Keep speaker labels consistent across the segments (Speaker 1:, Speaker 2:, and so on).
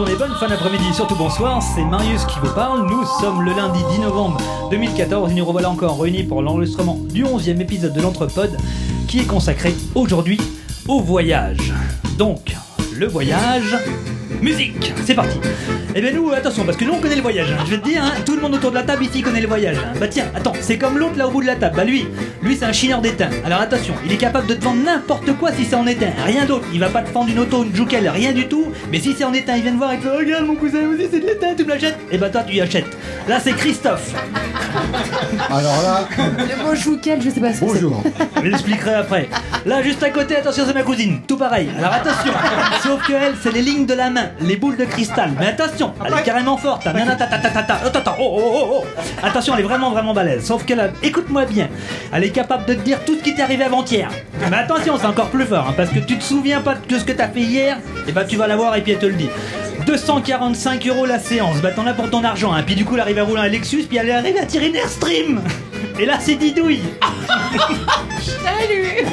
Speaker 1: journée, bonne fin d'après-midi, surtout bonsoir, c'est Marius qui vous parle. Nous sommes le lundi 10 novembre 2014 et nous revoilà encore réunis pour l'enregistrement du 11e épisode de l'Entrepode qui est consacré aujourd'hui au voyage. Donc, le voyage... Musique, c'est parti. Eh bien nous, attention, parce que nous on connaît le voyage, hein. Je vais te dire, hein, tout le monde autour de la table ici connaît le voyage, hein. Bah tiens, attends, c'est comme l'autre là au bout de la table. Bah lui c'est un chineur d'étain. Alors attention, il est capable de te vendre n'importe quoi si c'est en étain. Rien d'autre, il va pas te vendre une auto, une jouquelle, rien du tout. Mais si c'est en étain, il vient te voir et te fait, regarde mon cousin aussi c'est de l'étain, tu me l'achètes. Et bah toi tu y achètes. Là c'est Christophe.
Speaker 2: Alors là,
Speaker 3: Le mot jouquel, je sais pas ce que
Speaker 2: bonjour.
Speaker 1: Je l'expliquerai après. Là juste à côté, attention c'est ma cousine, tout pareil. Alors attention, sauf que elle c'est les lignes de la main, les boules de cristal. Mais attention, elle est carrément forte. Attention, elle est vraiment balèze. Sauf qu'elle a... Écoute-moi bien, elle est capable de te dire tout ce qui t'est arrivé avant-hier. Mais attention, c'est encore plus fort, hein, parce que tu te souviens pas de ce que t'as fait hier, et bah tu vas la voir et puis elle te le dit. 245 € la séance, bah t'en as pour ton argent, hein. Puis du coup elle arrive à rouler un Lexus, puis elle arrive à tirer une Airstream. Et là c'est Didouille.
Speaker 3: Salut.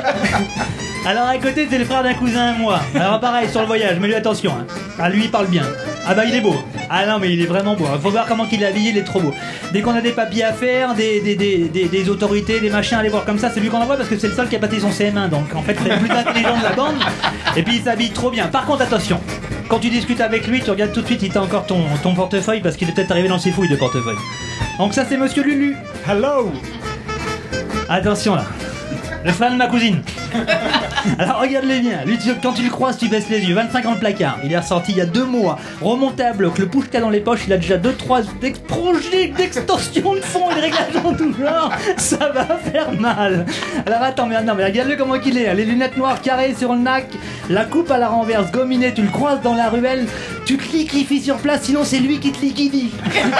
Speaker 1: Alors à côté c'est le frère d'un cousin à moi. Alors pareil sur le voyage, mais lui attention, hein. Ah lui il parle bien. Ah bah il est beau. Ah non mais il est vraiment beau. Faut voir comment il est habillé, il est trop beau. Dès qu'on a des papiers à faire, des autorités, des machins à aller voir comme ça, c'est lui qu'on envoie parce que c'est le seul qui a passé son CM1. Donc en fait c'est le plus intelligent de la bande. Et puis il s'habille trop bien. Par contre attention, quand tu discutes avec lui, tu regardes tout de suite, il t'a encore ton portefeuille parce qu'il est peut-être arrivé dans ses fouilles de portefeuille. Donc ça c'est Monsieur Lulu.
Speaker 2: Hello.
Speaker 1: Attention là. Le frère de ma cousine. Alors regarde-les bien. Lui, quand tu le croises, tu baisses les yeux. 25 ans de placard. Il est ressorti il y a 2 mois. Remonté à bloc. Le push-ka dans les poches. Il a déjà 2-3 projets d'extorsion de fonds et de réglages en tout genre. Ça va faire mal. Alors attends, mais regarde-le comment il est. Les lunettes noires carrées sur le nac. La coupe à la renverse gominée. Tu le croises dans la ruelle. Tu te liquifies sur place. Sinon, c'est lui qui te liquidie.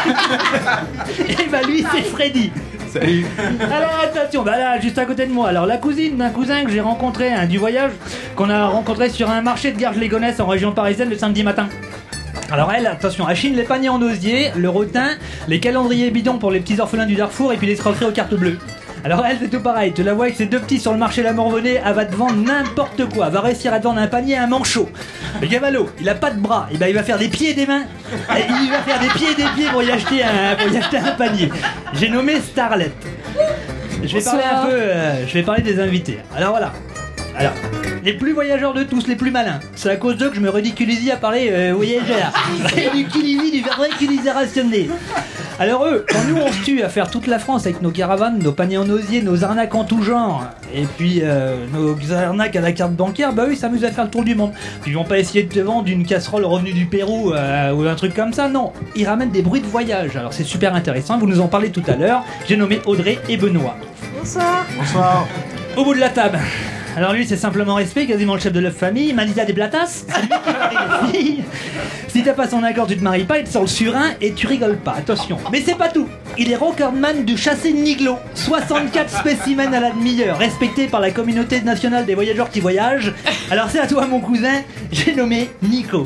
Speaker 1: Et bah lui, c'est Freddy.
Speaker 2: Salut.
Speaker 1: Alors attention, bah là juste à côté de moi, alors la cousine d'un cousin que j'ai rencontré, hein, du voyage, qu'on a rencontré sur un marché de Garges-les-Gonesse en région parisienne le samedi matin. Alors elle, attention, elle chine les paniers en osier, le rotin, les calendriers bidons pour les petits orphelins du Darfour et puis les escroqueries aux cartes bleues. Alors elle c'est tout pareil, tu la vois avec ses 2 petits sur le marché la Morvonnais, elle va te vendre n'importe quoi, elle va réussir à te vendre un panier à un manchot. Le Gavallo, il a pas de bras, et ben il va faire des pieds et des mains, et il va faire des pieds et des pieds pour y acheter un panier. J'ai nommé Starlet. Je vais parler des invités. Alors voilà. Alors, les plus voyageurs de tous, les plus malins. C'est à cause d'eux que je me ridiculise à parler voyageurs. Du ridiculiser rationné. Alors eux, quand nous on se tue à faire toute la France avec nos caravanes, nos paniers en osier, nos arnaques en tout genre, et puis nos arnaques à la carte bancaire, bah eux ils s'amusent à faire le tour du monde. Puis ils vont pas essayer de te vendre une casserole revenue du Pérou ou un truc comme ça, non. Ils ramènent des bruits de voyage, alors c'est super intéressant, vous nous en parlez tout à l'heure. J'ai nommé Audrey et Benoît.
Speaker 3: Bonsoir.
Speaker 2: Bonsoir.
Speaker 1: Au bout de la table. Alors lui c'est simplement respect, quasiment le chef de la famille, Manita des Blatas. C'est lui qui marie les filles. Si t'as pas son accord tu te maries pas, il te sort le surin et tu rigoles pas, attention. Mais c'est pas tout, il est recordman du chassé de Niglo. 64 spécimens à la demi-heure, respecté par la communauté nationale des voyageurs qui voyagent. Alors c'est à toi mon cousin, j'ai nommé Nico.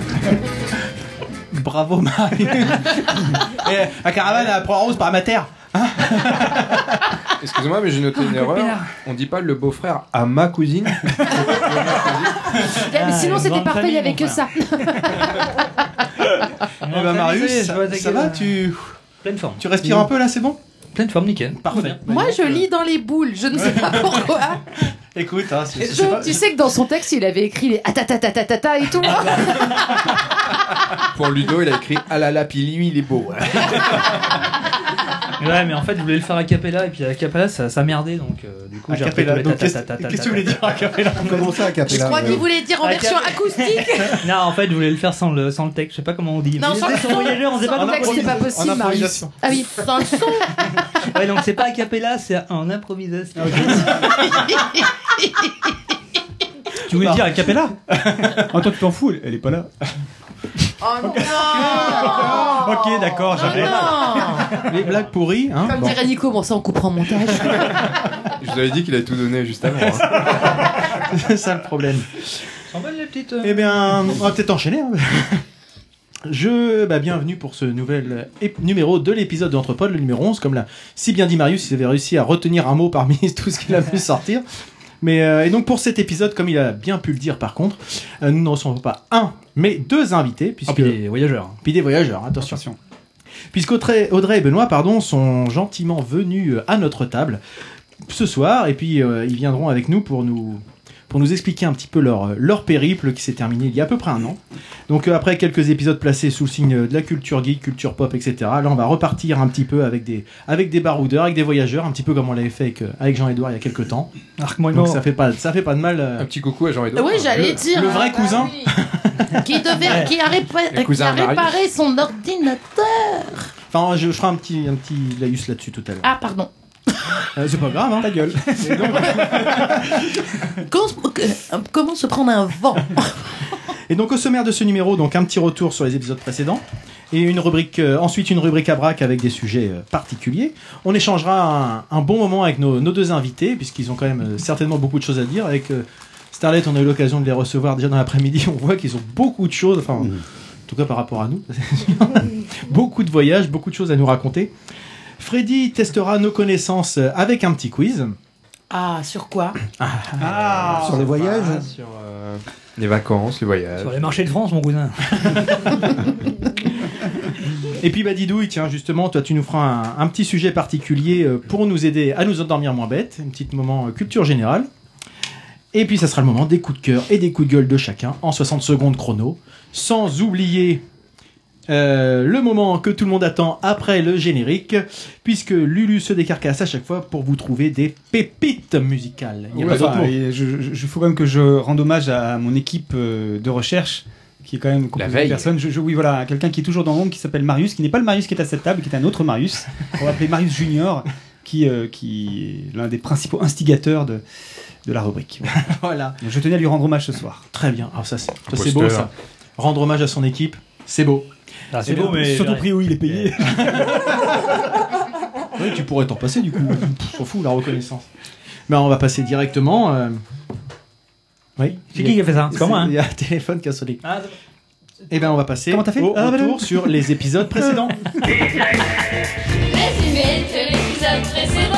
Speaker 4: Bravo Marie. Et la caravane à Port-Rose par ma terre.
Speaker 2: Excusez-moi, mais j'ai noté une erreur. On dit pas le beau-frère à ma cousine.
Speaker 3: Mais sinon c'était
Speaker 1: grande
Speaker 3: parfait, il
Speaker 1: famille,
Speaker 3: n'y avait
Speaker 1: mon
Speaker 3: que ça.
Speaker 4: Eh ben Marius, ça va,
Speaker 1: Pleine forme.
Speaker 4: tu respires un peu là, c'est bon?
Speaker 1: Pleine forme, nickel.
Speaker 4: Parfait.
Speaker 3: Moi je lis dans les boules, je ne sais pas pourquoi.
Speaker 4: Écoute, hein, c'est pas...
Speaker 3: Tu sais que dans son texte il avait écrit les atatatatata et tout.
Speaker 2: Pour Ludo, il a écrit ah là là, puis lui, il est beau.
Speaker 1: Ouais, mais en fait, je voulais le faire a cappella, et puis a cappella, ça merdait, donc du coup, j'ai repris tous les
Speaker 4: Qu'est-ce que tu voulais dire a cappella?
Speaker 2: Comment ça, à
Speaker 3: Je
Speaker 2: Capella
Speaker 3: crois qu'il voulait dire en version acoustique.
Speaker 1: Non, en fait, je voulais le faire sans le texte, je sais pas comment on dit.
Speaker 3: Non, sans le son.
Speaker 1: Voyageur, on sait pas
Speaker 3: Sans
Speaker 1: comment
Speaker 3: le texte, c'est pas
Speaker 4: En
Speaker 3: possible, Marius.
Speaker 4: improvisation.
Speaker 3: Ah oui, sans le son.
Speaker 1: Ouais, donc c'est pas a cappella, c'est en improvisation.
Speaker 4: Tu voulais dire a cappella? Attends, tu t'en fous, elle est pas là.
Speaker 3: Oh non.
Speaker 4: Ok, d'accord, j'avais les blagues pourries. Hein,
Speaker 3: Comme dirait Nico, bon ça on coupera en montage.
Speaker 2: Je vous avais dit qu'il avait tout donné juste avant. Hein.
Speaker 4: c'est ça le problème.
Speaker 1: S'en va les petites.
Speaker 4: Eh bien, on va peut-être enchaîner. Hein. Bienvenue pour ce nouvel numéro de l'épisode d'Entrepode, le numéro 11. Comme l'a si bien dit Marius, il avait réussi à retenir un mot parmi tout ce qu'il a pu sortir.
Speaker 5: Et donc pour cet épisode, comme il a bien pu le dire par contre, nous ne recevons pas un, mais deux invités. Puisque...
Speaker 1: puis des voyageurs.
Speaker 5: Puis des voyageurs, attention. Puisqu'Audrey et Benoît sont gentiment venus à notre table ce soir, et puis ils viendront avec nous pour nous expliquer un petit peu leur périple qui s'est terminé il y a à peu près un an. Donc après quelques épisodes placés sous le signe de la culture geek, culture pop, etc., là on va repartir un petit peu avec des baroudeurs, avec des voyageurs, un petit peu comme on l'avait fait avec Jean-Édouard il y a quelques temps.
Speaker 1: Donc
Speaker 5: ça fait pas de mal.
Speaker 2: Un petit coucou à Jean-Édouard.
Speaker 3: Oui, j'allais dire.
Speaker 5: Le vrai cousin.
Speaker 3: Oui. qui a réparé son ordinateur.
Speaker 5: Enfin, je ferai un petit laïus là-dessus tout à l'heure.
Speaker 3: Ah, pardon.
Speaker 5: C'est pas grave, hein.
Speaker 4: Ta gueule.
Speaker 3: Comment se prendre un vent?
Speaker 5: Et donc au sommaire de ce numéro, donc un petit retour sur les épisodes précédents et ensuite une rubrique à braque avec des sujets particuliers. On échangera un bon moment avec nos deux invités puisqu'ils ont quand même certainement beaucoup de choses à dire. Avec Starlet, on a eu l'occasion de les recevoir déjà dans l'après-midi. On voit qu'ils ont beaucoup de choses, en tout cas par rapport à nous, beaucoup de voyages, beaucoup de choses à nous raconter. Freddy testera nos connaissances avec un petit quiz.
Speaker 3: Ah, sur quoi?
Speaker 6: Sur les voyages,
Speaker 2: sur les vacances, les voyages.
Speaker 1: Sur les marchés de France, mon cousin.
Speaker 5: Et puis Didouille, tiens justement, toi tu nous feras un petit sujet particulier pour nous aider à nous endormir moins bête, un petit moment culture générale. Et puis ça sera le moment des coups de cœur et des coups de gueule de chacun en 60 secondes chrono, sans oublier le moment que tout le monde attend après le générique, puisque Lulu se décarcasse à chaque fois pour vous trouver des pépites musicales. Il y a pas d'autre mot.
Speaker 4: Je faut quand même que je rende hommage à mon équipe de recherche, qui est quand même composée de personnes. Oui, voilà, quelqu'un qui est toujours dans l'ombre, qui s'appelle Marius, qui n'est pas le Marius qui est à cette table, qui est un autre Marius. On va appeler Marius Junior, qui est l'un des principaux instigateurs de la rubrique.
Speaker 5: Voilà.
Speaker 4: Donc, je tenais à lui rendre hommage ce soir.
Speaker 5: Très bien. Alors ça c'est beau ça. Rendre hommage à son équipe, c'est beau.
Speaker 1: Ah, c'est beau, mais
Speaker 4: surtout prix où il est payé.
Speaker 5: Oui, tu pourrais t'en passer du coup. On s'en fout, la reconnaissance. Mais on va passer directement. Oui.
Speaker 1: C'est qui a fait ça? C'est pas moi.
Speaker 5: Il y a un téléphone qui a sonné. Et bien on va passer au retour sur les épisodes précédents.
Speaker 7: Résumé de l'épisode précédent.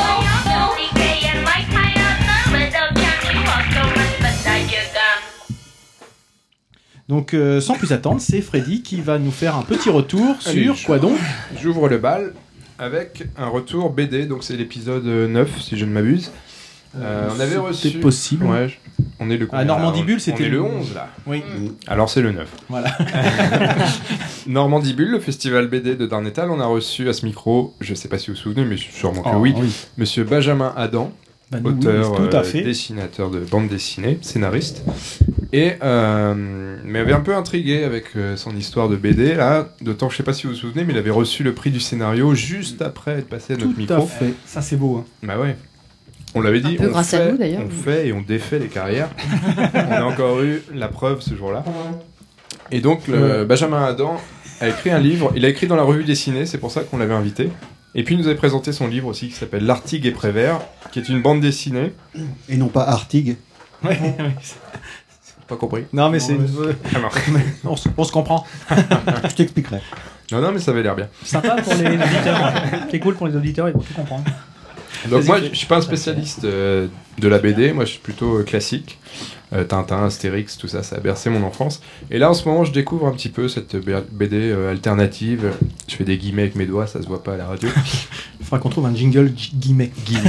Speaker 5: Donc sans plus attendre, c'est Freddy qui va nous faire un petit retour sur quoi donc?
Speaker 2: J'ouvre le bal avec un retour BD, donc c'est l'épisode 9 si je ne m'abuse. On avait reçu...
Speaker 5: C'est possible.
Speaker 2: Ouais, on est le
Speaker 5: Normandibule, c'était
Speaker 2: le 11 là.
Speaker 5: Oui.
Speaker 2: Alors c'est le 9.
Speaker 5: Voilà.
Speaker 2: Normandibule, le festival BD de Darnétal, on a reçu à ce micro, je sais pas si vous vous souvenez, mais sûrement que oui, monsieur Benjamin Adam, auteur, dessinateur de bande dessinée, scénariste, et m'avait un peu intrigué avec son histoire de BD là, d'autant que je sais pas si vous vous souvenez, mais il avait reçu le prix du scénario juste après être passé à notre micro.
Speaker 5: Tout à fait.
Speaker 4: Ça c'est beau. Hein.
Speaker 2: Bah ouais. On l'avait dit,
Speaker 3: peu grâce à nous, d'ailleurs.
Speaker 2: on fait et on défait les carrières. On a encore eu la preuve ce jour-là. Et donc, Benjamin Adam a écrit un livre. Il a écrit dans la revue dessinée, c'est pour ça qu'on l'avait invité. Et puis, il nous avait présenté son livre aussi, qui s'appelle L'Artigue et Prévert, qui est une bande dessinée.
Speaker 6: et non pas Artigue.
Speaker 5: Oui.
Speaker 2: Pas compris.
Speaker 5: Non, mais c'est...
Speaker 2: Ah non.
Speaker 5: on se comprend.
Speaker 6: Je t'expliquerai.
Speaker 2: Non, mais ça avait l'air bien.
Speaker 1: Sympa pour les auditeurs. C'est cool pour les auditeurs, ils vont tout comprendre.
Speaker 2: Donc moi, je suis pas un spécialiste de la BD, moi je suis plutôt classique. Tintin, Astérix, tout ça, ça a bercé mon enfance. Et là, en ce moment, je découvre un petit peu cette BD alternative. Je fais des guillemets avec mes doigts, ça se voit pas à la radio.
Speaker 5: Il faudra qu'on trouve un jingle guillemets.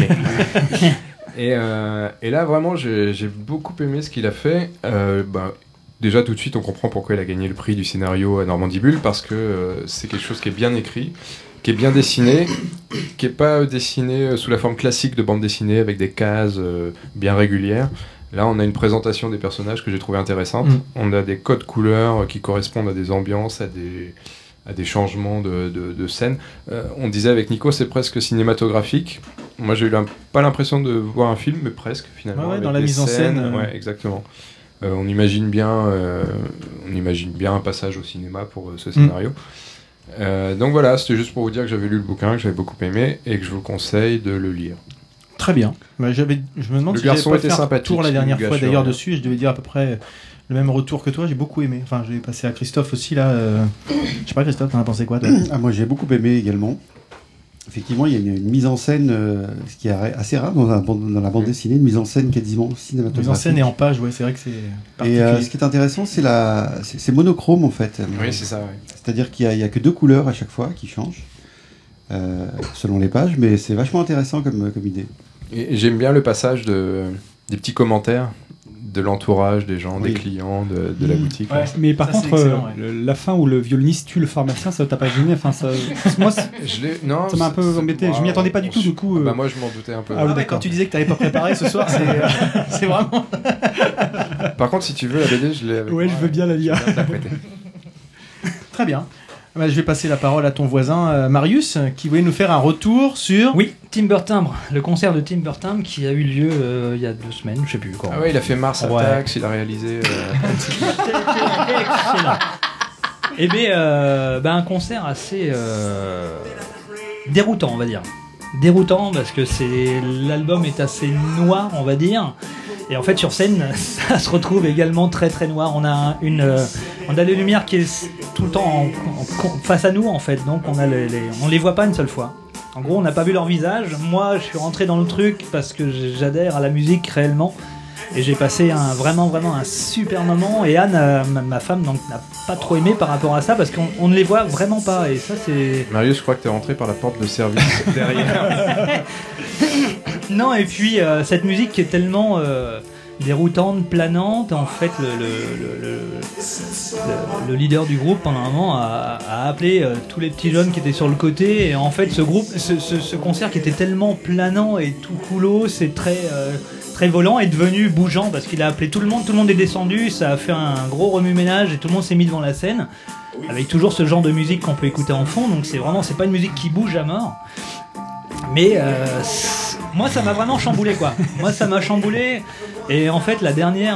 Speaker 2: Et là, vraiment, j'ai beaucoup aimé ce qu'il a fait. Déjà, tout de suite, on comprend pourquoi il a gagné le prix du scénario à Normandibule, parce que c'est quelque chose qui est bien écrit, qui est bien dessiné, qui est pas dessiné sous la forme classique de bande dessinée avec des cases bien régulières. Là, on a une présentation des personnages que j'ai trouvé intéressante. On a des codes couleurs qui correspondent à des ambiances, à des changements de scène. On disait avec Nico, c'est presque cinématographique. Moi, j'ai eu pas l'impression de voir un film, mais presque finalement.
Speaker 5: Ouais, dans la mise en scène.
Speaker 2: Ouais, exactement. On imagine bien un passage au cinéma pour ce scénario. Donc voilà, c'était juste pour vous dire que j'avais lu le bouquin, que j'avais beaucoup aimé et que je vous conseille de le lire.
Speaker 5: Très bien. Je me demande
Speaker 2: le
Speaker 5: si j'avais
Speaker 2: garçon
Speaker 5: pas
Speaker 2: était
Speaker 5: fait un
Speaker 2: sympathique,
Speaker 5: tour la dernière fois d'ailleurs
Speaker 2: rien.
Speaker 5: dessus et je devais dire à peu près le même retour que toi. J'ai beaucoup aimé. Enfin, je l'ai passé à Christophe aussi là. Je sais pas, Christophe, t'en as pensé quoi toi?
Speaker 6: Moi j'ai beaucoup aimé également. Effectivement, il y a une mise en scène, ce qui est assez rare dans la bande dessinée, une mise en scène quasiment cinématographique.
Speaker 5: Mise en scène et en page, ouais, c'est vrai que c'est particulier.
Speaker 6: Et ce qui est intéressant, c'est monochrome en fait.
Speaker 2: Oui, c'est ça. Ouais.
Speaker 6: C'est-à-dire qu'il y a que 2 couleurs à chaque fois qui changent selon les pages, mais c'est vachement intéressant comme idée.
Speaker 2: Et j'aime bien le passage des petits commentaires de l'entourage, des gens, des clients, de la boutique.
Speaker 4: Ouais. Mais par contre, la fin où le violoniste tue le pharmacien, ça t'a pas gêné? Enfin, moi, ça m'a un peu embêté. Je m'y attendais pas du tout, du coup.
Speaker 2: Bah moi, je m'en doutais un peu.
Speaker 5: Ah ouais, quand tu disais que t'avais pas préparé ce soir, c'est vraiment.
Speaker 2: Par contre, si tu veux la BD, je l'ai avec moi.
Speaker 4: Ouais, je veux bien la lire.
Speaker 5: Très bien. Bah, je vais passer la parole à ton voisin Marius, qui voulait nous faire un retour sur...
Speaker 1: Oui, Timber Timbre, le concert de Timber Timbre qui a eu lieu il y a 2 semaines, je sais plus quand.
Speaker 2: Ah ouais, il a fait Mars Attacks, il a réalisé...
Speaker 1: Excellent. Et bien, un concert assez déroutant, on va dire. Déroutant parce que l'album est assez noir, on va dire. Et en fait, sur scène, ça se retrouve également très très noir. On a les lumières qui est tout le temps face à nous, en fait. Donc on les voit pas une seule fois. En gros, on n'a pas vu leur visage. Moi, je suis rentré dans le truc parce que j'adhère à la musique réellement. Et j'ai passé vraiment un super moment. Et Anne, ma femme, donc, n'a pas trop aimé par rapport à ça parce qu'on ne les voit vraiment pas. Et ça, c'est...
Speaker 2: Marius, je crois que t'es rentré par la porte de service derrière.
Speaker 1: Non, et puis cette musique qui est tellement déroutante, planante. En fait, le leader du groupe, pendant un moment, a appelé tous les petits jeunes qui étaient sur le côté. Et en fait, ce concert qui était tellement planant et tout coolo, c'est très volant, est devenu bougeant parce qu'il a appelé tout le monde est descendu, ça a fait un gros remue-ménage et tout le monde s'est mis devant la scène avec toujours ce genre de musique qu'on peut écouter en fond, donc c'est pas une musique qui bouge à mort, mais moi ça m'a vraiment chamboulé quoi. Moi ça m'a chamboulé, et en fait le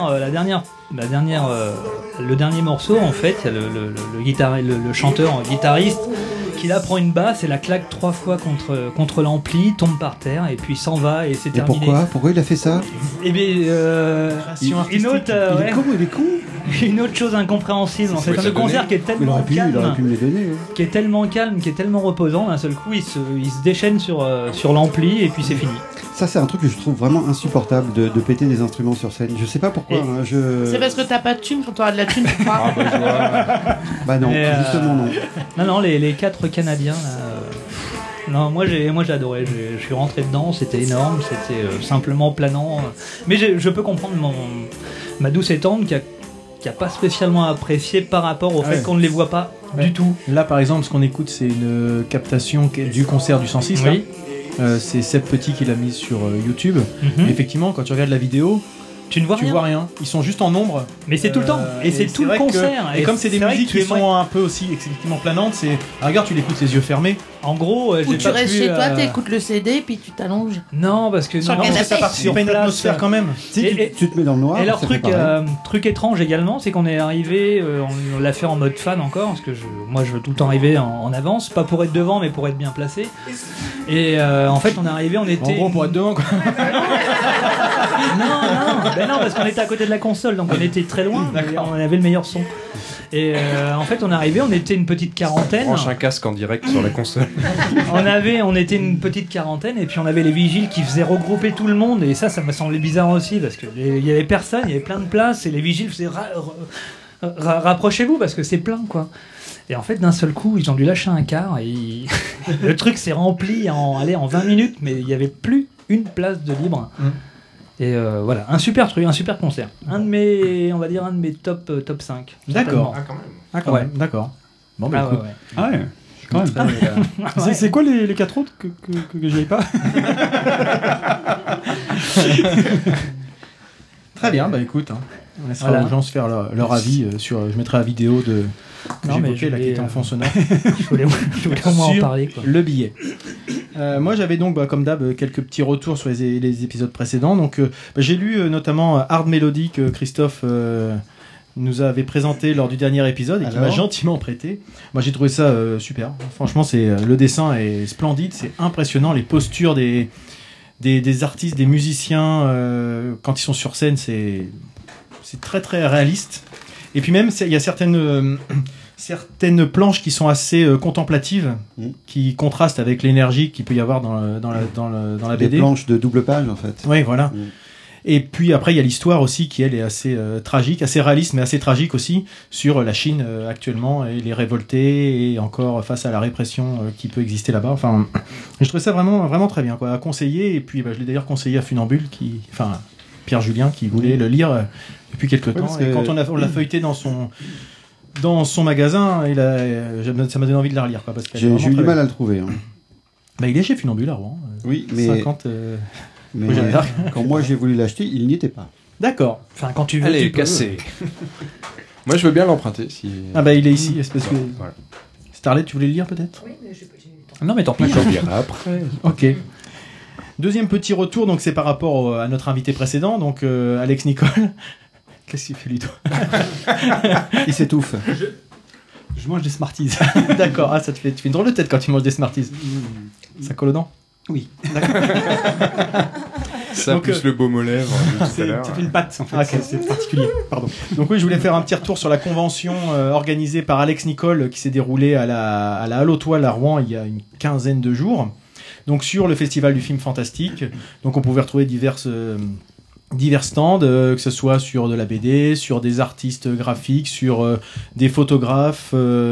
Speaker 1: dernier morceau, en fait il y a le chanteur guitariste qui là prend une basse et la claque 3 fois contre l'ampli, tombe par terre et puis s'en va et c'est terminé.
Speaker 6: Pourquoi il a fait ça?
Speaker 1: Eh bien, une autre,
Speaker 6: il est con.
Speaker 1: Une autre chose incompréhensible, en fait, ce concert qui est tellement calme,
Speaker 6: il aurait pu me les donner,
Speaker 1: qui est tellement calme, qui est tellement reposant, d'un seul coup, il se déchaîne sur l'ampli et puis c'est fini.
Speaker 6: Ça, c'est un truc que je trouve vraiment insupportable de péter des instruments sur scène. Je sais pas pourquoi.
Speaker 3: C'est parce que t'as pas de thune. Quand t'auras de la thune, tu feras.
Speaker 6: Bah non, justement non.
Speaker 1: Non, les 4 Canadiens là. Non, moi j'ai adoré. Je suis rentré dedans, c'était énorme, c'était simplement planant. Mais je peux comprendre ma douce et tendre qui a pas spécialement apprécié par rapport au fait qu'on ne les voit pas du tout.
Speaker 5: Là, par exemple, ce qu'on écoute, c'est une captation du concert du 106.
Speaker 1: Oui.
Speaker 5: C'est Seb Petit qui l'a mise sur YouTube. Et effectivement, quand tu regardes la vidéo,
Speaker 1: tu ne vois rien.
Speaker 5: Ils sont juste en ombre.
Speaker 1: Mais c'est tout le temps. Et c'est tout le concert.
Speaker 5: Et comme c'est des musiques qui sont un peu aussi excessivement planantes, regarde, tu l'écoutes les yeux fermés.
Speaker 1: En gros,
Speaker 3: ou tu restes chez toi, t'écoutes le CD, puis tu t'allonges.
Speaker 1: Non, parce que ça
Speaker 5: participe à une atmosphère quand même.
Speaker 6: Si tu te mets dans le noir.
Speaker 1: Et leur truc étrange également, c'est qu'on est arrivé, on l'a fait en mode fan encore, parce que moi je veux tout le temps arriver en avance, pas pour être devant, mais pour être bien placé. Et en fait, on est arrivé, on était.
Speaker 5: En gros, pour être devant, quoi.
Speaker 1: Non, parce qu'on était à côté de la console, donc on était très loin, on avait le meilleur son. Et en fait, on est arrivé, on était une petite quarantaine.
Speaker 2: Branche un casque en direct sur la console.
Speaker 1: On était une petite quarantaine, et puis on avait les vigiles qui faisaient regrouper tout le monde, et ça m'a semblé bizarre aussi, parce qu'il y avait personne, il y avait plein de places, et les vigiles faisaient rapprochez-vous, parce que c'est plein, quoi. Et en fait, d'un seul coup, ils ont dû lâcher un quart, et le truc s'est rempli en 20 minutes, mais il n'y avait plus une place de libre. Et voilà, un super truc, un super concert. Un de mes top 5.
Speaker 5: D'accord.
Speaker 2: Quand même.
Speaker 5: D'accord. Bon, bah écoute.
Speaker 4: Ouais. Quand même. C'est quoi les 4 autres que j'aille pas?
Speaker 5: Très bien, bah écoute, on laissera aux gens se faire leur avis sur. Je mettrai la vidéo de. J'évoquais là qui était en fond sonore.
Speaker 1: Je voulais au moins en parler, quoi.
Speaker 5: Le billet. Moi j'avais donc comme d'hab quelques petits retours sur les épisodes précédents. Donc j'ai lu notamment Hard Melody que Christophe nous avait présenté lors du dernier épisode et qui m'a gentiment prêté. Moi j'ai trouvé ça super. Franchement le dessin est splendide, c'est impressionnant, les postures des artistes, des musiciens quand ils sont sur scène, c'est très très réaliste. Et puis même il y a certaines certaines planches qui sont assez contemplatives, qui contrastent avec l'énergie qu'il peut y avoir dans la BD.
Speaker 6: Des planches de double page en fait.
Speaker 5: Oui, voilà. Et puis après, il y a l'histoire aussi qui, elle, est assez tragique, assez réaliste, mais assez tragique aussi, sur la Chine actuellement et les révoltés et encore face à la répression qui peut exister là-bas. Enfin, je trouve ça vraiment, vraiment très bien, quoi, à conseiller. Et puis, je l'ai d'ailleurs conseillé à Funambule, Pierre Julien, qui voulait le lire depuis quelques temps. Et quand on l'a feuilleté dans son magasin, ça m'a donné envie de la relire, quoi, parce que
Speaker 6: j'ai eu du mal à le trouver. Hein.
Speaker 5: Il est chez Funambule à Rouen.
Speaker 6: Oui, mais
Speaker 5: 50.
Speaker 6: Mais quand moi j'ai voulu l'acheter, il n'y était pas.
Speaker 5: D'accord.
Speaker 1: Enfin, quand tu veux,
Speaker 2: elle est
Speaker 1: tu peux.
Speaker 2: cassée. Moi, je veux bien l'emprunter. Si...
Speaker 5: il est ici. C'est parce que... Voilà. Starlet, tu voulais le lire peut-être ?
Speaker 3: Oui, mais j'ai pas eu le temps.
Speaker 1: Non, mais tant pis.
Speaker 2: J'en dirai après.
Speaker 5: Ok. Deuxième petit retour, donc c'est par rapport à notre invité précédent, donc Alex Nicole. Qu'est-ce qu'il fait, lui, toi ?
Speaker 6: Il s'étouffe.
Speaker 4: Je mange des Smarties.
Speaker 5: D'accord. Tu fais une drôle de tête quand tu manges des Smarties. Ça colle aux dents ?
Speaker 4: Oui.
Speaker 2: Ça
Speaker 5: donc,
Speaker 2: plus le baume aux lèvres.
Speaker 4: C'est une pâte en fait.
Speaker 5: Okay.
Speaker 4: C'est particulier. Pardon.
Speaker 5: Donc oui, je voulais faire un petit retour sur la convention organisée par Alex Nicole qui s'est déroulée à la Halle aux Toiles à Rouen il y a une quinzaine de jours. Donc sur le festival du film fantastique. Donc on pouvait retrouver divers stands, que ce soit sur de la BD, sur des artistes graphiques, sur des photographes.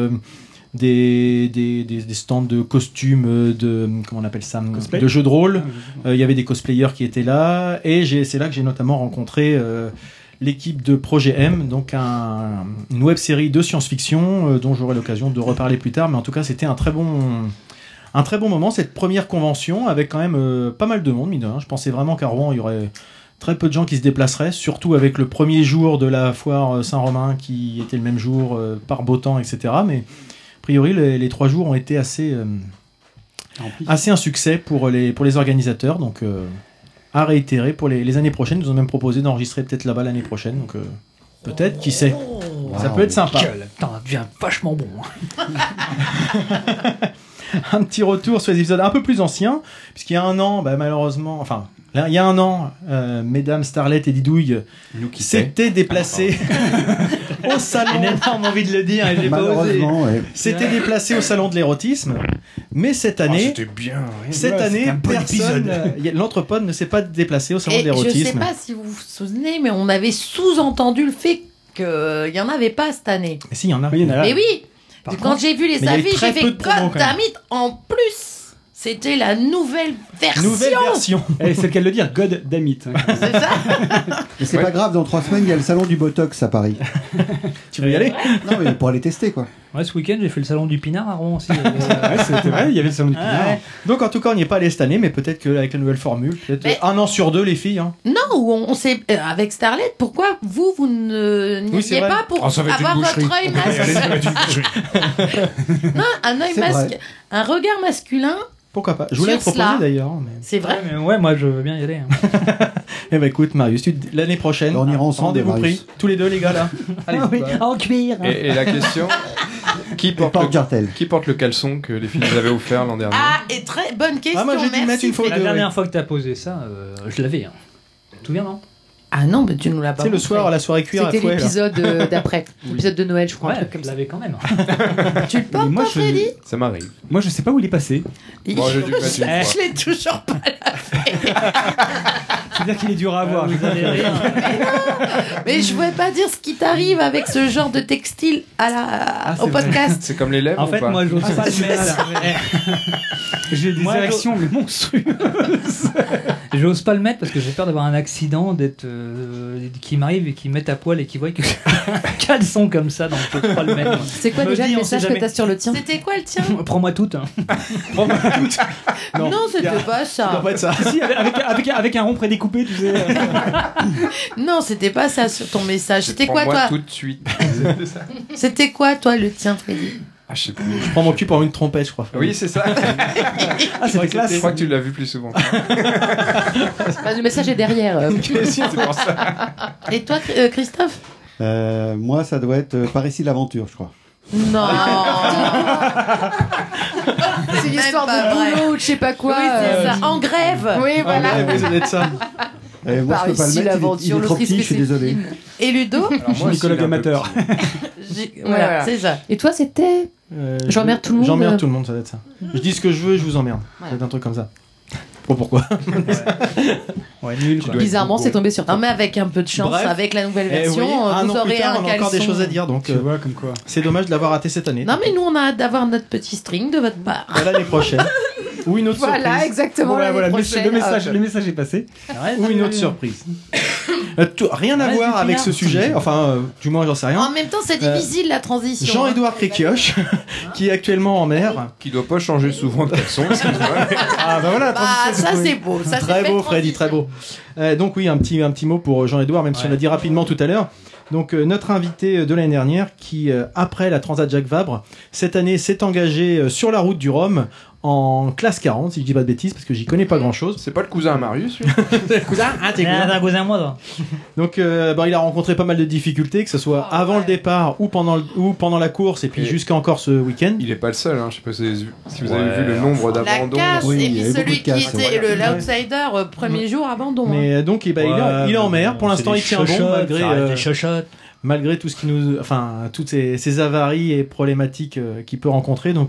Speaker 5: Des stands de costumes, comment on appelle ça,
Speaker 4: cosplay,
Speaker 5: de jeux de rôle. Il y avait des cosplayers qui étaient là, et c'est là que j'ai notamment rencontré l'équipe de Projet M, donc une web-série de science-fiction dont j'aurai l'occasion de reparler plus tard. Mais en tout cas, c'était un très bon moment, cette première convention, avec quand même pas mal de monde, mine de rien. Je pensais vraiment qu'à Rouen, il y aurait très peu de gens qui se déplaceraient, surtout avec le premier jour de la foire Saint-Romain qui était le même jour, par beau temps, etc. Mais a priori, les 3 jours ont été assez un succès pour les organisateurs. Donc, à réitérer pour les années prochaines. Ils nous ont même proposé d'enregistrer peut-être là-bas l'année prochaine. Donc, peut-être, qui sait. Ça peut être sympa.
Speaker 1: Putain, ça devient vachement bon.
Speaker 5: Un petit retour sur les épisodes un peu plus anciens, puisqu'il y a un an, malheureusement, enfin, là, il y a un an, mesdames Starlet et Didouille s'étaient déplacées au salon.
Speaker 1: J'ai une énorme envie de le dire et j'ai pas osé.
Speaker 6: Ouais.
Speaker 5: S'étaient déplacées au salon de l'érotisme, mais cette année,
Speaker 2: c'était bien.
Speaker 5: cette année, personne, l'Entrepode ne s'est pas déplacé au salon de l'érotisme.
Speaker 3: Je sais pas si vous vous souvenez, mais on avait sous-entendu le fait qu'il y en avait pas cette année.
Speaker 5: Mais si, il y en a.
Speaker 4: Oui, il y en a là.
Speaker 3: Mais oui. Quand j'ai vu les affiches, j'ai fait
Speaker 5: comme
Speaker 3: Goddammit. En plus, c'était la nouvelle version.
Speaker 4: C'est le cas de le dire, Goddammit.
Speaker 3: C'est ça.
Speaker 6: Mais c'est pas grave, dans 3 semaines, il y a le salon du Botox à Paris.
Speaker 5: Tu veux y aller ?
Speaker 6: Non, mais pour aller tester, quoi.
Speaker 1: Ouais, ce week-end, j'ai fait le salon du Pinard à Rouen aussi.
Speaker 4: Ouais, c'était vrai, il y avait le salon du Pinard.
Speaker 1: Ouais.
Speaker 5: Donc, en tout cas, on n'y est pas allé cette année, mais peut-être qu'avec la nouvelle formule, peut-être
Speaker 3: Mais-
Speaker 5: 1 an sur 2, les filles. Hein.
Speaker 3: Non, on sait avec Starlet, pourquoi vous n'y
Speaker 5: Oui, c'est
Speaker 3: êtes
Speaker 5: vrai.
Speaker 3: pas pour
Speaker 2: ça va être une
Speaker 3: avoir
Speaker 2: boucherie.
Speaker 3: votre œil masculin. Non, un œil
Speaker 6: C'est vrai.
Speaker 3: masculin, un regard masculin.
Speaker 5: Pourquoi pas ? Je vous l'avais
Speaker 3: Sur
Speaker 5: proposé
Speaker 3: cela.
Speaker 5: d'ailleurs. Mais...
Speaker 3: C'est vrai.
Speaker 1: Ouais, mais ouais, moi je veux bien y aller.
Speaker 5: Eh ben écoute, Marius, l'année prochaine,
Speaker 6: On ira ensemble,
Speaker 5: rendez-vous
Speaker 6: Marius.
Speaker 5: pris. Tous les deux, les gars, là. Allez,
Speaker 1: En cuir.
Speaker 2: Et la question qui porte,
Speaker 6: Porte-jartel.
Speaker 2: qui porte le caleçon que les filles nous avaient offert l'an dernier?
Speaker 3: Ah, et très bonne question.
Speaker 5: moi, j'ai dû
Speaker 3: merci,
Speaker 5: mettre une photo.
Speaker 1: La
Speaker 3: Frédéric.
Speaker 1: dernière fois que t'as posé ça, je l'avais. Hein. Tu te souviens, non?
Speaker 3: Ah non, mais tu nous l'as pas.
Speaker 5: Tu sais, le
Speaker 3: montré.
Speaker 5: soir, à la soirée cuir à
Speaker 8: C'était
Speaker 5: fouet, là.
Speaker 8: l'épisode d'après, l'épisode de Noël, je crois, un
Speaker 1: Ouais,
Speaker 8: truc comme
Speaker 1: je
Speaker 8: ça.
Speaker 1: l'avais quand même.
Speaker 3: Tu le portes,
Speaker 4: moi,
Speaker 3: toi,
Speaker 4: je-
Speaker 3: Freddy
Speaker 2: Ça m'arrive.
Speaker 4: Moi, je sais pas où il est passé.
Speaker 2: Bon, j'ai dû mettre une fois.
Speaker 3: Je l'ai toujours pas là.
Speaker 4: C'est-à-dire qu'il est dur à avoir.
Speaker 1: Vous allez rire.
Speaker 3: Mais je voulais pas dire ce qui t'arrive avec ce genre de textile
Speaker 4: c'est
Speaker 3: au
Speaker 4: vrai.
Speaker 3: podcast.
Speaker 2: C'est comme les lèvres
Speaker 1: En
Speaker 2: ou
Speaker 1: fait,
Speaker 2: pas?
Speaker 1: moi, j'ose pas le
Speaker 3: c'est
Speaker 1: mettre.
Speaker 4: J'ai des
Speaker 1: Moi,
Speaker 4: érections mais monstrueuses.
Speaker 1: J'ose pas le mettre parce que j'ai peur d'avoir un accident, d'être qui m'arrive et qui me mette à poil et qui voit que j'ai un caleçon comme ça, donc je peux pas le mettre.
Speaker 8: C'est quoi
Speaker 1: Me
Speaker 8: déjà
Speaker 1: dis,
Speaker 8: le
Speaker 1: on sait
Speaker 8: message que
Speaker 1: jamais.
Speaker 8: t'as sur le tien?
Speaker 3: C'était quoi le tien?
Speaker 1: Prends-moi toute. Hein.
Speaker 3: Non, c'était pas
Speaker 5: Ça doit
Speaker 3: ça.
Speaker 5: pas être ça.
Speaker 4: Si, avec un rond prédécoupé, tu sais.
Speaker 3: Non, c'était pas ça sur ton message. C'était quoi,
Speaker 2: Prends-moi
Speaker 3: toi?
Speaker 2: tout de suite.
Speaker 3: C'était quoi, toi, le tien, Freddy?
Speaker 2: Ah, je sais plus.
Speaker 5: Je prends mon cul pour une trompette, je crois.
Speaker 2: Oui, c'est ça.
Speaker 4: Ah, c'est classe.
Speaker 2: Je crois que tu l'as vu plus souvent.
Speaker 8: Bah, le message est derrière.
Speaker 2: C'est pour ça.
Speaker 3: Et toi, Christophe?
Speaker 6: Moi, ça doit être par ici l'aventure, je crois.
Speaker 3: Non.
Speaker 8: C'est une
Speaker 3: Même
Speaker 8: histoire
Speaker 3: pas
Speaker 8: de
Speaker 3: vrai.
Speaker 8: boulot ou de je sais pas quoi.
Speaker 3: Oui, c'est ça. En grève.
Speaker 8: Oui, voilà.
Speaker 5: Ah, ouais, ça doit être ça.
Speaker 6: Moi, je peux pas le mettre, il est trop petit, je suis désolé.
Speaker 3: Et Ludo?
Speaker 2: Alors, moi,
Speaker 4: Gynécologue amateur.
Speaker 3: Voilà, c'est ça.
Speaker 8: Et toi, c'était j'emmerde tout le monde.
Speaker 5: J'emmerde tout le monde, ça doit être ça. Je dis ce que je veux, je vous emmerde. Ça doit être un truc comme ça. Bon, pourquoi?
Speaker 4: Ouais, nul. Quoi.
Speaker 8: Bizarrement, c'est tombé sur toi.
Speaker 3: Non, mais avec un peu de chance,
Speaker 5: Bref.
Speaker 3: avec la nouvelle version,
Speaker 5: un
Speaker 3: vous
Speaker 5: an plus
Speaker 3: aurez
Speaker 5: tard,
Speaker 3: un
Speaker 5: on a encore des
Speaker 3: caleçon.
Speaker 5: choses à dire, donc
Speaker 4: Tu vois, comme quoi.
Speaker 5: c'est dommage de l'avoir raté cette année.
Speaker 3: Non, mais nous, on a hâte d'avoir notre petit string de votre part.
Speaker 5: À l'année prochaine. Ou une autre
Speaker 8: Voilà,
Speaker 5: surprise.
Speaker 8: exactement.
Speaker 4: Bon, bah, voilà,
Speaker 8: l'année
Speaker 4: le message,
Speaker 8: prochaine.
Speaker 4: le message est passé.
Speaker 5: Ou une autre surprise. Rien à
Speaker 1: Ouais,
Speaker 5: voir
Speaker 1: c'est
Speaker 5: avec
Speaker 1: clair.
Speaker 5: ce sujet, enfin, du moins, j'en sais rien.
Speaker 3: En même temps, c'est difficile la transition.
Speaker 5: Jean-Édouard Créquioche, qui est actuellement en mer.
Speaker 2: Qui doit pas changer souvent de caleçon. c'est vrai.
Speaker 5: Ah bah voilà,
Speaker 3: Bah, ça, c'est beau. Ça,
Speaker 5: très
Speaker 3: c'est
Speaker 5: beau,
Speaker 3: belle
Speaker 5: Freddy, très beau. Donc oui, un petit mot pour Jean-Édouard, même si on l'a dit rapidement tout à l'heure. Donc notre invité de l'année dernière, qui après la Transat Jacques Vabre, cette année s'est engagé sur la route du Rhum en classe 40, si je dis pas de bêtises, parce que j'y connais pas grand-chose.
Speaker 2: C'est pas le cousin à Marius, lui.
Speaker 5: Cousin, t'es cousin.
Speaker 1: T'as un cousin à moi, toi.
Speaker 5: Donc il a rencontré pas mal de difficultés, que ce soit avant le départ ou pendant la course, et puis
Speaker 2: Et-
Speaker 5: jusqu'à encore ce week-end.
Speaker 2: Il est pas le seul, hein. Je sais pas si vous avez
Speaker 1: Ouais,
Speaker 2: vu le nombre
Speaker 3: La
Speaker 2: d'abandons.
Speaker 3: casse,
Speaker 6: Oui,
Speaker 3: et
Speaker 6: il y
Speaker 3: puis
Speaker 6: avait beaucoup
Speaker 3: celui
Speaker 6: de casse,
Speaker 3: qui était
Speaker 5: voilà.
Speaker 3: l'outsider, premier jour, abandon.
Speaker 5: Mais donc il est en mer, pour l'instant il tient bon malgré
Speaker 1: des chochottes.
Speaker 5: malgré tout ce qui nous, enfin, toutes ces avaries et problématiques qu'il peut rencontrer. Donc,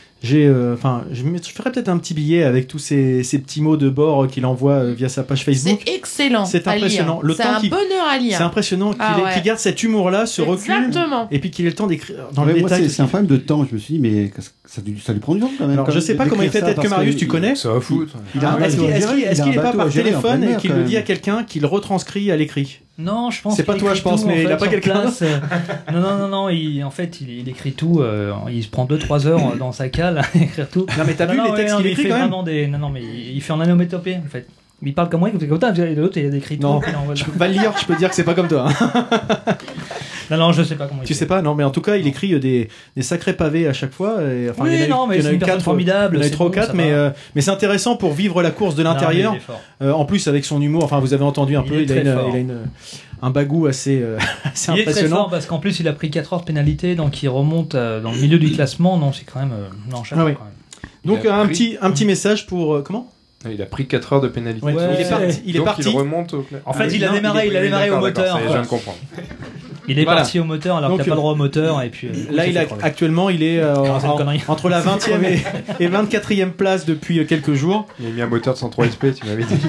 Speaker 5: je ferai peut-être un petit billet avec tous ces petits mots de bord qu'il envoie via sa page Facebook.
Speaker 3: C'est excellent.
Speaker 5: C'est
Speaker 3: à lire.
Speaker 5: impressionnant. Le
Speaker 3: C'est
Speaker 5: temps
Speaker 3: un
Speaker 5: qu'il-
Speaker 3: bonheur à lire.
Speaker 5: C'est impressionnant qu'il
Speaker 3: Ah ouais.
Speaker 5: qu'il garde cet humour-là, ce recul,
Speaker 3: Exactement.
Speaker 5: et puis qu'il ait le temps d'écrire dans le
Speaker 6: Ouais, moi,
Speaker 5: détail.
Speaker 6: c'est un problème de temps. Je me suis dit, mais ça lui prend du temps quand même.
Speaker 5: Alors, je sais pas comment il fait, peut-être que Marius, tu connais.
Speaker 2: Ça va foutre.
Speaker 6: Il a un
Speaker 5: Est-ce
Speaker 6: bateau
Speaker 5: qu'il
Speaker 6: à gérer,
Speaker 5: est-ce
Speaker 6: il a
Speaker 5: qu'il
Speaker 6: un
Speaker 5: est pas
Speaker 6: bateau
Speaker 5: par
Speaker 6: à gérer en
Speaker 5: téléphone
Speaker 6: pleine
Speaker 5: et
Speaker 6: mer,
Speaker 5: qu'il
Speaker 6: quand
Speaker 5: le
Speaker 6: même.
Speaker 5: dit à quelqu'un qu'il retranscrit à l'écrit?
Speaker 1: Non, je pense
Speaker 5: C'est pas
Speaker 1: qu'il
Speaker 5: toi,
Speaker 1: écrit
Speaker 5: je pense,
Speaker 1: tout,
Speaker 5: mais
Speaker 1: en
Speaker 5: il
Speaker 1: fait,
Speaker 5: a pas
Speaker 1: sur
Speaker 5: quelqu'un
Speaker 1: place. Non, en fait, il écrit tout. Il se prend 2-3 heures dans sa cale à écrire tout.
Speaker 5: Non, mais t'as vu les textes qu'il
Speaker 1: mais
Speaker 5: écrit
Speaker 1: il fait
Speaker 5: quand même?
Speaker 1: vraiment des. Non, mais il fait en anométopée, en fait. Il parle comme moi, il fait comme ça, et l'autre, il a écrit tout.
Speaker 5: Non,
Speaker 1: puis il envoie le-
Speaker 5: je peux pas le lire, je peux te dire que c'est pas comme toi. Hein.
Speaker 1: Non, je sais pas comment il
Speaker 5: Tu
Speaker 1: fait.
Speaker 5: sais pas, non, mais en tout cas, il écrit des sacrés pavés à chaque fois. Et, enfin,
Speaker 1: Oui,
Speaker 5: il y en a eu-
Speaker 1: non, mais
Speaker 5: il y en a
Speaker 1: c'est
Speaker 5: eu
Speaker 1: une personne
Speaker 5: 4,
Speaker 1: formidable,
Speaker 5: il y en a eu
Speaker 1: c'est
Speaker 5: 3 ou
Speaker 1: bon,
Speaker 5: 4,
Speaker 1: ça
Speaker 5: mais c'est intéressant pour vivre la course de
Speaker 1: Non,
Speaker 5: l'intérieur.
Speaker 1: mais il est fort.
Speaker 5: En plus, avec son humour, enfin, vous avez entendu un
Speaker 1: Il
Speaker 5: peu,
Speaker 1: est
Speaker 5: il a,
Speaker 1: très fort.
Speaker 5: un bagou assez, assez
Speaker 1: Il est très
Speaker 5: impressionnant.
Speaker 1: fort parce qu'en plus, il a pris 4 heures de pénalité, donc il remonte dans le milieu du classement. Non, c'est quand même. Non, chapeau,
Speaker 5: Ah oui.
Speaker 1: quand même.
Speaker 5: Donc,
Speaker 2: Il a
Speaker 5: un
Speaker 2: pris-
Speaker 5: petit message pour. Comment?
Speaker 2: Il a pris 4 heures de pénalité.
Speaker 5: Ouais,
Speaker 1: Ouais.
Speaker 5: il est parti. Il est
Speaker 2: Donc,
Speaker 5: parti.
Speaker 2: il remonte au
Speaker 1: En fait,
Speaker 5: oui,
Speaker 1: il a
Speaker 5: non,
Speaker 1: démarré, il a démarré au moteur.
Speaker 2: Je viens de comprendre.
Speaker 1: Il est
Speaker 5: Voilà.
Speaker 1: parti au moteur alors
Speaker 5: Donc,
Speaker 1: qu'il n'a pas le droit au moteur. Et puis,
Speaker 5: Là, actuellement, il est
Speaker 1: c'est une connerie.
Speaker 5: entre la 20e et 24e place depuis quelques jours.
Speaker 2: Il a mis un moteur de 103 SP, tu m'avais dit.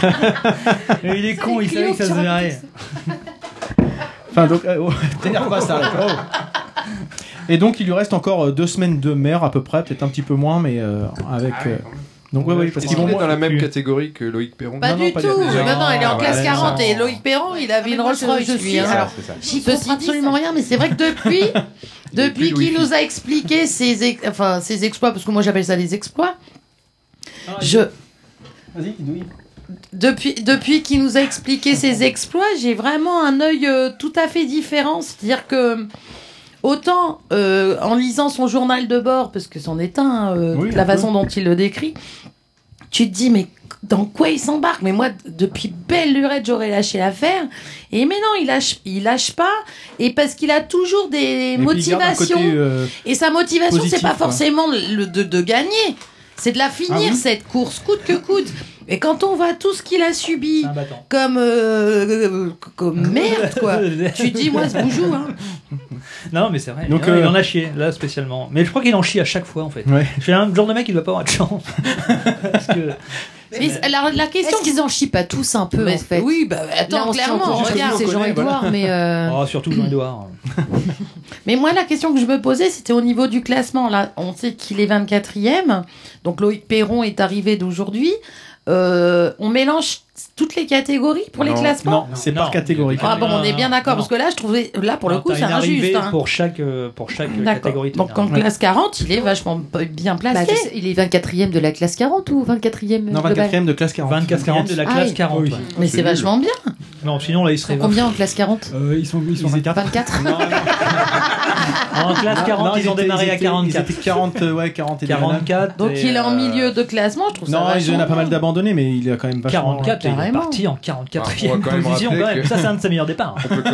Speaker 1: il est con, il savait que ça se verrait.
Speaker 5: Enfin, donc, t'énerve pas, ça. Oh. Et donc, il lui reste encore 2 semaines de mer à peu près, peut-être un petit peu moins, mais avec. Donc, ouais, parce
Speaker 2: Est-ce
Speaker 5: qu'ils
Speaker 2: qu'il
Speaker 5: vont
Speaker 2: est dans la même
Speaker 1: plus.
Speaker 2: catégorie que Loïc Perron?
Speaker 3: Pas
Speaker 5: Non,
Speaker 3: du
Speaker 5: pas
Speaker 3: tout.
Speaker 5: du tout.
Speaker 3: Non, il est en
Speaker 2: Ah,
Speaker 3: classe
Speaker 2: ouais,
Speaker 3: 40
Speaker 2: ça.
Speaker 3: et Loïc Perron, il avait une Rolls Royce.
Speaker 8: je
Speaker 3: lui,
Speaker 8: suis.
Speaker 3: hein.
Speaker 8: Alors,
Speaker 2: C'est ça.
Speaker 3: J'y comprends absolument rien, mais c'est vrai que depuis
Speaker 2: Wi-Fi.
Speaker 3: qu'il nous a expliqué ses exploits, parce que moi j'appelle ça des exploits,
Speaker 5: Vas-y, Didouille.
Speaker 3: depuis qu'il nous a expliqué ses exploits, j'ai vraiment un œil tout à fait différent. C'est-à-dire que autant en lisant son journal de bord, parce que c'en est un,
Speaker 5: Oui,
Speaker 3: la
Speaker 5: un peu.
Speaker 3: façon dont il le décrit, tu te dis mais dans quoi il s'embarque? Mais moi, depuis belle lurette, j'aurais lâché l'affaire. Et mais non, il lâche pas. Et parce qu'il a toujours des
Speaker 5: Et puis, il garde un
Speaker 3: motivations.
Speaker 5: côté,
Speaker 3: Et sa motivation,
Speaker 5: positif,
Speaker 3: c'est pas
Speaker 5: quoi.
Speaker 3: forcément de gagner. C'est de la finir,
Speaker 5: Ah oui.
Speaker 3: cette course, coûte que coûte. Et quand on voit tout ce qu'il a subi
Speaker 1: C'est un battant.
Speaker 3: comme merde, quoi, tu te dis, moi, ce boujou, hein.
Speaker 1: Non, mais c'est vrai.
Speaker 5: Donc,
Speaker 1: il en a chié, là, spécialement. Mais je crois qu'il en chie à chaque fois, en fait.
Speaker 5: Ouais.
Speaker 1: Je suis un genre de mec qui ne doit pas avoir de chance. Parce que.
Speaker 3: Mais la question.
Speaker 8: Est-ce qu'ils en chient pas tous un peu,
Speaker 3: Mais-
Speaker 8: en fait?
Speaker 3: Oui, bah
Speaker 8: Là,
Speaker 3: attends,
Speaker 8: on se tient au
Speaker 3: clairement,
Speaker 8: courant,
Speaker 3: regarde.
Speaker 8: c'est Jean-Édouard, mais
Speaker 1: Oh, surtout Jean-Édouard.
Speaker 3: Mais moi, la question que je me posais, c'était au niveau du classement. Là, on sait qu'il est 24e. Donc, Loïc Perron est arrivé d'aujourd'hui. On mélange toutes les catégories pour les
Speaker 2: Non.
Speaker 3: classements.
Speaker 5: Non, c'est par
Speaker 1: Non.
Speaker 5: catégorie.
Speaker 3: Ah bon, on est bien d'accord.
Speaker 1: Non.
Speaker 3: Parce que là, je trouvais, là, pour le
Speaker 1: Non,
Speaker 3: coup,
Speaker 1: t'as
Speaker 3: c'est
Speaker 1: une
Speaker 3: injuste.
Speaker 1: arrivée
Speaker 3: Hein.
Speaker 1: pour chaque
Speaker 3: D'accord.
Speaker 1: catégorie.
Speaker 3: Donc, en classe 40, il est vachement bien
Speaker 8: bah,
Speaker 3: placé.
Speaker 8: il est 24e de la classe 40 ou 24e
Speaker 5: Non, 24e de classe 40.
Speaker 1: 24 de la
Speaker 8: Ah
Speaker 1: classe
Speaker 8: oui.
Speaker 1: 40.
Speaker 5: Oui.
Speaker 1: ouais.
Speaker 3: Mais c'est vachement bien.
Speaker 1: Non, sinon là, il serait.
Speaker 8: Combien en classe 40?
Speaker 4: Ils sont
Speaker 5: 24.
Speaker 8: 24.
Speaker 1: En classe 40, ils ont démarré à 44.
Speaker 5: Ils étaient 40, ouais, 40 et des
Speaker 1: 44.
Speaker 3: Donc il est en milieu de classement, je trouve ça
Speaker 5: Non, il y en a
Speaker 3: vachement
Speaker 5: pas mal
Speaker 3: bien.
Speaker 5: d'abandonnés, mais il a quand même vachement.
Speaker 1: 44, il est
Speaker 3: carrément.
Speaker 1: parti en
Speaker 2: On
Speaker 1: 44e
Speaker 2: va quand même
Speaker 1: position.
Speaker 2: rappeler
Speaker 1: Quand même.
Speaker 2: que-
Speaker 1: Ça, c'est un de ses meilleurs départs.
Speaker 2: On peut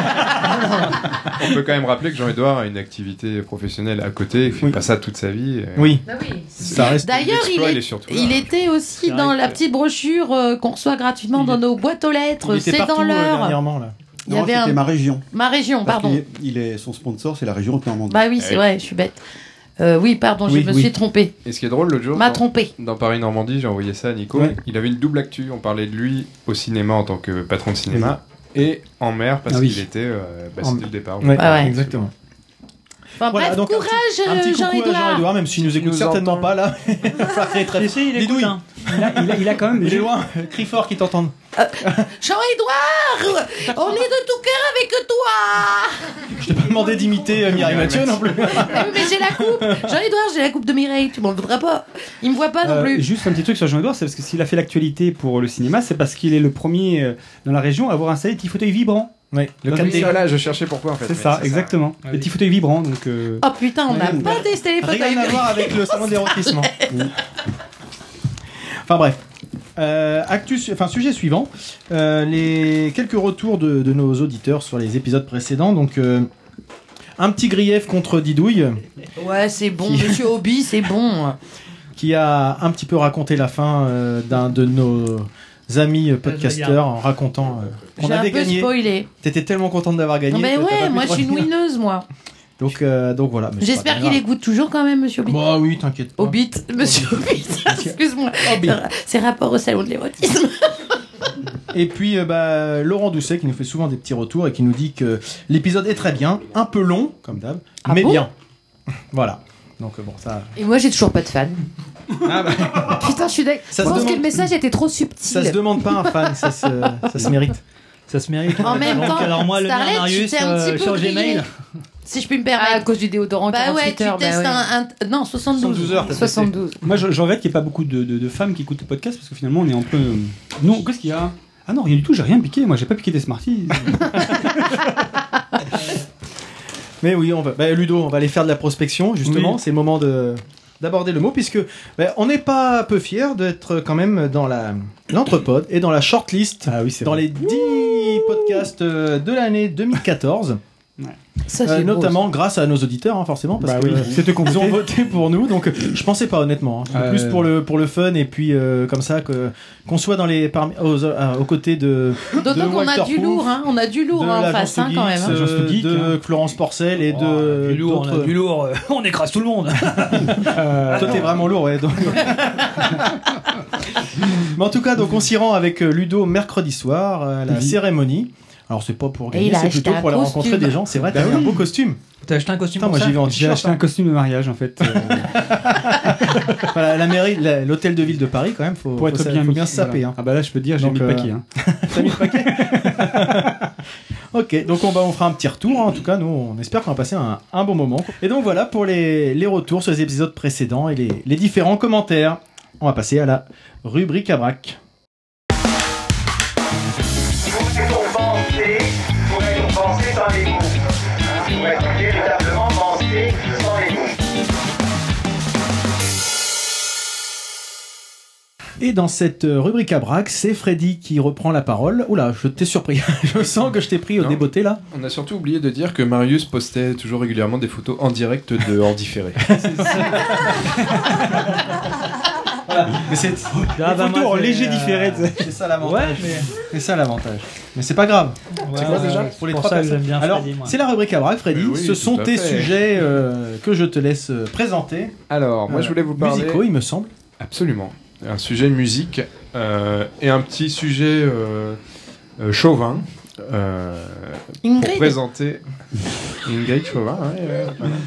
Speaker 2: quand même rappeler que Jean-Édouard a une activité professionnelle à côté, il fait
Speaker 5: Oui.
Speaker 2: pas ça toute sa vie.
Speaker 5: Oui,
Speaker 3: Bah oui.
Speaker 5: ça reste.
Speaker 3: D'ailleurs,
Speaker 2: L'exploit, il est surtout là.
Speaker 3: il était aussi
Speaker 1: C'est
Speaker 3: dans
Speaker 1: vrai
Speaker 3: la
Speaker 1: que-
Speaker 3: petite brochure qu'on reçoit gratuitement
Speaker 5: Il
Speaker 3: dans
Speaker 5: est-
Speaker 3: nos boîtes aux lettres.
Speaker 5: Il était
Speaker 3: C'est
Speaker 5: partout
Speaker 3: dans l'heure.
Speaker 5: dernièrement là.
Speaker 3: Il y
Speaker 6: Non,
Speaker 3: avait
Speaker 6: c'était
Speaker 3: un...
Speaker 6: ma région.
Speaker 3: Ma région,
Speaker 6: Parce
Speaker 3: pardon.
Speaker 6: son sponsor, c'est la région Haute-Normandie.
Speaker 3: Bah oui, c'est vrai, je suis bête. Oui, pardon,
Speaker 5: Oui,
Speaker 3: je me
Speaker 5: oui.
Speaker 3: suis trompée.
Speaker 2: Et ce qui est drôle, l'autre jour,
Speaker 3: M'a trompée.
Speaker 2: dans Paris-Normandie, j'ai envoyé ça à Nico,
Speaker 5: Ouais.
Speaker 2: il avait une double actu, on parlait de lui au cinéma en tant que patron de cinéma, et en mer parce
Speaker 5: Ah oui.
Speaker 2: qu'il était,
Speaker 5: En-
Speaker 2: c'était le départ.
Speaker 5: Ouais,
Speaker 3: Ouais.
Speaker 5: exactement.
Speaker 3: Enfin
Speaker 5: Voilà,
Speaker 3: bref,
Speaker 5: donc
Speaker 3: courage
Speaker 5: un petit coucou à
Speaker 3: Jean-Édouard.
Speaker 5: Jean-Édouard, même s'il nous écoute
Speaker 2: nous
Speaker 5: certainement
Speaker 2: entend.
Speaker 5: pas là. Ça fait très
Speaker 1: Si, il écoute,
Speaker 5: Didouille.
Speaker 1: hein.
Speaker 4: Il a quand même.
Speaker 5: Il est loin, crie fort qu'ils t'entendent.
Speaker 3: Jean-Édouard, on est de tout cœur avec toi.
Speaker 5: Je t'ai pas demandé d'imiter Mireille Mathieu non plus.
Speaker 3: Ah oui, mais j'ai la coupe. Jean-Édouard, j'ai la coupe de Mireille. Tu m'en voudras pas. Il me voit pas non plus.
Speaker 4: Juste un petit truc sur Jean-Édouard, c'est parce que s'il a fait l'actualité pour le cinéma, c'est parce qu'il est le premier dans la région à avoir installé des petits fauteuils vibrants.
Speaker 5: Ouais, le
Speaker 4: Dans
Speaker 5: 4D.
Speaker 4: une
Speaker 2: Voilà, je cherchais pourquoi en fait.
Speaker 4: C'est
Speaker 2: mais
Speaker 4: ça, exactement.
Speaker 1: Ah
Speaker 4: Des
Speaker 1: oui.
Speaker 4: petits fauteuils vibrants, donc.
Speaker 3: Oh putain, on n'a
Speaker 5: Ouais,
Speaker 3: pas testé les fauteuils.
Speaker 5: Rien à voir avec le salon de l'érotisme. Enfin bref. Sujet suivant. Les quelques retours de nos auditeurs sur les épisodes précédents. Donc, un petit grief contre Didouille,
Speaker 3: Ouais, c'est bon, monsieur Hobby, c'est bon.
Speaker 5: qui a un petit peu raconté la fin d'un de nos amis podcasteurs en racontant qu'on
Speaker 3: J'ai un
Speaker 5: avait
Speaker 3: peu
Speaker 5: gagné.
Speaker 3: spoilé.
Speaker 5: T'étais tellement contente d'avoir gagné.
Speaker 3: Non, mais
Speaker 5: que t'as pas
Speaker 3: ouais,
Speaker 5: pu
Speaker 3: moi
Speaker 5: te
Speaker 3: je suis une
Speaker 5: retenir.
Speaker 3: winneuse, moi.
Speaker 5: Donc voilà. mais c'est
Speaker 3: J'espère
Speaker 5: pas
Speaker 3: qu'il
Speaker 5: grave.
Speaker 3: écoute toujours quand même, monsieur Hobbit.
Speaker 5: Bah oui, t'inquiète pas.
Speaker 3: Hobbit, monsieur Hobbit, excuse-moi.
Speaker 5: Hobbit.
Speaker 3: C'est rapport au salon de l'érotisme.
Speaker 5: Et puis Laurent Doucet qui nous fait souvent des petits retours et qui nous dit que l'épisode est très bien, un peu long comme d'hab,
Speaker 3: Ah
Speaker 5: mais
Speaker 3: bon
Speaker 5: bien. Voilà. Donc bon ça.
Speaker 8: Et moi, j'ai toujours pas de fan.
Speaker 5: Ah bah,
Speaker 8: Putain, je suis d'accord.
Speaker 5: Ça
Speaker 8: Je
Speaker 5: se
Speaker 8: pense que
Speaker 5: demande-
Speaker 8: le message était trop
Speaker 5: ça se
Speaker 8: subtil.
Speaker 5: demande pas un fan, ça se mérite.
Speaker 1: Ça se mérite.
Speaker 3: En même
Speaker 1: Donc,
Speaker 3: temps,
Speaker 1: alors moi, le mien,
Speaker 3: Starlet, tu
Speaker 1: Marius,
Speaker 3: t'es un petit peu
Speaker 1: sur
Speaker 3: grillé.
Speaker 1: Gmail.
Speaker 3: Si je puis me
Speaker 8: Ah, à
Speaker 3: permettre.
Speaker 8: cause du déodorant
Speaker 3: Bah ouais,
Speaker 8: 48
Speaker 3: tu
Speaker 8: heures.
Speaker 3: testes non, 72.
Speaker 5: 72 heures, t'as testé.
Speaker 8: 72.
Speaker 4: Moi, je regrette qu'il n'y ait pas beaucoup de femmes qui écoutent le podcast parce que finalement, on est un peu. Non, qu'est-ce qu'il y a? Ah non, rien du tout, j'ai rien piqué. Moi, j'ai pas piqué des Smarties.
Speaker 5: Mais oui, Ludo, on va aller faire de la prospection justement.
Speaker 4: Oui.
Speaker 5: C'est le moment d'aborder le mot puisque on n'est pas peu fiers d'être quand même dans l'entrepode et dans la shortlist
Speaker 4: Ah oui, c'est
Speaker 5: dans
Speaker 4: vrai.
Speaker 5: les 10 podcasts de l'année 2014.
Speaker 8: Ça, c'est beau,
Speaker 5: Notamment grâce à nos auditeurs, hein, forcément, parce
Speaker 4: Bah
Speaker 5: que
Speaker 4: oui, c'était
Speaker 5: ils ont
Speaker 4: compliqué.
Speaker 5: voté pour nous. Donc, je pensais pas honnêtement. Hein. C'était plus pour le fun et puis comme ça qu'on soit dans aux côtés de
Speaker 3: D'autant qu'on a
Speaker 5: Walter
Speaker 3: du
Speaker 5: Proof,
Speaker 3: lourd, hein. On a du lourd
Speaker 5: de
Speaker 3: en
Speaker 5: l'agence
Speaker 3: face, hein, quand même. hein.
Speaker 4: L'agence Geek,
Speaker 5: de
Speaker 4: hein.
Speaker 5: Florence Porcel et
Speaker 1: Oh,
Speaker 5: de
Speaker 1: du lourd, on a
Speaker 5: d'autres.
Speaker 1: du lourd. On écrase tout le monde.
Speaker 5: Toi, t'es vraiment lourd, ouais. donc. Mais en tout cas, donc on s'y rend avec Ludo mercredi soir à la
Speaker 4: Oui.
Speaker 5: cérémonie. Alors c'est pas pour
Speaker 3: Et
Speaker 5: gagner,
Speaker 3: il a
Speaker 5: c'est plutôt
Speaker 3: acheté
Speaker 5: pour
Speaker 3: un
Speaker 5: aller rencontrer
Speaker 3: costume.
Speaker 5: des gens. C'est vrai,
Speaker 4: Bah
Speaker 5: t'avais un
Speaker 4: oui.
Speaker 5: beau costume.
Speaker 1: T'as acheté un costume
Speaker 5: Putain,
Speaker 1: pour
Speaker 5: moi
Speaker 1: ça
Speaker 5: j'y vais en
Speaker 4: J'ai
Speaker 5: t-shirt.
Speaker 4: acheté un costume de mariage en fait.
Speaker 5: Voilà, la mairie, l'hôtel de ville de Paris quand même, faut
Speaker 4: Pour être bien
Speaker 5: faut
Speaker 4: mis.
Speaker 5: bien se saper.
Speaker 4: Voilà.
Speaker 5: Hein.
Speaker 4: Ah bah là, je peux te dire, j'ai
Speaker 5: Donc,
Speaker 4: mis le paquet. Hein.
Speaker 5: T'as mis le paquet. Ok, donc on fera un petit retour. Hein. En tout cas, nous, on espère qu'on va passer un bon moment. Et donc voilà pour les retours sur les épisodes précédents et les différents commentaires. On va passer à la rubrique à braque.
Speaker 9: Pour penser sans les mots. Pour être véritablement pensé sans les mots.
Speaker 5: Et dans cette rubrique à braque, c'est Freddy qui reprend la parole. Oula, je t'ai surpris. Je sens que je t'ai pris au
Speaker 2: Non.
Speaker 5: débeauté là.
Speaker 2: On a surtout oublié de dire que Marius postait toujours régulièrement des photos en direct de hors différé.
Speaker 5: Mais c'est
Speaker 1: Ah, bah,
Speaker 5: photos
Speaker 1: moi,
Speaker 5: en
Speaker 1: c'est,
Speaker 5: léger différé. C'est ça l'avantage.
Speaker 1: Ouais, mais.
Speaker 5: C'est ça l'avantage. Mais c'est pas grave.
Speaker 1: C'est
Speaker 5: quoi déjà
Speaker 1: pour les trois personnes. J'aime bien
Speaker 5: Alors,
Speaker 1: Freddy, moi.
Speaker 5: c'est la rubrique à braque, Freddy.
Speaker 2: Mais oui,
Speaker 5: Ce sont
Speaker 2: tout à
Speaker 5: tes
Speaker 2: fait.
Speaker 5: sujets que je te laisse présenter.
Speaker 2: Alors, moi je voulais vous parler...
Speaker 5: Musicaux, il me semble.
Speaker 2: Absolument. Un sujet musique et un petit sujet chauvin pour
Speaker 3: Ingrid.
Speaker 2: présenter... Ingrid Chauvin, ouais.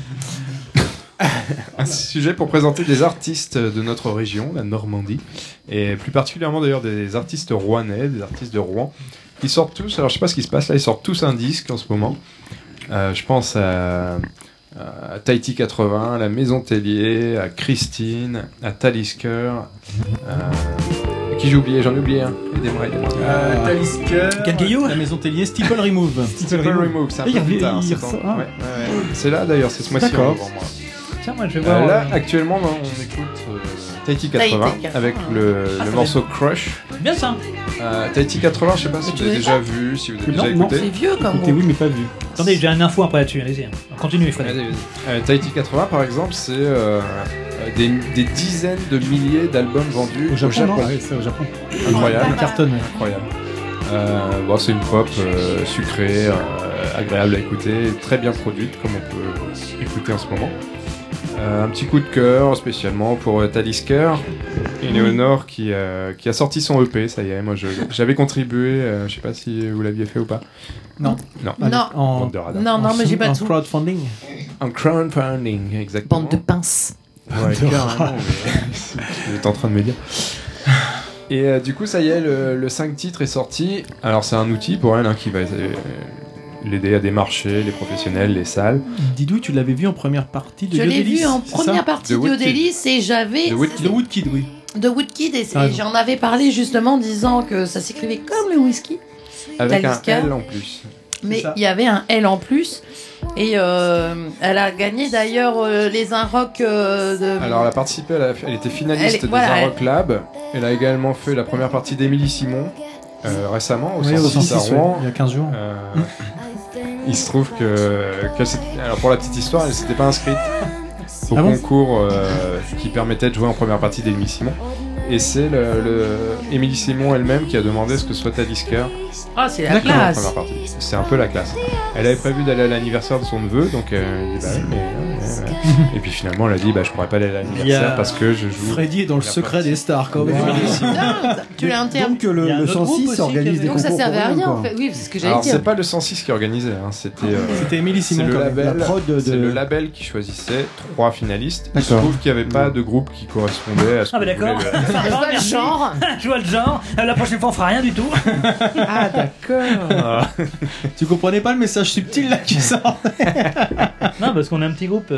Speaker 2: Un sujet pour présenter des artistes de notre région, la Normandie, et plus particulièrement d'ailleurs des artistes rouennais, des artistes de Rouen. Ils sortent tous, alors je sais pas ce qui se passe là, ils sortent tous un disque en ce moment. Je pense à Tahiti 80, à la Maison Tellier, à Christine, à Talisker, Qui j'ai oublié? J'en ai oublié un. Aidez-moi.
Speaker 5: Talisker,
Speaker 1: Kangayu,
Speaker 5: la maison Tellier, Steeple Remove.
Speaker 2: Steeple Remove, c'est un peu plus tard. C'est là d'ailleurs, c'est ce mois-ci.
Speaker 4: D'accord.
Speaker 1: tiens, moi je vais voir.
Speaker 2: Là, actuellement, on écoute Tahiti 80 avec le morceau Crush.
Speaker 1: Bien ça.
Speaker 2: Tahiti 80, je sais pas si vous avez déjà vu, si vous avez déjà écouté.
Speaker 3: C'est vieux comme
Speaker 4: Écoutez, oui, mais pas vu.
Speaker 1: Attendez, j'ai un info après là-dessus, allez-y. Continue, Fred.
Speaker 2: Vas-y. Tahiti 80, par exemple, c'est des dizaines de milliers d'albums vendus
Speaker 4: Au Japon, non? Ouais, c'est au Japon.
Speaker 2: Incroyable.
Speaker 5: Cartonne.
Speaker 2: Incroyable. Bon, c'est une pop sucrée, agréable à écouter, très bien produite, comme on peut écouter en ce moment. Un petit coup de cœur spécialement pour Talisker, Eleonore qui a sorti son EP, ça y est, moi j'avais contribué, je sais pas si vous l'aviez fait ou pas.
Speaker 5: Non.
Speaker 2: Non.
Speaker 3: Non. Non, mais j'ai pas de sous.
Speaker 5: Crowdfunding.
Speaker 2: En crowdfunding, exactement.
Speaker 3: Bande de pinces.
Speaker 2: Ouais, carrément. J'étais en train de me dire. Et du coup, ça y est, le 5 titres est sorti. Alors, c'est un outil pour elle qui va l'aider à démarcher les professionnels, les salles.
Speaker 5: Didou, tu l'avais vu en première partie de
Speaker 3: Je l'ai
Speaker 5: Yodelis,
Speaker 3: vu en
Speaker 5: c'est
Speaker 3: première
Speaker 5: ça
Speaker 3: partie de Yodelis et j'avais.
Speaker 5: The Woodkid, oui.
Speaker 3: The Woodkid, et j'en avais parlé justement en disant que ça s'écrivait comme le whisky.
Speaker 2: Avec
Speaker 3: Talisker.
Speaker 2: un L en plus.
Speaker 3: Mais il y avait un L en plus. Et elle a gagné d'ailleurs les Inrock de...
Speaker 2: Alors elle a participé, elle était finaliste des Inrock Lab. Elle a également fait la première partie d'Émilie Simon récemment au 106 à Rouen.
Speaker 5: Il y a 15 jours.
Speaker 2: Il se trouve alors pour la petite histoire, elle s'était pas inscrite au concours qui permettait de jouer en première partie d'Émilie Simon. Et c'est Émilie Simon elle-même qui a demandé ce que soit Talisker.
Speaker 3: Ah, c'est la classe.
Speaker 2: C'est un peu la classe. Elle avait prévu d'aller à l'anniversaire de son neveu, donc elle dit bah oui, mais et puis finalement elle a dit bah je pourrais pas aller à l'anniversaire parce que je joue.
Speaker 5: Freddy est dans le secret des stars quand même.
Speaker 3: Tu l'as interdit.
Speaker 6: Donc le 106 organise des
Speaker 3: donc
Speaker 6: concours.
Speaker 3: Ça servait à rien
Speaker 6: quoi.
Speaker 3: en fait. Oui, c'est ce que j'allais
Speaker 2: Alors
Speaker 3: dire.
Speaker 2: c'est pas le 106 qui organisait, c'était
Speaker 5: Émilie Simon.
Speaker 2: C'est le label qui choisissait 3 finalistes. Il se trouve qu'il n'y avait pas de groupe qui correspondait à ce que
Speaker 1: d'accord.
Speaker 3: Je vois le genre.
Speaker 1: Je vois le genre. La prochaine fois on fera rien du tout.
Speaker 5: Ah d'accord. Tu comprenais pas le message subtil là qui sort?
Speaker 1: Non, parce qu'on a un petit groupe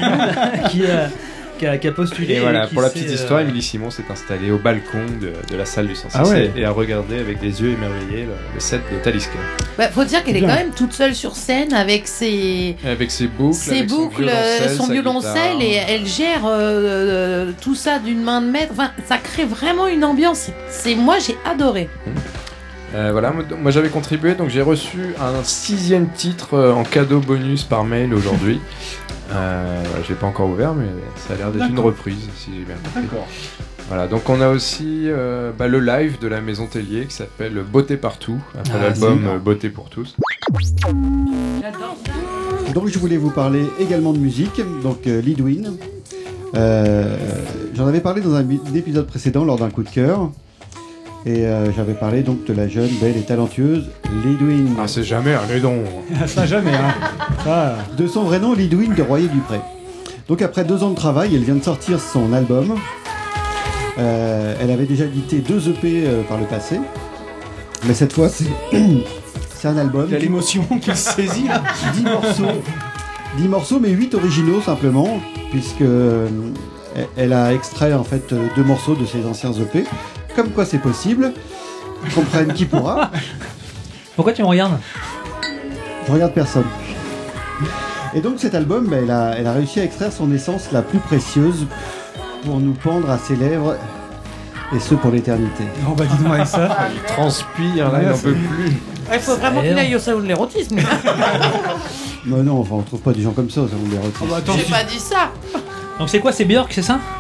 Speaker 1: qui a postulé.
Speaker 2: Et voilà, pour la petite histoire, Émilie Simon s'est installée au balcon de la salle du 106 et a regardé avec des yeux émerveillés le set de Talisker.
Speaker 3: Bah, faut dire qu'elle est quand même toute seule sur scène avec ses boucles, son violoncelle et elle gère tout ça d'une main de maître. Enfin, ça crée vraiment une ambiance. Moi, j'ai adoré.
Speaker 2: Voilà, moi j'avais contribué, donc j'ai reçu un 6e titre en cadeau bonus par mail aujourd'hui. J'ai pas encore ouvert, mais ça a l'air d'être une reprise, si j'ai bien compris.
Speaker 5: D'accord.
Speaker 2: Voilà, donc on a aussi le live de la Maison Tellier qui s'appelle Beauté Partout, après l'album Beauté pour tous.
Speaker 6: Donc je voulais vous parler également de musique, donc Lidwin. J'en avais parlé dans un épisode précédent lors d'un coup de cœur. Et j'avais parlé donc de la jeune, belle et talentueuse Lidwin.
Speaker 2: Ah, c'est jamais un aidon.
Speaker 4: Ça jamais, hein. Ça...
Speaker 6: De son vrai nom, Lidwin de Royer-Dupré. Donc après 2 ans de travail, elle vient de sortir son album. Elle avait déjà édité 2 EP par le passé. Mais cette fois, c'est un album.
Speaker 5: Il y a l'émotion qui se saisit là.
Speaker 6: 10 morceaux, mais 8 originaux simplement, puisque elle a extrait en fait 2 morceaux de ses anciens EP. Comme quoi c'est possible, comprenne qui pourra.
Speaker 1: Pourquoi tu me regardes?
Speaker 6: Je regarde personne. Et donc cet album, elle a réussi à extraire son essence la plus précieuse pour nous pendre à ses lèvres, et ce pour l'éternité.
Speaker 4: Oh bah dis-moi avec ça.
Speaker 2: Il transpire là, il n'en peut plus.
Speaker 3: Il faut vraiment qu'il aille au salon de l'érotisme.
Speaker 6: Mais non, enfin on trouve pas des gens comme ça au salon de l'érotisme.
Speaker 3: Oh bah j'ai pas dit ça.
Speaker 1: Donc c'est quoi, c'est Björk, c'est ça?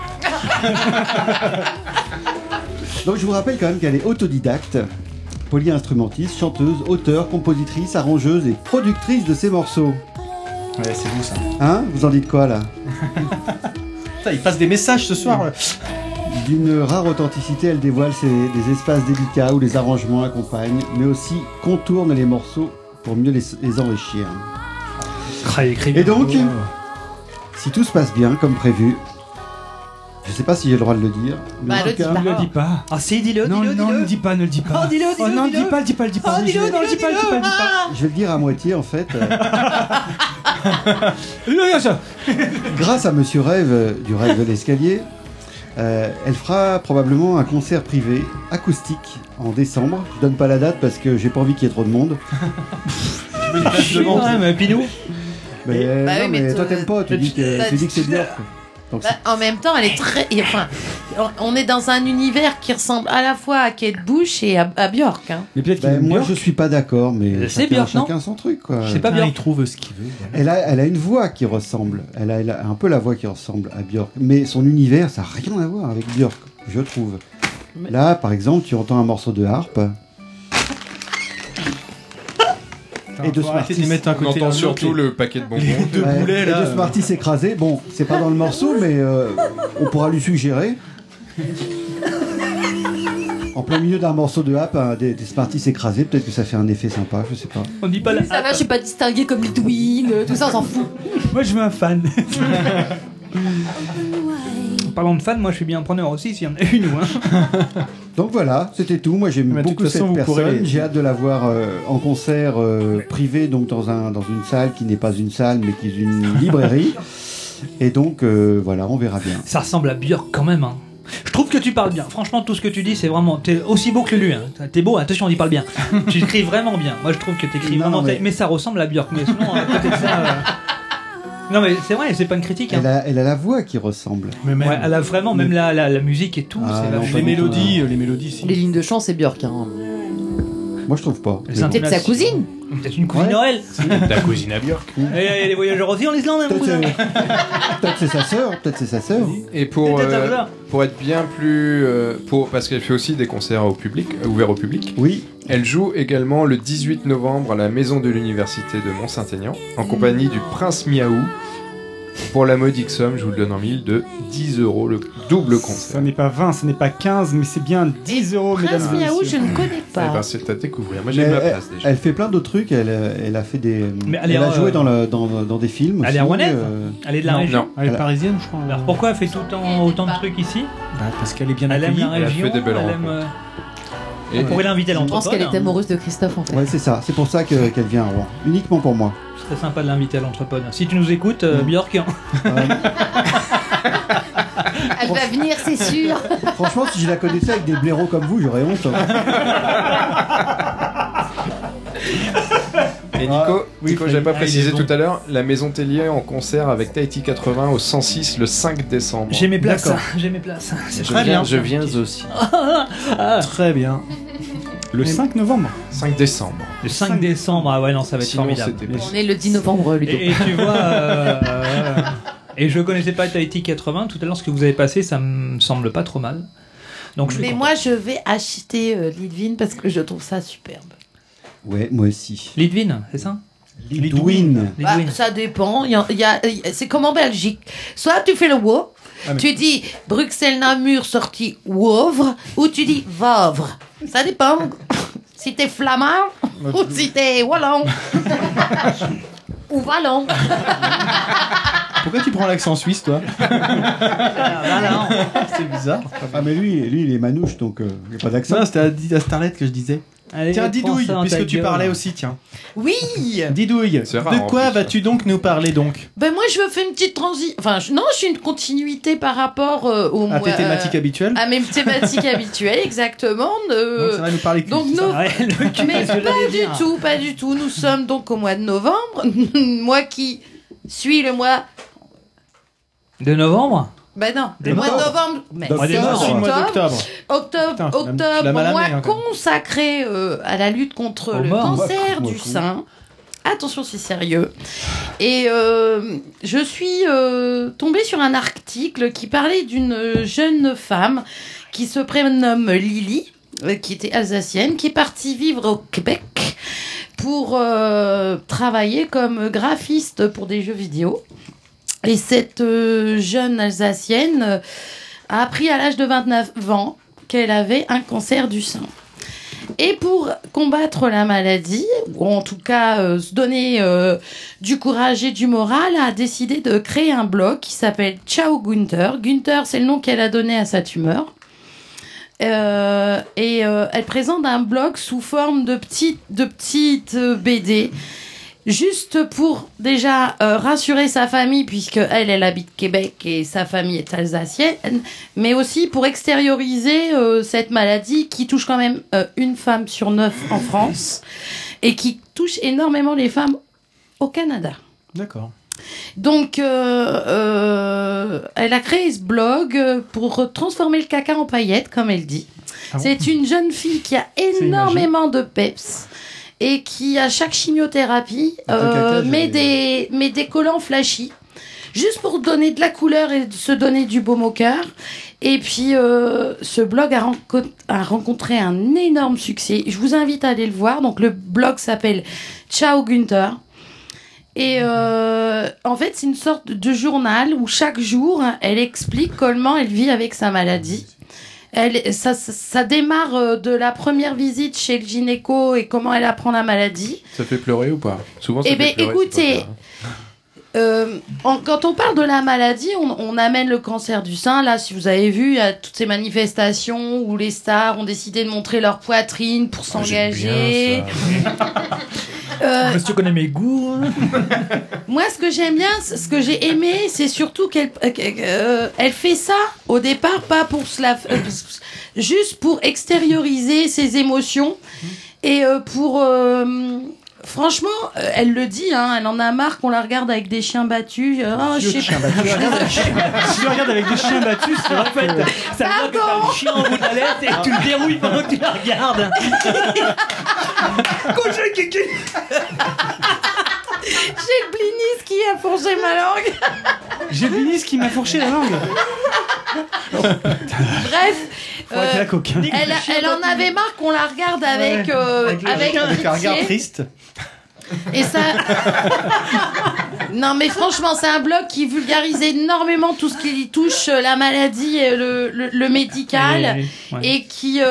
Speaker 6: Donc je vous rappelle quand même qu'elle est autodidacte, polyinstrumentiste, chanteuse, auteure, compositrice, arrangeuse et productrice de ses morceaux.
Speaker 5: Ouais, c'est vous ça.
Speaker 6: Hein? Vous en dites quoi là?
Speaker 5: Putain, il passe des messages ce soir.
Speaker 6: D'une rare authenticité, elle dévoile des espaces délicats où les arrangements accompagnent, mais aussi contournent les morceaux pour mieux les enrichir. Et donc, si tout se passe bien comme prévu, je sais pas si j'ai le droit de le dire.
Speaker 3: Bah,
Speaker 6: mais en tout cas,
Speaker 4: Ne le dis pas.
Speaker 1: Ah si, dis-le,
Speaker 4: Non,
Speaker 1: dis-le,
Speaker 4: non,
Speaker 1: dis-le.
Speaker 4: ne le dis pas, ne le dis pas.
Speaker 1: Oh, dis-le, dis-le,
Speaker 4: Oh non,
Speaker 1: dis-le.
Speaker 4: dis pas, dis pas, dis pas.
Speaker 1: Oh, dis-le,
Speaker 4: Non,
Speaker 1: dis-le,
Speaker 4: dis pas, dis pas, dis pas.
Speaker 6: je vais le dire à moitié en fait.
Speaker 4: Non, ça.
Speaker 6: Grâce à Monsieur Rêve du Rêve de l'escalier, Elle fera probablement un concert privé acoustique en décembre. Je donne pas la date parce que j'ai pas envie qu'il y ait trop de monde.
Speaker 1: Mais Pinou.
Speaker 6: Mais toi t'aimes pas, tu dis que c'est Björk. Donc,
Speaker 3: en même temps, elle est très. Enfin, on est dans un univers qui ressemble à la fois à Kate Bush et à Björk. Hein.
Speaker 4: Mais peut-être
Speaker 6: moi, je suis pas d'accord, mais
Speaker 1: c'est Björk, non ?
Speaker 6: chacun son truc, quoi.
Speaker 1: C'est pas Björk.
Speaker 5: Il trouve ce qu'il veut.
Speaker 6: Elle a une voix qui ressemble. Elle a un peu la voix qui ressemble à Björk, mais son univers, ça n'a rien à voir avec Björk, je trouve. Là, par exemple, tu entends un morceau de harpe. Et de Smarties.
Speaker 2: On entend surtout le paquet de bonbons.
Speaker 5: De boulets, là.
Speaker 6: Et de Smarties écrasés. Bon, c'est pas dans le morceau, mais on pourra lui suggérer. En plein milieu d'un morceau de harpe, des Smarties écrasés, peut-être que ça fait un effet sympa, je sais pas.
Speaker 1: On dit pas la.
Speaker 8: Ça va, je suis pas distingué comme Lidwing, tout ça, on s'en fout.
Speaker 4: Moi, je veux un fan.
Speaker 1: En parlant de fans, moi je suis bien preneur aussi, s'il y en a une ou un.
Speaker 6: Donc voilà, c'était tout. Moi j'aime beaucoup cette personne. J'ai hâte de la voir en concert privé, donc dans une salle qui n'est pas une salle, mais qui est une librairie. Et donc voilà, on verra bien.
Speaker 1: Ça ressemble à Björk quand même. Hein. Je trouve que tu parles bien. Franchement, tout ce que tu dis, c'est vraiment. T'es aussi beau que lui. Hein. T'es beau, attention, on dit parle bien. Tu écris vraiment bien. Moi je trouve que t'écris vraiment. Mais ça ressemble à Björk. Mais sinon, à côté de ça. Non mais c'est vrai, c'est pas une critique. Hein.
Speaker 6: Elle a la voix qui ressemble.
Speaker 1: Mais même, elle a vraiment même la musique et tout.
Speaker 5: Les mélodies, si.
Speaker 8: Les lignes de chant, c'est Björk. Hein.
Speaker 6: Moi je trouve pas.
Speaker 8: C'est peut-être sa cousine.
Speaker 1: Peut-être une cousine Noël.
Speaker 2: Ta cousine à Björk.
Speaker 1: Et les voyageurs aussi en Islande, mon cousin.
Speaker 6: Peut-être c'est sa sœur.
Speaker 2: Et pour être bien plus, parce qu'elle fait aussi des concerts au public, ouverts au public.
Speaker 6: Oui.
Speaker 2: Elle joue également le 18 novembre à la Maison de l'Université de Mont-Saint-Aignan en compagnie du Prince Miaou pour la modique somme, je vous le donne en mille, de 10 € le double concert.
Speaker 4: Ça n'est pas 20, ce n'est pas 15, mais c'est bien 10 €, mesdames
Speaker 3: Prince Miaou, je ne connais pas.
Speaker 2: Eh ben, c'est à découvrir. Moi j'ai ma place déjà.
Speaker 6: Elle fait plein d'autres trucs. Elle a fait des. Elle a joué dans des films.
Speaker 1: Elle est rouennaise. Elle est de la région.
Speaker 2: Non.
Speaker 5: Elle est parisienne, je crois.
Speaker 1: Alors pourquoi elle fait tout le temps autant de trucs ici ?
Speaker 5: Parce qu'elle est bien
Speaker 1: Elle aime
Speaker 5: accueillie.
Speaker 1: la région.
Speaker 2: Elle fait des belles rencontres.
Speaker 1: On pourrait l'inviter à
Speaker 8: Je
Speaker 1: l'Entrepode.
Speaker 8: pense qu'elle est amoureuse de Christophe en fait.
Speaker 6: Ouais, c'est ça. C'est pour ça qu'elle vient à Rouen. Uniquement pour moi.
Speaker 1: Ce serait sympa de l'inviter à l'Entrepode. Si tu nous écoutes, Björk.
Speaker 8: Elle va venir, c'est sûr.
Speaker 6: Franchement, si je la connaissais avec des blaireaux comme vous, j'aurais honte.
Speaker 2: Et Nico, j'avais pas précisé tout à l'heure, la Maison Tellier en concert avec Tahiti 80 au 106 le 5 décembre.
Speaker 1: J'ai mes places. J'ai mes places.
Speaker 2: C'est très bien. Je viens aussi.
Speaker 5: Très bien.
Speaker 4: Le 5 novembre.
Speaker 2: 5 décembre.
Speaker 1: Le 5 décembre, ah ouais, non, ça va être formidable.
Speaker 8: On est le 10 novembre, Ludo.
Speaker 1: Et tu vois, et je connaissais pas Tahiti 80, tout à l'heure ce que vous avez passé, ça me semble pas trop mal. Donc,
Speaker 3: mais moi je vais acheter Lidwin parce que je trouve ça superbe.
Speaker 6: Ouais, moi aussi.
Speaker 1: Lidwin, c'est ça ?
Speaker 6: Lidwin.
Speaker 3: Bah, ça dépend. C'est comme en Belgique. Soit tu fais le WO, tu dis Bruxelles-Namur sorti Wovre, ou tu dis Vavre. Ça dépend. Si t'es flamand ou si t'es wallon. Ou wallon.
Speaker 5: Pourquoi tu prends l'accent suisse, toi? C'est bizarre.
Speaker 6: Ah, mais lui, il est manouche, donc il n'y a pas d'accent.
Speaker 5: Non, c'était à Starlet que je disais.
Speaker 1: Allez,
Speaker 5: tiens, Didouille, puisque tu parlais aussi, tiens.
Speaker 3: Oui.
Speaker 5: Didouille, de quoi vas-tu donc nous parler donc?
Speaker 3: Ben moi, je veux faire une petite transition. Enfin, non, je suis une continuité par rapport
Speaker 5: à tes thématiques habituelles.
Speaker 3: À mes thématiques habituelles, exactement.
Speaker 5: Donc ça va nous parler cul.
Speaker 3: Donc mais pas du tout. Nous sommes donc au mois de novembre. Moi qui suis le mois
Speaker 1: de novembre.
Speaker 3: Ben non, le mois de novembre. Mais octobre, mois consacré à la lutte contre le cancer du sein. Attention, c'est sérieux. Et je suis tombée sur un article qui parlait d'une jeune femme qui se prénomme Lily, qui était alsacienne, qui est partie vivre au Québec pour travailler comme graphiste pour des jeux vidéo. Et cette jeune Alsacienne a appris à l'âge de 29 ans qu'elle avait un cancer du sein. Et pour combattre la maladie, ou en tout cas se donner du courage et du moral, a décidé de créer un blog qui s'appelle Ciao Gunther. Gunther, c'est le nom qu'elle a donné à sa tumeur. Elle présente un blog sous forme de petites BD juste pour déjà rassurer sa famille, puisque elle habite Québec et sa famille est alsacienne, mais aussi pour extérioriser cette maladie qui touche quand même une femme sur 9 en France et qui touche énormément les femmes au Canada.
Speaker 5: D'accord.
Speaker 3: Donc, elle a créé ce blog pour transformer le caca en paillettes, comme elle dit.
Speaker 5: Ah bon?
Speaker 3: C'est une jeune fille qui a énormément de peps et qui, à chaque chimiothérapie, met des collants flashy, juste pour donner de la couleur et se donner du baume au cœur. Et puis, ce blog a rencontré un énorme succès. Je vous invite à aller le voir. Donc, le blog s'appelle Ciao Gunther. Et en fait, c'est une sorte de journal où chaque jour, elle explique comment elle vit avec sa maladie. Ça démarre de la première visite chez le gynéco et comment elle apprend la maladie.
Speaker 2: Ça fait pleurer ou pas? Souvent, ça fait pleurer.
Speaker 3: Écoutez, quand on parle de la maladie, on amène le cancer du sein. Là, si vous avez vu, il y a toutes ces manifestations où les stars ont décidé de montrer leur poitrine pour s'engager.
Speaker 1: Parce que tu connais mes goûts.
Speaker 3: Moi, ce que j'aime bien, ce que j'ai aimé, c'est surtout qu'elle fait ça au départ, pas pour juste pour extérioriser ses émotions et pour. Franchement, elle le dit, hein, elle en a marre qu'on la regarde avec des chiens battus. Oh, je sais pas.
Speaker 4: Si tu regardes avec des chiens battus, c'est vrai.
Speaker 1: En fait, ça veut dire que t'as le chien en bout d'alerte et que tu le dérouilles pendant que tu la regardes.
Speaker 3: J'ai Blinis qui a fourché ma langue.
Speaker 4: J'ai Blinis qui m'a fourché la langue.
Speaker 3: Bref, elle en avait marre qu'on la regarde avec
Speaker 5: un regard triste.
Speaker 3: Et ça. Non, mais franchement, c'est un blog qui vulgarise énormément tout ce qui touche la maladie et le médical et qui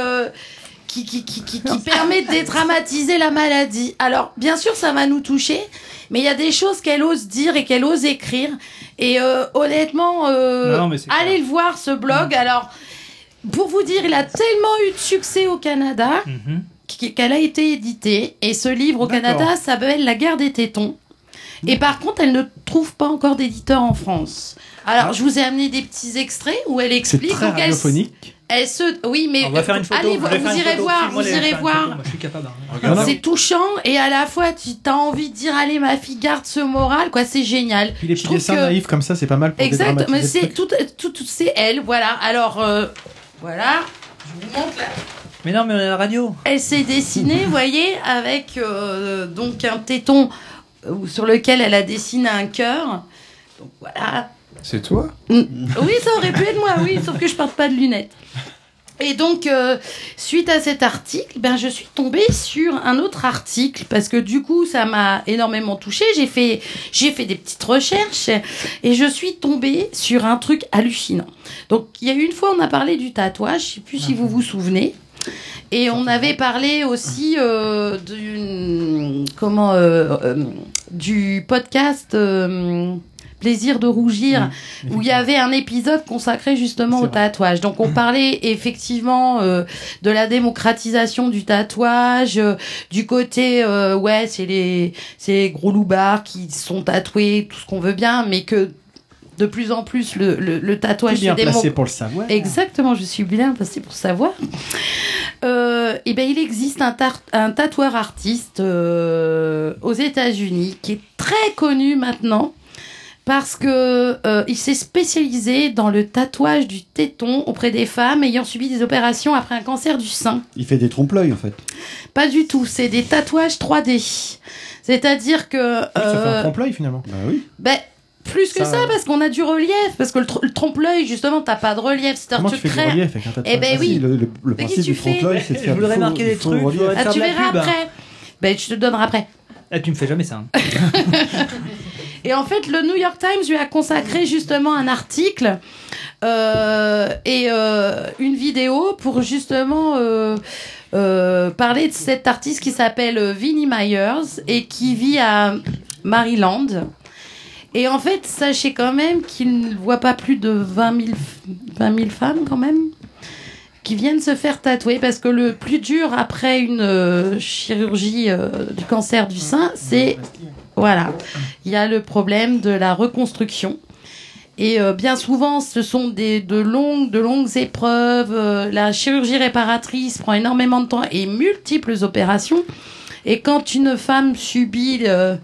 Speaker 3: permet de dédramatiser la maladie. Alors, bien sûr, ça va nous toucher, mais il y a des choses qu'elle ose dire et qu'elle ose écrire. Et honnêtement, allez le voir, ce blog. Alors, pour vous dire, il a tellement eu de succès au Canada qu'elle a été éditée. Et ce livre au Canada s'appelle La guerre des tétons. Et par contre, elle ne trouve pas encore d'éditeur en France. Alors, je vous ai amené des petits extraits où elle explique.
Speaker 5: C'est très radiophonique.
Speaker 3: Oui, mais
Speaker 1: on va faire une photo.
Speaker 3: Allez, vous irez voir, vous irez voir.
Speaker 1: Moi, je suis capable. Hein.
Speaker 3: C'est touchant et à la fois tu as envie de dire allez ma fille garde ce moral quoi, c'est génial.
Speaker 5: Puis les petits dessins naïfs comme ça, c'est pas mal pour
Speaker 3: exact, mais c'est
Speaker 5: tout.
Speaker 3: tout c'est elle, voilà. Alors voilà, je vous montre là.
Speaker 1: Mais non, mais on est à la radio.
Speaker 3: Elle s'est dessinée, vous voyez, avec donc un téton sur lequel elle a dessiné un cœur. Donc voilà.
Speaker 2: C'est toi?
Speaker 3: Oui, ça aurait pu être moi, oui, sauf que je porte pas de lunettes. Et donc, suite à cet article, je suis tombée sur un autre article parce que du coup, ça m'a énormément touchée. J'ai fait des petites recherches et je suis tombée sur un truc hallucinant. Donc, il y a eu une fois, on a parlé du tatouage. Je sais plus si vous vous souvenez. Et on avait parlé aussi du podcast. Plaisir de rougir, où il y avait un épisode consacré justement au tatouage. Donc on parlait effectivement de la démocratisation du tatouage, du côté c'est les gros loupards qui sont tatoués, tout ce qu'on veut bien, mais que de plus en plus le tatouage
Speaker 5: bien placé pour le savoir.
Speaker 3: Exactement, je suis bien placée pour savoir. Il existe un tatoueur artiste aux États-Unis qui est très connu maintenant. Parce que il s'est spécialisé dans le tatouage du téton auprès des femmes ayant subi des opérations après un cancer du sein.
Speaker 6: Il fait des trompe-l'œil en fait.
Speaker 3: Pas du tout, c'est des tatouages 3D. C'est-à-dire que...
Speaker 5: ça fait un trompe-l'œil finalement.
Speaker 6: Bah oui.
Speaker 3: Plus que ça, parce qu'on a du relief. Parce que le trompe-l'œil, justement, t'as pas de relief.
Speaker 5: Comment tu fais du relief avec un tatouage?
Speaker 3: Eh ben oui.
Speaker 6: Le principe du trompe-l'œil, c'est de faire
Speaker 1: Je voudrais marquer des trucs.
Speaker 3: Tu verras après. Je te donnerai après.
Speaker 1: Tu me fais jamais ça. Hein.
Speaker 3: Et en fait, le New York Times lui a consacré justement un article et une vidéo pour justement parler de cet artiste qui s'appelle Vinnie Myers et qui vit à Maryland. Et en fait, sachez quand même qu'il ne voit pas plus de 20 000 femmes quand même qui viennent se faire tatouer, parce que le plus dur après une chirurgie du cancer du sein, c'est Voilà. Il y a le problème de la reconstruction. Et bien souvent, ce sont de longues épreuves. La chirurgie réparatrice prend énormément de temps et multiples opérations. Et quand une femme subit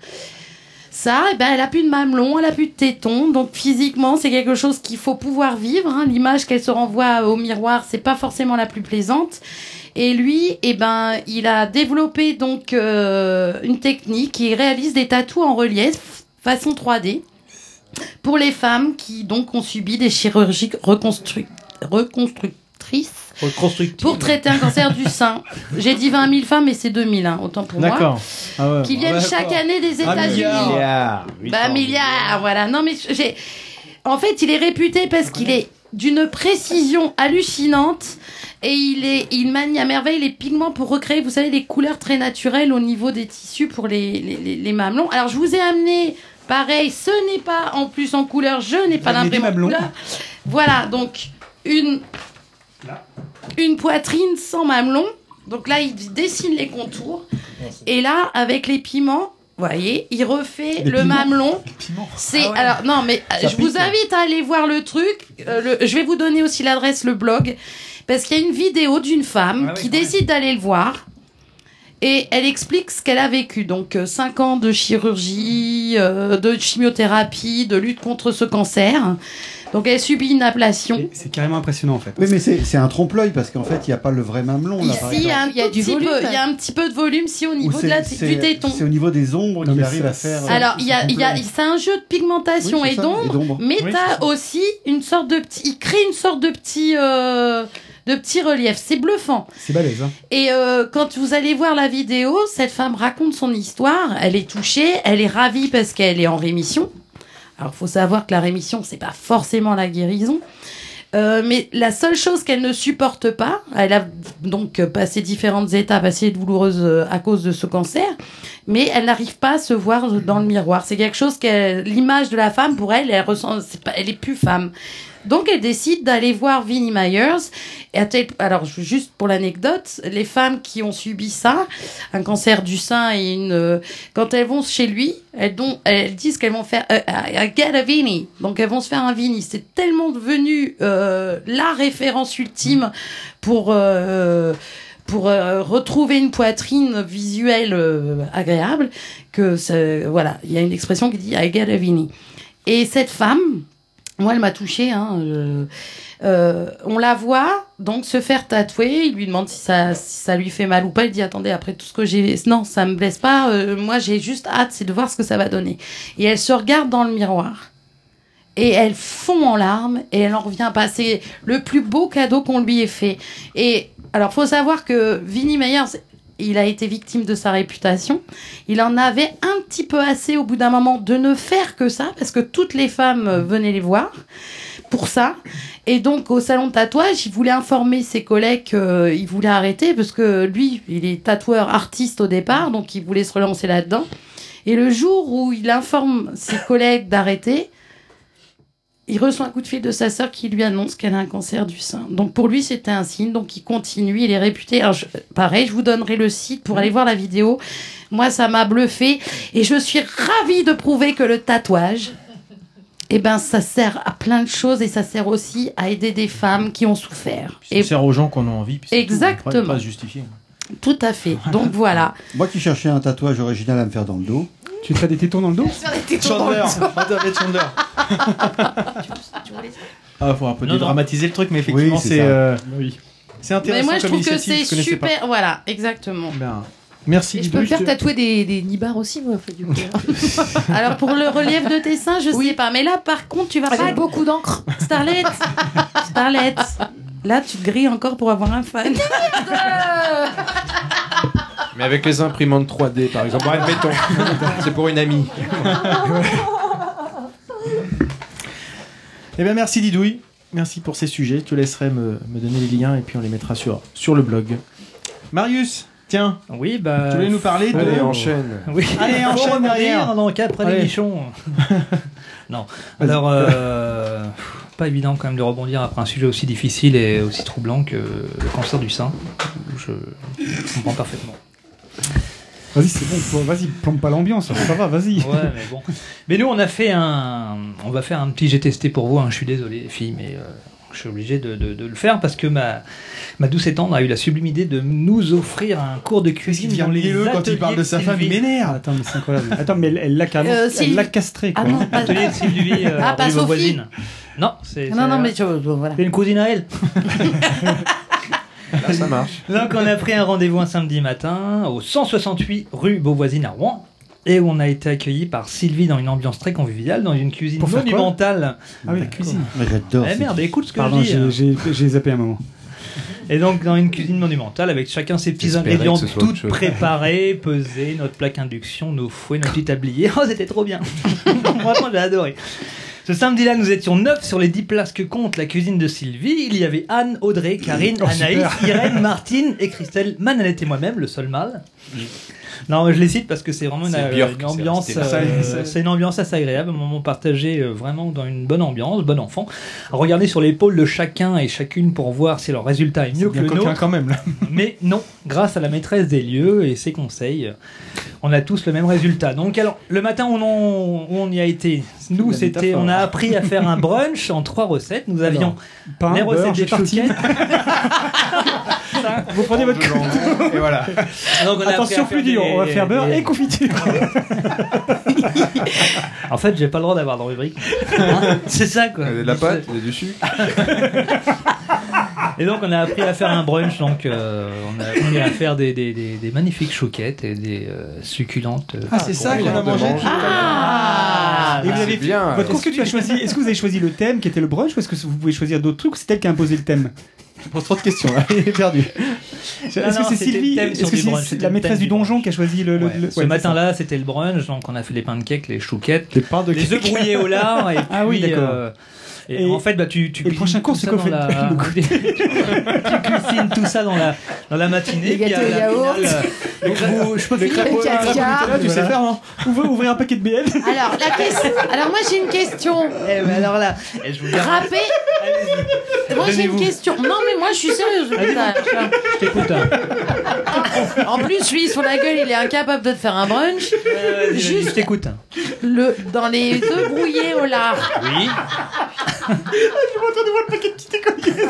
Speaker 3: ça, eh ben, elle a plus de mamelon, elle a plus de tétons. Donc physiquement, c'est quelque chose qu'il faut pouvoir vivre. Hein. L'image qu'elle se renvoie au miroir, c'est pas forcément la plus plaisante. Et lui, eh ben, il a développé donc une technique qui réalise des tatous en relief façon 3D. Pour les femmes qui donc ont subi des chirurgies reconstructrices pour traiter un cancer du sein. J'ai dit 20 000 femmes, mais c'est 2000, hein, autant pour moi.
Speaker 5: D'accord. Ah ouais,
Speaker 3: qui viennent chaque année des États-Unis. Milliard, voilà. Non, mais en fait, il est réputé parce qu'il est d'une précision hallucinante et il manie à merveille les pigments pour recréer, vous savez, les couleurs très naturelles au niveau des tissus pour les mamelons. Alors, je vous ai amené. Pareil, ce n'est pas en plus en couleur, je n'ai pas d'imprimante couleur. Voilà, donc une poitrine sans mamelon. Donc là, il dessine les contours. Et là, avec les piments, vous voyez, il refait le mamelon. C'est alors non, mais je vous invite à aller voir le truc. Je vais vous donner aussi l'adresse, le blog, parce qu'il y a une vidéo d'une femme qui décide d'aller le voir. Et elle explique ce qu'elle a vécu. Donc, 5 ans de chirurgie, de chimiothérapie, de lutte contre ce cancer. Donc, elle subit une ablation. Et
Speaker 4: c'est carrément impressionnant, en fait.
Speaker 6: Oui, mais c'est un trompe-l'œil, parce qu'en fait, il n'y a pas le vrai mamelon. Là,
Speaker 3: ici, il y a un petit peu de volume, si au niveau du téton.
Speaker 6: C'est au niveau des ombres qu'il arrive à faire.
Speaker 3: Alors, c'est un jeu de pigmentation et d'ombre, mais t'as aussi une sorte de petit... Il crée une sorte de petit relief. C'est bluffant.
Speaker 4: C'est balèze. Hein.
Speaker 3: Et quand vous allez voir la vidéo, cette femme raconte son histoire. Elle est touchée, elle est ravie parce qu'elle est en rémission. Alors, il faut savoir que la rémission, c'est pas forcément la guérison. Mais la seule chose qu'elle ne supporte pas, elle a donc passé différentes étapes assez douloureuses à cause de ce cancer, mais elle n'arrive pas à se voir dans le miroir. C'est quelque chose l'image de la femme, pour elle, elle est plus femme. Donc, elle décide d'aller voir Vinnie Myers. Alors, juste pour l'anecdote, les femmes qui ont subi ça, un cancer du sein et quand elles vont chez lui, elles disent qu'elles vont faire get a Vinnie. Donc, elles vont se faire un Vinnie. C'est tellement devenu la référence ultime pour retrouver une poitrine visuelle agréable que voilà, il y a une expression qui dit I get a Vinnie. Et cette femme, moi, elle m'a touchée. Hein, on la voit donc se faire tatouer. Il lui demande si ça lui fait mal ou pas. Il dit attendez, après tout ce que j'ai, non, ça me blesse pas. Moi, j'ai juste hâte, c'est de voir ce que ça va donner. Et elle se regarde dans le miroir et elle fond en larmes et elle en revient pas. C'est le plus beau cadeau qu'on lui ait fait. Et alors, faut savoir que Vinnie Myers, il a été victime de sa réputation. Il en avait un petit peu assez au bout d'un moment de ne faire que ça, parce que toutes les femmes venaient les voir pour ça. Et donc, au salon de tatouage, il voulait informer ses collègues qu'il voulait arrêter, parce que lui, il est tatoueur artiste au départ, donc il voulait se relancer là-dedans. Et le jour où il informe ses collègues d'arrêter, il reçoit un coup de fil de sa sœur qui lui annonce qu'elle a un cancer du sein. Donc pour lui, c'était un signe. Donc il continue, il est réputé. Alors pareil, je vous donnerai le site pour aller voir la vidéo. Moi, ça m'a bluffé. Et je suis ravie de prouver que le tatouage, eh ben, ça sert à plein de choses et ça sert aussi à aider des femmes qui ont souffert.
Speaker 5: Ça sert aux gens qu'on a envie. Puis
Speaker 3: exactement.
Speaker 5: Tout, on pas se justifier.
Speaker 3: Tout à fait. Donc voilà.
Speaker 6: Moi qui cherchais un tatouage original à me faire dans le dos.
Speaker 4: Tu te fais des tétons dans le dos?
Speaker 5: Chandler. Ah, faut un peu dédramatiser le truc, mais effectivement, c'est intéressant.
Speaker 3: Mais moi, je
Speaker 5: comme
Speaker 3: trouve que c'est super.
Speaker 5: Pas.
Speaker 3: Voilà, exactement.
Speaker 5: Ben, merci.
Speaker 8: Et je peux me faire tatouer des nibards aussi, moi, du coup.
Speaker 3: Alors, pour le relief de tes seins, je sais pas. Mais là, par contre, tu vas pas.
Speaker 8: Avec beaucoup d'encre.
Speaker 3: Starlet. Là, tu te grilles encore pour avoir un fan.
Speaker 2: Mais avec les imprimantes 3D, par exemple. Ouais, mettons. C'est pour une amie.
Speaker 5: Eh bien, merci Didouille. Merci pour ces sujets. Je te laisserai me donner les liens et puis on les mettra sur le blog. Marius, tiens.
Speaker 1: Oui, bah.
Speaker 5: Tu voulais nous parler de.
Speaker 2: Allez, enchaîne.
Speaker 1: Oui.
Speaker 5: Allez, enchaîne derrière.
Speaker 1: Donc après l'émission. Non. Alors, pas évident quand même de rebondir après un sujet aussi difficile et aussi troublant que le cancer du sein. Je comprends parfaitement.
Speaker 4: Vas-y, c'est bon, vas-y, plombe pas l'ambiance, ça va, vas-y.
Speaker 1: Ouais, mais bon. Mais nous, on va faire un petit j'ai testé pour vous, hein. Je suis désolé, les filles, mais je suis obligé de le faire parce que ma douce et tendre a eu la sublime idée de nous offrir un cours de cuisine dans les ateliers
Speaker 5: quand il parle de sa femme, il m'énerve.
Speaker 4: Attends, mais c'est incroyable. Attends, mais elle l'a castré, quoi.
Speaker 3: Ah non, pas
Speaker 1: Atelier de Sylvie,
Speaker 3: pas
Speaker 1: rue
Speaker 3: Sophie.
Speaker 1: voisine. Non, c'est
Speaker 3: mais voilà.
Speaker 1: c'est une cousine à elle.
Speaker 2: Là, ça marche.
Speaker 1: Donc on a pris un rendez-vous un samedi matin au 168 rue Beauvoisine à Rouen. Et où on a été accueillis par Sylvie dans une ambiance très conviviale, dans une cuisine
Speaker 4: Pour faire quoi
Speaker 1: monumentale.
Speaker 4: Ah oui, la cuisine.
Speaker 6: Mais j'adore.
Speaker 1: Eh merde, écoute ce que
Speaker 4: Pardon,
Speaker 1: je dis.
Speaker 4: j'ai zappé un moment.
Speaker 1: Et donc dans une cuisine monumentale avec chacun ses petits
Speaker 2: J'espérais
Speaker 1: ingrédients
Speaker 2: que ce soit
Speaker 1: tout
Speaker 2: autre chose.
Speaker 1: préparés, pesés, notre plaque induction, nos fouets, notre petit tablier. Oh, c'était trop bien. Franchement, j'ai adoré. Ce samedi-là, nous étions 9 sur les 10 places que compte la cuisine de Sylvie. Il y avait Anne, Audrey, Karine, Anaïs, Irène, Martine et Christelle, Manalette et moi-même, le seul mâle. Non, je les cite parce que c'est vraiment une ambiance, c'est une ambiance assez agréable, un moment partagé vraiment dans une bonne ambiance, bon enfant. À regarder sur l'épaule de chacun et chacune pour voir si leur résultat est mieux que le nôtre.
Speaker 5: Quand même, là.
Speaker 1: Mais non, grâce à la maîtresse des lieux et ses conseils, on a tous le même résultat. Donc alors, le matin où on y a été, nous on a appris à faire un brunch en 3 recettes. Nous avions
Speaker 4: pain,
Speaker 1: les recettes des chouquettes.
Speaker 4: Vous prenez votre
Speaker 5: Et voilà.
Speaker 1: Donc, on a
Speaker 4: attention, plus dur, on va faire beurre et confiture.
Speaker 1: En fait, j'ai pas le droit d'avoir de rubrique. Hein, c'est ça quoi.
Speaker 2: De la pâte, du sucre.
Speaker 1: Et donc on a appris à faire un brunch, donc on a appris à faire des magnifiques chouquettes et des succulentes.
Speaker 5: C'est ça qu'on a mangé.
Speaker 4: Et vous avez
Speaker 2: bien.
Speaker 4: votre cours que tu as choisi. Est-ce que vous avez choisi le thème qui était le brunch ou est-ce que vous pouvez choisir d'autres trucs ou c'est elle qui a imposé le thème?
Speaker 5: Je pose trop de questions là, il est perdu.
Speaker 4: Est-ce que c'est Sylvie, est-ce que c'est la maîtresse du donjon qui a choisi le
Speaker 1: Ce matin-là, c'était le brunch, donc on a fait les pancakes, les chouquettes,
Speaker 5: les
Speaker 1: œufs brouillés au lard et
Speaker 4: ah oui, d'accord.
Speaker 1: Et en fait, tu
Speaker 4: le prochain cours, c'est quoi fait
Speaker 1: tu cuisines tout ça dans la matinée.
Speaker 8: Les gâteaux yaourt.
Speaker 1: Je peux faire
Speaker 8: le caca.
Speaker 5: Tu sais faire, non?
Speaker 4: Ouvrir un paquet de BL.
Speaker 3: Alors moi j'ai une question.
Speaker 1: Alors là, je vous
Speaker 3: Râper. Moi j'ai une question. Non mais moi je suis sérieuse.
Speaker 1: Je t'écoute.
Speaker 3: En plus lui sur la gueule il est incapable de te faire un brunch.
Speaker 1: Juste, je t'écoute.
Speaker 3: Dans les œufs brouillés au lard.
Speaker 1: Oui.
Speaker 4: Je vais entendre voir le paquet de petites écoliers.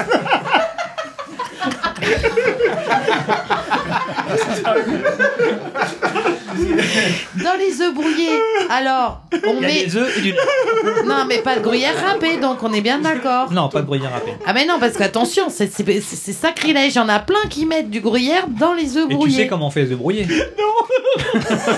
Speaker 3: Dans les œufs brouillés, alors on met
Speaker 1: des œufs et du lait.
Speaker 3: Non mais pas de gruyère râpée, donc on est bien d'accord.
Speaker 1: Non, pas de gruyère râpée.
Speaker 3: Ah mais non parce qu'attention, c'est sacrilège. Il y en a plein qui mettent du gruyère dans les œufs
Speaker 1: Et
Speaker 3: brouillés.
Speaker 1: tu sais comment on fait les œufs brouillés? Non.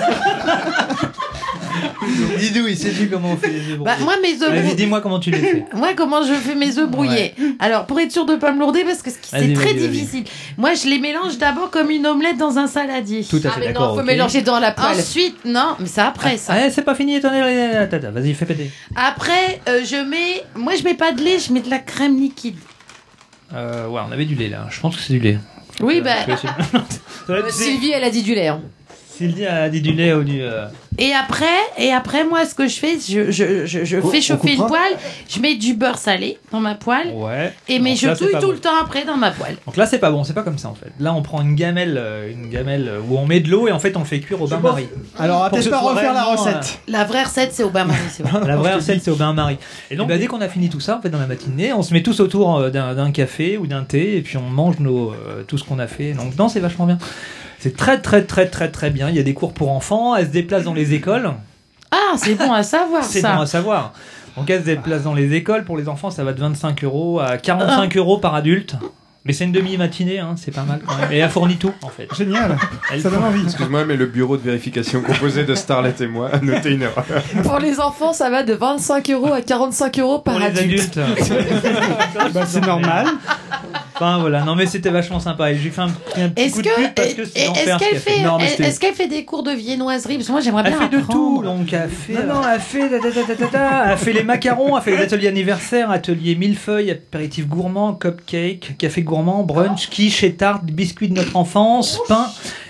Speaker 1: Dis-nous, il sait plus comment on fait les œufs brouillés.
Speaker 3: Moi mes œufs
Speaker 1: Vas-y,
Speaker 3: brouillés.
Speaker 1: dis-moi comment tu les fais.
Speaker 3: Moi, comment je fais mes œufs brouillés? Alors, pour être sûr de pas me lourder, parce que c'est très difficile. Moi, je les mélange d'abord comme une omelette dans un saladier.
Speaker 1: Tout à fait
Speaker 8: mais
Speaker 1: d'accord.
Speaker 8: non, faut mélanger dans la poêle.
Speaker 3: Ensuite, non, mais c'est après ça.
Speaker 1: Ah, c'est pas fini, attendez, vas-y, fais péter.
Speaker 3: Après, moi, je mets pas de lait, je mets de la crème liquide.
Speaker 1: Ouais, on avait du lait là. Je pense que c'est du lait.
Speaker 3: Oui, bah.
Speaker 8: Sylvie, elle a dit du lait. Hein.
Speaker 1: Sylvie a dit du lait ou du.
Speaker 3: Et après, moi, ce que je fais, je fais chauffer une poêle, je mets du beurre salé dans ma poêle,
Speaker 1: Ouais.
Speaker 3: et mais je touille tout le temps après dans ma poêle.
Speaker 1: Donc là, c'est pas bon, c'est pas comme ça en fait. Là, on prend une gamelle où on met de l'eau et en fait, on fait cuire au bain-marie.
Speaker 5: Alors, on va
Speaker 1: Pour
Speaker 5: peut-être
Speaker 1: que
Speaker 5: pas
Speaker 1: ce soit
Speaker 5: refaire la
Speaker 1: vraiment,
Speaker 5: recette.
Speaker 3: La vraie recette, c'est au bain-marie, c'est vrai.
Speaker 1: La vraie recette, c'est au bain-marie. Et donc, dès qu'on a fini tout ça, en fait, dans la matinée, on se met tous autour d'un café ou d'un thé et puis on mange tout ce qu'on a fait. Donc, non, c'est vachement bien. C'est très, très, très, très, très bien. Il y a des cours pour enfants. Elles se déplacent dans les écoles.
Speaker 3: Ah, c'est bon à savoir
Speaker 1: C'est
Speaker 3: ça.
Speaker 1: bon à savoir. Donc, elles se déplacent dans les écoles. Pour les enfants, ça va de 25 € à 45 € par adulte. Mais c'est une demi-matinée, hein, c'est pas mal quand même. Et elle fournit tout, en fait.
Speaker 4: Génial. Ça donne envie.
Speaker 2: Excuse-moi, mais le bureau de vérification composé de Starlet et moi a noté une erreur.
Speaker 8: Pour les enfants, ça va de 25 € à 45 € par
Speaker 1: Pour les
Speaker 8: adulte.
Speaker 1: adultes.
Speaker 4: C'est normal.
Speaker 1: Enfin voilà, non mais c'était vachement sympa. Et j'ai fait un petit coup de pub parce que c'est l'enfer ce qu'elle fait. Non, mais
Speaker 3: est-ce qu'elle fait des cours de viennoiserie? Parce que moi j'aimerais bien
Speaker 1: Elle fait de
Speaker 3: apprendre.
Speaker 1: tout, donc elle fait. Elle fait les macarons, elle fait les ateliers anniversaires, ateliers millefeuilles, apéritifs gourmands, cupcake, café gourmand, brunch, quiche et tarte, biscuits de notre enfance, pain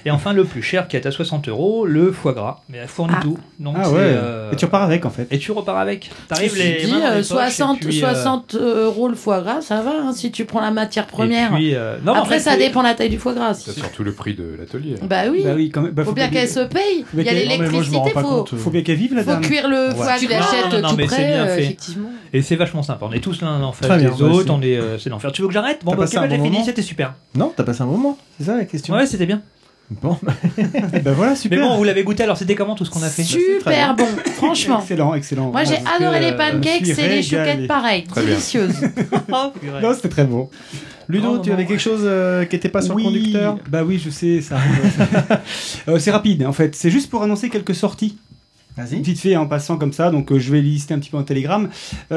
Speaker 1: Et enfin, le plus cher qui est à 60 €, le foie gras. Mais elle fournit tout. Donc
Speaker 4: Et tu repars avec en fait.
Speaker 1: Et tu repars avec. T'arrives
Speaker 3: Ceci
Speaker 1: les
Speaker 3: dit,
Speaker 1: mains dans les
Speaker 3: 60
Speaker 1: poches, et puis,
Speaker 3: 60 € le foie gras, ça va hein, si tu prends la matière première.
Speaker 1: puis, non, mais en
Speaker 3: Après,
Speaker 1: fait,
Speaker 3: ça dépend de la taille du foie gras.
Speaker 2: C'est surtout le prix de l'atelier.
Speaker 3: Bah oui.
Speaker 4: Bah oui, quand même. Bah,
Speaker 3: faut bien qu'elle se paye. Il y a
Speaker 4: qu'elle-
Speaker 3: l'électricité,
Speaker 4: faut bien qu'elle vive la
Speaker 3: faut
Speaker 4: dame.
Speaker 3: cuire le foie, tu l'achètes
Speaker 1: Non,
Speaker 3: tout
Speaker 1: mais c'est
Speaker 3: prêt,
Speaker 1: bien fait.
Speaker 3: effectivement.
Speaker 1: Et c'est vachement sympa. On est tous l'un en face
Speaker 5: Très bien,
Speaker 1: des
Speaker 5: bah,
Speaker 1: autres.
Speaker 5: c'est-
Speaker 1: On est, c'est l'enfer. Tu veux que j'arrête? Bon,
Speaker 5: T'as
Speaker 1: bah,
Speaker 5: passé
Speaker 1: ok,
Speaker 5: un
Speaker 1: j'ai
Speaker 5: bon
Speaker 1: fini.
Speaker 5: moment
Speaker 1: C'était super.
Speaker 5: Non, t'as passé un moment, c'est ça la question.
Speaker 1: Ouais, c'était bien.
Speaker 5: Bon,
Speaker 4: Bah voilà, super.
Speaker 1: Mais bon, vous l'avez goûté. Alors, c'était comment tout ce qu'on a fait?
Speaker 3: Super bon, franchement.
Speaker 4: Excellent, excellent.
Speaker 3: Moi, j'ai
Speaker 4: Parce
Speaker 3: adoré
Speaker 4: que,
Speaker 3: les pancakes
Speaker 4: je suis
Speaker 3: et les
Speaker 4: régalé.
Speaker 3: chouquettes pareil,
Speaker 2: Très bien.
Speaker 3: délicieuses.
Speaker 1: Oh, purée.
Speaker 4: Non, c'était très bon.
Speaker 5: Ludo,
Speaker 1: Non,
Speaker 5: tu
Speaker 1: non,
Speaker 5: avais
Speaker 1: non.
Speaker 5: quelque chose qui était pas sur
Speaker 4: Oui,
Speaker 5: le conducteur?
Speaker 4: bah oui, je sais, ça arrive. C'est rapide, en fait. C'est juste pour annoncer quelques sorties.
Speaker 5: Vas-y.
Speaker 4: Vite fait, en passant comme ça, donc je vais les lister un petit peu en télégramme.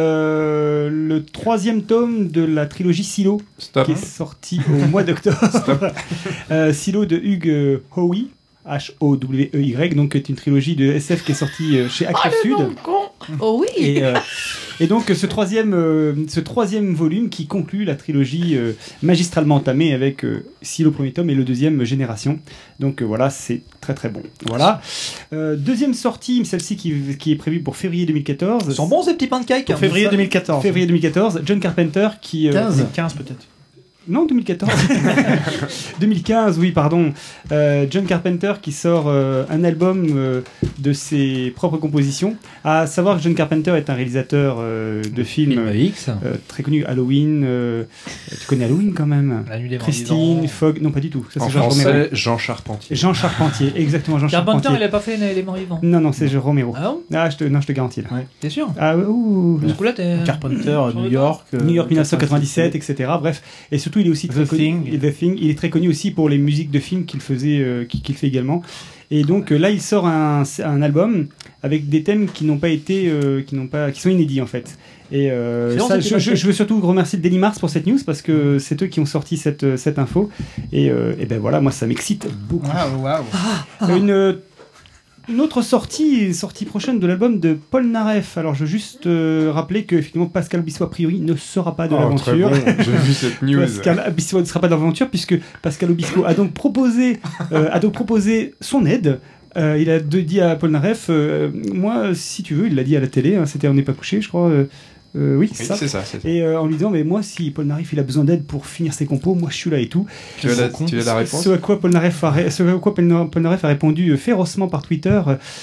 Speaker 4: Le 3e tome de la trilogie Silo,
Speaker 2: Stop.
Speaker 4: qui est sorti au mois d'octobre. Silo de Hugh Howey. Howey, donc c'est une trilogie de SF qui est sortie chez Actes Sud.
Speaker 3: Oh oui.
Speaker 4: Et donc ce troisième volume qui conclut la trilogie magistralement entamée avec Silo premier tome et le 2e Génération. Donc voilà, c'est très très bon. Voilà. Deuxième sortie, celle-ci qui est prévue pour février 2014.
Speaker 1: Ils sont bons ces petits pancakes.
Speaker 5: Pour février 2014.
Speaker 4: Février 2014, John Carpenter qui...
Speaker 5: 15 peut-être.
Speaker 4: Non, 2014. 2015, oui, pardon. John Carpenter qui sort un album de ses propres compositions. À savoir que John Carpenter est un réalisateur de films
Speaker 1: X.
Speaker 4: très connu. Halloween. Tu connais Halloween quand même?
Speaker 1: La nuit des morts
Speaker 4: Christine,
Speaker 1: vivants.
Speaker 4: Fogg. Non, pas du tout. Ça,
Speaker 2: En
Speaker 4: c'est George Romero.
Speaker 2: français, Jean Charpentier.
Speaker 4: Jean Charpentier, exactement. Jean
Speaker 1: Carpenter,
Speaker 4: Charpentier.
Speaker 1: il a pas fait les morts vivants.
Speaker 4: Non, non, c'est Romero.
Speaker 1: Ah bon?
Speaker 4: Ah, je te garantis là.
Speaker 5: Ouais.
Speaker 1: T'es sûr?
Speaker 4: Ah, ouh.
Speaker 1: Parce que là, t'es.
Speaker 5: Carpenter, New York.
Speaker 4: New York 1997, etc. Bref, et surtout il est aussi très connu. The Thing. Il est très connu aussi pour les musiques de films qu'il faisait, qu'il fait également. Et donc là, il sort un album avec des thèmes qui n'ont pas été, qui sont inédits en fait. Et
Speaker 1: long,
Speaker 4: ça,
Speaker 1: cette
Speaker 4: je veux surtout remercier Daily Mars pour cette news parce que c'est eux qui ont sorti cette info. Et ben voilà, moi ça m'excite beaucoup.
Speaker 5: Waouh.
Speaker 4: Une autre sortie prochaine de l'album de Paul Naref. Alors je veux juste rappeler que effectivement Pascal Obispo a priori ne sera pas de
Speaker 2: Très
Speaker 4: l'aventure.
Speaker 2: bon. J'ai vu cette news.
Speaker 4: Pascal Obispo ne sera pas de l'aventure puisque Pascal Obispo a donc proposé son aide. Il a dit à Paul Naref, moi si tu veux, il l'a dit à la télé, hein, c'était On n'est pas couché, je crois. Oui, c'est ça.
Speaker 2: C'est ça.
Speaker 4: Et en lui disant, mais moi, si Paul Naref il a besoin d'aide pour finir ses compos, moi je suis là et tout.
Speaker 2: Tu as la réponse?
Speaker 4: Ce à quoi Paul Naref a répondu férocement par Twitter,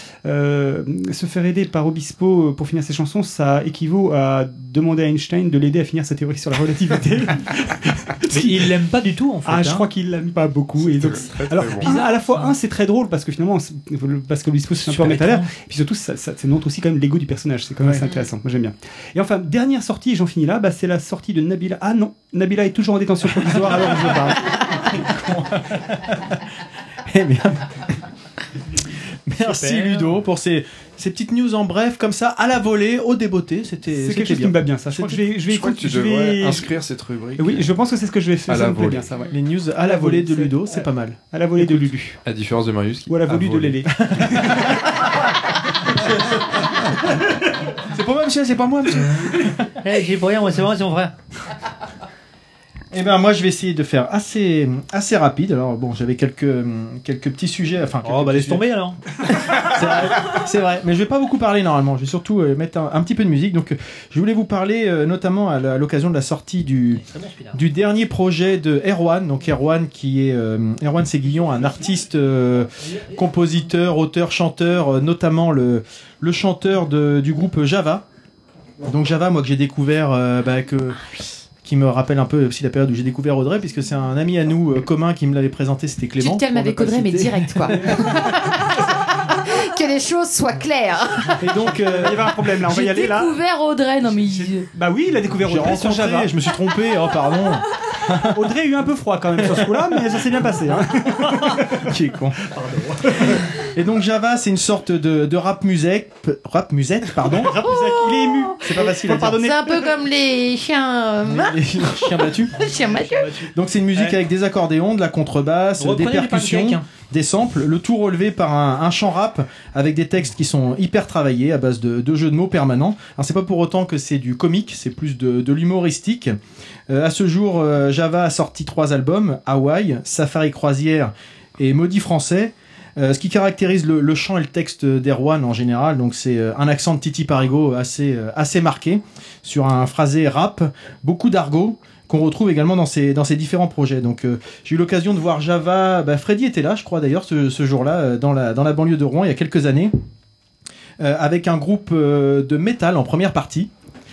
Speaker 4: se faire aider par Obispo pour finir ses chansons, ça équivaut à demander à Einstein de l'aider à finir sa théorie sur la relativité.
Speaker 1: Mais il l'aime pas du tout en fait.
Speaker 4: Ah, je crois qu'il l'aime pas beaucoup. Et donc, alors,
Speaker 2: bon.
Speaker 4: à la fois, c'est très drôle parce que finalement, Pascal Obispo, c'est un peu un métalaire. Et puis surtout, ça montre aussi quand même l'ego du personnage. C'est quand même assez intéressant. Moi, j'aime bien. Et enfin, dernière sortie, et j'en finis là, c'est la sortie de Nabila. Ah non, Nabila est toujours en détention provisoire, alors je parle. Eh bien.
Speaker 5: Merci
Speaker 1: Super.
Speaker 5: Ludo pour ces petites news en bref comme ça à la volée au débeauté.
Speaker 4: C'est quelque chose qui me va bien, ça. Je crois que je vais
Speaker 2: Je crois que tu devrais inscrire cette rubrique.
Speaker 4: Oui, je pense que c'est ce que je vais faire.
Speaker 2: À
Speaker 4: Ça
Speaker 2: la
Speaker 4: me plaît
Speaker 2: volée.
Speaker 4: bien, ça, ouais.
Speaker 5: Les news à la volée de Ludo, c'est pas mal.
Speaker 4: À la volée de Lulu.
Speaker 2: À différence de Marius qui
Speaker 4: Ou à la
Speaker 2: a
Speaker 4: volée de
Speaker 2: volé.
Speaker 4: Lélé.
Speaker 5: C'est pas moi, monsieur, c'est pas moi, monsieur.
Speaker 1: J'ai pour rien, moi c'est vraiment son frère.
Speaker 5: Eh ben moi je vais essayer de faire assez rapide. Alors bon, j'avais quelques petits sujets. Enfin,
Speaker 1: Oh bah
Speaker 5: quelques
Speaker 1: laisse
Speaker 5: petits
Speaker 1: tomber alors.
Speaker 5: C'est vrai, mais je vais pas beaucoup parler normalement. Je vais surtout mettre un petit peu de musique. Donc, je voulais vous parler notamment à l'occasion de la sortie du dernier projet de Erwan. Donc Erwan qui est Erwan Séguillon, un artiste, compositeur, auteur, chanteur, notamment le chanteur du groupe Java. Donc Java, moi que j'ai découvert, qui me rappelle un peu aussi la période où j'ai découvert Audrey, puisque c'est un ami à nous commun qui me l'avait présenté, c'était Clément.
Speaker 8: Tu te calmes avec Audrey, mais direct, quoi. Que les choses soient claires.
Speaker 4: Et donc, il y avait un problème là, on va y aller là.
Speaker 8: J'ai découvert Audrey, non mais...
Speaker 4: Bah oui, il a découvert
Speaker 5: J'ai
Speaker 4: Audrey sur
Speaker 5: rencontré,
Speaker 4: Java.
Speaker 5: je me suis trompé, oh pardon.
Speaker 4: Audrey a eu un peu froid quand même sur ce coup-là, mais ça s'est bien passé. Hein.
Speaker 5: Qui est con. Et donc Java, c'est une sorte de rap musette, pardon.
Speaker 4: Il est ému.
Speaker 5: C'est pas facile à dire.
Speaker 4: Pardonner.
Speaker 3: C'est un peu comme les chiens...
Speaker 5: Les chiens battus.
Speaker 3: Les chiens Mathieu.
Speaker 5: Donc c'est une musique avec des accordéons, de la contrebasse, des
Speaker 1: Reprenez les
Speaker 5: percussions,
Speaker 1: pancakes, hein.
Speaker 5: des samples, le tout relevé par un chant rap avec des textes qui sont hyper travaillés à base de jeux de mots permanents. Alors c'est pas pour autant que c'est du comique, c'est plus de l'humoristique. À ce jour, Java a sorti 3 albums, Hawaii, Safari Croisière et Maudit français. Ce qui caractérise le chant et le texte d'Erwan en général, donc c'est un accent de Titi Parigo assez marqué, sur un phrasé rap, beaucoup d'argot, qu'on retrouve également dans ses différents projets. Donc j'ai eu l'occasion de voir Java, Freddy était là, je crois d'ailleurs, ce jour-là, dans la banlieue de Rouen, il y a quelques années, avec un groupe de métal en première partie.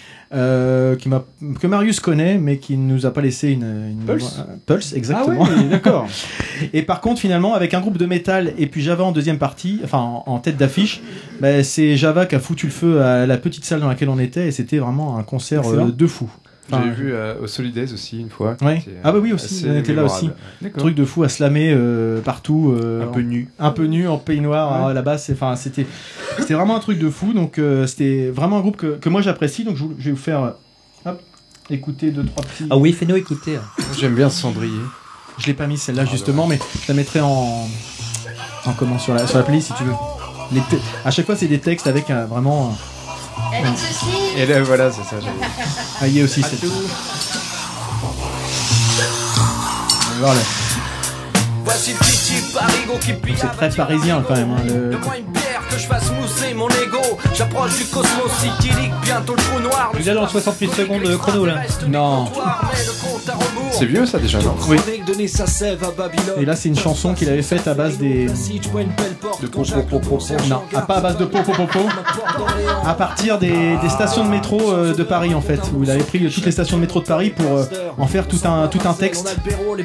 Speaker 5: Que Marius connaît, mais qui ne nous a pas laissé une Pulse, exactement.
Speaker 4: Ah ouais, d'accord.
Speaker 5: Et par contre, finalement, avec un groupe de métal et puis Java en deuxième partie, enfin en tête d'affiche, c'est Java qui a foutu le feu à la petite salle dans laquelle on était, et c'était vraiment un concert de fou.
Speaker 2: J'ai vu au Solidays aussi une fois.
Speaker 5: Ouais. Oui aussi, on était là aussi. Truc de fou à slammer partout. Un peu nu en peignoir. Ouais. Là-bas, c'était vraiment un truc de fou. Donc c'était vraiment un groupe que moi j'apprécie. Donc je vais vous faire écouter 2-3 petits.
Speaker 1: Ah oui, fais-nous écouter.
Speaker 2: J'aime bien Cendrier.
Speaker 5: Je l'ai pas mis celle-là justement, mais je la mettrai en comment sur la playlist si tu veux. À chaque fois, c'est des textes avec vraiment.
Speaker 2: Et là, voilà, c'est ça.
Speaker 5: Ah, il y a aussi cette. Voilà. C'est très parisien quand même.
Speaker 10: Que je fasse mousser mon ego, j'approche du cosmos idyllique, bientôt le trou noir.
Speaker 1: Vous êtes dans 68 secondes chrono là.
Speaker 5: Non.
Speaker 2: C'est vieux ça déjà, non?
Speaker 5: Oui. Et là c'est une chanson qu'il avait faite à base des.
Speaker 2: De popo.
Speaker 5: Non, pas à base de popo. À partir des stations de métro de Paris en fait, où il avait pris toutes les stations de métro de Paris pour en faire tout un texte.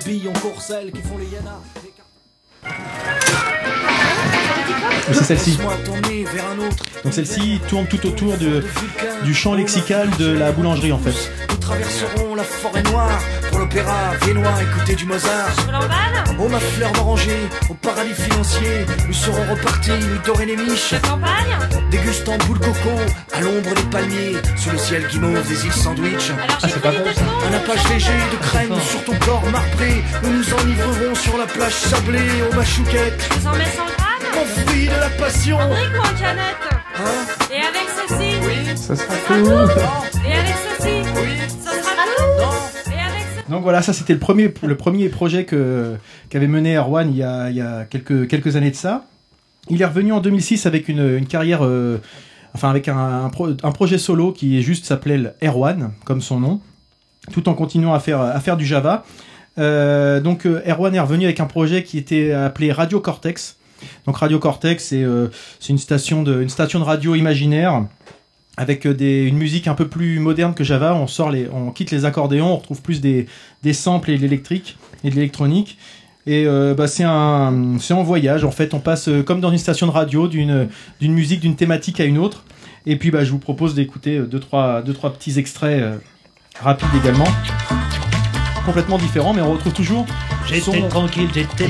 Speaker 5: C'est celle-ci. Donc celle-ci tourne tout autour du champ lexical de la boulangerie en fait.
Speaker 10: Nous traverserons la forêt noire pour l'opéra viennois, écouter du Mozart. Oh ma fleur d'oranger, au paradis financier, nous serons repartis, nous dorer les miches.
Speaker 7: La campagne.
Speaker 10: Dégustant boule coco, à l'ombre des palmiers, sous le ciel guimauve des îles sandwich.
Speaker 1: C'est pas bon ça.
Speaker 10: Un nappage léger de crème sur ton corps marbré, nous nous enivrerons sur la plage sablée, oh ma chouquette.
Speaker 7: Je vous en mets 100 grammes.
Speaker 10: Mon fruit de la passion.
Speaker 7: Un brick ou en canette.
Speaker 10: Hein?
Speaker 7: Et avec ceci.
Speaker 10: Oui.
Speaker 2: Ça sera
Speaker 7: tout. Et avec ceci.
Speaker 10: Oui.
Speaker 7: Ça sera tout.
Speaker 10: Non.
Speaker 7: Et avec ceci.
Speaker 5: Donc voilà, ça c'était le premier projet qu'avait mené Erwan il y a quelques années de ça. Il est revenu en 2006 avec une carrière, avec un projet solo qui juste s'appelait Erwan, comme son nom, tout en continuant à faire du Java. Donc Erwan est revenu avec un projet qui était appelé Radio Cortex. Donc Radio Cortex, c'est une station de radio imaginaire avec une musique un peu plus moderne que Java. On quitte les accordéons, on retrouve plus des samples et de l'électrique et de l'électronique. Et c'est en voyage en fait. On passe comme dans une station de radio d'une musique, d'une thématique à une autre. Et puis je vous propose d'écouter deux trois petits extraits rapides également. Complètement différents, mais on retrouve toujours.
Speaker 1: J'étais tranquille, j'étais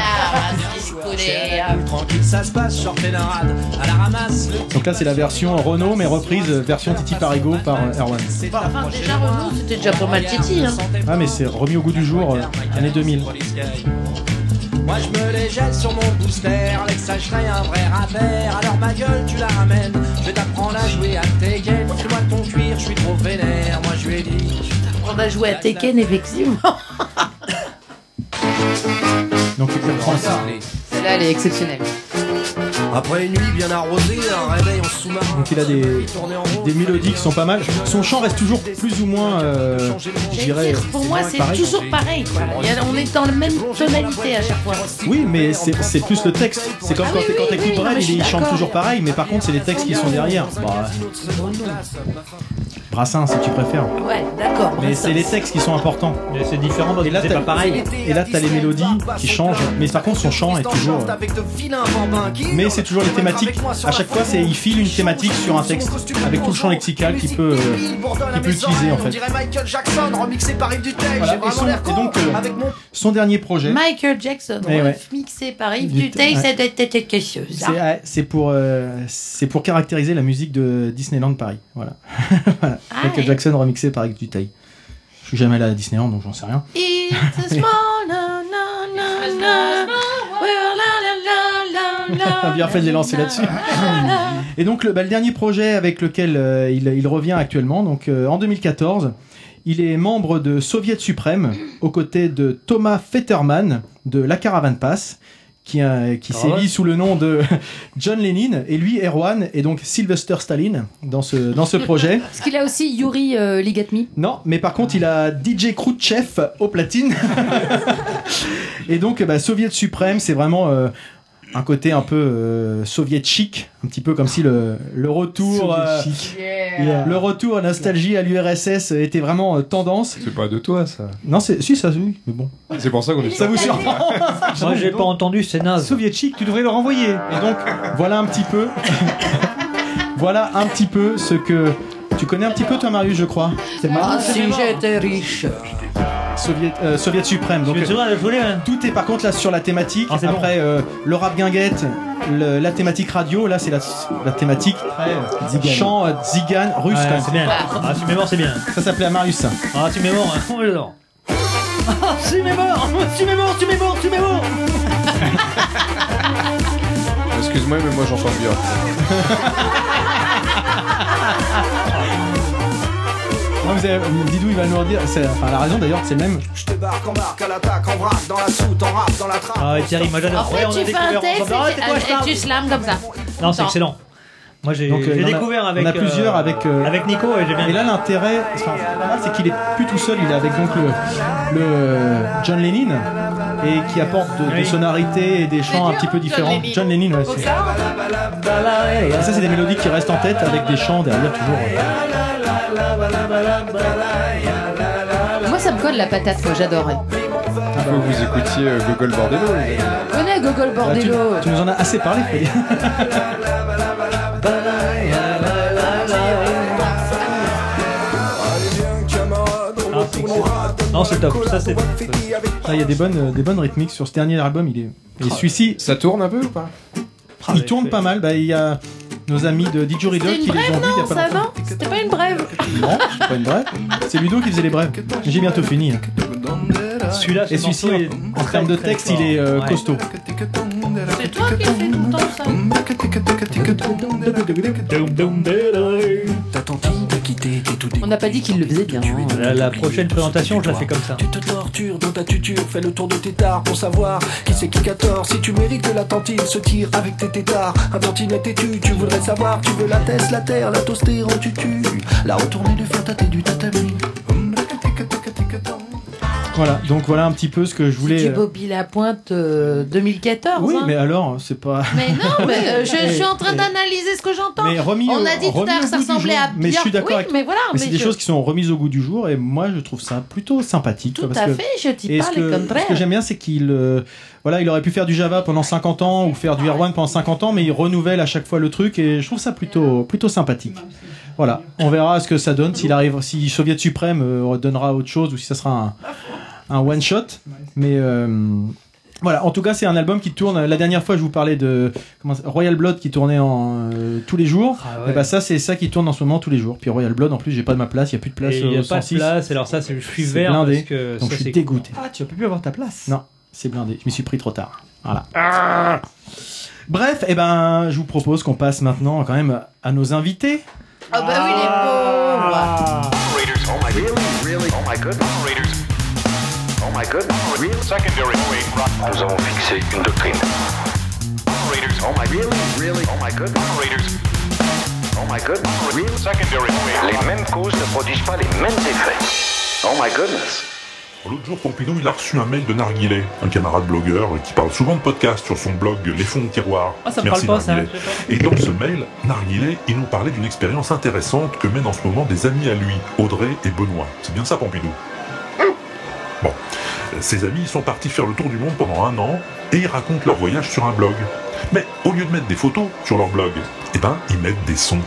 Speaker 10: tranquille, ça se passe, sortez d'un rad, à la ramasse.
Speaker 5: Donc là c'est la version Renault, mais reprise version Titi Parigo par Erwan.
Speaker 3: Enfin déjà Renault, c'était déjà pas mal Titi. Hein.
Speaker 5: Ah mais c'est remis au goût du jour, année 2000.
Speaker 10: Moi je me les jette sur mon booster, Alexa je serai un vrai rappeur. Alors ma gueule tu la ramènes, je vais t'apprendre à jouer à Tekken. Fais-moi de ton cuir, je suis trop vénère. Moi je lui ai dit, je vais
Speaker 3: t'apprendre à jouer à Tekken effectivement.
Speaker 5: Donc il reprend ça.
Speaker 8: Celle-là elle est exceptionnelle.
Speaker 10: Après une nuit bien arrosée, un réveil en sous-marin.
Speaker 5: Donc il a des mélodies qui sont pas mal. Son chant reste toujours plus ou moins, je dirais.
Speaker 3: Pour moi c'est toujours pareil. Quoi. On est dans la même tonalité à chaque fois.
Speaker 5: Oui, mais c'est plus le texte. C'est comme quand t'écoutes Brel, il chante toujours pareil, mais par contre c'est les textes qui sont derrière. Brassens si tu préfères.
Speaker 3: Ouais, d'accord.
Speaker 5: Mais c'est les textes qui sont importants.
Speaker 1: Mais c'est différent parce que c'est pas pareil.
Speaker 5: Et là t'as les mélodies qui changent, mais par contre son chant est toujours. Mais c'est toujours les thématiques. À chaque fois, il file une thématique sur un texte avec tout le champ lexical qu'il peut utiliser en fait. Voilà. Et donc son dernier projet.
Speaker 3: Michael Jackson, mixé par Yves Duteil, c'était quelque chose.
Speaker 5: C'est pour caractériser la musique de Disneyland Paris. Voilà. Voilà. Michael Jackson remixé par Yves Duteil. Je suis jamais allé à Disneyland donc j'en sais rien.
Speaker 3: It's a small
Speaker 5: bien fait de les lancer là-dessus. Et donc le dernier projet avec lequel il revient actuellement, donc en 2014, Il est membre de Soviet Suprême aux côtés de Thomas Fetterman de La Caravan Pass, qui sévit sous le nom de John Lennon, et lui, Erwan, est donc Sylvester Stalin dans ce projet.
Speaker 11: Est-ce qu'il a aussi Yuri Ligatmi?
Speaker 5: Non, mais par contre, il a DJ Khrouchtchev au platine. Et donc, Soviet Suprême, c'est vraiment un côté un peu soviet chic, un petit peu comme si le retour le retour à nostalgie à l'URSS était vraiment tendance.
Speaker 2: C'est pas de toi ça.
Speaker 5: Non, si ça oui, mais bon.
Speaker 2: C'est pour ça qu'on est.
Speaker 5: Ça vous surprend?
Speaker 1: Moi j'ai pas entendu, c'est naze.
Speaker 4: Soviet chic, tu devrais le renvoyer.
Speaker 5: Et donc voilà un petit peu voilà un petit peu ce que tu connais un petit peu toi Marius, je crois.
Speaker 3: C'est marrant. Si j'étais riche.
Speaker 5: Soviet Suprême. Donc tout est par contre là sur la thématique. Après le rap guinguette, la thématique radio, là c'est la thématique chant tzigan russe.
Speaker 1: Ouais, c'est bien. Ah, tu m'es mort, c'est bien.
Speaker 5: Ça s'appelait à Marius ça.
Speaker 1: Ah, tu m'es mort, hein. Oh, j'adore. Ah, tu m'es mort, tu m'es mort, tu m'es mort, tu m'es mort.
Speaker 2: Excuse-moi, mais moi j'entends bien.
Speaker 5: Didou il va nous redire, la raison d'ailleurs c'est le même.
Speaker 10: Je débarque, embarque à l'attaque, en vrac, dans la soute, en rap, dans la trappe.
Speaker 1: Ah, Thierry, moi j'adore.
Speaker 3: En fait, tu fais un texte et tu slams comme ça.
Speaker 1: Non, c'est excellent. Moi j'ai découvert avec.
Speaker 5: On a plusieurs avec
Speaker 1: Nico et j'ai bien.
Speaker 5: Et là l'intérêt, pas mal, c'est qu'il est plus tout seul, il est avec donc le John Lennon et qui apporte des sonorités et des chants un petit peu différents. John Lennon, ouais. Ça c'est des mélodies qui restent en tête avec des chants derrière toujours.
Speaker 11: Moi ça me colle la patate, moi j'adorais.
Speaker 2: Il faut que vous écoutiez Gogol Bordello.
Speaker 11: Je connais Gogol Bordello.
Speaker 5: Tu nous en as assez parlé, Freddy.
Speaker 1: Non, c'est top. Ça, c'est.
Speaker 5: Il y a des bonnes rythmiques sur ce dernier album. Et celui-ci,
Speaker 2: ça tourne un peu ou pas?
Speaker 5: Il tourne pas mal. Il y a nos amis de Didgeridoo qui les ont vus il y a pas longtemps.
Speaker 3: C'était pas une brève.
Speaker 5: Non, c'est pas une brève. C'est Ludo qui faisait les brèves. J'ai bientôt fini.
Speaker 1: Celui-là,
Speaker 5: et celui-ci, en termes de texte, il est costaud.
Speaker 3: C'est toi qui fais tout le temps ça. On n'a pas dit qu'il le faisait bien.
Speaker 1: La prochaine présentation, je la fais comme ça.
Speaker 10: Tu te tortures dans ta tuture, fais le tour de tes tares pour savoir qui c'est qui a tort. Si tu mérites que la tantine se tire avec tes tétards, un tantinet têtu, tu voudrais savoir, tu veux la teste, la terre, la toaster en tutu, la retourner du faire tâter du tatami.
Speaker 5: Voilà, donc voilà un petit peu ce que je voulais.
Speaker 3: Du Bobby Lapointe 2014.
Speaker 5: Oui,
Speaker 3: hein.
Speaker 5: mais alors, c'est pas.
Speaker 3: Mais non, mais je suis en train d'analyser ce que j'entends.
Speaker 5: Mais
Speaker 3: on a dit tout à l'heure que ça ressemblait à.
Speaker 5: Mais je suis d'accord.
Speaker 3: Oui, mais voilà.
Speaker 5: Mais c'est des choses qui sont remises au goût du jour et moi je trouve ça plutôt sympathique.
Speaker 3: Tout à fait, je dis pas le contraire.
Speaker 5: Ce que j'aime bien, c'est qu'il il aurait pu faire du Java pendant 50 ans ou faire du Erwan pendant 50 ans, mais il renouvelle à chaque fois le truc et je trouve ça plutôt sympathique. Voilà, on verra ce que ça donne, si Soviet Suprême donnera autre chose ou si ça sera un one shot, mais voilà, en tout cas c'est un album qui tourne. La dernière fois je vous parlais de Royal Blood qui tournait tous les jours. Et ça c'est ça qui tourne en ce moment tous les jours. Puis Royal Blood en plus j'ai pas de ma place, il y a plus de place.
Speaker 1: Il y a pas de place, alors ça je suis vert
Speaker 5: blindé,
Speaker 1: parce que
Speaker 5: donc
Speaker 1: ça,
Speaker 5: je suis dégoûté.
Speaker 4: Ah, tu vas plus avoir ta place.
Speaker 5: Non, c'est blindé, je m'y suis pris trop tard. Voilà. Bref, je vous propose qu'on passe maintenant quand même à nos invités.
Speaker 3: Ah bah oui, les pauvres.
Speaker 9: Nous avons fixé une doctrine. Les mêmes causes ne produisent pas les mêmes effets. Oh my goodness.
Speaker 12: L'autre jour, Pompidou, il a reçu un mail de Narguilé, un camarade blogueur qui parle souvent de podcasts sur son blog Les Fonds de Tiroir.
Speaker 1: Ah, ça me parle pas,
Speaker 12: Narguilé.
Speaker 1: ça.
Speaker 12: Et dans ce mail, Narguilé, il nous parlait d'une expérience intéressante que mènent en ce moment des amis à lui, Audrey et Benoît. C'est bien ça, Pompidou? Bon. Ces amis, ils sont partis faire le tour du monde pendant 1 an et ils racontent leur voyage sur un blog. Mais au lieu de mettre des photos sur leur blog, ils mettent des sons.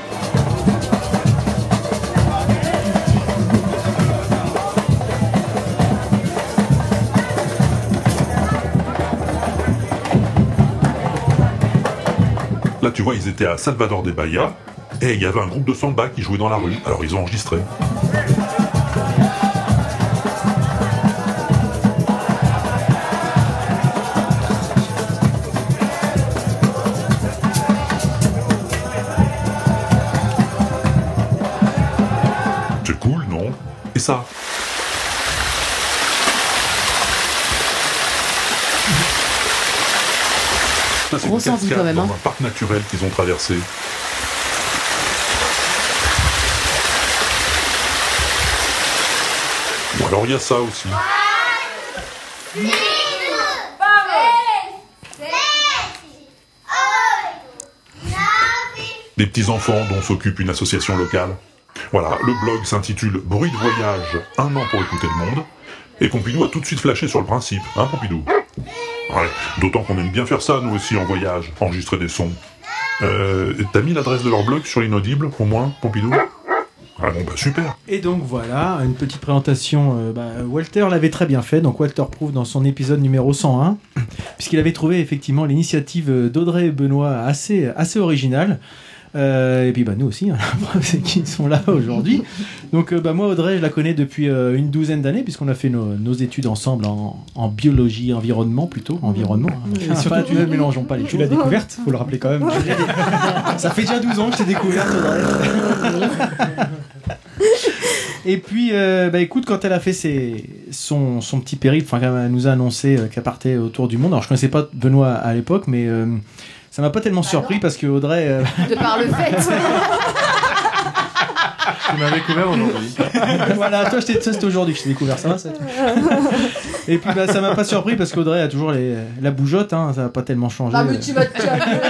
Speaker 12: Là, tu vois, ils étaient à Salvador de Bahia, et il y avait un groupe de samba qui jouait dans la rue. Alors, ils ont enregistré. C'est cool, non? Et ça, Ça, c'est une
Speaker 11: Grosse envie,
Speaker 12: cascade
Speaker 11: quand même,
Speaker 12: dans
Speaker 11: hein.
Speaker 12: un parc naturel qu'ils ont traversé. Bon, alors il y a ça aussi. Des petits-enfants dont s'occupe une association locale. Voilà, le blog s'intitule Bruit de voyage, 1 an pour écouter le monde. Et Pompidou a tout de suite flashé sur le principe, hein Pompidou? Ouais, d'autant qu'on aime bien faire ça, nous aussi, en voyage, enregistrer des sons. T'as mis l'adresse de leur blog sur l'inaudible, au moins, Pompidou? Ah bon, bah super.
Speaker 5: Et donc voilà, une petite présentation. Walter l'avait très bien fait. Donc Walter prouve dans son épisode numéro 101, puisqu'il avait trouvé effectivement l'initiative d'Audrey et Benoît assez originale. Et puis nous aussi, hein, la preuve c'est qu'ils sont là aujourd'hui. Donc moi Audrey je la connais depuis une douzaine d'années puisqu'on a fait nos études ensemble en biologie, environnement plutôt, environnement.
Speaker 4: Et surtout,
Speaker 5: Ne mélangeons pas les choses.
Speaker 4: Tu l'as découverte, faut le rappeler quand même.
Speaker 5: Ça fait déjà 12 ans que je t'ai découverte Audrey. Et puis écoute, quand elle a fait son petit périple, enfin quand elle nous a annoncé qu'elle partait autour du monde. Alors je connaissais pas Benoît à l'époque, mais ça m'a pas tellement surpris parce que Audrey.
Speaker 11: De par le fait.
Speaker 2: Tu m'as découvert aujourd'hui.
Speaker 5: Voilà, toi c'est aujourd'hui que je t'ai découvert ça. Et puis ça m'a pas surpris parce qu'Audrey a toujours la bougeotte, hein, ça va pas tellement changer.
Speaker 8: Ah, mais tu vas te calmer.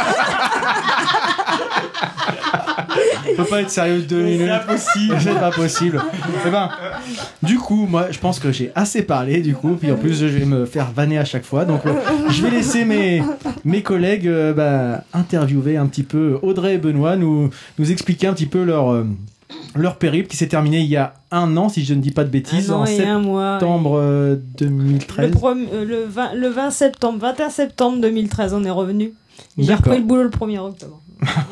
Speaker 5: On peut pas être sérieux 2 minutes. C'est impossible. C'est pas possible. Eh ben, du coup, moi, je pense que j'ai assez parlé, du coup. Puis en plus, je vais me faire vanner à chaque fois. Donc, je vais laisser mes collègues interviewer un petit peu Audrey et Benoît, nous expliquer un petit peu leur périple qui s'est terminé il y a 1 an, si je ne dis pas de bêtises, en septembre 2013.
Speaker 13: Le 21 septembre 2013, on est revenu. J'ai repris le boulot le 1er octobre.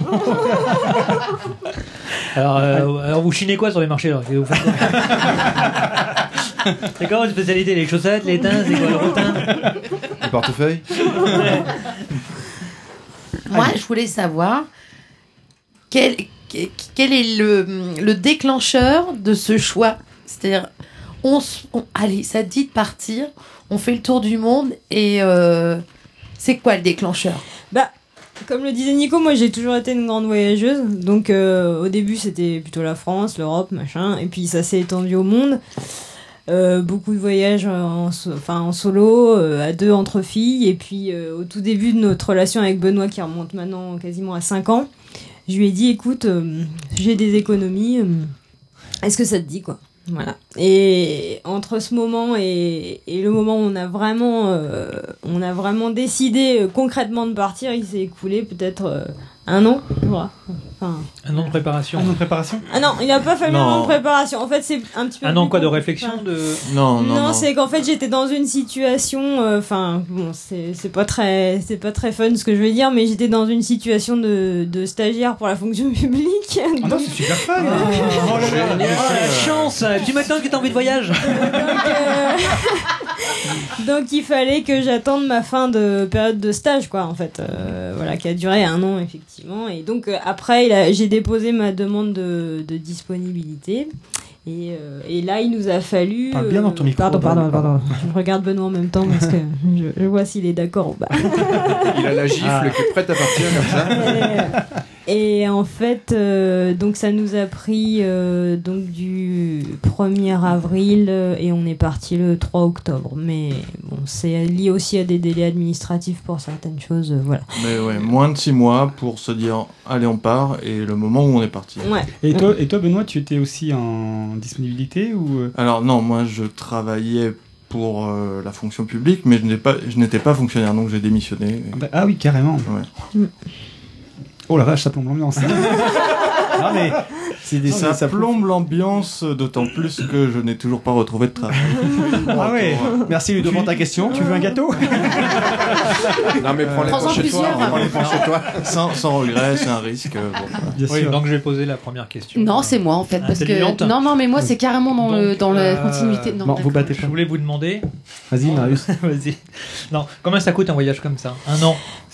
Speaker 1: Alors vous chinez quoi sur les marchés là? Vous faites quoi? C'est quoi votre spécialité? Les chaussettes, les teints, c'est quoi le rotin?
Speaker 2: Le portefeuille?
Speaker 3: Moi, je voulais savoir quel est le déclencheur de ce choix. C'est-à-dire, allez, ça te dit de partir, on fait le tour du monde et c'est quoi le déclencheur?
Speaker 13: Comme le disait Nico, moi j'ai toujours été une grande voyageuse. Donc au début c'était plutôt la France, l'Europe, machin. Et puis ça s'est étendu au monde. Beaucoup de voyages en solo, à 2 entre filles. Et puis au tout début de notre relation avec Benoît, qui remonte maintenant quasiment à 5 ans, je lui ai dit écoute, j'ai des économies, est-ce que ça te dit quoi? Voilà. Et entre ce moment et le moment où on a vraiment décidé concrètement de partir, il s'est écoulé peut-être 1 an. Voilà. Enfin,
Speaker 1: 1 an de préparation.
Speaker 4: 1 an de préparation?
Speaker 13: Ah non, il n'a pas fallu 1 an de préparation. En fait, c'est un petit peu.
Speaker 1: 1 an quoi de réflexion de.
Speaker 13: Non, c'est qu'en fait j'étais dans une situation. C'est pas très fun ce que je vais dire, mais j'étais dans une situation de stagiaire pour la fonction publique.
Speaker 4: Ah non, c'est super fun.
Speaker 1: La chance. Tu m'attends que t'as envie de voyage.
Speaker 13: Donc il fallait que j'attende ma fin de période de stage, quoi, en fait. Voilà, qui a duré 1 an effectivement. Et donc après, j'ai déposé ma demande de disponibilité. Et là, il nous a fallu.
Speaker 5: Parle bien dans ton micro.
Speaker 13: Pardon. Je regarde Benoît en même temps parce que je vois s'il est d'accord ou pas.
Speaker 2: Il a la gifle qui est prête à partir comme ça.
Speaker 13: Et en fait, donc ça nous a pris donc du 1er avril et on est parti le 3 octobre. Mais bon, c'est lié aussi à des délais administratifs pour certaines choses, voilà.
Speaker 14: Mais ouais, moins de 6 mois pour se dire allez on part et le moment où on est parti.
Speaker 13: Ouais.
Speaker 4: Et toi Benoît, tu étais aussi en disponibilité ou
Speaker 14: Alors non, moi je travaillais pour la fonction publique, mais je n'étais pas fonctionnaire, donc j'ai démissionné.
Speaker 4: Ah oui, carrément.
Speaker 14: Ouais.
Speaker 4: Oh la vache, ça plombe l'ambiance.
Speaker 5: Non mais
Speaker 14: ça plombe l'ambiance, d'autant plus que je n'ai toujours pas retrouvé de travail.
Speaker 5: Ah ouais. Merci Ludo pour ta question. Tu veux un gâteau?
Speaker 2: Non mais prends-les pour chez toi.
Speaker 14: Sans regret, c'est un risque.
Speaker 1: Bien sûr. Donc je vais poser la première question.
Speaker 11: Non, c'est moi en fait, parce que non, mais moi c'est carrément dans la continuité. Non,
Speaker 5: vous battez pas.
Speaker 1: Je voulais vous demander.
Speaker 5: Vas-y Marius.
Speaker 1: Vas-y. Non, combien ça coûte un voyage comme ça? 1 an.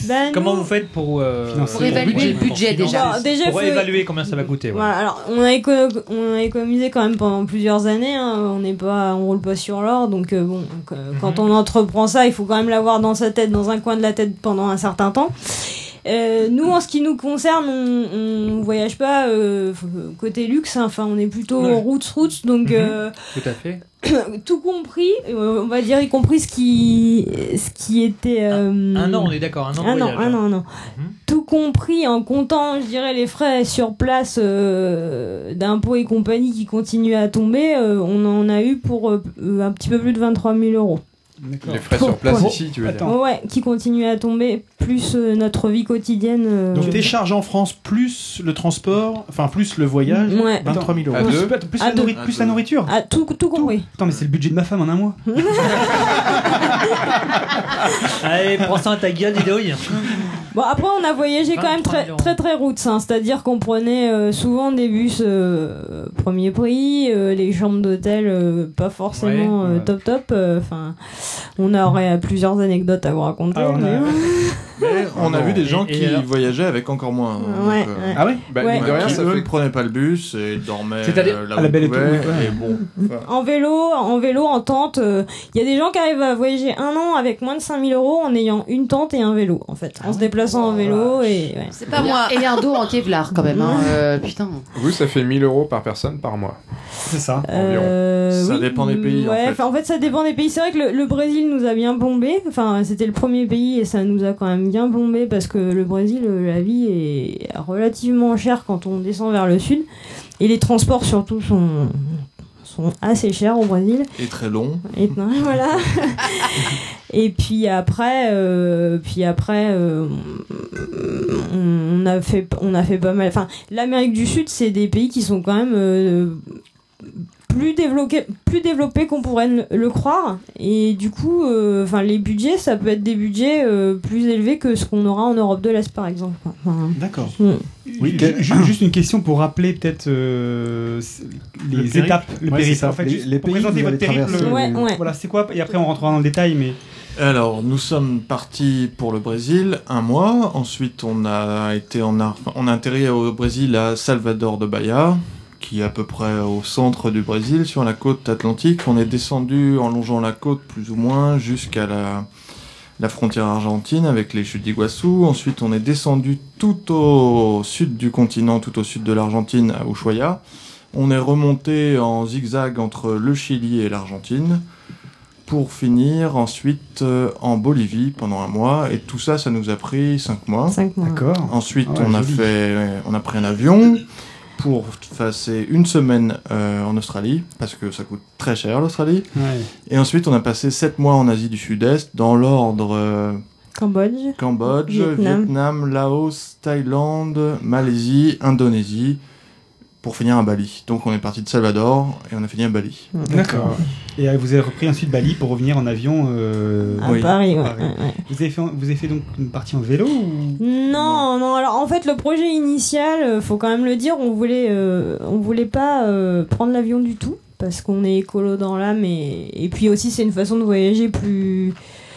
Speaker 13: Ben,
Speaker 1: Comment
Speaker 13: nous-
Speaker 1: vous faites pour
Speaker 3: Pour évaluer le budget déjà.
Speaker 13: Bon, déjà,
Speaker 1: Pour
Speaker 13: faut-
Speaker 1: évaluer combien ça va coûter. Ouais.
Speaker 13: Voilà, alors on a économisé quand même pendant plusieurs années. Hein. On roule pas sur l'or, donc quand on entreprend ça, il faut quand même l'avoir dans sa tête, dans un coin de la tête pendant un certain temps. Nous, en ce qui nous concerne, on voyage pas côté luxe. Hein. Enfin, on est plutôt roots, donc
Speaker 1: Tout à fait.
Speaker 13: tout compris, on va dire y compris ce qui était
Speaker 1: Un an, on est d'accord. Un an de voyage.
Speaker 13: un an. Tout compris en comptant, je dirais, les frais sur place d'impôts et compagnie qui continuent à tomber, on en a eu pour un petit peu plus de 23 000 euros.
Speaker 2: Les frais sur place ici, tu veux dire.
Speaker 13: Ouais, qui continuent à tomber, plus notre vie quotidienne.
Speaker 5: Donc tes charges en France plus le transport, enfin plus le voyage,
Speaker 13: Ouais.
Speaker 5: 23 000 euros.
Speaker 2: À deux.
Speaker 4: Plus la nourriture.
Speaker 13: Ah, tout compris.
Speaker 4: Attends, mais c'est le budget de ma femme en un mois.
Speaker 1: Allez, prends ça à ta gueule, Didouille.
Speaker 13: Bon, après, on a voyagé quand même très roots, hein, c'est-à-dire qu'on prenait souvent des bus premier prix, les chambres d'hôtel pas forcément top. Enfin, on aurait plusieurs anecdotes à vous raconter.
Speaker 14: Mais on a vu des gens qui
Speaker 13: alors
Speaker 14: voyageaient avec encore moins.
Speaker 13: Ouais.
Speaker 4: Ah ouais
Speaker 2: Bah, mine de rien,
Speaker 14: qui,
Speaker 2: ça
Speaker 14: eux,
Speaker 2: fait
Speaker 14: ne prenaient pas le bus et dormaient
Speaker 1: C'est-à-dire
Speaker 14: là
Speaker 4: à
Speaker 14: où
Speaker 4: la
Speaker 14: ils
Speaker 4: belle
Speaker 14: pouvaient.
Speaker 4: étoile, ouais.
Speaker 14: Et bon,
Speaker 13: En vélo, en tente, il y a des gens qui arrivent à voyager un an avec moins de 5 000 euros en ayant une tente et un vélo, en fait. En se déplaçant en vélo et... Ouais.
Speaker 3: C'est pas moi. Et un dos en Kevlar quand même. Hein. Putain.
Speaker 2: Vous, ça fait 1 000 euros par personne par mois.
Speaker 4: C'est ça.
Speaker 14: Ça dépend des pays,
Speaker 13: Ouais,
Speaker 14: en fait.
Speaker 13: en fait, ça dépend des pays. C'est vrai que le Brésil nous a bien plombé. Enfin, c'était le premier pays et ça nous a quand même bien plombé parce que le Brésil, la vie est relativement chère quand on descend vers le sud. Et les transports, surtout, sont assez chers au Brésil.
Speaker 14: Et très long.
Speaker 13: Et voilà. Et puis après, on a fait pas mal. Enfin, l'Amérique du Sud, c'est des pays qui sont quand même plus développés qu'on pourrait le croire. Et du coup, enfin, les budgets, ça peut être des budgets plus élevés que ce qu'on aura en Europe de l'Est, par exemple. Enfin,
Speaker 5: D'accord.
Speaker 4: Oui, juste une question pour rappeler peut-être les étapes, le
Speaker 6: Ouais,
Speaker 4: périple.
Speaker 6: c'est ça.
Speaker 4: En fait, juste
Speaker 6: Les
Speaker 4: pour
Speaker 6: pays que
Speaker 4: présenter
Speaker 6: vous
Speaker 4: votre
Speaker 6: allez
Speaker 4: périple.
Speaker 6: traverser.
Speaker 4: Voilà, c'est quoi? Et après, on rentrera dans le détail, mais.
Speaker 14: Alors, nous sommes partis pour le Brésil un mois. Ensuite, on a atterri au Brésil à Salvador de Bahia, qui est à peu près au centre du Brésil, sur la côte atlantique. On est descendu en longeant la côte, plus ou moins, jusqu'à la frontière argentine avec les chutes d'Iguassou. Ensuite, on est descendu tout au sud du continent, tout au sud de l'Argentine, à Ushuaia. On est remonté en zigzag entre le Chili et l'Argentine, pour finir ensuite en Bolivie pendant un mois. Et tout ça, ça nous a pris 5 mois.
Speaker 13: 5 mois.
Speaker 4: D'accord.
Speaker 14: Ensuite,
Speaker 4: Ah ouais,
Speaker 14: on a pris un avion pour passer une semaine en Australie, parce que ça coûte très cher l'Australie.
Speaker 4: Ouais.
Speaker 14: Et ensuite, on a passé 7 mois en Asie du Sud-Est, dans l'ordre
Speaker 13: Cambodge,
Speaker 14: Vietnam, Laos, Thaïlande, Malaisie, Indonésie, pour finir à Bali. Donc on est parti de Salvador et on a fini à Bali.
Speaker 4: D'accord. Et vous avez repris ensuite Bali pour revenir en avion
Speaker 13: à Paris. Ouais.
Speaker 4: Vous avez fait donc une partie en vélo ou...
Speaker 13: Non. Alors en fait, le projet initial, faut quand même le dire, on voulait pas prendre l'avion du tout parce qu'on est écolo dans l'âme et puis aussi c'est une façon de voyager plus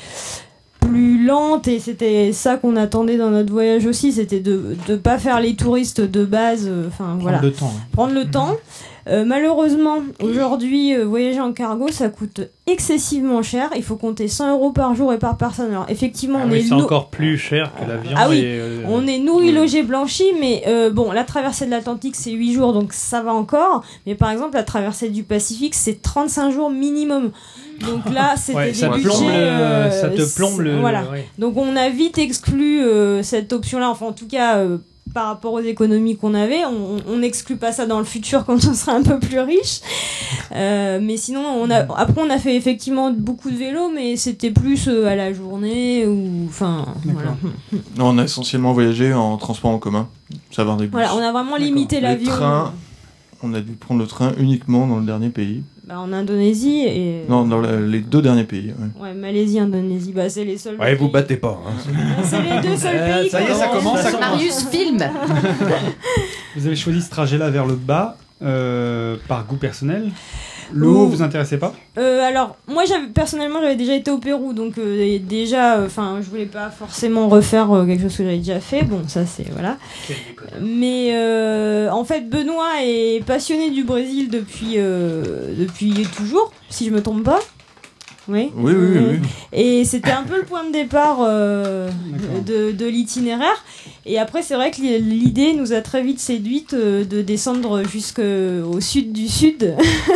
Speaker 13: lente et c'était ça qu'on attendait dans notre voyage aussi, c'était de pas faire les touristes de base, voilà, prendre le temps. Malheureusement, aujourd'hui, voyager en cargo, ça coûte excessivement cher. Il faut compter 100 € par jour et par personne. Alors effectivement,
Speaker 1: c'est encore plus cher que l'avion.
Speaker 13: Ah oui, on est nourri, logé, blanchi, mais bon, la traversée de l'Atlantique, c'est 8 jours, donc ça va encore. Mais par exemple, la traversée du Pacifique, c'est 35 jours minimum. Donc là, c'était des budgets...
Speaker 1: ça te plombe le...
Speaker 13: Voilà.
Speaker 1: Ouais.
Speaker 13: Donc on a vite exclu cette option-là. Enfin, en tout cas... par rapport aux économies qu'on avait, on n'exclut pas ça dans le futur quand on sera un peu plus riche. Mais sinon, après on a fait effectivement beaucoup de vélo, mais c'était plus à la journée ou voilà.
Speaker 14: On a essentiellement voyagé en transport en commun. Ça va des bus.
Speaker 13: Voilà, on a vraiment limité l'avion.
Speaker 14: On a dû prendre le train uniquement dans le dernier pays.
Speaker 13: En Indonésie et...
Speaker 14: Non, dans les 2 derniers pays.
Speaker 13: Ouais, Malaisie, Indonésie, c'est les seuls
Speaker 2: pays.
Speaker 13: vous
Speaker 2: battez pas.
Speaker 13: C'est les 2 seuls pays.
Speaker 4: Ça y est, ça commence.
Speaker 3: Marius filme.
Speaker 4: Vous avez choisi ce trajet-là vers le bas par goût personnel? L'eau vous intéressait pas?
Speaker 13: Alors, moi, personnellement, j'avais déjà été au Pérou, donc déjà, je voulais pas forcément refaire quelque chose que j'avais déjà fait. Bon, ça, c'est voilà. Mais en fait, Benoît est passionné du Brésil depuis toujours, si je me trompe pas. Oui. Et c'était un peu le point de départ de l'itinéraire. Et après, c'est vrai que l'idée nous a très vite séduite de descendre jusqu'au sud du sud.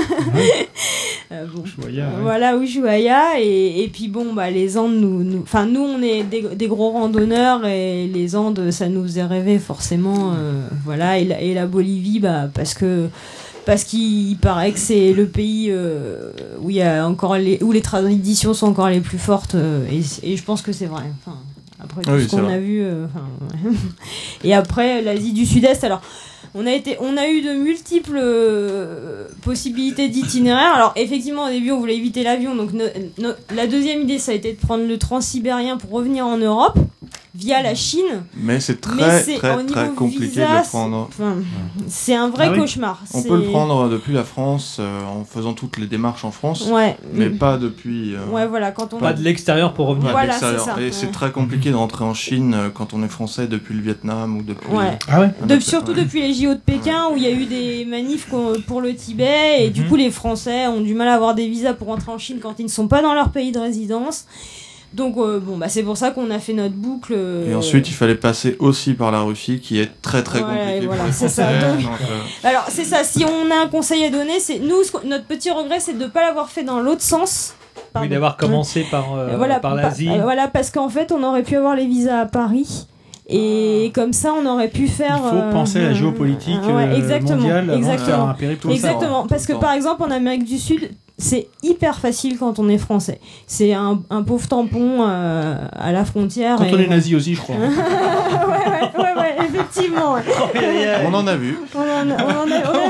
Speaker 4: Ushuaïa,
Speaker 13: voilà, Ushuaïa. Et puis bon, les Andes, nous, on est des gros randonneurs et les Andes, ça nous faisait rêver forcément. Voilà, et la Bolivie, parce qu'il paraît que c'est le pays où il y a encore où les traditions sont encore les plus fortes et je pense que c'est vrai. Après tout ce qu'on a vu. Et après l'Asie du Sud-Est. Alors on a eu de multiples possibilités d'itinéraire. Alors effectivement au début on voulait éviter l'avion. Donc la deuxième idée ça a été de prendre le transsibérien pour revenir en Europe via la Chine.
Speaker 14: Mais c'est très compliqué de le prendre.
Speaker 13: C'est un vrai cauchemar.
Speaker 14: On peut le prendre depuis la France en faisant toutes les démarches en France, mais pas depuis.
Speaker 13: Voilà,
Speaker 1: pas de l'extérieur pour revenir.
Speaker 13: Voilà, c'est ça.
Speaker 14: Et c'est très compliqué de rentrer en Chine quand on est français depuis le Vietnam ou depuis.
Speaker 13: Surtout depuis les JO de Pékin où il y a eu des manifs pour le Tibet et du coup les Français ont du mal à avoir des visas pour rentrer en Chine quand ils ne sont pas dans leur pays de résidence. Donc c'est pour ça qu'on a fait notre boucle.
Speaker 14: Et ensuite il fallait passer aussi par la Russie qui est très compliquée.
Speaker 13: Voilà, c'est ça. Alors c'est ça. Si on a un conseil à donner, c'est notre petit regret, c'est de ne pas l'avoir fait dans l'autre sens.
Speaker 1: Oui, d'avoir commencé par l'Asie.
Speaker 13: Voilà, parce qu'en fait on aurait pu avoir les visas à Paris. Et comme ça, on aurait pu faire.
Speaker 5: Il faut penser à la géopolitique mondiale avant de faire un périple comme ça.
Speaker 13: Exactement, parce que par exemple en Amérique du Sud, c'est hyper facile quand on est français. C'est un pauvre tampon à la frontière.
Speaker 5: Quand on est nazi aussi, je crois.
Speaker 13: ouais, effectivement.
Speaker 14: On en a vu.
Speaker 13: On a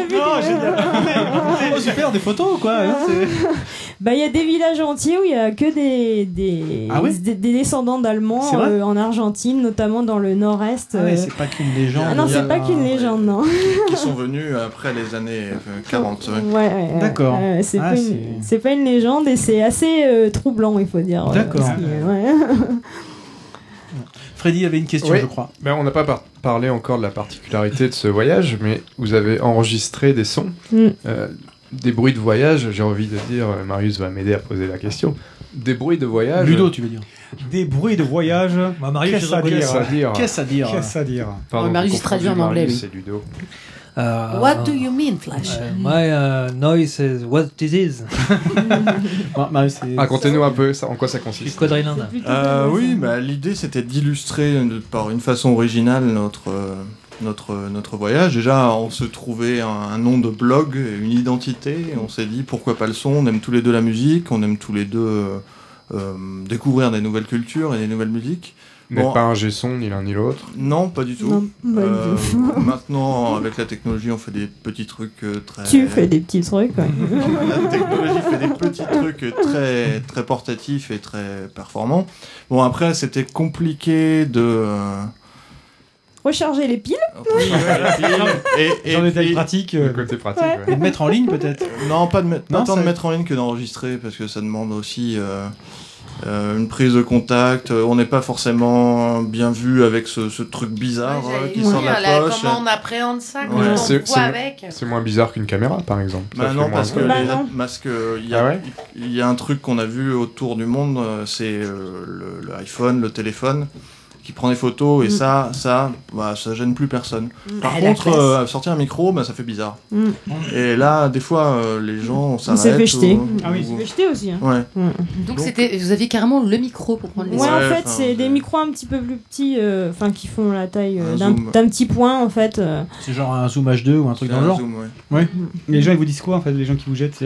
Speaker 13: vu.
Speaker 5: Super, des photos quoi.
Speaker 13: Il y a des villages entiers où il y a que des descendants d'Allemands en Argentine, notamment dans le nord-est.
Speaker 5: C'est pas qu'une légende.
Speaker 13: Ah non, c'est pas qu'une légende, non.
Speaker 14: Qui sont venus après les années 40.
Speaker 5: D'accord.
Speaker 13: C'est pas une légende et c'est assez troublant, il faut dire.
Speaker 5: D'accord. Freddy avait une question, je crois.
Speaker 2: On n'a pas parlé encore de la particularité de ce voyage, mais vous avez enregistré des sons, des bruits de voyage. J'ai envie de dire, Marius va m'aider à poser la question. Des bruits de voyage.
Speaker 5: Ludo, tu veux dire?
Speaker 4: Des bruits de voyage.
Speaker 1: Marius,
Speaker 5: qu'est-ce à dire?
Speaker 2: Pardon,
Speaker 3: Marius traduit en anglais.
Speaker 2: C'est Ludo.
Speaker 3: What do you mean, Flash?
Speaker 1: My noise is what this is.
Speaker 2: Racontez-nous un peu en quoi ça consiste.
Speaker 14: L'idée c'était d'illustrer par une façon originale notre voyage. Déjà, on se trouvait un nom de blog, une identité. Et on s'est dit pourquoi pas le son. On aime tous les deux la musique. On aime tous les deux découvrir des nouvelles cultures et des nouvelles musiques.
Speaker 2: Vous n'êtes pas un G-son, ni l'un ni l'autre?
Speaker 14: Non, pas du tout. Maintenant, avec la technologie, on fait des petits trucs très...
Speaker 13: Tu fais des petits trucs, ouais.
Speaker 14: La technologie fait des petits trucs très, très portatifs et très performants. Bon, après, c'était compliqué de...
Speaker 13: Recharger les piles.
Speaker 14: Et
Speaker 4: dans les détails pratiques.
Speaker 2: Le côté pratique,
Speaker 5: Et de mettre en ligne, peut-être?
Speaker 14: Non, pas tant de mettre en ligne que d'enregistrer, parce que ça demande aussi... une prise de contact, on n'est pas forcément bien vu avec ce truc bizarre qui sort de la poche.
Speaker 3: Comment on appréhende ça, comment on voit avec.
Speaker 2: C'est moins bizarre qu'une caméra, par exemple.
Speaker 14: Parce que il y a un truc qu'on a vu autour du monde, c'est l'iPhone, le téléphone qui prend des photos et ça gêne plus personne. Par contre, sortir un micro, ça fait bizarre. Et là, des fois, les gens s'arrêtent.
Speaker 13: On s'est fait jeter. On s'est fait jeter aussi.
Speaker 3: Donc vous aviez carrément le micro pour prendre les
Speaker 13: en fait, c'est des micros un petit peu plus petits, qui font la taille d'un petit point, en fait.
Speaker 5: C'est genre un Zoom H2 ou un truc dans le genre.
Speaker 14: Zoom,
Speaker 4: Les gens, ils vous disent quoi, en fait, les gens qui vous jettent,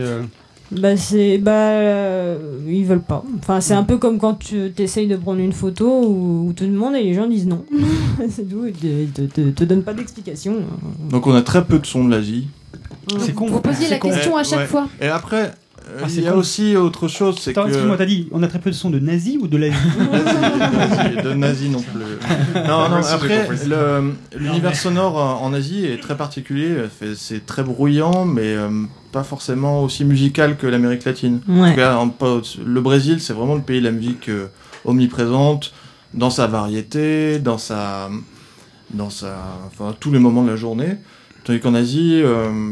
Speaker 13: ils veulent pas. Enfin, c'est un peu comme quand tu t'essayes de prendre une photo où tu demandes et les gens disent non. C'est tout, ils te donnent pas d'explication.
Speaker 14: Donc on a très peu de sons de l'Asie.
Speaker 3: C'est con. Vous posiez la question à chaque fois.
Speaker 14: Et après, Il y a aussi autre chose, c'est
Speaker 4: Attends,
Speaker 14: que...
Speaker 4: excuse-moi, t'as dit, on a très peu de sons de nazis ou de l'Asie?
Speaker 14: De nazis non plus. Non, après, l'univers sonore en Asie est très particulier, c'est très bruyant, mais pas forcément aussi musical que l'Amérique latine.
Speaker 13: Ouais.
Speaker 14: En tout cas, le Brésil, c'est vraiment le pays de la musique omniprésente, dans sa variété, dans tous les moments de la journée. Tandis qu'en Asie...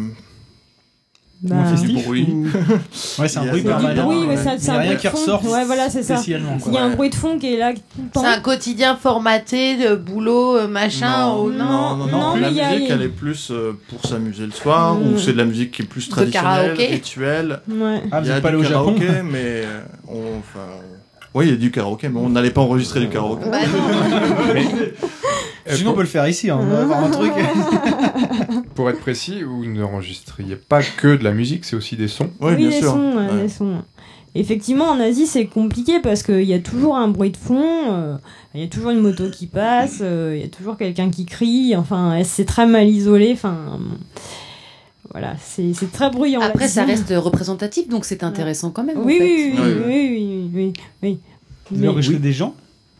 Speaker 4: c'est
Speaker 14: du bruit.
Speaker 4: Ouais, c'est un bruit permanent.
Speaker 13: Oui, c'est un
Speaker 5: rien
Speaker 13: bruit
Speaker 5: qui
Speaker 13: de fond.
Speaker 5: ressort
Speaker 13: Ouais, voilà, c'est ça.
Speaker 5: spécialement, quoi.
Speaker 13: Il y a un bruit de fond qui est là tout le temps.
Speaker 3: C'est un quotidien formaté de boulot, machin.
Speaker 14: Non,
Speaker 13: mais
Speaker 14: la
Speaker 13: il y a-
Speaker 14: musique, elle est plus pour s'amuser le soir, ou c'est de la musique qui est plus traditionnelle,
Speaker 3: karaoké.
Speaker 14: rituelle.
Speaker 13: Ouais.
Speaker 5: Ah,
Speaker 14: Il
Speaker 5: vous
Speaker 14: y a
Speaker 5: êtes pas
Speaker 14: du
Speaker 5: allé au Japon
Speaker 14: karaoké, mais oui, il y a du karaoké, mais on n'allait pas enregistrer du karaoké.
Speaker 3: Bah non.
Speaker 5: Sinon, on peut le faire ici, hein. On va avoir un truc.
Speaker 2: Pour être précis, vous n'enregistriez pas que de la musique, c'est aussi des sons.
Speaker 14: Oui, bien
Speaker 13: des
Speaker 14: sûr.
Speaker 13: sons,
Speaker 14: Ouais.
Speaker 13: des sons. Effectivement, en Asie, c'est compliqué parce qu'il y a toujours un bruit de fond, il y a toujours une moto qui passe, il y a toujours quelqu'un qui crie, enfin, c'est très mal isolé, enfin... Voilà, c'est très bruyant.
Speaker 11: Après,
Speaker 13: là,
Speaker 11: ça
Speaker 13: disons.
Speaker 11: reste représentatif, donc c'est intéressant quand même.
Speaker 13: Oui,
Speaker 11: en fait.
Speaker 13: oui, oui,
Speaker 14: Ouais,
Speaker 13: oui.
Speaker 4: Vous avez enregistré des gens?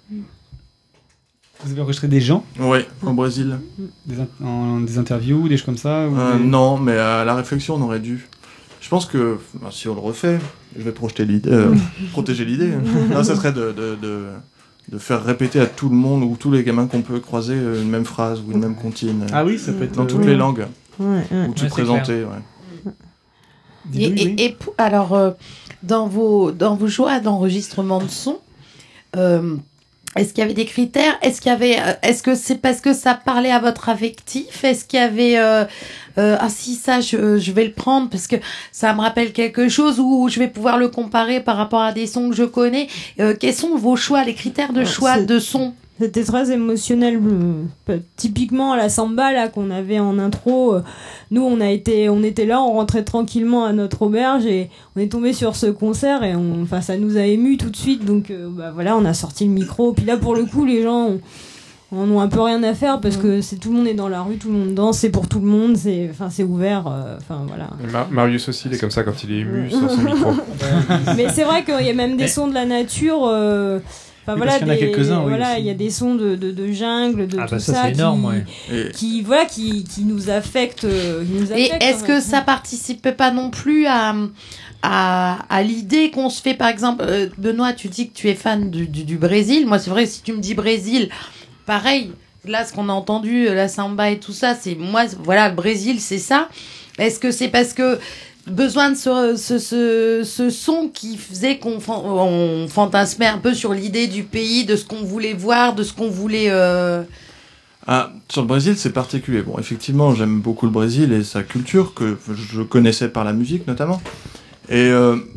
Speaker 4: Vous avez enregistré des gens?
Speaker 14: Oui, au Brésil.
Speaker 4: Des interviews, des choses comme ça ou des-
Speaker 14: Non, mais à la réflexion, on aurait dû. Je pense que si on le refait, je vais projeter l'idée, protéger l'idée. Non, ça serait de faire répéter à tout le monde ou tous les gamins qu'on peut croiser une même phrase ou une même comptine.
Speaker 5: Ah oui, ça peut être
Speaker 14: dans toutes les langues.
Speaker 13: Ouais.
Speaker 14: Ou tout
Speaker 1: c'est
Speaker 14: présenter.
Speaker 1: clair.
Speaker 14: Ouais.
Speaker 3: Alors, dans vos choix d'enregistrement de son, est-ce qu'il y avait des critères? Est-ce que c'est parce que ça parlait à votre affectif? Est-ce qu'il y avait ah si, ça je vais le prendre parce que ça me rappelle quelque chose, ou je vais pouvoir le comparer par rapport à des sons que je connais? Quels sont vos choix, les critères de choix de son?
Speaker 13: C'était très émotionnel. Typiquement, la samba là qu'on avait en intro, nous on était là, on rentrait tranquillement à notre auberge et on est tombé sur ce concert et ça nous a ému tout de suite. Donc voilà, on a sorti le micro. Puis là pour le coup, les gens en ont un peu rien à faire parce que tout le monde est dans la rue, tout le monde danse, c'est pour tout le monde, c'est ouvert. Voilà.
Speaker 2: Marius aussi, il est comme ça quand il est ému sur son micro.
Speaker 13: Mais c'est vrai qu'il y a même des sons de la nature. Voilà,
Speaker 5: parce qu'il y en a quelques-uns, oui,
Speaker 13: voilà,
Speaker 5: aussi.
Speaker 13: il y a des sons de jungle, de tout
Speaker 1: ça,
Speaker 13: ça,
Speaker 1: c'est énorme, ouais.
Speaker 13: qui nous affectent.
Speaker 3: Et est-ce que ça participe pas non plus à l'idée qu'on se fait, par exemple, Benoît, tu dis que tu es fan du Brésil. Moi, c'est vrai, si tu me dis Brésil, pareil, là, ce qu'on a entendu, la samba et tout ça, c'est moi, voilà, le Brésil, c'est ça. Est-ce que c'est parce que besoin de ce son qui faisait qu'on fantasmait un peu sur l'idée du pays, de ce qu'on voulait voir, de ce qu'on voulait...
Speaker 14: Sur le Brésil, c'est particulier. Bon, effectivement, j'aime beaucoup le Brésil et sa culture, que je connaissais par la musique notamment. Et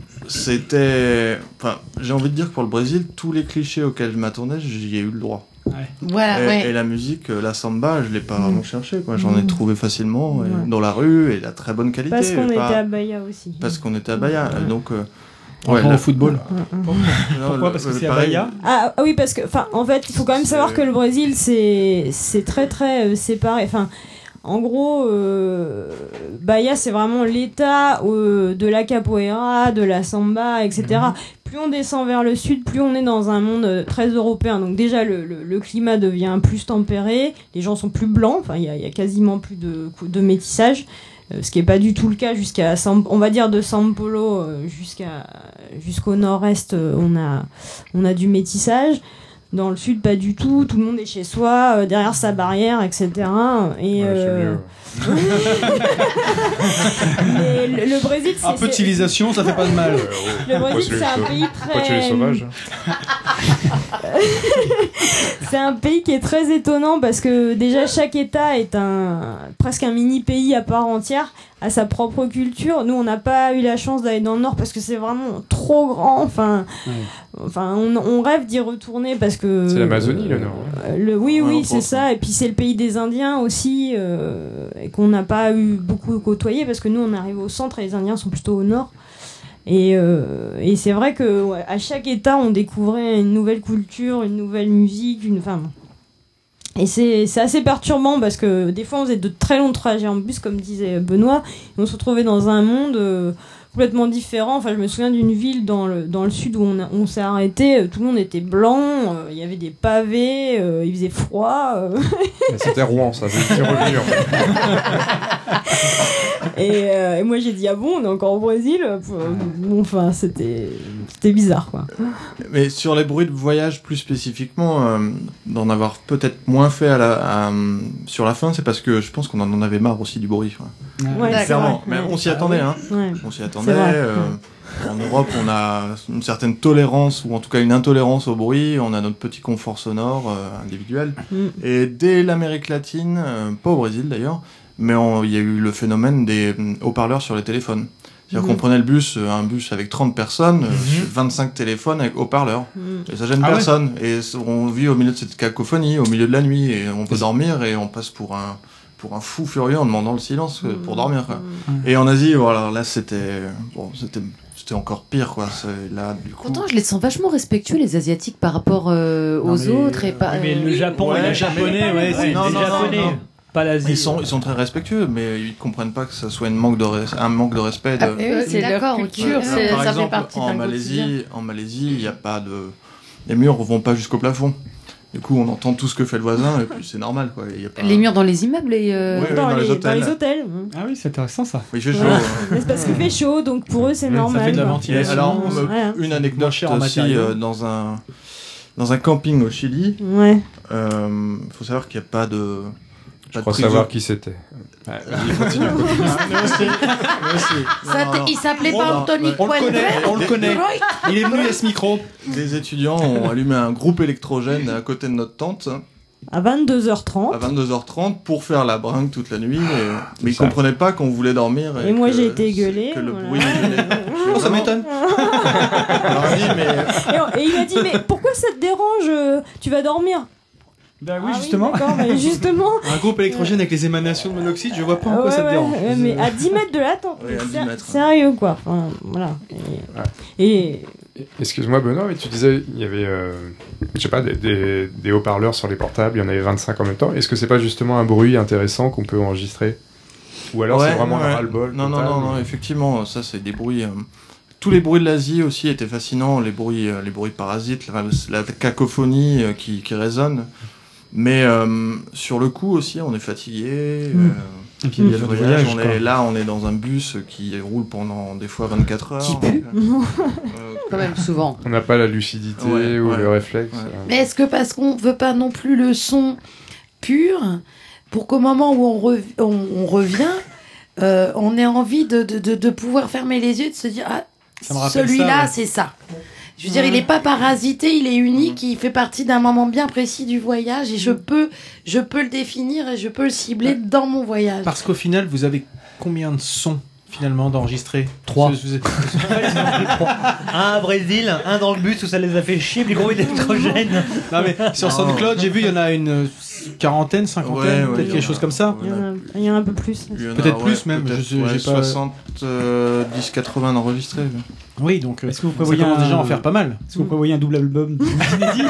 Speaker 14: j'ai envie de dire que pour le Brésil, tous les clichés auxquels je m'attendais, j'y ai eu le droit.
Speaker 3: Ouais. Voilà,
Speaker 14: et la musique, la samba, je l'ai pas vraiment cherché, quoi. J'en ai trouvé facilement dans la rue et de la très bonne qualité.
Speaker 13: Parce qu'on était à Bahia aussi.
Speaker 14: Parce qu'on était à Bahia, donc.
Speaker 5: Au football.
Speaker 4: Pourquoi? Parce que c'est à Bahia?
Speaker 13: Ah oui, parce que, en fait, il faut quand même savoir que le Brésil, c'est très très séparé. En gros, Bahia, c'est vraiment l'état de la capoeira, de la samba, etc. Plus on descend vers le sud, plus on est dans un monde très européen. Donc déjà, le climat devient plus tempéré, les gens sont plus blancs, il y a quasiment plus de métissage, ce qui n'est pas du tout le cas on va dire de São Paulo jusqu'au nord-est, on a du métissage. Dans le sud, pas du tout. Tout le monde est chez soi, derrière sa barrière, etc. Et mais le Brésil, c'est...
Speaker 5: Un peu de civilisation, ça fait pas de mal.
Speaker 13: Le Brésil, c'est un pays très...
Speaker 2: tu es sauvage.
Speaker 13: C'est un pays qui est très étonnant parce que déjà chaque État est presque un mini pays à part entière, a sa propre culture. Nous, on n'a pas eu la chance d'aller dans le Nord parce que c'est vraiment trop grand. On rêve d'y retourner parce que
Speaker 2: c'est l'Amazonie, le Nord.
Speaker 13: Oui, c'est ça. Et puis c'est le pays des Indiens aussi, et qu'on n'a pas eu beaucoup côtoyé parce que nous, on arrive au centre et les Indiens sont plutôt au nord. Et c'est vrai que à chaque État, on découvrait une nouvelle culture, une nouvelle musique, et c'est assez perturbant parce que des fois on faisait de très longs trajets en bus, comme disait Benoît, et on se retrouvait dans un monde complètement différent. Enfin, je me souviens d'une ville dans le sud où on s'est arrêté, tout le monde était blanc, il y avait des pavés, il faisait froid.
Speaker 2: C'était Rouen, ça, j'ai revenu en fait.
Speaker 13: Et moi j'ai dit ah bon, on est encore au Brésil. Bon, enfin c'était bizarre quoi.
Speaker 14: Mais sur les bruits de voyage plus spécifiquement, d'en avoir peut-être moins fait sur la fin, c'est parce que je pense qu'on en avait marre aussi du bruit.
Speaker 13: Ouais,
Speaker 14: clairement. Mais on s'y attendait, hein.
Speaker 13: Ouais.
Speaker 14: On s'y attendait. En Europe, on a une certaine tolérance, ou en tout cas une intolérance au bruit. On a notre petit confort sonore individuel. Et dès l'Amérique latine, pas au Brésil d'ailleurs, mais il y a eu le phénomène des haut-parleurs sur les téléphones. C'est-à-dire qu'on prenait un bus avec 30 personnes, 25 téléphones avec haut-parleurs. Et ça gêne personne. Ouais. Et on vit au milieu de cette cacophonie, au milieu de la nuit, et on peut dormir, et on passe pour un fou furieux en demandant le silence pour dormir. Quoi. Et en Asie, voilà, là c'était encore pire, quoi. Là, du coup...
Speaker 11: Pourtant, je les sens vachement respectueux, les Asiatiques, par rapport aux autres. Et pas,
Speaker 1: mais le Japon et les Japonais, c'est les Japonais. Pas l'Asie.
Speaker 14: Ils sont très respectueux, mais ils comprennent pas que ça soit un manque de respect.
Speaker 3: C'est leur culture,
Speaker 14: par
Speaker 3: ça
Speaker 14: exemple,
Speaker 3: fait partie d'un quotidien.
Speaker 14: En Malaisie, il y a pas de... Les murs vont pas jusqu'au plafond. Du coup, on entend tout ce que fait le voisin, et puis c'est normal, quoi. Y a pas...
Speaker 11: Les murs dans les immeubles et
Speaker 14: dans les
Speaker 13: hôtels.
Speaker 4: Ah oui, c'est intéressant ça.
Speaker 14: Oui, il fait chaud.
Speaker 13: Mais c'est parce qu'il fait chaud, donc pour eux c'est normal.
Speaker 5: Ça fait de la ventilation.
Speaker 14: Alors, une anecdote aussi, dans un camping au Chili, faut savoir qu'il n'y a pas de...
Speaker 2: Je crois savoir qui c'était.
Speaker 14: Ouais, continue.
Speaker 3: Il s'appelait pas Anthony Poilvet.
Speaker 5: On le connaît. Il est venu à ce micro.
Speaker 14: Des étudiants ont allumé un groupe électrogène à côté de notre tente.
Speaker 13: À 22h30.
Speaker 14: À 22h30 pour faire la bringue toute la nuit. Mais ils comprenaient pas qu'on voulait dormir.
Speaker 13: Et moi j'ai été gueulé.
Speaker 14: Que le bruit gueulait.
Speaker 5: Oh, ça m'étonne.
Speaker 13: Et il m'a dit mais pourquoi ça te dérange? Tu vas dormir.
Speaker 4: Bah oui, justement.
Speaker 13: Oui, justement.
Speaker 5: Un groupe électrogène avec les émanations de monoxyde, je vois pas en quoi ça te dérange.
Speaker 13: Mais à 10 mètres de la tente. Sérieux, quoi. Enfin, voilà.
Speaker 2: Excuse-moi, Benoît, mais tu disais il y avait, je sais pas, des haut-parleurs sur les portables, il y en avait 25 en même temps. Est-ce que c'est pas justement un bruit intéressant qu'on peut enregistrer? Ou alors c'est vraiment un ras-le-bol?
Speaker 14: Non, effectivement, ça c'est des bruits... Tous les bruits de l'Asie aussi étaient fascinants, les bruits parasites, la cacophonie qui résonne. Mais sur le coup aussi, on est fatigué.
Speaker 4: Et puis il y a le voyage.
Speaker 14: On est dans un bus qui roule pendant des fois 24 heures.
Speaker 3: Qui pue. Quand même, souvent.
Speaker 2: On n'a pas la lucidité ou le réflexe.
Speaker 3: Mais est-ce que parce qu'on veut pas non plus le son pur, pour qu'au moment où on revient, on ait envie de pouvoir fermer les yeux, de se dire celui-là, c'est ça. Je veux dire, il n'est pas parasité, il est unique, il fait partie d'un moment bien précis du voyage et je peux le définir et je peux le cibler dans mon voyage.
Speaker 5: Parce qu'au final, vous avez combien de sons finalement d'enregistrer?
Speaker 1: 3. Un à Brésil, un dans le bus où ça les a fait chier, puis gros électrogène.
Speaker 5: Non mais sur SoundCloud, j'ai vu, il y en a une quarantaine, cinquantaine, peut-être quelque chose comme ça.
Speaker 13: Il y en a un peu plus.
Speaker 5: Peut-être plus même.
Speaker 14: J'ai 70, 80 d'enregistrés.
Speaker 5: Oui, donc
Speaker 4: est-ce que vous prévoyez
Speaker 5: déjà en faire pas mal?
Speaker 4: Est-ce que vous prévoyez un double album inédit?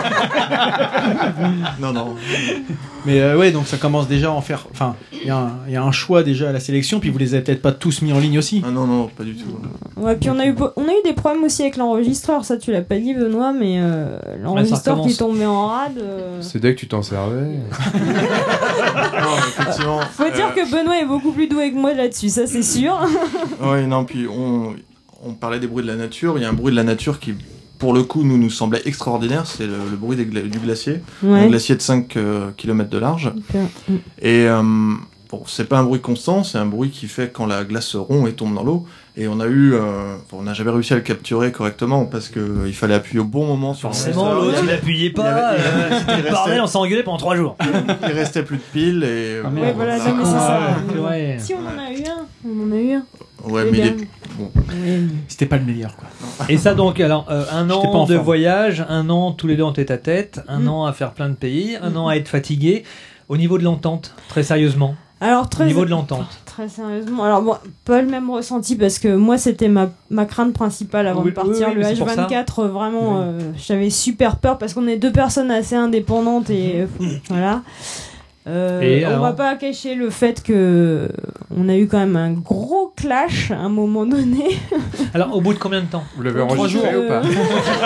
Speaker 14: Non.
Speaker 5: Mais ouais, donc ça commence déjà à en faire. Enfin, il y a un choix déjà à la sélection, puis vous les avez peut-être pas tous mis en ligne aussi.
Speaker 14: Ah non, pas du tout.
Speaker 13: Ouais, puis on a eu des problèmes aussi avec l'enregistreur, ça tu l'as pas dit Benoît, mais l'enregistreur qui tombait en rade.
Speaker 2: C'est dès que tu t'en servais.
Speaker 14: Non, effectivement.
Speaker 13: Faut dire que Benoît est beaucoup plus doué que moi là-dessus, ça c'est sûr.
Speaker 14: Oui, non, puis on parlait des bruits de la nature. Il y a un bruit de la nature qui, pour le coup, nous semblait extraordinaire. C'est le bruit du glacier. Un glacier de 5 km de large. Okay. Et c'est pas un bruit constant, c'est un bruit qui fait quand la glace se rompt et tombe dans l'eau. Et on n'a jamais réussi à le capturer correctement parce qu'il fallait appuyer au bon moment sur
Speaker 1: forcément, l'autre il appuyait pas. C'était le bordel, on s'est engueulé pendant 3 jours.
Speaker 14: Il restait plus de piles et.
Speaker 13: Voilà, c'est ça. Si on en a eu un.
Speaker 14: Ouais, mais
Speaker 5: c'était pas le meilleur, quoi.
Speaker 1: Et ça, donc, alors, un an de voyage, un an tous les deux en tête à tête, un an à faire plein de pays, un an à être fatigué. Au niveau de l'entente, très sérieusement.
Speaker 13: Alors,
Speaker 1: au niveau de l'entente.
Speaker 13: Très sérieusement. Alors, moi, pas le même ressenti parce que moi, c'était ma crainte principale avant de partir. Le H24, vraiment, j'avais super peur parce qu'on est deux personnes assez indépendantes et voilà.
Speaker 1: Et
Speaker 13: on
Speaker 1: alors
Speaker 13: va pas cacher le fait que on a eu quand même un gros clash à un moment donné.
Speaker 1: Alors, au bout de combien de temps?
Speaker 2: Vous l'avez enregistré ou pas?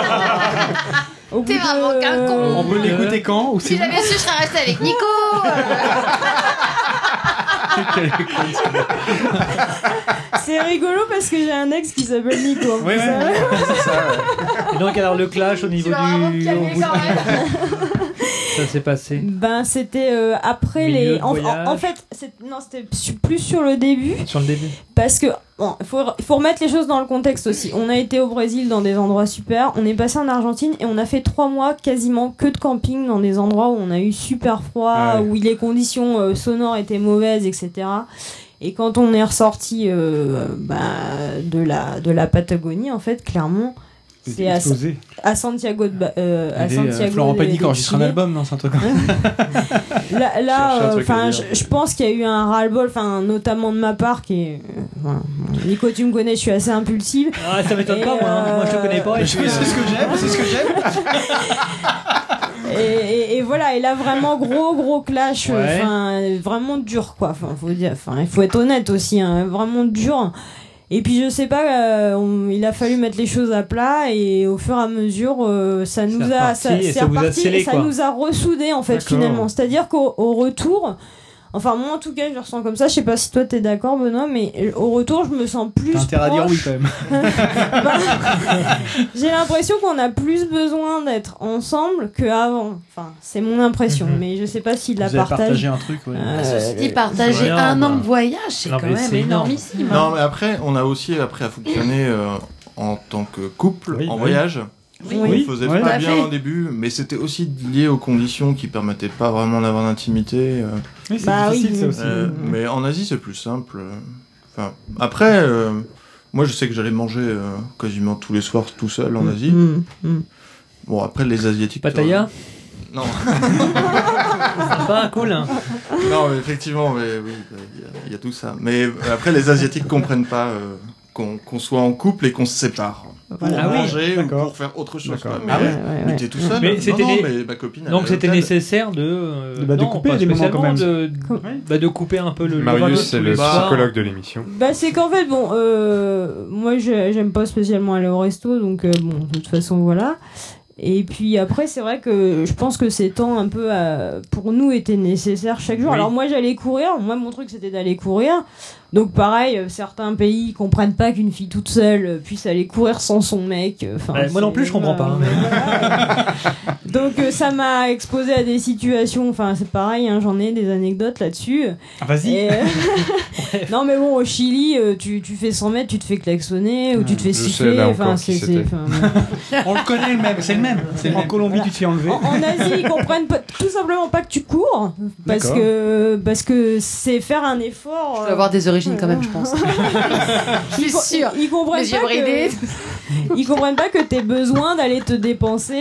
Speaker 3: T'es vraiment qu'un con.
Speaker 5: On peut l'écouter quand ou
Speaker 3: Si j'avais su, je serais restée avec Nico.
Speaker 13: C'est rigolo parce que j'ai un ex qui s'appelle Nico.
Speaker 5: Oui,
Speaker 13: vous savez.
Speaker 5: c'est ça.
Speaker 1: Et donc, alors, le clash au niveau du. au bout de- Ça s'est passé.
Speaker 13: Ben c'était après
Speaker 1: Milieu
Speaker 13: les.
Speaker 1: de
Speaker 13: En
Speaker 1: voyage.
Speaker 13: fait, non, c'était plus sur le début.
Speaker 1: Sur le début.
Speaker 13: Parce que bon, faut remettre les choses dans le contexte aussi. On a été au Brésil dans des endroits super. On est passé en Argentine et on a fait 3 mois quasiment que de camping dans des endroits où on a eu super froid,
Speaker 5: Ah ouais.
Speaker 13: où les conditions sonores étaient mauvaises, etc. Et quand on est ressorti de la Patagonie, en fait, clairement. C'est
Speaker 4: explosé.
Speaker 13: à Santiago à Santiago
Speaker 5: Florent
Speaker 13: de
Speaker 5: Pagny enregistre un
Speaker 13: Chili.
Speaker 5: album, non, c'est un truc comme
Speaker 13: Là,
Speaker 2: un truc à dire.
Speaker 13: je pense qu'il y a eu un ras-le-bol, notamment de ma part, qui est. Nico, tu me connais, je suis assez impulsive.
Speaker 1: Ah, ça m'étonne pas, moi. Moi, je te connais pas.
Speaker 5: C'est ce que j'aime, c'est ce que j'aime.
Speaker 13: Et voilà, et là vraiment gros clash,
Speaker 1: Ouais.
Speaker 13: vraiment dur quoi. Faut dire, il faut être honnête aussi, hein, vraiment dur. Et puis je sais pas, il a fallu mettre les choses à plat et au fur et à mesure, ça nous
Speaker 1: C'est
Speaker 13: a,
Speaker 1: reparti et ça vous a
Speaker 13: reparti
Speaker 1: scellé,
Speaker 13: et ça
Speaker 1: quoi.
Speaker 13: nous a ressoudés en fait
Speaker 1: D'accord.
Speaker 13: finalement. C'est-à-dire qu'au retour, enfin moi en tout cas je le ressens comme ça. Je sais pas si toi t'es d'accord Benoît, mais au retour je me sens plus.
Speaker 5: T'as intérêt à dire
Speaker 13: proche.
Speaker 5: oui quand même.
Speaker 13: J'ai l'impression qu'on a plus besoin d'être ensemble qu'avant. Enfin, c'est mon impression, mais je sais pas s'il la
Speaker 5: Vous avez
Speaker 13: partage.
Speaker 5: partagé un truc, ouais.
Speaker 3: Ceci dit, partager
Speaker 1: c'est rien,
Speaker 3: un an
Speaker 1: bah.
Speaker 3: de voyage, c'est
Speaker 1: Non,
Speaker 3: quand
Speaker 1: mais
Speaker 3: même
Speaker 1: c'est énorme.
Speaker 3: énormissime.
Speaker 14: Non, mais après, on a aussi appris à fonctionner en tant que couple
Speaker 4: Oui,
Speaker 14: en
Speaker 4: oui.
Speaker 14: voyage.
Speaker 3: Oui.
Speaker 14: On le faisait
Speaker 4: Ouais.
Speaker 14: pas
Speaker 3: Tout à
Speaker 14: bien
Speaker 3: fait.
Speaker 14: au début, mais c'était aussi lié aux conditions qui permettaient pas vraiment d'avoir d'intimité.
Speaker 4: Oui, c'est
Speaker 13: Bah oui.
Speaker 4: difficile ça aussi.
Speaker 14: Mais en Asie, c'est plus simple. Enfin, après, moi, je sais que j'allais manger quasiment tous les soirs tout seul en Asie. Bon, après, les Asiatiques...
Speaker 1: Pattaya
Speaker 14: Non.
Speaker 1: Sympa, cool. Hein.
Speaker 14: Non, mais effectivement, oui, il y a tout ça. Mais après, les Asiatiques comprennent pas qu'on soit en couple et qu'on se sépare. Pour
Speaker 1: Ah oui,
Speaker 14: manger ou
Speaker 4: d'accord.
Speaker 14: pour faire autre chose.
Speaker 4: D'accord.
Speaker 14: Quoi. Mais,
Speaker 1: Ah ouais,
Speaker 14: mais t'es tout seul.
Speaker 1: Mais
Speaker 14: non,
Speaker 1: c'était
Speaker 14: non,
Speaker 1: né-
Speaker 14: mais ma copine... elle
Speaker 1: Donc
Speaker 14: est à
Speaker 1: c'était
Speaker 14: l'hôtel.
Speaker 1: nécessaire de
Speaker 4: de couper
Speaker 1: pas
Speaker 4: des moments quand
Speaker 1: spécialement,
Speaker 4: même.
Speaker 1: de couper un peu le
Speaker 2: Marius, c'est
Speaker 1: tous
Speaker 2: le
Speaker 1: les soirs.
Speaker 2: psychologue de l'émission.
Speaker 13: Bah c'est qu'en fait bon moi j'aime pas spécialement aller au resto donc bon de toute façon voilà. Et puis après c'est vrai que je pense que ces temps un peu pour nous étaient nécessaires chaque jour.
Speaker 1: Oui.
Speaker 13: Alors moi j'allais courir, moi mon truc c'était d'aller courir. Donc pareil, certains pays comprennent pas qu'une fille toute seule puisse aller courir sans son mec.
Speaker 1: Ouais, moi non plus je comprends pas.
Speaker 13: Donc ça m'a exposé à des situations, enfin c'est pareil, hein, j'en ai des anecdotes là-dessus.
Speaker 4: Ah, vas-y.
Speaker 13: Et, non mais bon au Chili tu fais 100 mètres, tu te fais klaxonner ou tu te fais
Speaker 2: Je sais,
Speaker 13: siffler,
Speaker 2: là
Speaker 13: enfin
Speaker 2: encore, qui c'était.
Speaker 5: On le connaît le même, c'est le même. C'est le
Speaker 4: En
Speaker 5: même.
Speaker 4: Colombie, tu te fais enlever.
Speaker 13: En Asie, ils comprennent pas, tout simplement pas que tu cours parce
Speaker 4: D'accord.
Speaker 13: que c'est faire un effort.
Speaker 11: Je dois avoir des origines quand même, je pense.
Speaker 3: Je suis sûre.
Speaker 13: Ils comprennent
Speaker 3: Les yeux
Speaker 13: pas
Speaker 3: bridés.
Speaker 13: ils comprennent pas que t'aies besoin d'aller te dépenser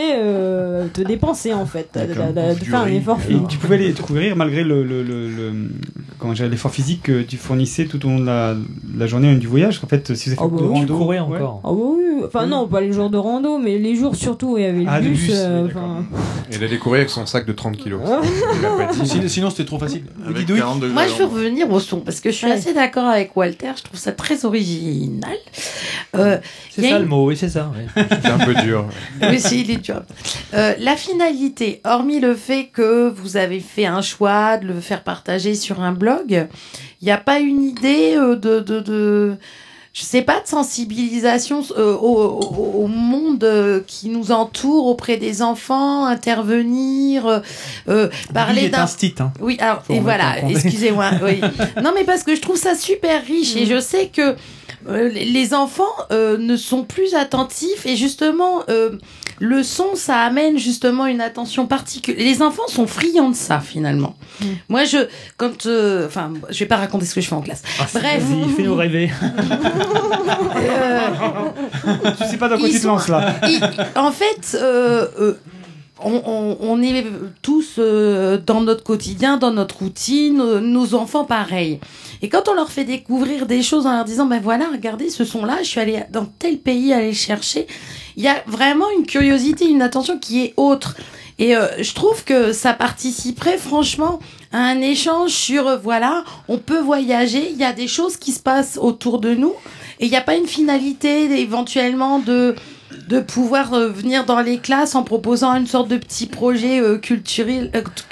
Speaker 13: en fait, de faire un effort.
Speaker 4: Et tu pouvais aller te courir malgré comment dire, l'effort physique que tu fournissais tout au long de la journée du voyage. En fait, si vous avez fait
Speaker 13: Oh,
Speaker 4: beaucoup
Speaker 13: bah
Speaker 4: de
Speaker 13: oui,
Speaker 4: rando,
Speaker 1: Tu courais
Speaker 4: ouais.
Speaker 1: encore.
Speaker 13: Ah bah oui, enfin non, pas les jours de rando, mais les jours surtout où il y avait le
Speaker 4: Ah, le
Speaker 13: bus.
Speaker 4: bus, oui,
Speaker 13: enfin,
Speaker 2: Il allait courir avec son sac de 30 kilos. Il l'a pas dit.
Speaker 5: Sinon c'était trop facile.
Speaker 14: Avec
Speaker 5: Didouille.
Speaker 14: 40 degrés.
Speaker 3: Moi, je veux revenir au son parce que je suis
Speaker 13: Ouais.
Speaker 3: assez d'accord avec Walter. Je trouve ça très original. Il
Speaker 1: C'est
Speaker 3: y a
Speaker 1: ça
Speaker 3: une-
Speaker 1: le mot, oui, c'est ça. Oui.
Speaker 2: C'était un peu dur.
Speaker 3: Oui, si, il est dur. La finalité, hormis le fait que vous avez fait un choix de le faire partager sur un blog, il n'y a pas une idée je sais pas, de sensibilisation au monde qui nous entoure, auprès des enfants, intervenir, parler
Speaker 5: Lui est
Speaker 3: d'un...
Speaker 5: un stit, hein.
Speaker 3: Oui, alors,
Speaker 5: Faut
Speaker 3: et
Speaker 5: remettre
Speaker 3: voilà,
Speaker 5: en contexte.
Speaker 3: excusez-moi. Oui. Non, mais parce que je trouve ça super riche et je sais que les enfants ne sont plus attentifs et justement, le son, ça amène justement une attention particulière. Les enfants sont friands de ça, finalement. Moi, enfin, je vais pas raconter ce que je fais en classe. Bref.
Speaker 1: Vas-y, fais-nous rêver.
Speaker 4: Tu sais pas dans quoi
Speaker 3: Ils
Speaker 4: tu te
Speaker 3: sont-
Speaker 4: lances là.
Speaker 3: En fait, on est tous dans notre quotidien, dans notre routine, nos enfants pareil. Et quand on leur fait découvrir des choses en leur disant, ben voilà, regardez ce son-là, je suis allée dans tel pays aller le chercher, il y a vraiment une curiosité, une attention qui est autre. Et je trouve que ça participerait franchement à un échange sur, voilà, on peut voyager, il y a des choses qui se passent autour de nous, et il n'y a pas une finalité éventuellement de pouvoir venir dans les classes en proposant une sorte de petit projet culturel.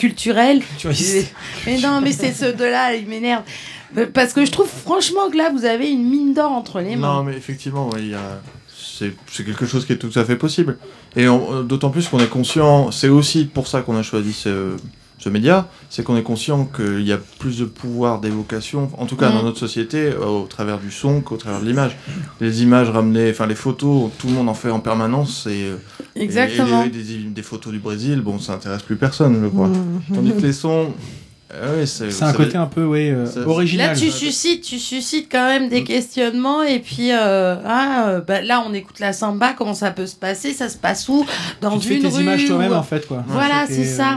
Speaker 3: Mais non, mais c'est ceux de là, ils m'énervent. Parce que je trouve franchement que là, vous avez une mine d'or entre les mains.
Speaker 14: Non, mais effectivement, c'est quelque chose qui est tout à fait possible. Et d'autant plus qu'on est conscient, c'est aussi pour ça qu'on a choisi ce média, c'est qu'on est conscient qu'il y a plus de pouvoir d'évocation, en tout cas dans notre société, au travers du son qu'au travers de l'image. Les images ramenées, enfin les photos, tout le monde en fait en permanence.
Speaker 3: Exactement.
Speaker 14: Et des photos du Brésil, bon, ça intéresse plus personne, je crois. Tandis que les sons...
Speaker 5: c'est un côté un peu original.
Speaker 3: Là, tu suscites quand même des questionnements. Et puis, là, on écoute la samba. Comment ça peut se passer? Ça se passe où? Dans
Speaker 5: tu te
Speaker 3: une
Speaker 5: fais tes
Speaker 3: rue
Speaker 5: images toi-même, en fait, quoi.
Speaker 3: Voilà, c'est ça.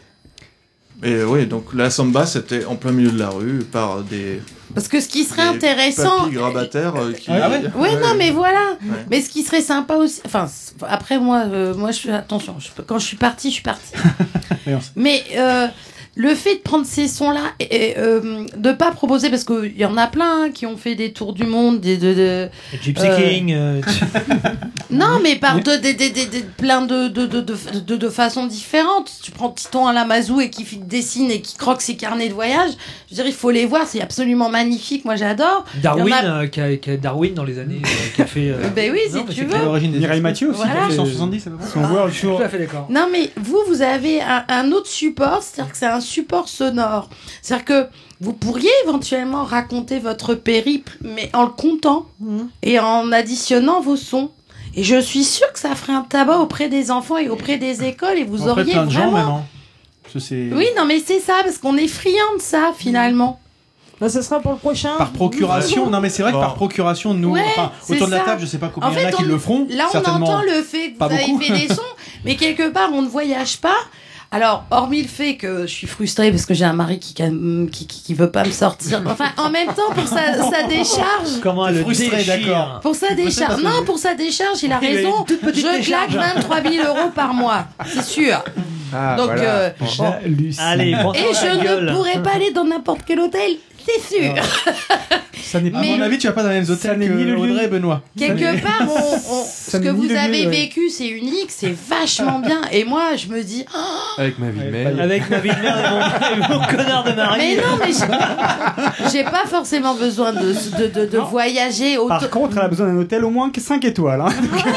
Speaker 14: Et oui, donc la samba, c'était en plein milieu de la rue par des...
Speaker 3: Parce que ce qui serait intéressant...
Speaker 14: Papy grabataire qui...
Speaker 3: non, mais voilà. Ouais. Mais ce qui serait sympa aussi... Enfin, après, moi je fais attention. Quand je suis partie, je suis partie. Mais... le fait de prendre ces sons-là et de pas proposer, parce qu'il y en a plein qui ont fait des tours du monde,
Speaker 1: Gypsy King.
Speaker 3: Non, mais par plein de façons différentes. Tu prends Titon à la Mazou et qui dessine et qui croque ses carnets de voyage. Je veux dire, il faut les voir, c'est absolument magnifique. Moi, j'adore.
Speaker 1: Darwin, qui a Darwin dans les années, qui a fait.
Speaker 3: Ben oui, si tu veux.
Speaker 4: L'origine des Mireille Mathieu aussi,
Speaker 3: voilà.
Speaker 4: 170, c'est pas
Speaker 1: Je suis tout à fait d'accord.
Speaker 3: Non, mais vous avez un autre support, c'est-à-dire que c'est un support sonore. C'est-à-dire que vous pourriez éventuellement raconter votre périple, mais en le comptant et en additionnant vos sons. Et je suis sûre que ça ferait un tabac auprès des enfants et auprès des écoles, et vous auriez
Speaker 5: plein de gens,
Speaker 3: vraiment... Oui, non, mais c'est ça, parce qu'on est friands de ça, finalement.
Speaker 13: Bah, ça sera pour le prochain.
Speaker 5: Par procuration, non mais c'est vrai que par procuration, nous, autour de la table, je sais pas combien il y en a qui le feront.
Speaker 3: Là, on entend le fait que vous avez fait des sons, mais quelque part, on ne voyage pas. Alors, hormis le fait que je suis frustrée parce que j'ai un mari qui veut pas me sortir. Enfin, en même temps, pour sa décharge.
Speaker 1: Comment elle
Speaker 5: frustrée, d'accord.
Speaker 3: Pour sa décharge. Non, pour sa décharge, il a raison. Je claque 23 000 € par mois. C'est sûr.
Speaker 2: Ah,
Speaker 3: donc,
Speaker 2: voilà.
Speaker 1: Allez,
Speaker 3: et je ne pourrais pas aller dans n'importe quel hôtel. C'est sûr.
Speaker 5: Ça n'est pas, à mon avis, tu vas pas dans les mêmes hôtels que Audrey et Benoît.
Speaker 3: Quelque part, ce que vous avez vécu, c'est unique, c'est vachement bien. Et moi, je me dis...
Speaker 2: Avec ma vie de mère.
Speaker 1: Avec ma vie de mère et mon connard de mari.
Speaker 3: Mais non, mais j'ai pas forcément besoin de voyager.
Speaker 4: Par contre, elle a besoin d'un hôtel au moins que 5 étoiles. Hein.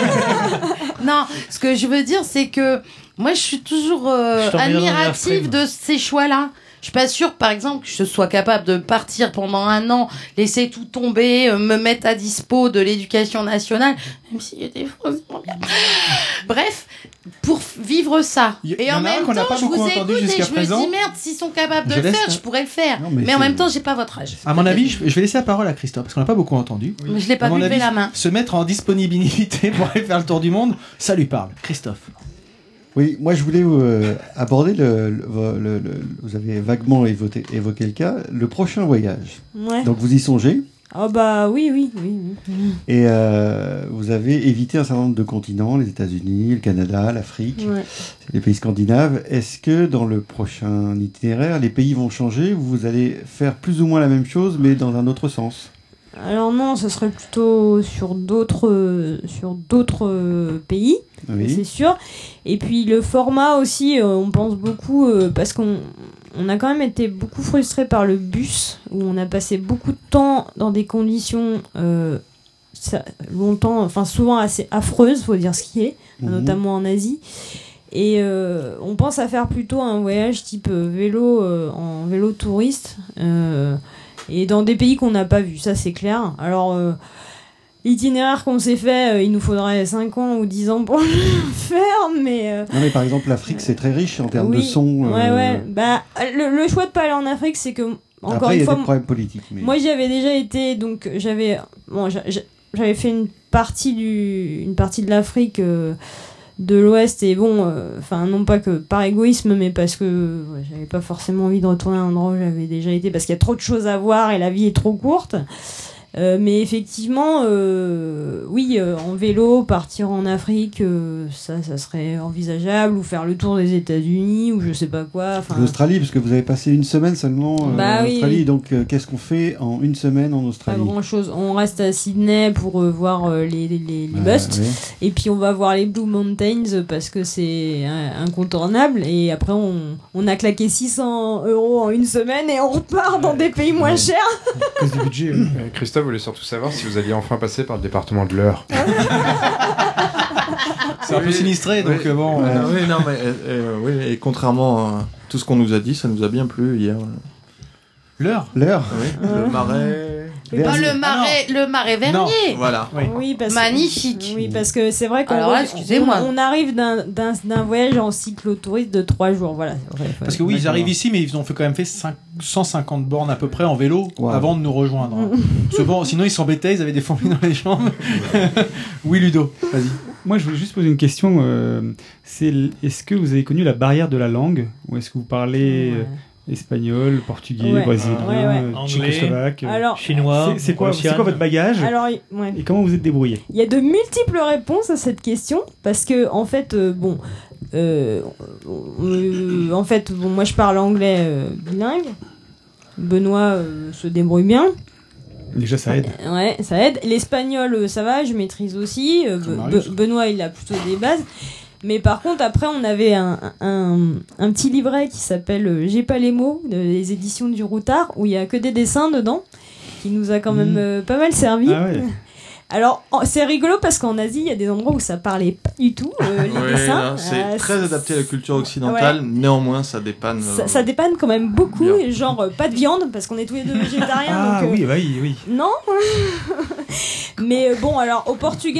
Speaker 3: Non, ce que je veux dire, c'est que moi, je suis toujours admirative de ces choix-là. Je suis pas sûre, par exemple, que je sois capable de partir pendant un an, laisser tout tomber, me mettre à dispo de l'éducation nationale, même s'il y a des phrases bien. Bref, pour vivre ça. Et en même temps, je vous écoute et je me dis, merde, s'ils sont capables de le faire, je pourrais le faire. Non, mais en même temps, j'ai pas votre âge.
Speaker 5: À mon avis, je vais laisser la parole à Christophe, parce qu'on n'a pas beaucoup entendu.
Speaker 3: Mais je l'ai pas levé la main.
Speaker 5: Se mettre en disponibilité pour aller faire le tour du monde, ça lui parle. Christophe.
Speaker 6: Oui, moi je voulais aborder vous avez vaguement évoqué le cas, le prochain voyage.
Speaker 13: Ouais.
Speaker 6: Donc vous y songez?
Speaker 13: Ah bah oui.
Speaker 6: Et vous avez évité un certain nombre de continents, les États-Unis, le Canada, l'Afrique, les pays scandinaves. Est-ce que dans le prochain itinéraire, les pays vont changer ou vous allez faire plus ou moins la même chose mais dans un autre sens?
Speaker 13: Alors non, ce serait plutôt sur d'autres pays, c'est sûr. Et puis le format aussi, on pense beaucoup, parce qu'on a quand même été beaucoup frustrés par le bus, où on a passé beaucoup de temps dans des conditions souvent assez affreuses, faut dire ce qui est, notamment en Asie. Et on pense à faire plutôt un voyage type vélo, en vélo touriste, et dans des pays qu'on n'a pas vus, ça c'est clair. Alors, l'itinéraire qu'on s'est fait, il nous faudrait 5 ans ou 10 ans pour le faire, mais...
Speaker 6: Non mais par exemple, l'Afrique c'est très riche en termes de son.
Speaker 13: Ouais. Bah, le choix de pas aller en Afrique, c'est que, encore
Speaker 6: après,
Speaker 13: une fois...
Speaker 6: il y a des problèmes politiques. Mais...
Speaker 13: Moi j'y avais déjà été, donc j'avais fait une partie de l'Afrique... de l'Ouest, et bon, non pas que par égoïsme, mais parce que j'avais pas forcément envie de retourner à un endroit où j'avais déjà été, parce qu'il y a trop de choses à voir et la vie est trop courte. Mais effectivement, oui, en vélo, partir en Afrique, ça serait envisageable, ou faire le tour des États-Unis, ou je sais pas quoi.
Speaker 6: L'Australie, parce que vous avez passé une semaine seulement en Australie,
Speaker 13: oui.
Speaker 6: donc qu'est-ce qu'on fait en une semaine en Australie?
Speaker 13: Pas grand-chose. On reste à Sydney pour voir les busts, et puis on va voir les Blue Mountains parce que c'est incontournable, et après on a claqué 600 € en une semaine et on repart dans des pays moins chers.
Speaker 2: À cause du budget. Christophe voulait surtout savoir si vous alliez enfin passer par le département de l'Eure.
Speaker 5: C'est un peu sinistré, donc bon.
Speaker 14: Oui, non, mais oui, et contrairement à tout ce qu'on nous a dit, ça nous a bien plu hier.
Speaker 5: L'Eure.
Speaker 14: Oui, le marais.
Speaker 3: Le marais Vernier.
Speaker 14: Non, voilà.
Speaker 13: Oui,
Speaker 3: magnifique.
Speaker 13: Oui, parce que c'est vrai qu'on
Speaker 3: excusez-moi.
Speaker 13: on arrive d'un voyage en cyclotourisme de 3 jours, voilà.
Speaker 5: Parce que oui, ils arrivent ici, mais ils ont quand même fait 150 bornes à peu près en vélo avant de nous rejoindre. Parce que bon, sinon ils s'embêtaient, ils avaient des fourmis dans les jambes. Oui, Ludo, vas-y.
Speaker 4: Moi, je voulais juste poser une question. Est-ce que vous avez connu la barrière de la langue, ou est-ce que vous parlez espagnol, portugais, brésilien, tchécoslovaque,
Speaker 1: chinois,
Speaker 4: c'est quoi votre bagage?
Speaker 13: Alors,
Speaker 4: et comment vous êtes débrouillé?
Speaker 13: Il y a de multiples réponses à cette question, parce que en fait, moi je parle anglais bilingue. Benoît se débrouille bien.
Speaker 4: Déjà, ça aide.
Speaker 13: Ouais, ça aide. L'espagnol, ça va, je maîtrise aussi. Benoît, il a plutôt des bases. Mais par contre, après, on avait un petit livret qui s'appelle J'ai pas les mots, des éditions du Routard, où il y a que des dessins dedans, qui nous a quand même pas mal servi.
Speaker 4: Ah ouais.
Speaker 13: Alors, c'est rigolo parce qu'en Asie, il y a des endroits où ça parlait pas du tout, les dessins.
Speaker 14: C'est très adapté à la culture occidentale, néanmoins, ça dépanne.
Speaker 13: Ça dépanne quand même beaucoup, genre pas de viande, parce qu'on est tous les deux végétariens.
Speaker 4: Ah
Speaker 13: donc,
Speaker 4: oui.
Speaker 13: Non. Mais bon, alors au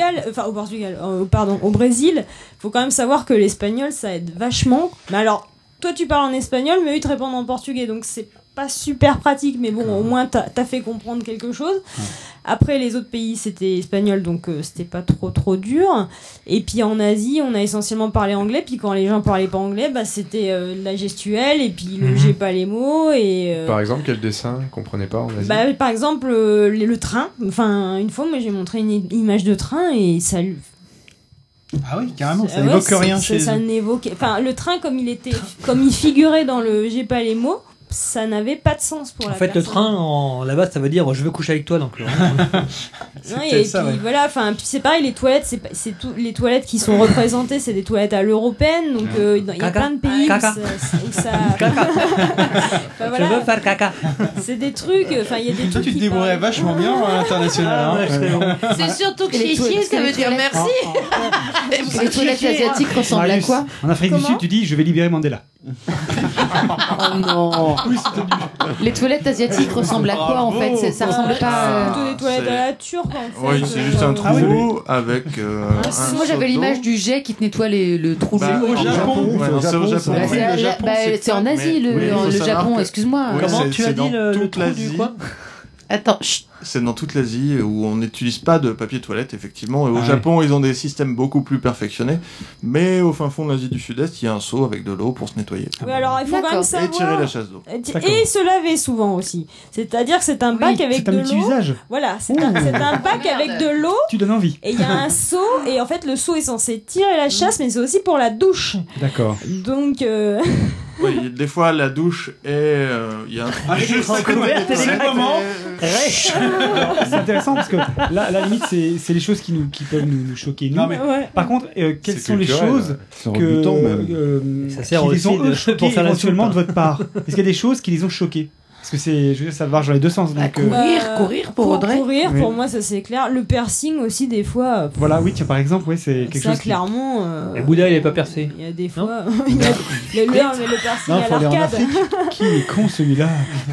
Speaker 13: Brésil, faut quand même savoir que l'espagnol, ça aide vachement. Mais alors, toi, tu parles en espagnol, mais eux, ils te répondent en portugais, donc c'est pas super pratique, mais bon, au moins t'as fait comprendre quelque chose. Après, les autres pays, c'était espagnol, donc c'était pas trop dur. Et puis en Asie, on a essentiellement parlé anglais, puis quand les gens parlaient pas anglais, c'était la gestuelle, et puis j'ai pas les mots. Et,
Speaker 2: par exemple, quel dessin comprenez pas en Asie?
Speaker 13: Par exemple, le train. Enfin, une fois, moi j'ai montré une image de train, et ça lui...
Speaker 5: Ah oui, carrément, ça n'évoque rien chez eux.
Speaker 13: Enfin, le train, comme il figurait dans le J'ai pas les mots, ça n'avait pas de sens pour la personne.
Speaker 1: En fait, le train, là-bas, ça veut dire je veux coucher avec toi. Donc,
Speaker 13: et puis voilà, enfin, c'est pareil, les toilettes, c'est les toilettes qui sont représentées, c'est des toilettes à l'européenne, donc il y a plein de pays où ça.
Speaker 1: Caca.
Speaker 13: Voilà.
Speaker 1: Je veux faire caca.
Speaker 13: C'est des trucs, enfin, il y a des trucs.
Speaker 5: Toi, tu te débrouillerais vachement bien à l'international.
Speaker 3: C'est surtout que chier, ça veut dire merci. Les toilettes asiatiques ressemblent à quoi?
Speaker 4: En Afrique du Sud, tu dis je vais libérer Mandela.
Speaker 3: Oh non. Les toilettes asiatiques ressemblent à quoi en fait? Ça ressemble pas
Speaker 13: à... plutôt des toilettes à la turque en fait.
Speaker 14: Oui, c'est juste un trou avec
Speaker 3: moi j'avais l'image du jet qui te nettoie le trou.
Speaker 5: Au Japon.
Speaker 14: C'est au Japon.
Speaker 3: C'est en Asie le Japon, excuse-moi.
Speaker 1: Comment tu as dit le trou du quoi?
Speaker 3: Attends,
Speaker 14: c'est dans toute l'Asie où on n'utilise pas de papier toilette, effectivement. Et au Japon, ils ont des systèmes beaucoup plus perfectionnés. Mais au fin fond de l'Asie du Sud-Est, il y a un seau avec de l'eau pour se nettoyer.
Speaker 13: Oui, alors il faut quand même savoir...
Speaker 14: Et tirer la chasse d'eau.
Speaker 13: Et se laver souvent aussi. C'est-à-dire que c'est un bac avec de l'eau.
Speaker 4: C'est un petit usage.
Speaker 13: Voilà, c'est un bac avec de l'eau.
Speaker 4: Tu donnes envie.
Speaker 13: Et il y a un seau. Et en fait, le seau est censé tirer la chasse, mais c'est aussi pour la douche.
Speaker 4: D'accord.
Speaker 13: Donc...
Speaker 14: Oui, des fois la douche est. Il y a un
Speaker 5: juste à couvert, c'est le moment.
Speaker 4: C'est intéressant parce que là, à la limite, c'est les choses qui peuvent nous choquer. Nous.
Speaker 5: Non, mais...
Speaker 4: Par contre, quelles sont les choses
Speaker 1: ça sert
Speaker 4: qui les
Speaker 1: aussi
Speaker 4: ont choqués
Speaker 1: pour faire
Speaker 4: éventuellement de votre part? Est-ce qu'il y a des choses qui les ont choqués? Parce que ça va dans les deux sens. Donc,
Speaker 3: courir pour Audrey.
Speaker 13: Courir, pour moi, ça c'est clair. Le piercing aussi, des fois.
Speaker 4: Voilà, oui, tiens, par exemple, c'est quelque chose.
Speaker 13: Ça, clairement.
Speaker 1: Le Bouddha, il est pas percé.
Speaker 13: Il y a des fois. Le piercing à l'arcade.
Speaker 4: Qui est con celui-là?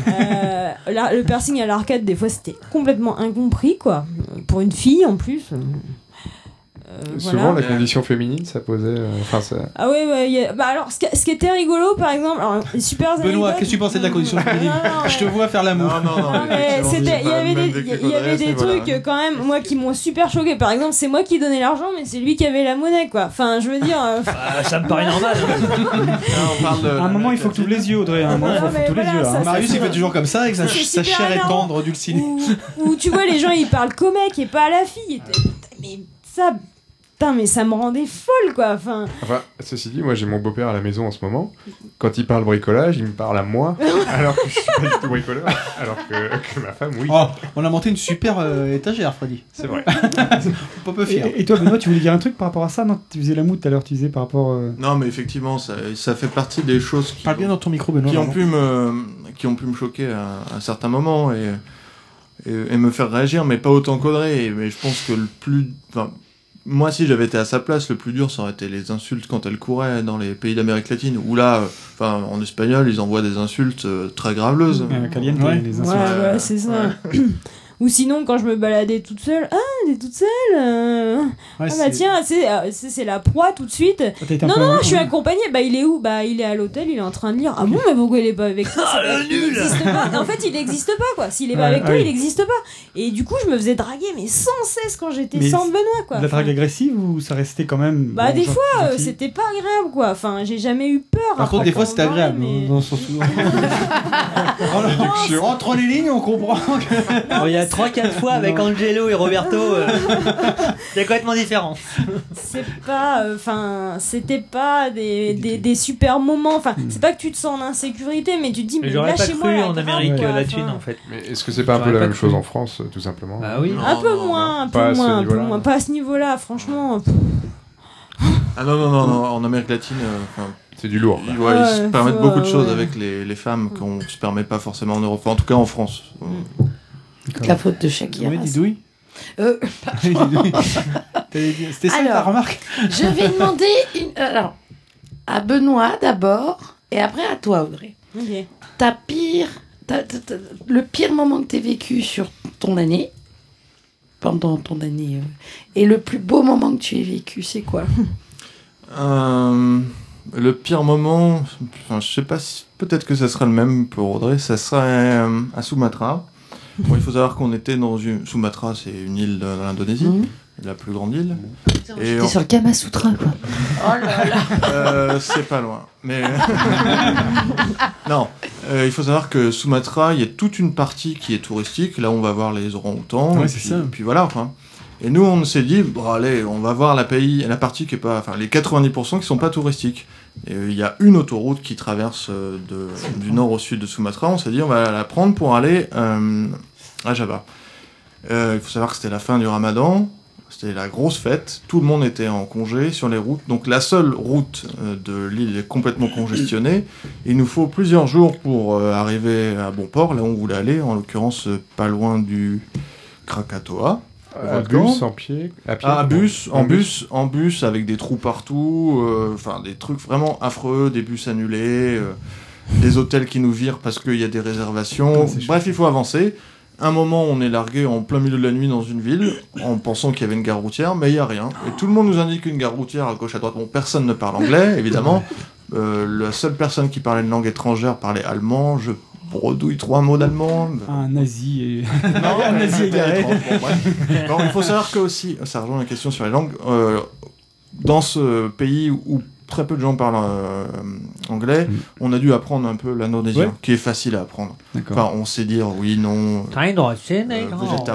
Speaker 13: Le piercing à l'arcade, des fois, c'était complètement incompris, quoi. Pour une fille, en plus.
Speaker 2: Souvent,
Speaker 13: voilà.
Speaker 2: la condition féminine, ça posait.
Speaker 13: Ah ouais, bah alors, ce qui était rigolo, par exemple, alors, les super
Speaker 5: Benoît, qu'est-ce que tu pensais de la condition féminine? Je te vois faire l'amour.
Speaker 13: Non, mais il y avait des trucs quand même, moi, qui m'ont super choqué. Par exemple, c'est moi qui donnais l'argent, mais c'est lui qui avait la monnaie, quoi. Enfin, je veux dire.
Speaker 1: Ça me paraît normal.
Speaker 4: À un moment, il faut que tu ouvres les yeux, Audrey. À un moment, il faut que tu ouvres les yeux.
Speaker 5: Marius, il fait toujours comme ça, avec sa chair est tendre, dulcinée.
Speaker 13: Où tu vois, les gens, ils parlent qu'au mec et pas à la fille. Mais ça. Putain, mais ça me rendait folle, quoi. Enfin,
Speaker 2: ceci dit, moi j'ai mon beau-père à la maison en ce moment. Quand il parle bricolage, il me parle à moi, alors que je suis pas du tout bricoleur, alors que ma femme, oui.
Speaker 5: Oh, on a monté une super étagère, Freddy.
Speaker 2: C'est vrai.
Speaker 5: Pas peu fier.
Speaker 4: Et toi, Benoît, tu voulais dire un truc par rapport à ça? Non, tu faisais la moue tout à l'heure, tu disais par rapport.
Speaker 14: Non, mais effectivement, ça fait partie des choses
Speaker 5: Parle bien dans ton micro, Benoît.
Speaker 14: qui ont pu me choquer à un certain moment et me faire réagir, mais pas autant qu'Audrey. Mais je pense que moi, si j'avais été à sa place, le plus dur, ça aurait été les insultes quand elle courait dans les pays d'Amérique latine, où là, en espagnol, ils envoient des insultes très graveleuses.
Speaker 4: Caliente, les insultes.
Speaker 13: ouais, c'est ça. Ouais. Ou sinon, quand je me baladais toute seule, t'es toute seule tiens, c'est la proie tout de suite. Non, je suis accompagnée. Bah, il est où? Bah, il est à l'hôtel, il est en train de lire. Ah bon, mais pourquoi il est pas avec toi?
Speaker 1: Nul.
Speaker 13: En fait, il n'existe pas, quoi. S'il est pas avec toi, il n'existe pas. Et du coup, je me faisais draguer, mais sans cesse quand j'étais sans Benoît, quoi.
Speaker 4: De la drague agressive ou ça restait quand même.
Speaker 13: Bah, des fois, c'était pas agréable, quoi. Enfin, j'ai jamais eu peur.
Speaker 5: Par contre, des fois, c'était agréable.
Speaker 13: Mais...
Speaker 5: Dans son entre les lignes, on comprend que.
Speaker 1: Il y a 3-4 fois avec Angelo et Roberto, c'est complètement différent.
Speaker 13: C'est pas, c'était pas des super moments. Enfin, c'est pas que tu te sens en insécurité, mais tu te dis, mais
Speaker 1: j'aurais pas
Speaker 13: lâchez-moi
Speaker 1: cru en Amérique latine, en fait.
Speaker 2: Mais est-ce que c'est pas un peu la même chose en France, tout simplement?
Speaker 1: Bah oui.
Speaker 13: Un peu moins, pas à ce niveau-là, franchement.
Speaker 14: Ah non, en Amérique latine,
Speaker 2: c'est du lourd.
Speaker 14: Ils se permettent beaucoup de choses avec les femmes qu'on se permet pas forcément en Europe, en tout cas en France.
Speaker 3: La faute de Shakira.
Speaker 5: Oui, Didouille. C'était ça ta remarque?
Speaker 3: Je vais demander à Benoît d'abord et après à toi, Audrey.
Speaker 13: Okay.
Speaker 3: Le pire moment que tu as vécu sur ton année, pendant ton année, et le plus beau moment que tu aies vécu, c'est quoi?
Speaker 14: Le pire moment, je sais pas si, peut-être que ça sera le même pour Audrey, ça serait à Sumatra. Bon, il faut savoir qu'on était dans Sumatra, c'est une île de l'Indonésie, la plus grande île.
Speaker 3: J'étais sur le Kama Sutra, quoi. Oh là là.
Speaker 14: C'est pas loin. Mais non, il faut savoir que Sumatra, il y a toute une partie qui est touristique. Là, on va voir les orang-outans.
Speaker 5: Ouais,
Speaker 14: et
Speaker 5: c'est
Speaker 14: puis,
Speaker 5: ça.
Speaker 14: Puis voilà. Et nous, on s'est dit, bon, allez, on va voir la partie qui est pas, les 90% qui sont pas touristiques. Et il y a une autoroute qui traverse du nord au sud de Sumatra. On s'est dit, on va la prendre pour aller à Java. Il faut savoir que c'était la fin du Ramadan. C'était la grosse fête, tout le monde était en congé sur les routes, donc la seule route de l'île est complètement congestionnée. Il nous faut plusieurs jours pour arriver à bon port, là où on voulait aller, en l'occurrence pas loin du Krakatoa.
Speaker 2: À bus, en pied, à pied.
Speaker 14: En bus avec des trous partout, des trucs vraiment affreux, des bus annulés, des hôtels qui nous virent parce qu'il y a des réservations. Bref, il faut avancer. Un moment, on est largué en plein milieu de la nuit dans une ville, en pensant qu'il y avait une gare routière, mais il n'y a rien. Et tout le monde nous indique une gare routière à gauche, à droite. Bon, personne ne parle anglais, évidemment. La seule personne qui parlait une langue étrangère parlait allemand. Je bredouille 3 mots d'allemand.
Speaker 4: Un nazi et...
Speaker 14: Non,
Speaker 4: un nazi égaré.
Speaker 14: Bon, il faut savoir que aussi, ça rejoint la question sur les langues, dans ce pays où très peu de gens parlent anglais, on a dû apprendre un peu l'indonésien, qui est facile à apprendre. Enfin, on sait dire oui, non, végétarien.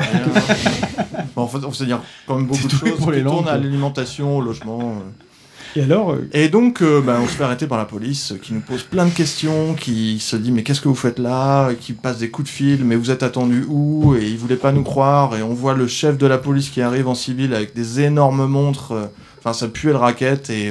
Speaker 14: Bon, on sait dire quand même beaucoup de choses qui tournent à l'alimentation, au logement.
Speaker 4: Et alors
Speaker 14: Et donc, on se fait arrêter par la police, qui nous pose plein de questions, qui se dit mais qu'est-ce que vous faites là, qui passe des coups de fil, mais vous êtes attendu où? Et il voulait pas nous croire. Et on voit le chef de la police qui arrive en civil avec des énormes montres. Ça puait le racket et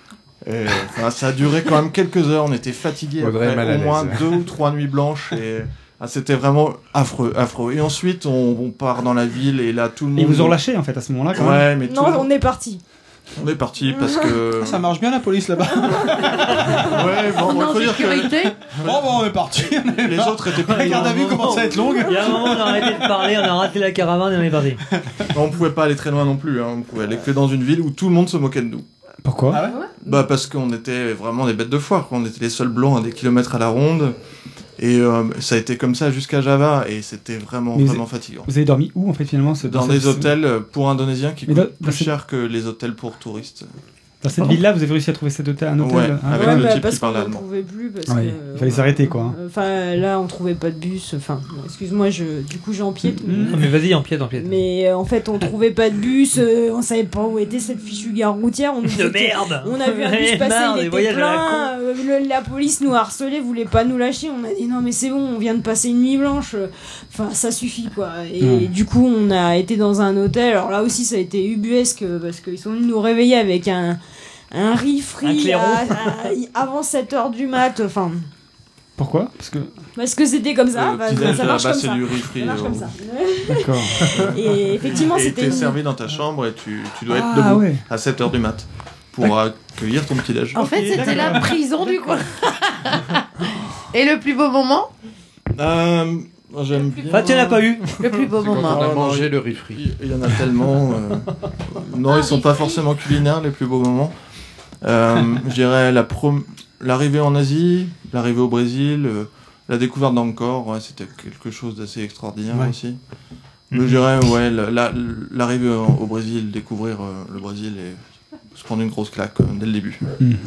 Speaker 14: ça a duré quand même quelques heures. On était fatigués après au moins 2 ou 3 nuits blanches et c'était vraiment affreux. Et ensuite on part dans la ville et là tout le monde.
Speaker 4: Ils vous ont lâché en fait à ce moment-là quand même.
Speaker 14: Mais
Speaker 13: non, on est parti.
Speaker 14: On est parti parce que
Speaker 5: ça marche bien la police là-bas.
Speaker 3: On est en sécurité.
Speaker 5: On est parti.
Speaker 14: les autres étaient plus.
Speaker 5: La garde à vue commence à être longue.
Speaker 1: Il y a un moment, on a arrêté de parler, on a raté la caravane et on est parti.
Speaker 14: On pouvait pas aller très loin non plus, hein. On pouvait aller que dans une ville où tout le monde se moquait de nous.
Speaker 4: Pourquoi?
Speaker 5: Ah ouais?
Speaker 14: Bah parce qu'on était vraiment des bêtes de foire, quoi. On était les seuls blancs à des kilomètres à la ronde. Et ça a été comme ça jusqu'à Java, et c'était vraiment fatigant.
Speaker 4: Vous avez dormi où en fait finalement
Speaker 14: Dans des hôtels pour Indonésiens qui coûtent plus cher que les hôtels pour touristes.
Speaker 4: Dans cette ville-là, vous avez réussi à trouver un hôtel
Speaker 14: Ouais, avec le type
Speaker 13: parce
Speaker 14: qui parle
Speaker 13: qu'on
Speaker 14: allemand.
Speaker 13: ne pouvait plus parce
Speaker 4: Ouais,
Speaker 13: que
Speaker 4: il fallait s'arrêter quoi. Hein.
Speaker 13: Enfin là on trouvait pas de bus. Enfin bon, excuse-moi, du coup j'empiète.
Speaker 1: Non, mais vas-y, empiète.
Speaker 13: Mais en fait on trouvait pas de bus, on savait pas où était cette fichue gare routière. On
Speaker 1: de merde.
Speaker 13: On a vu un bus passer, il était
Speaker 1: voyages
Speaker 13: plein. La police nous harcelait, voulait pas nous lâcher. On a dit non mais c'est bon, on vient de passer une nuit blanche. Enfin ça suffit quoi. Et du coup on a été dans un hôtel. Alors là aussi ça a été ubuesque parce qu'ils sont venus nous réveiller avec un riz frit avant 7h du mat. Enfin.
Speaker 4: Pourquoi?
Speaker 13: Parce que c'était comme ça. Ça marche comme ça.
Speaker 14: C'est du riz frit.
Speaker 13: Ça marche comme ça.
Speaker 4: D'accord.
Speaker 13: Et effectivement, c'était.
Speaker 14: t'es servi dans ta chambre et tu dois être debout à 7h du mat pour accueillir ton petit déj.
Speaker 3: En fait, c'était la prison du coin. Et le plus beau moment?
Speaker 14: J'aime bien.
Speaker 1: Enfin, tu n'as pas eu.
Speaker 3: Le plus beau moment.
Speaker 2: On a mangé le riz frit.
Speaker 14: Il y en a tellement. Non, ils sont pas forcément culinaires les plus beaux moments. Je dirais l'arrivée en Asie, l'arrivée au Brésil, la découverte d'Angkor, c'était quelque chose d'assez extraordinaire aussi. Mais je dirais, l'arrivée au Brésil, découvrir le Brésil et se prendre une grosse claque dès le début.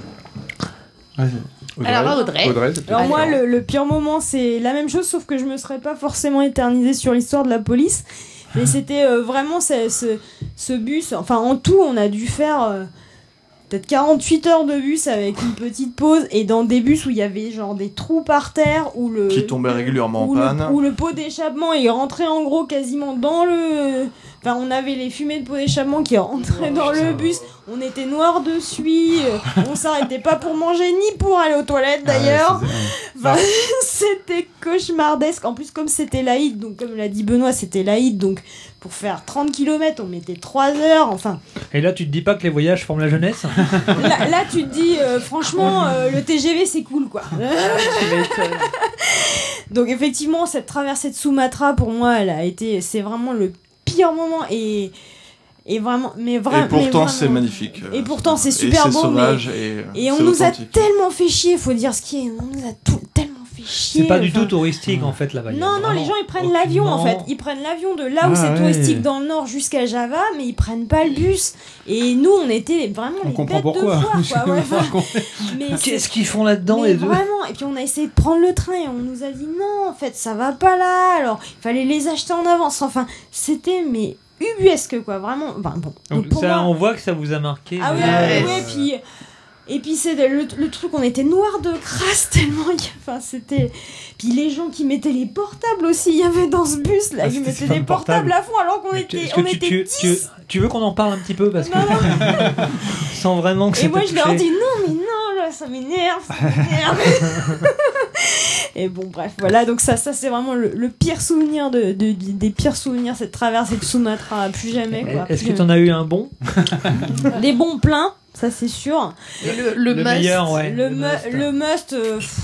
Speaker 3: Alors Audrey.
Speaker 13: Alors moi, le pire moment, c'est la même chose, sauf que je me serais pas forcément éternisée sur l'histoire de la police. Mais c'était vraiment ce bus. Enfin, en tout, on a dû faire peut-être 48 heures de bus avec une petite pause, et dans des bus où il y avait genre des trous par terre,
Speaker 14: qui tombaient régulièrement en panne,
Speaker 13: où le pot d'échappement est rentré en gros quasiment dans le... Enfin, on avait les fumées de pot d'échappement qui rentraient dans le bus, on était noirs de suie, on s'arrêtait pas pour manger ni pour aller aux toilettes d'ailleurs. C'était cauchemardesque. En plus, comme c'était l'Aïd, donc comme l'a dit Benoît, c'était l'Aïd, donc pour faire 30 km, on mettait 3 heures, enfin...
Speaker 1: Et là, tu te dis pas que les voyages forment la jeunesse?
Speaker 13: Là, tu te dis, franchement, le TGV, c'est cool, quoi. Donc, effectivement, cette traversée de Sumatra, pour moi, c'est vraiment le pire moment, et vraiment...
Speaker 14: Et pourtant, c'est magnifique.
Speaker 13: Et pourtant, c'est super beau,
Speaker 14: sauvage,
Speaker 13: et on nous a tellement fait chier, faut dire ce qui est, on nous a tellement fait chier.
Speaker 1: C'est pas du tout touristique en fait là-bas.
Speaker 13: Non, les gens ils prennent l'avion en fait. Ils prennent l'avion de là où c'est touristique dans le nord jusqu'à Java, mais ils prennent pas le bus. Et nous on était vraiment les bêtes de foire, quoi.
Speaker 1: Mais qu'est-ce qu'ils font là-dedans les deux?
Speaker 13: Vraiment. Et puis on a essayé de prendre le train et on nous a dit non, en fait ça va pas là. Alors il fallait les acheter en avance. Enfin c'était ubuesque quoi, vraiment. Enfin, bon.
Speaker 1: Donc ça, on voit que ça vous a marqué.
Speaker 13: Ah oui, et puis c'est le truc, on était noir de crasse tellement, enfin c'était... Puis les gens qui mettaient les portables aussi, il y avait dans ce bus là, ils mettaient des portables à fond alors qu'on était 10.
Speaker 1: Tu veux qu'on en parle un petit peu parce que sans vraiment que ça.
Speaker 13: Et moi je leur dis non là, ça m'énerve. Et bon bref, voilà, donc ça c'est vraiment le pire souvenir des pires souvenirs, cette traversée de Sumatra, plus jamais quoi.
Speaker 1: Est-ce que t'en as eu un bon?
Speaker 13: Des bons pleins, ça c'est sûr.
Speaker 3: Et le must,
Speaker 1: meilleur, ouais.
Speaker 13: Le must,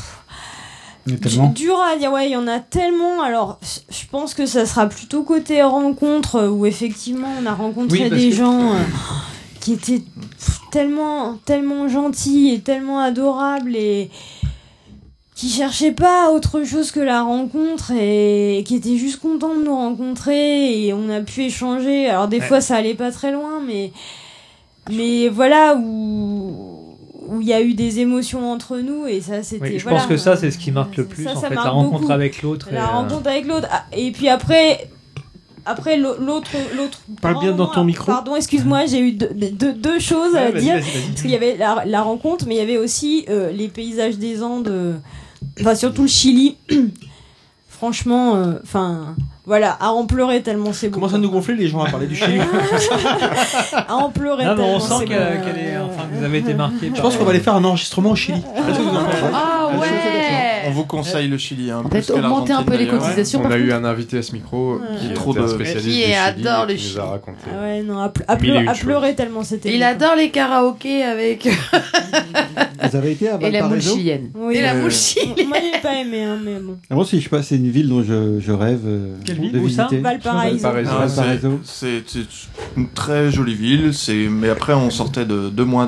Speaker 13: dur à dire, ouais, il y en a tellement. Alors, je pense que ça sera plutôt côté rencontre, où effectivement on a rencontré des gens qui étaient tellement gentils et tellement adorables et qui cherchaient pas autre chose que la rencontre et qui étaient juste contents de nous rencontrer, et on a pu échanger. Alors des fois ça allait pas très loin, mais voilà, où il y a eu des émotions entre nous, et ça c'était...
Speaker 1: je pense que ça c'est ce qui marque le plus, en fait, la rencontre beaucoup. Avec l'autre.
Speaker 13: La rencontre avec l'autre. Et puis après l'autre
Speaker 5: parle bien dans ton micro.
Speaker 13: Pardon, excuse-moi, j'ai eu deux choses à dire. Parce qu'il y avait la rencontre, mais il y avait aussi les paysages des Andes, enfin surtout le Chili. Franchement, voilà, à en pleurer tellement c'est beau.
Speaker 5: Comment ça nous gonfler les gens à parler du Chili?
Speaker 13: À en pleurer tellement.
Speaker 1: On sent que vous avez été marqué.
Speaker 5: Je pense qu'on va aller faire un enregistrement au Chili.
Speaker 3: Ah ouais.
Speaker 14: On vous conseille le Chili. Hein,
Speaker 3: peut-être augmenter un peu les cotisations.
Speaker 2: On a eu un invité à ce micro qui est trop de spécialiste du Chili
Speaker 3: adore le
Speaker 2: qui nous a raconté.
Speaker 13: Ah ouais, non, à pleurer tellement c'était.
Speaker 3: Il adore les karaokés avec.
Speaker 6: Vous avez été à Valparaiso?
Speaker 3: Et la moule chilienne.
Speaker 13: Oui,
Speaker 3: et la moule chilienne.
Speaker 13: Moi, j'ai pas aimé, hein, mais bon.
Speaker 6: Moi aussi, je sais pas, c'est une ville dont je rêve de visiter.
Speaker 13: Valparaiso.
Speaker 14: C'est une très jolie ville. Mais après, on sortait de 2 mois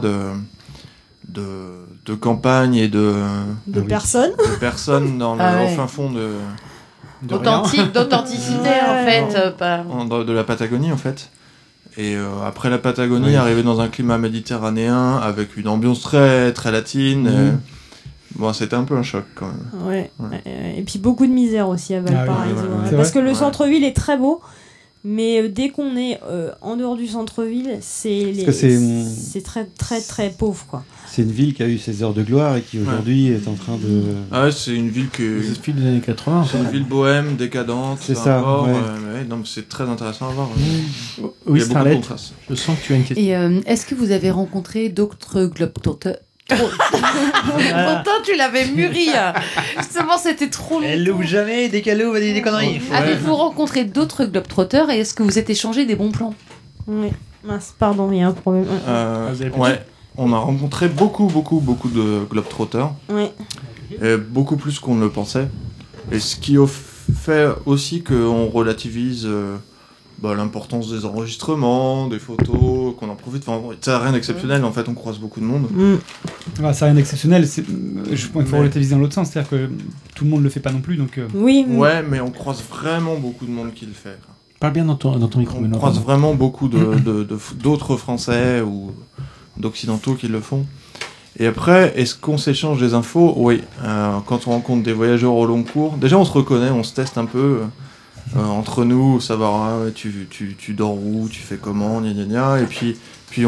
Speaker 14: de campagne et de
Speaker 13: personnes.
Speaker 14: De personnes dans au fin fond
Speaker 3: d'authenticité en fait.
Speaker 14: De la Patagonie en fait. Et après la Patagonie, arriver dans un climat méditerranéen avec une ambiance très très latine. Bon, c'était un peu un choc quand même.
Speaker 13: Ouais. Et puis beaucoup de misère aussi à Valparaiso. Parce que le centre-ville est très beau. Mais dès qu'on est en dehors du centre-ville, c'est très très très pauvre quoi.
Speaker 6: C'est une ville qui a eu ses heures de gloire et qui aujourd'hui est en train de.
Speaker 14: Ah ouais, c'est une ville
Speaker 5: C'est une ville des années 80.
Speaker 14: C'est une ville bohème, décadente.
Speaker 6: C'est ça.
Speaker 14: Non, mais c'est très intéressant à voir.
Speaker 5: Oui, Starlet, je sens que tu as une question.
Speaker 3: Et est-ce que vous avez rencontré d'autres globetrotters? Pourtant tu l'avais mûri. Justement c'était trop long.
Speaker 1: Elle l'ouvre jamais, dès qu'elle l'ouvre elle dit des conneries.
Speaker 3: Avez-vous rencontré d'autres globetrotters et est-ce que vous êtes échangé des bons plans?
Speaker 13: Oui. Mince, pardon, il y a un problème.
Speaker 14: On a rencontré beaucoup de globetrotters.
Speaker 13: Oui.
Speaker 14: Et beaucoup plus qu'on ne le pensait. Et ce qui fait aussi qu'on relativise l'importance des enregistrements, des photos, qu'on en profite. Enfin, ça n'a rien d'exceptionnel, en fait, on croise beaucoup de monde.
Speaker 4: Ça n'a rien d'exceptionnel. Je pense qu'il faut relativiser dans l'autre sens, c'est-à-dire que tout le monde ne le fait pas non plus. Donc,
Speaker 13: Oui.
Speaker 14: Ouais, mais on croise vraiment beaucoup de monde qui le fait.
Speaker 5: Parle bien dans ton micro.
Speaker 14: On croise vraiment beaucoup d'autres Français ou d'Occidentaux qui le font. Et après, est-ce qu'on s'échange des infos? Oui. Quand on rencontre des voyageurs au long cours, déjà on se reconnaît, on se teste un peu entre nous, savoir tu dors où, tu fais comment, gna gna gna. Et puis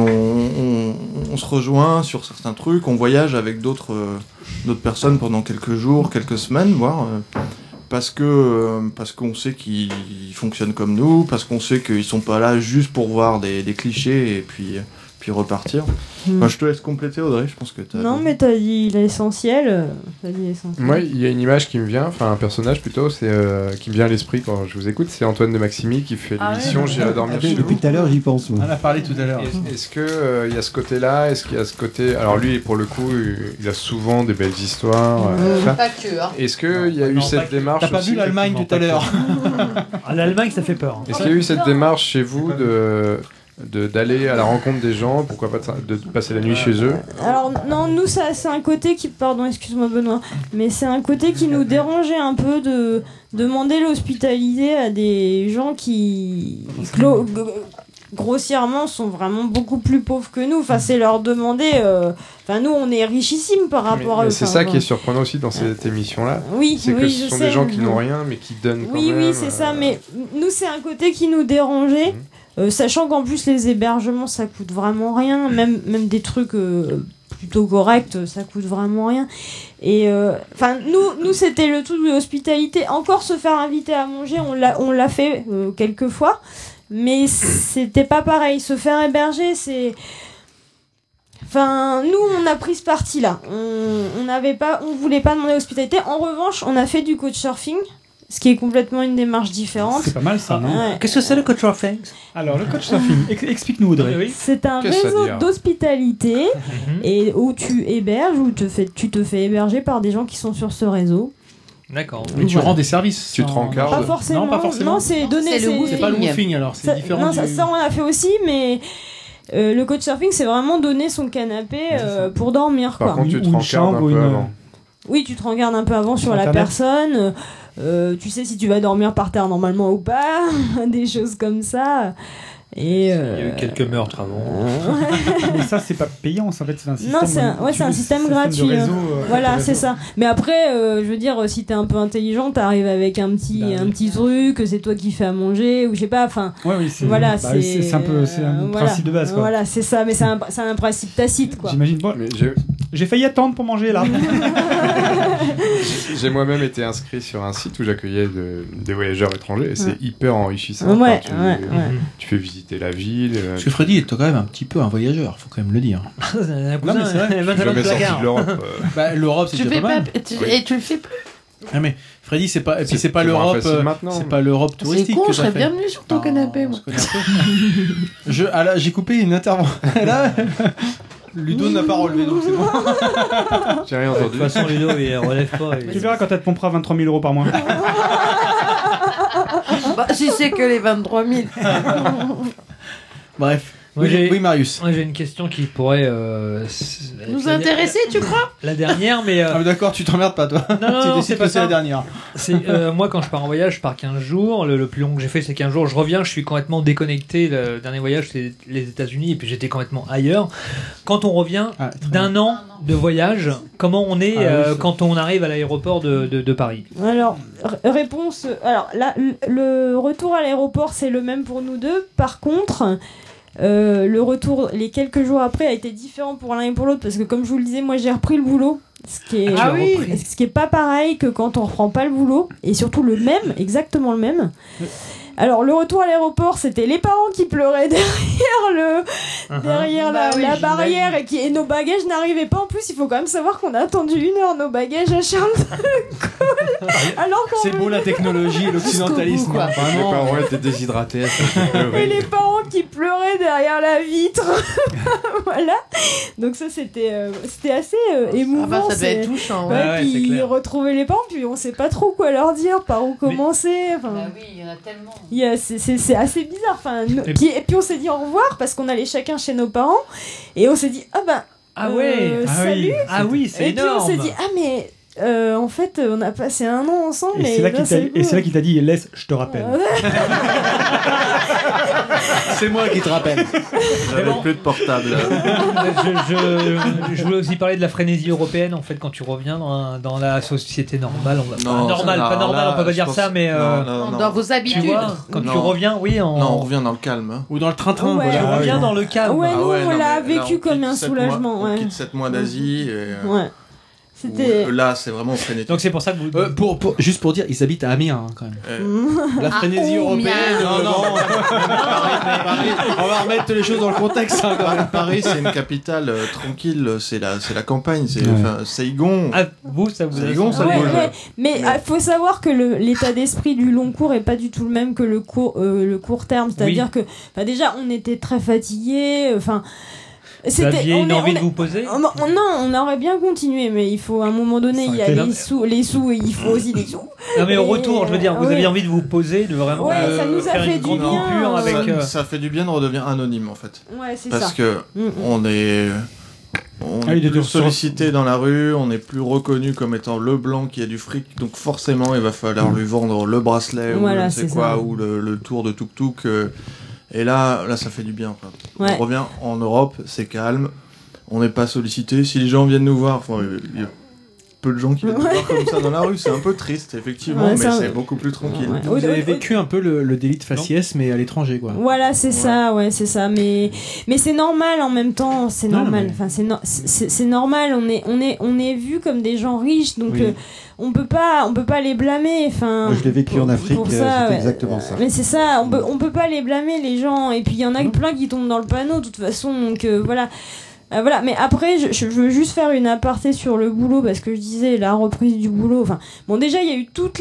Speaker 14: on se rejoint sur certains trucs, on voyage avec d'autres personnes pendant quelques jours, quelques semaines, voire. Parce qu'on sait qu'ils fonctionnent comme nous, parce qu'on sait qu'ils sont pas là juste pour voir des clichés et puis repartir. Enfin, je te laisse compléter, Audrey, je pense que t'as...
Speaker 13: Non, mais t'as dit l'essentiel.
Speaker 2: Moi, il y a une image qui me vient, enfin un personnage plutôt, qui me vient à l'esprit quand je vous écoute, c'est Antoine de Maximi qui fait l'émission J'irai dormir chez vous.
Speaker 6: Depuis tout à l'heure, j'y pense.
Speaker 5: On a parlé tout à l'heure.
Speaker 2: Est-ce que il y a ce côté-là? Est-ce qu'il y a ce côté... Alors lui, pour le coup, il a souvent des belles histoires.
Speaker 3: Pas que, hein.
Speaker 2: Est-ce qu'il y a eu cette démarche?
Speaker 5: T'as pas vu l'Allemagne tout à l'heure?
Speaker 1: L'Allemagne, ça fait peur.
Speaker 2: Est-ce qu'il y a eu cette démarche chez vous d'aller à la rencontre des gens, pourquoi pas de passer la nuit chez eux?
Speaker 13: Alors non, nous ça c'est un côté qui, pardon, excuse-moi Benoît, mais c'est un côté qui nous dérangeait un peu de demander l'hospitalité à des gens qui grossièrement sont vraiment beaucoup plus pauvres que nous. Enfin, c'est leur demander. Enfin, nous on est richissimes par rapport à eux.
Speaker 2: C'est ça qui est surprenant aussi dans cette émission-là.
Speaker 13: Oui,
Speaker 2: c'est que ce sont des gens qui n'ont rien mais qui donnent quand même.
Speaker 13: Oui, c'est ça. Mais nous c'est un côté qui nous dérangeait. Sachant qu'en plus les hébergements ça coûte vraiment rien, même des trucs plutôt corrects ça coûte vraiment rien. Et enfin nous c'était le truc de l'hospitalité. Encore se faire inviter à manger, on l'a fait quelques fois, mais c'était pas pareil. Se faire héberger c'est... Enfin, nous, on a pris ce parti-là. On voulait pas demander l'hospitalité. En revanche, on a fait du couchsurfing. Ce qui est complètement une démarche différente.
Speaker 4: C'est pas mal ça, non?
Speaker 13: Ouais.
Speaker 1: Qu'est-ce que c'est le couchsurfing?
Speaker 4: Alors, le couchsurfing, explique-nous Audrey.
Speaker 13: C'est un réseau d'hospitalité et où tu héberges, où tu te fais héberger par des gens qui sont sur ce réseau.
Speaker 5: D'accord. Mais tu rends des services.
Speaker 2: Tu te rends carte?
Speaker 13: Pas forcément.
Speaker 5: Non, pas forcément.
Speaker 13: Non, c'est donné.
Speaker 5: C'est pas le woofing alors, c'est différent.
Speaker 13: Non, ça on a fait aussi, mais... le couchsurfing, c'est vraiment donner son canapé pour dormir.
Speaker 2: Par contre, tu te rencardes un peu avant.
Speaker 13: Oui, tu te regardes un peu avant sur la personne. Tu sais si tu vas dormir par terre normalement ou pas. Des choses comme ça. Et
Speaker 1: il y a eu quelques meurtres avant.
Speaker 4: Mais ça, c'est pas payant, ça, en fait, c'est un système.
Speaker 13: Non, c'est un système gratuit.
Speaker 4: Réseau,
Speaker 13: voilà, c'est ça. Mais après, je veux dire, si t'es un peu intelligent, t'arrives avec un petit truc, c'est toi qui fais à manger, ou je sais pas, enfin.
Speaker 4: Oui, c'est.
Speaker 13: Voilà,
Speaker 4: c'est un peu, c'est un principe de base, quoi.
Speaker 13: Voilà, c'est ça, mais c'est un principe tacite, quoi.
Speaker 4: J'imagine pas. J'ai failli attendre pour manger, là.
Speaker 2: J'ai moi-même été inscrit sur un site où j'accueillais des voyageurs étrangers, et c'est hyper enrichissant.
Speaker 13: Ouais,
Speaker 2: tu fais visiter la ville.
Speaker 5: Parce que Freddy est quand même un petit peu un voyageur, faut quand même le dire.
Speaker 2: Non, mais c'est vrai. Je me mets sorti de l'Europe.
Speaker 5: L'Europe, c'est déjà pas mal.
Speaker 3: Et tu le fais plus?
Speaker 5: Ah mais Freddy, c'est pas
Speaker 2: C'est
Speaker 5: l'Europe,
Speaker 2: moins facile maintenant.
Speaker 5: c'est pas l'Europe
Speaker 3: C'est
Speaker 5: touristique
Speaker 3: con,
Speaker 5: que
Speaker 3: je
Speaker 5: t'as
Speaker 3: serais
Speaker 5: fait.
Speaker 3: bienvenue sur ton canapé, moi.
Speaker 5: Là, j'ai coupé une intervention. Là, Ludo n'a pas relevé, donc c'est bon.
Speaker 2: J'ai rien
Speaker 1: De
Speaker 2: entendu.
Speaker 1: toute façon, Ludo, il relève pas.
Speaker 4: Tu verras quand elle te pompera 23 000 euros par mois.
Speaker 3: Bah, si c'est que les 23 000.
Speaker 5: Bref.
Speaker 1: Moi,
Speaker 5: Oui, Marius.
Speaker 1: Moi, j'ai une question qui pourrait
Speaker 3: Nous intéresser, tu crois?
Speaker 1: La dernière, mais.
Speaker 5: Ah, mais d'accord, tu t'emmerdes pas, toi.
Speaker 1: Non,
Speaker 5: Tu
Speaker 1: c'est
Speaker 5: décides
Speaker 1: pas
Speaker 5: que c'est
Speaker 1: ça.
Speaker 5: la dernière.
Speaker 1: Moi, quand je pars en voyage, je pars 15 jours. Le plus long que j'ai fait, c'est 15 jours. Je reviens, je suis complètement déconnecté. Le dernier voyage, c'est les États-Unis, et puis j'étais complètement ailleurs. Quand on revient d'un an de voyage, comment on est quand on arrive à l'aéroport de Paris?
Speaker 13: Alors, réponse. Alors, là, le retour à l'aéroport, c'est le même pour nous deux. Par contre, le retour, les quelques jours après, a été différent pour l'un et pour l'autre parce que, comme je vous le disais, moi j'ai repris le boulot. Ce qui est pas pareil que quand on reprend pas le boulot, et surtout exactement le même. Alors, le retour à l'aéroport, c'était les parents qui pleuraient derrière la barrière et nos bagages n'arrivaient pas. En plus, il faut quand même savoir qu'on a attendu 1 heure nos bagages à Charles de Gaulle. Alors qu'on
Speaker 5: C'est beau la technologie et l'occidentalisme.
Speaker 2: Les parents étaient déshydratés.
Speaker 13: Et les parents qui pleuraient derrière la vitre. Voilà. Donc ça, c'était assez émouvant.
Speaker 3: Ah bah, ça devait être touchant.
Speaker 13: Ouais, puis retrouver les parents, puis on sait pas trop quoi leur dire, par où commencer. Enfin,
Speaker 3: bah oui, il y en a tellement.
Speaker 13: C'est assez bizarre. Enfin, et puis on s'est dit au revoir parce qu'on allait chacun chez nos parents et on s'est dit salut.
Speaker 1: Ah oui, c'est énorme.
Speaker 13: Et puis on s'est dit mais en fait on a passé 1 an ensemble.
Speaker 4: Et c'est là qu'il t'a dit laisse, je te rappelle.
Speaker 5: C'est moi qui te rappelle.
Speaker 14: J'avais plus de portable.
Speaker 1: Je voulais aussi parler de la frénésie européenne en fait quand tu reviens dans la société normale. On peut pas dire ça, mais
Speaker 3: dans vos habitudes.
Speaker 1: Tu vois, quand tu reviens,
Speaker 14: on revient dans le calme. Hein.
Speaker 5: Ou dans le train-train.
Speaker 13: Ouais.
Speaker 1: Tu reviens dans le calme.
Speaker 13: Ouais, nous on l'a vécu comme un soulagement.
Speaker 14: On quitte 7 mois d'Asie.
Speaker 13: Ouais.
Speaker 14: Là, c'est vraiment frénétique.
Speaker 1: Donc c'est pour ça que vous.
Speaker 5: Juste pour dire, ils habitent à Amiens quand même. La frénésie européenne. Non. On va remettre les choses dans le contexte. Hein, quand même.
Speaker 14: Paris, c'est une capitale tranquille. C'est la campagne. C'est Saigon.
Speaker 1: Ah, vous, ça vous
Speaker 14: Saigon, ça
Speaker 13: bouge. Mais il faut savoir que l'état d'esprit du long cours est pas du tout le même que le court terme. C'est-à-dire que déjà, on était très fatigués.
Speaker 1: Vous aviez une envie de vous poser?
Speaker 13: Non, on aurait bien continué, mais il faut à un moment donné, il y a les sous et il faut aussi des sous.
Speaker 1: Non, mais au retour, je veux dire, vous aviez envie de vous poser, de vraiment
Speaker 13: ça nous a
Speaker 1: faire
Speaker 13: fait
Speaker 1: une
Speaker 13: du
Speaker 1: grande coupure avec.
Speaker 14: Ça fait du bien de redevenir anonyme en fait.
Speaker 13: Ouais, c'est
Speaker 14: Parce
Speaker 13: ça.
Speaker 14: que on est plus sollicité dans la rue, on n'est plus reconnu comme étant le blanc qui a du fric, donc forcément il va falloir lui vendre le bracelet ou je ne sais quoi, ou le tour de tuk-tuk. Et là, ça fait du bien. Quoi.
Speaker 13: Ouais.
Speaker 14: On revient en Europe, c'est calme, on n'est pas sollicité. Si les gens viennent nous voir, il y a peu de gens qui viennent nous voir comme ça dans la rue. C'est un peu triste, effectivement, mais c'est beaucoup plus tranquille.
Speaker 5: Ouais. Vous avez vécu un peu le délit de faciès, mais à l'étranger, quoi.
Speaker 13: Voilà, c'est ça, c'est ça. Mais c'est normal en même temps. C'est normal. Enfin, c'est normal. On est vu comme des gens riches, donc.
Speaker 6: Oui.
Speaker 13: On peut pas les blâmer. Enfin,
Speaker 6: moi je l'ai vécu en Afrique, c'est exactement ça.
Speaker 13: Mais c'est ça, on peut pas les blâmer les gens. Et puis il y en a plein qui tombent dans le panneau de toute façon. Donc voilà. Voilà, mais après, je veux juste faire une aparté sur le boulot parce que je disais la reprise du boulot. Enfin, bon, déjà il y a eu toutes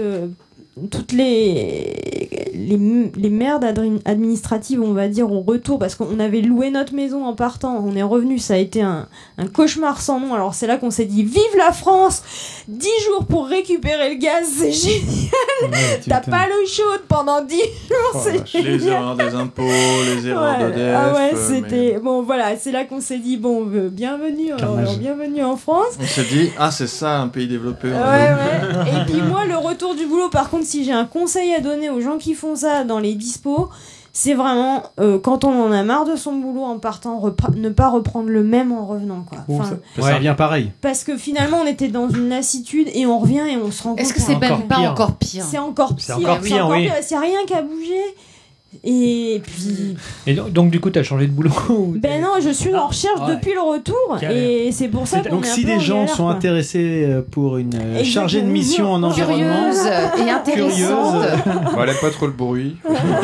Speaker 13: les merdes administratives, on va dire, au retour, parce qu'on avait loué notre maison en partant, on est revenu, ça a été un cauchemar sans nom. Alors c'est là qu'on s'est dit vive la France, 10 jours pour récupérer le gaz, c'est génial. T'as pas l'eau chaude pendant 10 jours, c'est génial.
Speaker 14: Les erreurs des impôts, les erreurs d'EDF.
Speaker 13: C'était bon, voilà, c'est là qu'on s'est dit bon, bienvenue en France.
Speaker 14: On s'est dit c'est ça un pays développé.
Speaker 13: Et puis moi, le retour du boulot, par contre, si j'ai un conseil à donner aux gens qui font ça dans les dispos, c'est vraiment quand on en a marre de son boulot en partant, ne pas reprendre le même en revenant, quoi. Enfin,
Speaker 5: ça revient pareil.
Speaker 13: Parce que finalement on était dans une lassitude et on revient et on se rend compte.
Speaker 3: Est-ce que c'est pas encore pire?
Speaker 13: C'est encore pire, oui. C'est rien qu'à bouger. Et puis.
Speaker 1: Et donc du coup, t'as changé de boulot?
Speaker 13: Ben non, je suis en recherche depuis le retour, et c'est pour ça.
Speaker 5: Donc si des gens sont intéressés pour une chargée de mission en environnement,
Speaker 3: curieuse et intéressante.
Speaker 2: Bon, elle aime pas trop le bruit.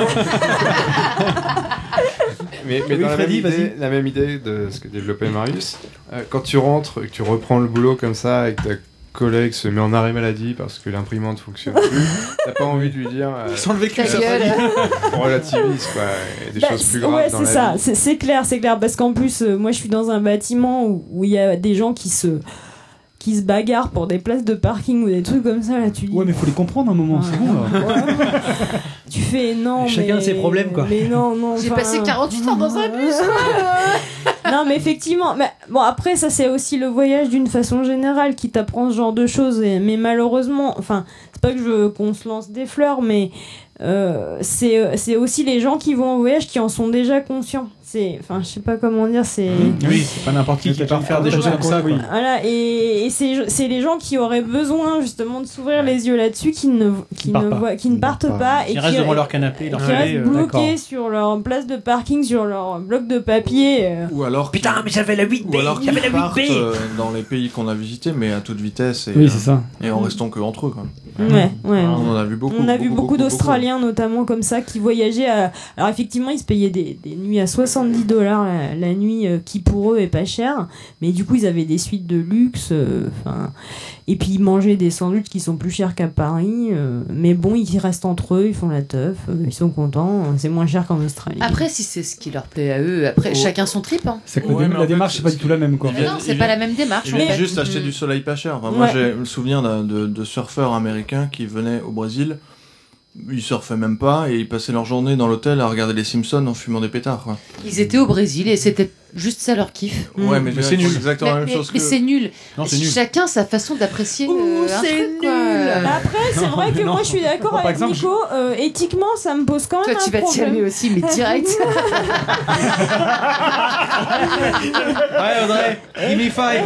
Speaker 2: mais dans la même idée de ce que développait Marius, quand tu rentres et que tu reprends le boulot comme ça et que collègue se met en arrêt maladie parce que l'imprimante fonctionne plus, t'as pas envie de lui dire
Speaker 5: sans le vécu,
Speaker 3: ta gueule.
Speaker 2: on relativise quoi, et des choses plus graves
Speaker 13: ouais,
Speaker 2: dans
Speaker 13: c'est
Speaker 2: la
Speaker 13: ça,
Speaker 2: vie.
Speaker 13: c'est clair, parce qu'en plus, moi je suis dans un bâtiment où il y a des gens qui se bagarrent pour des places de parking ou des trucs comme ça, là tu dis.
Speaker 4: Ouais, mais faut les comprendre un moment, c'est bon là.
Speaker 13: Tu fais non,
Speaker 1: Chacun
Speaker 13: mais...
Speaker 1: ses problèmes, quoi.
Speaker 13: Mais non,
Speaker 3: J'ai passé 48 ans dans un bus, quoi.
Speaker 13: Non, mais effectivement, mais bon, après, ça c'est aussi le voyage d'une façon générale qui t'apprend ce genre de choses, mais malheureusement, enfin, c'est pas que je veux qu'on se lance des fleurs, mais c'est aussi les gens qui vont en voyage qui en sont déjà conscients. Enfin, je sais pas comment dire, c'est.
Speaker 5: Oui, c'est pas n'importe qui part faire des choses comme ça, quoi.
Speaker 13: Voilà, et c'est les gens qui auraient besoin justement de s'ouvrir les yeux là-dessus qui ne partent pas et
Speaker 5: qui restent devant leur canapé,
Speaker 13: qui restent bloqués sur leur place de parking, sur leur bloc de papier.
Speaker 14: Ou alors
Speaker 1: putain, mais j'avais la 8B,
Speaker 14: ou alors
Speaker 1: j'avais
Speaker 14: qu'ils
Speaker 1: la
Speaker 14: partent
Speaker 1: 8B.
Speaker 14: dans les pays qu'on a visités, mais à toute vitesse et,
Speaker 4: Oui, c'est ça.
Speaker 14: et en restant que entre eux, quoi.
Speaker 13: Ouais.
Speaker 14: On en a vu beaucoup.
Speaker 13: On a vu beaucoup d'Australiens notamment comme ça qui voyageaient alors effectivement ils se payaient des nuits à $70 la nuit qui pour eux est pas cher, mais du coup ils avaient des suites de luxe, et puis ils mangeaient des sandwichs qui sont plus chers qu'à Paris, mais bon ils restent entre eux, ils font la teuf, ils sont contents, c'est moins cher qu'en Australie.
Speaker 3: Après si c'est ce qui leur plaît à eux, après chacun son trip. Hein.
Speaker 4: C'est que la démarche c'est pas du tout la même, quoi.
Speaker 3: Non, c'est pas la même démarche.
Speaker 14: Ils viennent juste acheter du soleil pas cher. Enfin, moi j'ai le souvenir de surfeurs américains qui venaient au Brésil. Ils surfaient même pas et ils passaient leur journée dans l'hôtel à regarder les Simpsons en fumant des pétards, quoi.
Speaker 3: Ils étaient au Brésil et c'était juste ça leur kiff.
Speaker 14: Ouais, mais c'est nul. Exactement la même chose
Speaker 3: mais c'est nul.
Speaker 14: Non, c'est nul.
Speaker 3: Chacun sa façon d'apprécier un
Speaker 13: c'est
Speaker 3: truc,
Speaker 13: nul.
Speaker 3: quoi.
Speaker 13: Après, c'est vrai que moi je suis d'accord avec
Speaker 4: exemple,
Speaker 13: Nico. Éthiquement, ça me pose quand même
Speaker 3: Toi, tu
Speaker 13: un
Speaker 3: vas t'y
Speaker 13: problème.
Speaker 3: aller aussi, mais direct.
Speaker 5: Ouais, Audrey, give me five.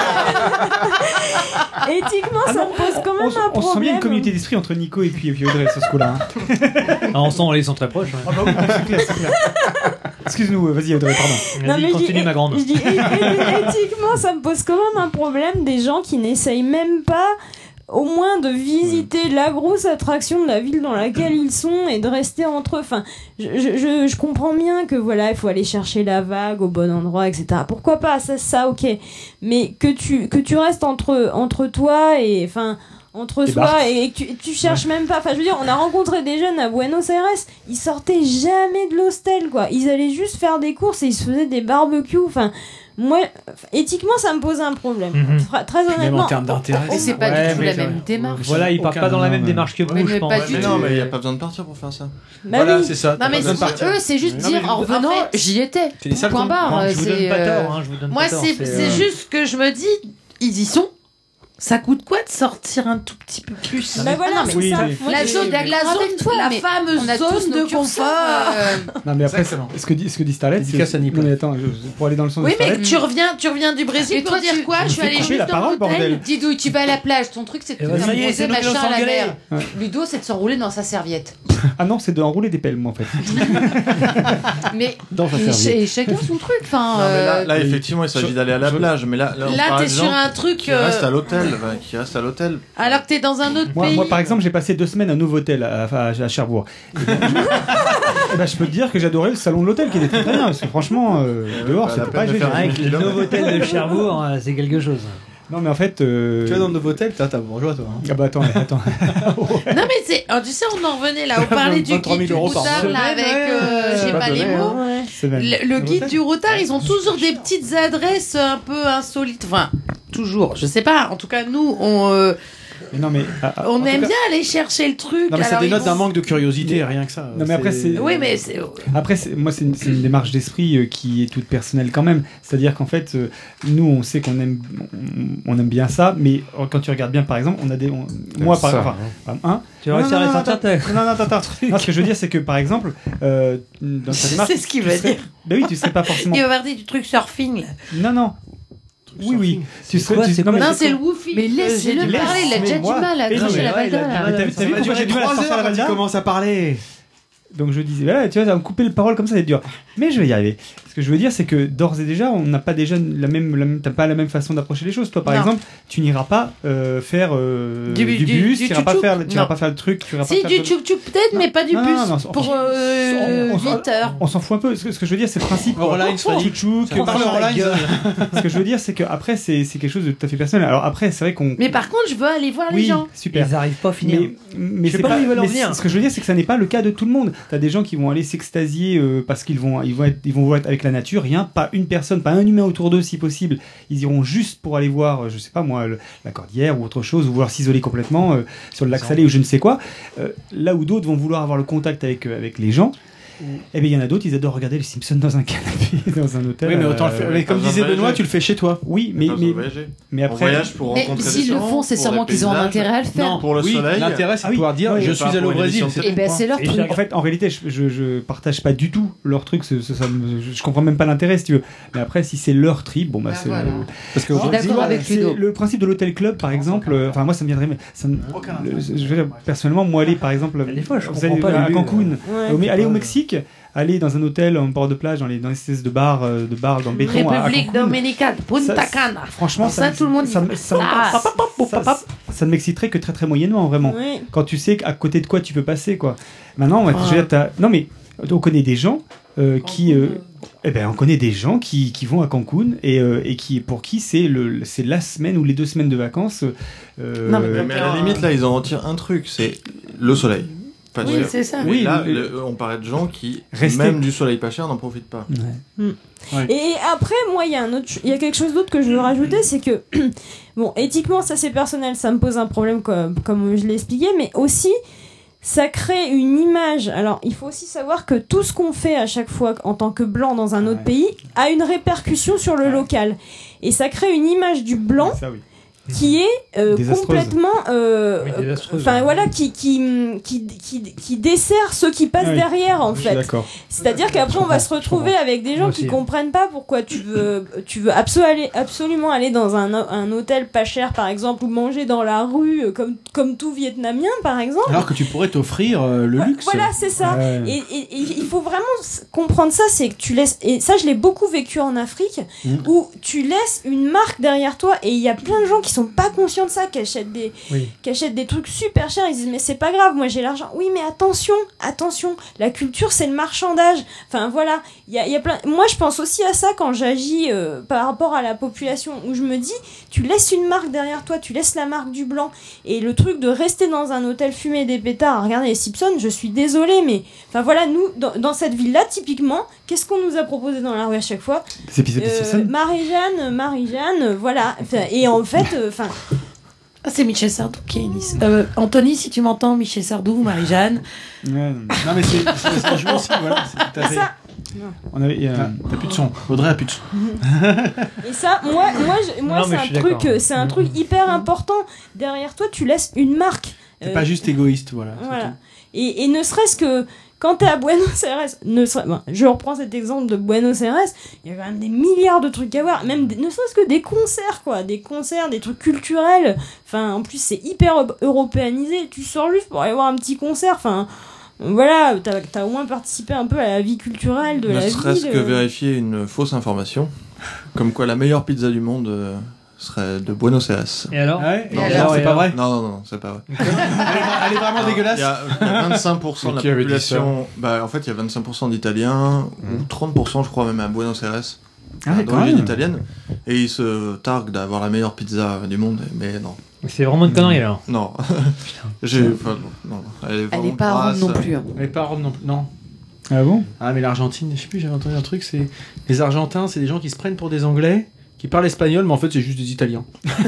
Speaker 13: Éthiquement, ça me pose quand même un
Speaker 4: On sent bien
Speaker 13: problème.
Speaker 4: une communauté d'esprit entre Nico et puis Audrey sur ce coup-là.
Speaker 1: Ils sont très proches.
Speaker 4: Ah bah oui, c'est clair, c'est clair. Excuse-nous, vas-y Audrey, pardon.
Speaker 13: Non, mais
Speaker 1: Continue, ma grande.
Speaker 13: je dis éthiquement, ça me pose quand même un problème des gens qui n'essayent même pas au moins de visiter la grosse attraction de la ville dans laquelle ils sont et de rester entre eux. Enfin, je comprends bien que voilà, il faut aller chercher la vague au bon endroit, etc. Pourquoi pas, ça ok. Mais que tu restes entre toi et enfin. Entre soi et que tu cherches même pas. Enfin, je veux dire, on a rencontré des jeunes à Buenos Aires, ils sortaient jamais de l'hostel, quoi. Ils allaient juste faire des courses et ils se faisaient des barbecues. Enfin, moi, éthiquement, ça me pose un problème. Très honnêtement.
Speaker 5: Même en termes d'intérêt.
Speaker 3: Et c'est pas du tout la même démarche.
Speaker 1: Voilà, ils partent pas dans la même démarche que vous, je pense.
Speaker 14: Mais non, mais il n'y a pas besoin de partir pour faire ça.
Speaker 13: Bah
Speaker 5: Voilà,
Speaker 13: oui.
Speaker 5: c'est ça.
Speaker 3: Non, mais eux, c'est juste dire en revenant, j'y étais.
Speaker 5: C'est les sales
Speaker 3: Point barre.
Speaker 1: Je vous donne pas tort, je vous donne
Speaker 3: Moi,
Speaker 1: pas tort.
Speaker 3: c'est juste que je me dis, ils y sont. Ça coûte quoi de sortir un tout petit peu plus?
Speaker 13: Bah voilà,
Speaker 3: mais
Speaker 13: c'est ça.
Speaker 3: la zone, la fameuse zone de confort.
Speaker 4: Non mais après, ce que dit Starlet,
Speaker 5: Dédicace à Nicolas.
Speaker 4: Non mais attends, pour aller dans le sens
Speaker 3: Oui,
Speaker 4: de Starlet.
Speaker 3: mais tu reviens du Brésil pour dire quoi? Je suis allé
Speaker 4: couper la
Speaker 3: juste dans
Speaker 4: parole,
Speaker 3: l'hôtel.
Speaker 4: bordel.
Speaker 3: Didouille, tu vas à la plage. Ton truc, c'est de
Speaker 1: ça y est, c'est nous qui
Speaker 3: machin
Speaker 1: allons
Speaker 3: à la
Speaker 1: s'engueuler.
Speaker 3: mer.
Speaker 4: Ouais.
Speaker 3: Ludo, c'est de s'enrouler dans sa serviette.
Speaker 4: Ah non, c'est de enrouler des pelles, moi en fait.
Speaker 3: Mais
Speaker 6: Dans sa serviette.
Speaker 3: chacun son truc. Enfin,
Speaker 14: Non, mais là, effectivement, il s'agit d'aller à la plage. Mais là, on
Speaker 3: là,
Speaker 14: parle
Speaker 3: t'es
Speaker 14: des
Speaker 3: sur
Speaker 14: gens
Speaker 3: un truc.
Speaker 14: qui reste à l'hôtel.
Speaker 3: Alors que t'es dans un autre pays.
Speaker 4: Moi, par exemple, j'ai passé 2 semaines à Novotel à Cherbourg. Et ben, je peux te dire que j'adorais le salon de l'hôtel qui était très bien. Parce que franchement, dehors, c'était pas
Speaker 14: peine de faire
Speaker 4: génial.
Speaker 1: Avec le Novotel de Cherbourg, c'est quelque chose.
Speaker 4: Non, mais en fait.
Speaker 5: Tu vas dans le Novotel, t'as bourgeois, toi.
Speaker 4: Ah bah attends.
Speaker 3: Non mais c'est, tu sais, on en revenait là, on parlait du
Speaker 5: 23
Speaker 3: guide
Speaker 5: 000
Speaker 3: du
Speaker 5: euros par
Speaker 3: routard là
Speaker 5: semaine,
Speaker 3: avec, j'ai pas les mots.
Speaker 4: C'est même.
Speaker 3: Le guide du routard, ils ont toujours des petites adresses un peu insolites. Enfin, toujours, je sais pas. En tout cas, nous,
Speaker 4: Non, mais,
Speaker 3: on aime bien aller chercher le truc.
Speaker 5: Non, mais ça
Speaker 3: alors
Speaker 5: dénote
Speaker 3: ils
Speaker 5: d'un
Speaker 3: vont-
Speaker 5: manque de curiosité, rien que ça.
Speaker 4: Non, mais après, c'est.
Speaker 3: Oui, mais c'est.
Speaker 4: Après, moi, c'est une démarche d'esprit qui est toute personnelle quand même. C'est-à-dire qu'en fait, nous, on sait qu'on aime, on aime bien ça, mais quand tu regardes bien, par exemple, on a des. Moi, par exemple.
Speaker 1: Tu vas réussir à sortir ta.
Speaker 4: Non, attends. Non, ce que je veux dire, c'est que par exemple, dans ta démarche.
Speaker 3: C'est ce qu'il va dire.
Speaker 4: Ben oui, tu serais pas forcément.
Speaker 3: Il va parler du truc surfing là.
Speaker 4: Non. Oui. Tu serais.
Speaker 1: quoi, c'est quoi
Speaker 3: Non, c'est le woofy. Mais laissez-le parler, il a déjà du mal à accrocher la valda là.
Speaker 4: T'as vu pourquoi j'ai du mal à sortir la
Speaker 5: quand tu
Speaker 4: valda
Speaker 5: commences à parler.
Speaker 4: Donc je disais, tu vois, ça va me couper les paroles comme ça, c'est dur. Mais je vais y arriver. Ce que je veux dire, c'est que d'ores et déjà, on n'a pas déjà t'as pas la même façon d'approcher les choses. Toi, par exemple, tu n'iras pas faire du bus, tu n'iras pas faire le truc.
Speaker 3: Si, du tchouk-tchouk peut-être, mais pas du bus. Pour 8 heures.
Speaker 4: On s'en fout un peu. Ce que je veux dire, c'est le principe. Tchouk-tchouk. Ce que je veux dire, c'est qu'après, c'est quelque chose de tout à fait personnel. Alors après, c'est vrai qu'on.
Speaker 3: Mais par contre, je veux aller voir les gens.
Speaker 4: Super.
Speaker 1: Ils n'arrivent pas à finir.
Speaker 4: Mais c'est pas. Ce que je veux dire, c'est que ça n'est pas le cas de tout le monde. T'as des gens qui vont aller s'extasier parce qu'ils vont être avec la nature, rien, pas une personne, pas un humain autour d'eux si possible. Ils iront juste pour aller voir, je sais pas moi, la cordillère ou autre chose, ou vouloir s'isoler complètement sur le lac Salé ou je ne sais quoi. Là où d'autres vont vouloir avoir le contact avec les gens. Et bien il y en a d'autres, ils adorent regarder les Simpsons dans un canapé, dans un hôtel.
Speaker 5: Oui, mais autant le faire. Mais comme disait Benoît, tu le fais chez toi.
Speaker 4: Oui, mais après.
Speaker 14: On voyage pour rencontrer des gens.
Speaker 11: S'ils le font, c'est sûrement qu'ils ont un intérêt à le faire.
Speaker 14: Non, pour le soleil.
Speaker 5: L'intérêt, c'est de pouvoir dire je suis allé au Brésil.
Speaker 11: Et ben c'est leur truc.
Speaker 4: En fait, en réalité, je partage pas du tout leur truc. Je comprends même pas l'intérêt, si tu veux. Mais après, si c'est leur trip, bon bah c'est.
Speaker 3: Parce que je suis d'accord avec Ludo.
Speaker 4: Le principe de l'hôtel club, par exemple. Enfin, moi, ça me viendrait. Je veux dire, personnellement, moi, aller, par exemple, vous allez à Cancun, aller au Mexique. Aller dans un hôtel en bord de plage, dans les espèces de bars dans le béton.
Speaker 3: République Dominicane, Punta Cana.
Speaker 4: Franchement,
Speaker 3: ça tout le monde
Speaker 4: ça ne m'exciterait que très très moyennement, vraiment. Oui. Quand tu sais à côté de quoi tu peux passer, quoi. Maintenant, je veux dire, non mais on connaît des gens qui vont à Cancun et pour qui c'est la semaine ou les 2 semaines de vacances.
Speaker 14: Non, mais à la limite là, ils en retirent un truc, c'est le soleil.
Speaker 3: Oui, c'est ça.
Speaker 14: Oui, là, on parlait de gens qui, même du soleil pas cher, n'en profitent pas.
Speaker 13: Ouais. Ouais. Et après, moi, il y a quelque chose d'autre que je veux rajouter, c'est que, bon, éthiquement, ça c'est personnel, ça me pose un problème comme je l'ai expliqué, mais aussi, ça crée une image. Alors, il faut aussi savoir que tout ce qu'on fait à chaque fois en tant que blanc dans un autre pays a une répercussion sur le local. Et ça crée une image du blanc. Ça, oui. Qui est complètement enfin voilà qui dessert ceux qui passent derrière en fait. C'est-à-dire qu'après on va se retrouver avec des gens qui comprennent pas pourquoi tu veux absolument aller dans un hôtel pas cher par exemple ou manger dans la rue comme tout Vietnamien par exemple.
Speaker 5: Alors que tu pourrais t'offrir le luxe.
Speaker 13: Voilà, c'est ça. Et il faut vraiment comprendre ça, c'est que tu laisses, et ça je l'ai beaucoup vécu en Afrique où tu laisses une marque derrière toi et il y a plein de gens qui sont pas conscients de ça, qui achètent des trucs super chers, ils disent mais c'est pas grave, moi j'ai l'argent. Oui, mais attention, la culture c'est le marchandage. Enfin voilà, il y a plein. Moi je pense aussi à ça quand j'agis par rapport à la population, où je me dis tu laisses une marque derrière toi, tu laisses la marque du blanc, et le truc de rester dans un hôtel fumer des pétards à regarder les Simpsons, je suis désolée, mais enfin voilà, nous dans cette ville là typiquement, qu'est-ce qu'on nous a proposé dans la rue à chaque fois? Marie-Jeanne, voilà. Et en fait, enfin.
Speaker 3: C'est Michel Sardou qui est ici. Anthony, si tu m'entends, Michel Sardou, Marie-Jeanne.
Speaker 5: Non, mais ça joue aussi, voilà. C'est tout à fait. T'as plus de son. Audrey a plus de son.
Speaker 13: Et ça, moi c'est un truc hyper important. Derrière toi, tu laisses une marque.
Speaker 5: T'es pas juste égoïste, voilà.
Speaker 13: Et ne serait-ce que quand t'es à Buenos Aires, je reprends cet exemple de Buenos Aires, il y a quand même des milliards de trucs à voir, même ne serait-ce que des concerts, des trucs culturels. Enfin, en plus c'est hyper européanisé. Tu sors juste pour aller voir un petit concert. Enfin, voilà, t'as au moins participé un peu à la vie culturelle de la ville.
Speaker 14: Ne serait-ce que vérifier une fausse information, comme quoi la meilleure pizza du monde serait de Buenos Aires.
Speaker 1: Et alors?
Speaker 5: C'est pas vrai?
Speaker 14: Non, c'est pas vrai.
Speaker 5: Elle est vraiment dégueulasse.
Speaker 14: Il y a 25% de la population. En fait, il y a 25% d'Italiens, ou 30%, je crois, même à Buenos Aires. D'origine italienne. Et ils se targuent d'avoir la meilleure pizza du monde, mais non.
Speaker 1: C'est vraiment une connerie alors?
Speaker 14: Non.
Speaker 3: Elle est pas à Rome non plus.
Speaker 5: Elle est pas à Rome non plus. Non.
Speaker 4: Ah bon?
Speaker 5: Ah, mais l'Argentine, je sais plus, j'avais entendu un truc, c'est. Les Argentins, c'est des gens qui se prennent pour des Anglais, qui parlent espagnol, mais en fait, c'est juste des Italiens.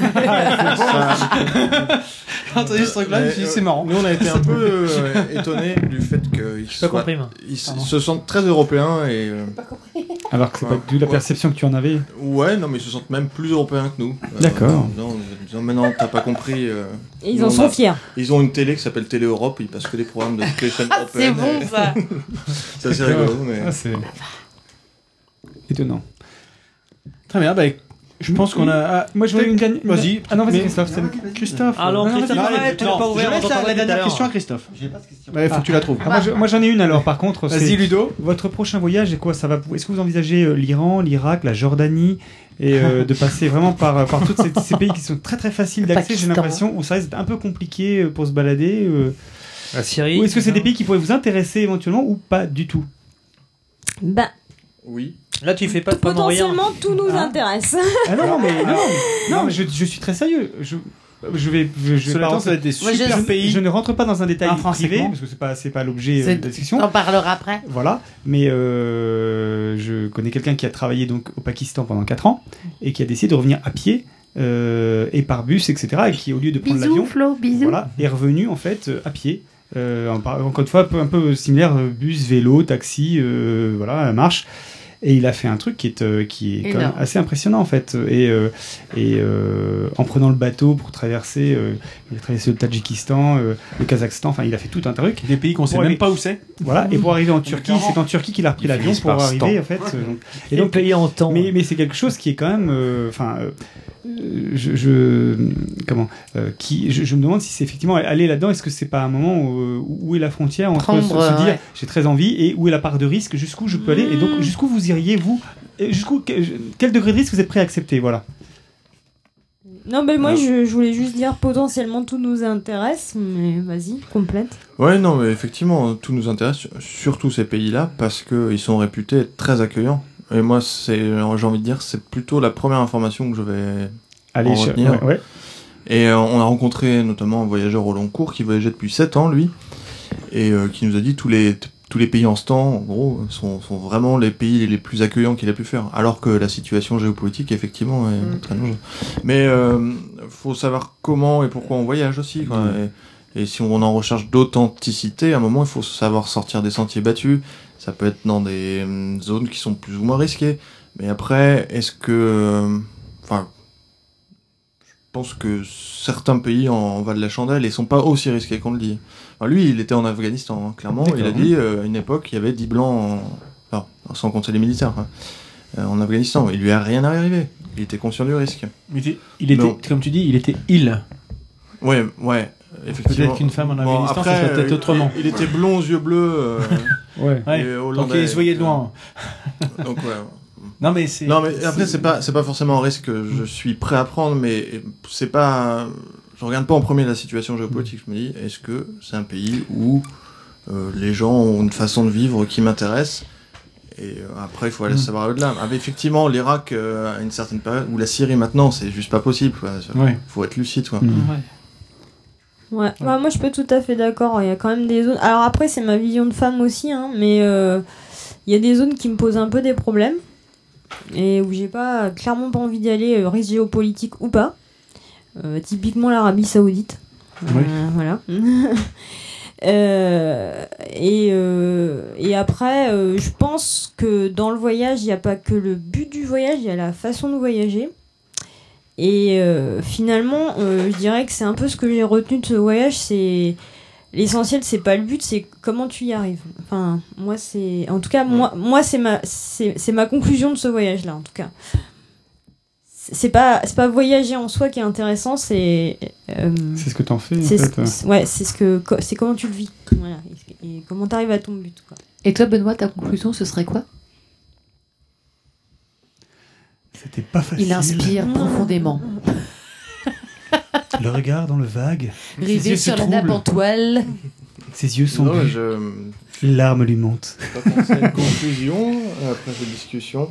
Speaker 5: J'ai entendu ce truc-là, je me suis dit, c'est marrant.
Speaker 14: Nous, on a été un peu étonnés du fait qu'ils se sentent très européens et.
Speaker 4: Alors que c'est pas du tout la perception que tu en avais.
Speaker 14: Ouais, non, mais ils se sentent même plus européens que nous.
Speaker 4: D'accord.
Speaker 14: Mais non, t'as pas compris.
Speaker 13: Et ils en sont fiers.
Speaker 14: Ils ont une télé qui s'appelle Télé Europe, ils passent que des programmes de toutes les chaînes européennes.
Speaker 3: C'est bon ça.
Speaker 14: C'est assez rigolo, mais.
Speaker 4: C'est étonnant.
Speaker 5: Très bien, Je pense qu'on a.
Speaker 4: Moi, je voulais une dernière.
Speaker 5: Vas-y.
Speaker 4: Ah non, vas-y,
Speaker 5: Mais-
Speaker 4: Christophe.
Speaker 5: Christophe.
Speaker 1: Alors, Christophe, arrête, tu l'as pas ouvert.
Speaker 5: Je laisse
Speaker 1: on t'entendait
Speaker 5: la dernière
Speaker 1: tout à
Speaker 5: question à
Speaker 1: l'heure.
Speaker 5: Christophe. Il faut que tu la trouves.
Speaker 4: Moi, j'en ai une alors, par contre.
Speaker 5: Vas-y,
Speaker 4: c'est-
Speaker 5: Ludo.
Speaker 4: Votre prochain voyage, est quoi ça va... Est-ce que vous envisagez l'Iran, l'Irak, la Jordanie et de passer vraiment par tous ces pays qui sont très très faciles d'accès, j'ai
Speaker 3: Pakistan.
Speaker 4: l'impression, où ça risque d'être un peu compliqué pour se balader
Speaker 1: La Syrie.
Speaker 4: ou est-ce que c'est des pays qui pourraient vous intéresser éventuellement ou pas du tout?
Speaker 13: Bah,
Speaker 14: Oui.
Speaker 1: Là, tu fais pas de vraiment rien.
Speaker 13: potentiellement, tout nous intéresse.
Speaker 4: Ah non, mais je suis très sérieux. Je vais
Speaker 5: Cela
Speaker 4: pas
Speaker 5: étant, ça va être des super pays.
Speaker 4: Je ne rentre pas dans un détail
Speaker 5: Intrinsèquement.
Speaker 4: privé parce que c'est pas l'objet de la discussion.
Speaker 3: On en parlera après.
Speaker 4: Voilà, mais je connais quelqu'un qui a travaillé donc au Pakistan pendant 4 ans et qui a décidé de revenir à pied et par bus, etc. Et qui, au lieu de prendre
Speaker 3: Bisous,
Speaker 4: l'avion,
Speaker 3: Flo, bisous.
Speaker 4: voilà, est revenu en fait à pied. Encore une fois, un peu similaire, bus, vélo, taxi, voilà, à la marche. Et il a fait un truc qui est quand même assez impressionnant en fait. Et en prenant le bateau pour traverser, il a traversé le Tadjikistan, le Kazakhstan, enfin il a fait tout un truc.
Speaker 5: Des pays qu'on sait même pas où c'est.
Speaker 4: Voilà, et pour arriver en Turquie, c'est en Turquie qu'il a repris l'avion pour arriver en fait.
Speaker 1: Et donc payé en temps.
Speaker 4: Mais c'est quelque chose qui est quand même, je me demande si c'est effectivement aller là-dedans. Est-ce que c'est pas un moment où est la frontière entre se dire j'ai très envie et où est la part de risque, jusqu'où je peux aller et donc jusqu'où vous iriez vous, et quel degré de risque vous êtes prêt à accepter, voilà.
Speaker 13: Non, mais moi, je voulais juste dire potentiellement tout nous intéresse, mais vas-y, complète.
Speaker 14: Ouais, non, mais effectivement, tout nous intéresse, surtout ces pays-là, parce qu'ils sont réputés être très accueillants. Et moi, j'ai envie de dire, c'est plutôt la première information que je vais en retenir.
Speaker 4: Ouais.
Speaker 14: Et on a rencontré notamment un voyageur au long cours qui voyageait depuis 7 ans, lui, et qui nous a dit tous les pays en ce temps, en gros, sont vraiment les pays les plus accueillants qu'il a pu faire. Alors que la situation géopolitique, effectivement, est très dangereuse. Mais faut savoir comment et pourquoi on voyage aussi, quoi. Et si on en recherche d'authenticité, à un moment, il faut savoir sortir des sentiers battus. Ça peut être dans des zones qui sont plus ou moins risquées. Mais après, est-ce que... Enfin... Je pense que certains pays en valent la chandelle et sont pas aussi risqués qu'on le dit. Enfin, lui, il était en Afghanistan, hein, clairement. Il a dit, à une époque, il y avait 10 blancs, enfin, sans compter les militaires, hein, en Afghanistan. Il lui a rien arrivé. Il était conscient du risque.
Speaker 5: Il était, comme tu dis, il était il.
Speaker 14: Ouais, effectivement.
Speaker 5: Peut-être qu'une femme en Afghanistan,
Speaker 14: après,
Speaker 5: ça serait peut-être autrement.
Speaker 14: Il était blond aux yeux bleus.
Speaker 5: Ouais. Donc il se voyait de loin.
Speaker 14: Donc ouais.
Speaker 5: Non mais
Speaker 14: après c'est pas forcément un risque que je suis prêt à prendre, mais c'est pas, je regarde pas en premier la situation géopolitique. Je me dis, est-ce que c'est un pays où les gens ont une façon de vivre qui m'intéresse, et après il faut aller savoir au-delà. Effectivement, l'Irak à une certaine période, ou la Syrie maintenant, c'est juste pas possible, quoi. Faut être lucide, quoi.
Speaker 13: Ouais, bah, moi je peux tout à fait d'accord, il y a quand même des zones... Alors après c'est ma vision de femme aussi, hein, mais il y a des zones qui me posent un peu des problèmes, et où j'ai clairement pas envie d'y aller, risque géopolitique ou pas. Typiquement l'Arabie Saoudite. Voilà. Et après, je pense que dans le voyage, il n'y a pas que le but du voyage, il y a la façon de voyager. Et finalement, je dirais que c'est un peu ce que j'ai retenu de ce voyage, c'est l'essentiel, c'est pas le but, c'est comment tu y arrives. Enfin, moi c'est, en tout cas, moi c'est ma conclusion de ce voyage-là, en tout cas. C'est pas voyager en soi qui est intéressant, c'est
Speaker 4: ce que t'en fais.
Speaker 13: C'est comment tu le vis, voilà, et comment t'arrives à ton but, quoi.
Speaker 3: Et toi, Benoît, ta conclusion, ce serait quoi?
Speaker 4: C'était pas facile.
Speaker 3: Il inspire profondément.
Speaker 4: Le regard dans le vague.
Speaker 3: Rivé sur la nappe en toile.
Speaker 4: Ses yeux sont bleus. Les larmes lui montent.
Speaker 14: Je vais pas penser à une conclusion après cette discussion.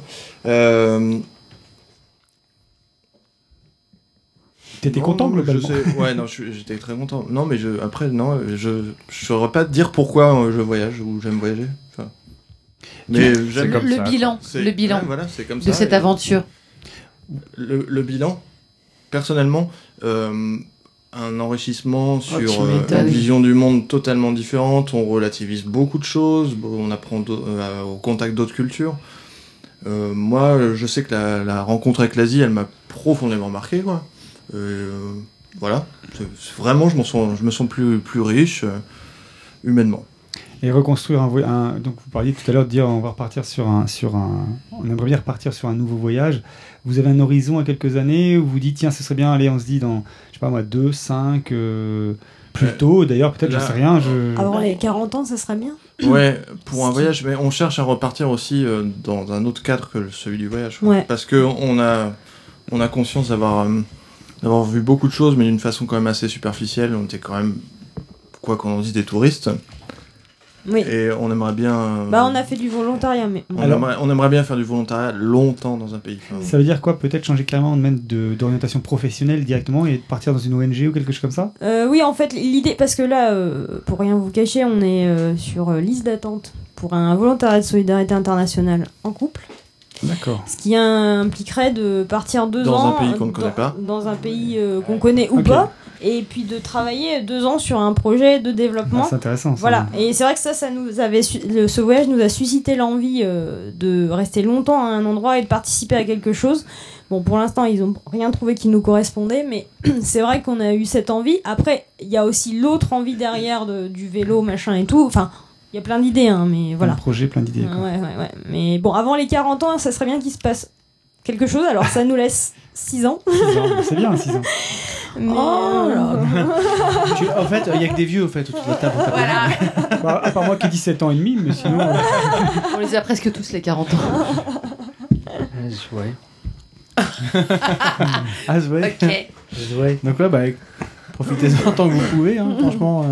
Speaker 4: T'étais content globalement?
Speaker 14: Ouais, non, j'étais très content. Non, mais après, non, je saurais pas te dire pourquoi je voyage ou j'aime voyager. Enfin, mais j'aime
Speaker 3: le bilan
Speaker 14: ouais, voilà, c'est comme
Speaker 3: de cette aventure.
Speaker 14: Le bilan, personnellement, un enrichissement sur une vision du monde totalement différente. On relativise beaucoup de choses, on apprend au contact d'autres cultures. Moi, je sais que la rencontre avec l'Asie, elle m'a profondément marqué, quoi. Voilà, vraiment, je me sens plus riche humainement.
Speaker 4: et reconstruire donc vous parliez tout à l'heure de dire on va repartir on aimerait bien repartir sur un nouveau voyage. Vous avez un horizon à quelques années où vous dites tiens ce serait bien, allez on se dit dans je sais pas moi 2, 5 plus tôt d'ailleurs peut-être
Speaker 14: là,
Speaker 4: je sais rien
Speaker 13: Avant les 40 ans ça serait bien.
Speaker 14: Ouais, pour un voyage, mais on cherche à repartir aussi dans un autre cadre que celui du voyage.
Speaker 13: Ouais.
Speaker 14: Parce que on a conscience d'avoir vu beaucoup de choses, mais d'une façon quand même assez superficielle. On était quand même, quoi qu'on en dise, des touristes.
Speaker 13: Oui.
Speaker 14: Et on aimerait bien...
Speaker 13: on a fait du volontariat, mais...
Speaker 14: On aimerait bien faire du volontariat longtemps dans un pays.
Speaker 4: Ça veut dire quoi? Peut-être changer carrément même d'orientation professionnelle directement et partir dans une ONG ou quelque chose comme ça?
Speaker 13: Oui, en fait, l'idée... Parce que là, pour rien vous cacher, on est sur liste d'attente pour un volontariat de solidarité internationale en couple.
Speaker 4: D'accord.
Speaker 13: Ce qui impliquerait de partir 2 ans...
Speaker 14: Dans un pays qu'on ne connaît pas.
Speaker 13: Dans un pays qu'on connaît ou pas. Et puis de travailler 2 ans sur un projet de développement.
Speaker 4: Ah, c'est intéressant. Ça.
Speaker 13: Voilà. Et c'est vrai que ça nous avait ce voyage nous a suscité l'envie de rester longtemps à un endroit et de participer à quelque chose. Bon, pour l'instant, ils ont rien trouvé qui nous correspondait, mais c'est vrai qu'on a eu cette envie. Après, il y a aussi l'autre envie derrière du vélo, machin et tout. Enfin, il y a plein d'idées, hein, mais voilà.
Speaker 4: Un projet, plein d'idées.
Speaker 13: Ouais. Mais bon, avant les 40 ans, ça serait bien qu'il se passe quelque chose. Alors, ça nous laisse 6 ans.
Speaker 4: 6 ans, c'est bien, 6 ans.
Speaker 13: Mais
Speaker 5: en fait, il n'y a que des vieux au fait autour de la table.
Speaker 11: Voilà.
Speaker 4: À part moi qui ai 17 ans et demi, mais sinon.
Speaker 11: On les a presque tous les 40 ans.
Speaker 5: Ok. Donc là, profitez-en tant que vous pouvez, hein, franchement.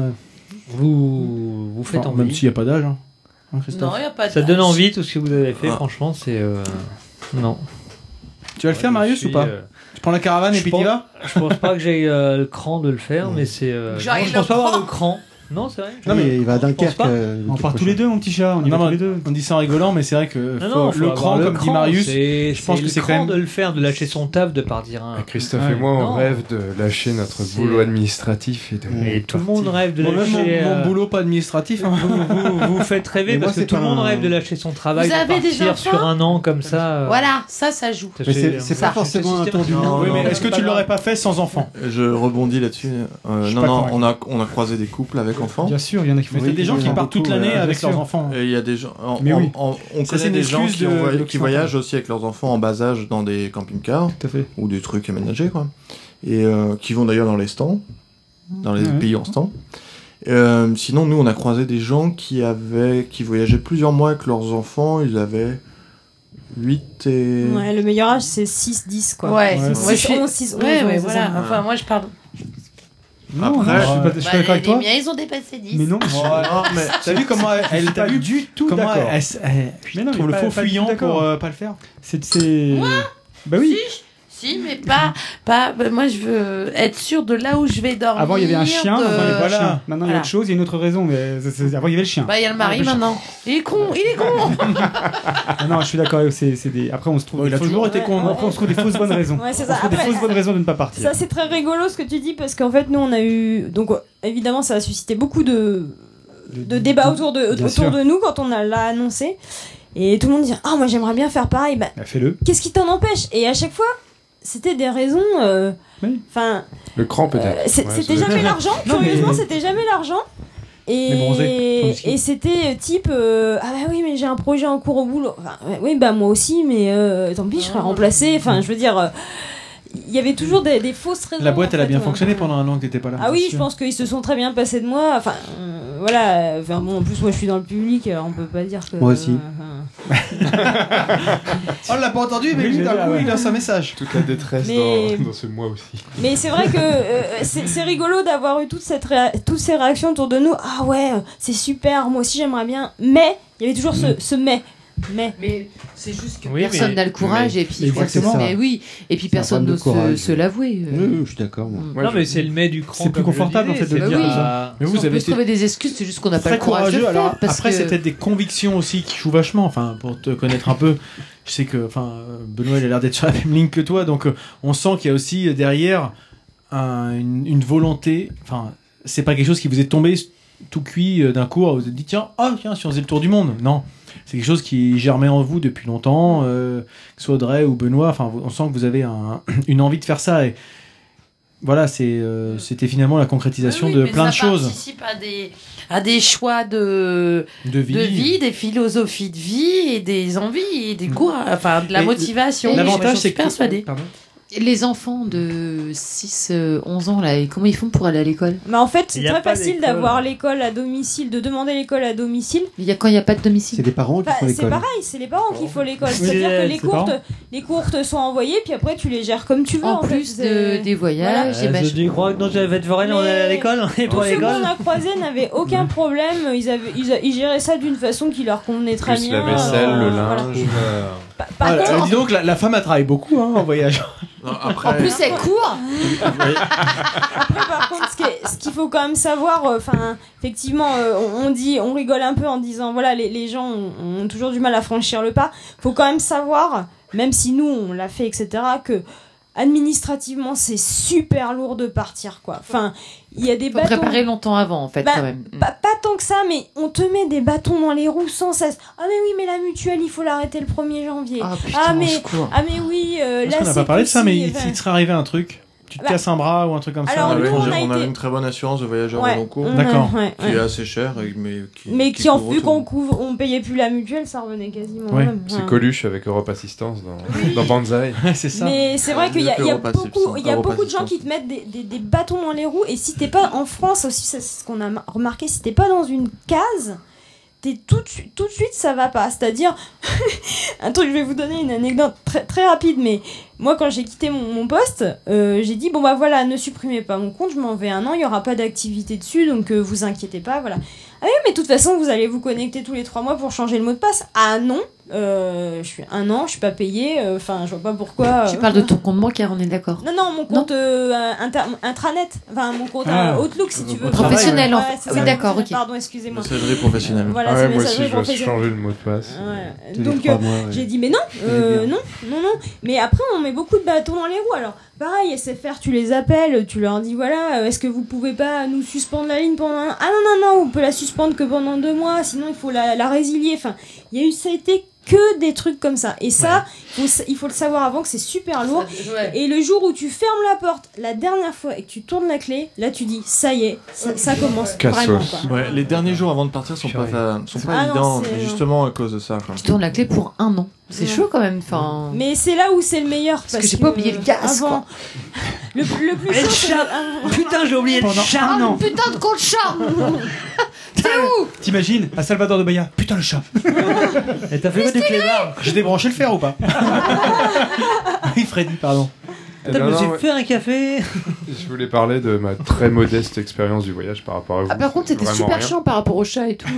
Speaker 1: Vous faites envie.
Speaker 5: Même s'il n'y a pas d'âge. Hein,
Speaker 11: non, il n'y a pas d'âge.
Speaker 1: Ça donne envie tout ce que vous avez fait, franchement, c'est. Non.
Speaker 5: Tu vas le faire, Marius, ou pas Tu prends la caravane et puis tu vas.
Speaker 1: Je pense pas que j'ai le cran de le faire, mais c'est. Je pense pas avoir le cran. Non, c'est vrai.
Speaker 6: Non, mais il va à Dunkerque.
Speaker 4: On part tous les deux, mon petit chat. On y va tous les deux.
Speaker 5: On dit ça en rigolant, mais c'est vrai que
Speaker 1: le
Speaker 5: cran, comme dit Marius, je pense que c'est quand même
Speaker 1: de le faire, de lâcher son taf, de partir.
Speaker 2: Christophe et moi, on rêve de lâcher notre boulot administratif
Speaker 1: et tout le monde rêve de lâcher.
Speaker 5: Mon boulot pas administratif.
Speaker 1: Vous faites rêver parce que tout le monde rêve de lâcher son travail, de partir sur un an comme ça.
Speaker 11: Voilà, ça joue.
Speaker 6: Mais c'est pas forcément un tour du monde.
Speaker 5: Oui, mais est-ce que tu l'aurais pas fait sans enfant?
Speaker 14: Je rebondis là-dessus. Non, on a croisé des couples avec enfants.
Speaker 4: Bien sûr, il y en a qui font.
Speaker 5: Mais t'as des gens qui partent toute l'année avec leurs enfants.
Speaker 14: Et il y a des gens. On
Speaker 5: Ça,
Speaker 14: connaît des gens qui voyagent aussi avec leurs enfants en bas âge dans des camping-cars.
Speaker 4: Tout à fait.
Speaker 14: Ou des trucs aménagés, quoi. Et qui vont d'ailleurs dans les stands, dans les pays en stand. Sinon, nous, on a croisé des gens qui voyageaient plusieurs mois avec leurs enfants. Ils avaient 8 et...
Speaker 13: Ouais, le meilleur âge, c'est 6-10, quoi.
Speaker 11: Ouais,
Speaker 13: moi, je suis 11,
Speaker 11: Ouais, voilà. Enfin, moi, je parle...
Speaker 4: Non,
Speaker 14: après,
Speaker 4: je suis pas d'accord avec toi.
Speaker 11: Les miens, ils ont dépassé 10.
Speaker 4: Mais non,
Speaker 5: mais t'as vu comment elle t'a vu du tout d'accord. Elle trouve le faux fuyant pour pas le faire.
Speaker 4: Bah oui.
Speaker 11: Si, mais pas. Moi, je veux être sûr de là où je vais dormir.
Speaker 4: Avant, il y avait un chien.
Speaker 5: Voilà.
Speaker 4: Maintenant, il y a autre chose. Il y a une autre raison. Mais avant, il y avait le chien.
Speaker 11: Bah, il y a le mari maintenant. Il est con.
Speaker 4: Non, je suis d'accord. Après, on se trouve.
Speaker 5: Il a toujours été con.
Speaker 4: Après, on se trouve des fausses bonnes raisons.
Speaker 13: Ouais, c'est ça.
Speaker 4: On se trouve des fausses bonnes raisons de ne pas partir.
Speaker 13: Ça, c'est très rigolo ce que tu dis parce qu'en fait, nous, on a eu. Donc, évidemment, ça a suscité beaucoup de débats autour de nous quand on l'a annoncé. Et tout le monde dit ah, moi, j'aimerais bien faire pareil. Bah,
Speaker 4: fais-le.
Speaker 13: Qu'est-ce qui t'en empêche? Et à chaque fois, c'était des raisons. Enfin.
Speaker 2: Le cran, peut-être.
Speaker 13: C'était jamais l'argent. Curieusement, c'était jamais l'argent. Et c'était type ah bah oui mais j'ai un projet en cours au boulot. Enfin, oui bah moi aussi mais tant pis je serai remplacée. Enfin je veux dire il y avait toujours des fausses raisons.
Speaker 5: La boîte elle a bien fonctionné pendant un an que t'étais pas là.
Speaker 13: Ah oui je pense qu'ils se sont très bien passés de moi. Enfin voilà. Enfin bon en plus moi je suis dans le public on peut pas dire que.
Speaker 6: Moi aussi.
Speaker 5: On l'a pas entendu mais lui d'un coup il a son message.
Speaker 2: Toute la détresse dans ce mois aussi.
Speaker 13: Mais c'est vrai que c'est rigolo d'avoir eu toutes ces réactions autour de nous. Ah ouais c'est super moi aussi j'aimerais bien. Mais il y avait toujours ce mais.
Speaker 11: Mais c'est juste que personne n'a le courage et puis
Speaker 6: exactement.
Speaker 11: Mais oui et puis personne n'ose se l'avouer.
Speaker 6: Oui, je suis d'accord.
Speaker 1: Non mais c'est le mais du cran.
Speaker 4: C'est plus confortable en fait de le dire.
Speaker 5: Mais
Speaker 11: vous avez trouvé des excuses, c'est juste qu'on n'a pas le courage de le faire.
Speaker 5: Après c'est peut-être des convictions aussi qui jouent vachement. Enfin pour te connaître un peu, je sais que Benoît il a l'air d'être sur la même ligne que toi, donc on sent qu'il y a aussi derrière une volonté. Enfin c'est pas quelque chose qui vous est tombé tout cuit d'un coup. Vous vous êtes dit tiens si on faisait le tour du monde. Non. C'est quelque chose qui germait en vous depuis longtemps, que ce soit Audrey ou Benoît. Enfin, on sent que vous avez une envie de faire ça. Et voilà, c'était finalement la concrétisation de plein de choses.
Speaker 3: Ça participe à des choix de vie, des philosophies de vie et des envies, et des goûts, enfin de la motivation.
Speaker 5: L'avantage, c'est
Speaker 3: que je suis persuadée.
Speaker 11: Les enfants de 6-11 ans, là, comment ils font pour aller à l'école?
Speaker 13: Bah en fait, c'est très facile d'avoir l'école à domicile, de demander l'école à domicile.
Speaker 11: Quand il n'y a pas de domicile.
Speaker 6: C'est les parents qui font l'école.
Speaker 13: C'est pareil, c'est les parents qui font l'école. C'est-à-dire que les cours te sont envoyés, puis après tu les gères comme tu veux.
Speaker 11: En plus des voyages.
Speaker 1: Voilà. Je crois que dans j'avais de Vorel, on allait à l'école, on est pour
Speaker 13: l'école. Ceux qu'on a croisés n'avaient aucun problème. Ils géraient ça d'une façon qui leur convenait très bien.
Speaker 2: La vaisselle, le linge.
Speaker 13: Par contre,
Speaker 5: dis donc, la femme a travaillé beaucoup en voyage.
Speaker 3: En plus, elle court.
Speaker 13: Après, par contre, ce qu'il faut quand même savoir, effectivement, on rigole un peu en disant, voilà, les gens ont toujours du mal à franchir le pas. Faut quand même savoir, même si nous on l'a fait, etc., que administrativement c'est super lourd de partir, quoi. Enfin, il y a des bâtons.
Speaker 11: Faut préparer longtemps avant, en fait, quand même.
Speaker 13: Pas tant que ça, mais on te met des bâtons dans les roues sans cesse. Ah mais oui, mais la mutuelle, il faut l'arrêter le 1er janvier.
Speaker 5: Putain,
Speaker 13: mais oui,
Speaker 5: là on n'a pas parlé de ça, mais il serait arrivé un truc. Tu te casses un bras ou un truc comme ça.
Speaker 14: Alors, on avait une très bonne assurance de voyageurs au long cours.
Speaker 5: D'accord.
Speaker 14: Qui est assez chère,
Speaker 13: mais qui vu qu'on payait plus la mutuelle, ça revenait quasiment au même.
Speaker 2: C'est Coluche avec Europe Assistance dans Banzai.
Speaker 5: C'est ça.
Speaker 13: Mais c'est vrai qu'il y a beaucoup de gens qui te mettent des bâtons dans les roues, et si t'es pas en France aussi, c'est ce qu'on a remarqué, si t'es pas dans une case, tout de suite ça va pas. C'est-à-dire un truc, je vais vous donner une anecdote très, très rapide, mais moi quand j'ai quitté mon poste, j'ai dit bon bah voilà, ne supprimez pas mon compte, je m'en vais 1 an, il y aura pas d'activité dessus, donc vous inquiétez pas, voilà. Ah oui, mais de toute façon vous allez vous connecter tous les 3 mois pour changer le mot de passe. Ah non, je suis 1 an, je suis pas payée, je vois pas pourquoi.
Speaker 11: Tu parles de ton compte bancaire, on est d'accord?
Speaker 13: Non, mon compte intranet, mon compte Outlook, si tu veux.
Speaker 11: Professionnel,
Speaker 13: oui,
Speaker 11: d'accord, ok.
Speaker 13: Pardon, excusez-moi.
Speaker 14: Messagerie professionnelle.
Speaker 13: Voilà, c'est
Speaker 2: moi aussi
Speaker 13: messagerie
Speaker 2: je dois
Speaker 13: professionnelle.
Speaker 2: changer le mot de passe.
Speaker 13: Donc j'ai dit mais non. Mais après on met beaucoup de bâtons dans les roues. Alors pareil, SFR, tu les appelles, tu leur dis voilà, est-ce que vous pouvez pas nous suspendre la ligne pendant Ah non, on peut la suspendre que pendant 2 mois, sinon il faut la résilier. Enfin, ça a été que des trucs comme ça. Et ça, il faut le savoir avant, que c'est super lourd. Et le jour où tu fermes la porte la dernière fois et que tu tournes la clé, là tu dis ça y est, ça commence vraiment, quoi.
Speaker 14: Ouais, les derniers jours avant de partir sont pas évidents,
Speaker 13: non,
Speaker 14: justement à cause de ça.
Speaker 11: Tu tournes la clé pour 1 an. C'est chaud quand même.
Speaker 13: Mais c'est là où c'est le meilleur.
Speaker 11: Parce que j'ai pas oublié le gaz, quoi.
Speaker 13: Le plus chaud,
Speaker 1: putain, j'ai oublié le chat.
Speaker 11: Non. Putain de con de chat. T'es où?
Speaker 4: T'imagines, à Salvador de Bahia, putain le chat.
Speaker 1: Et t'as fait quoi du clébard?
Speaker 5: J'ai débranché le fer ou pas? Oui, Freddy, pardon.
Speaker 1: J'ai fait un café.
Speaker 2: Je voulais parler de ma très modeste expérience du voyage par rapport à vous.
Speaker 11: Ah, par contre, c'était super chiant par rapport au chat et tout.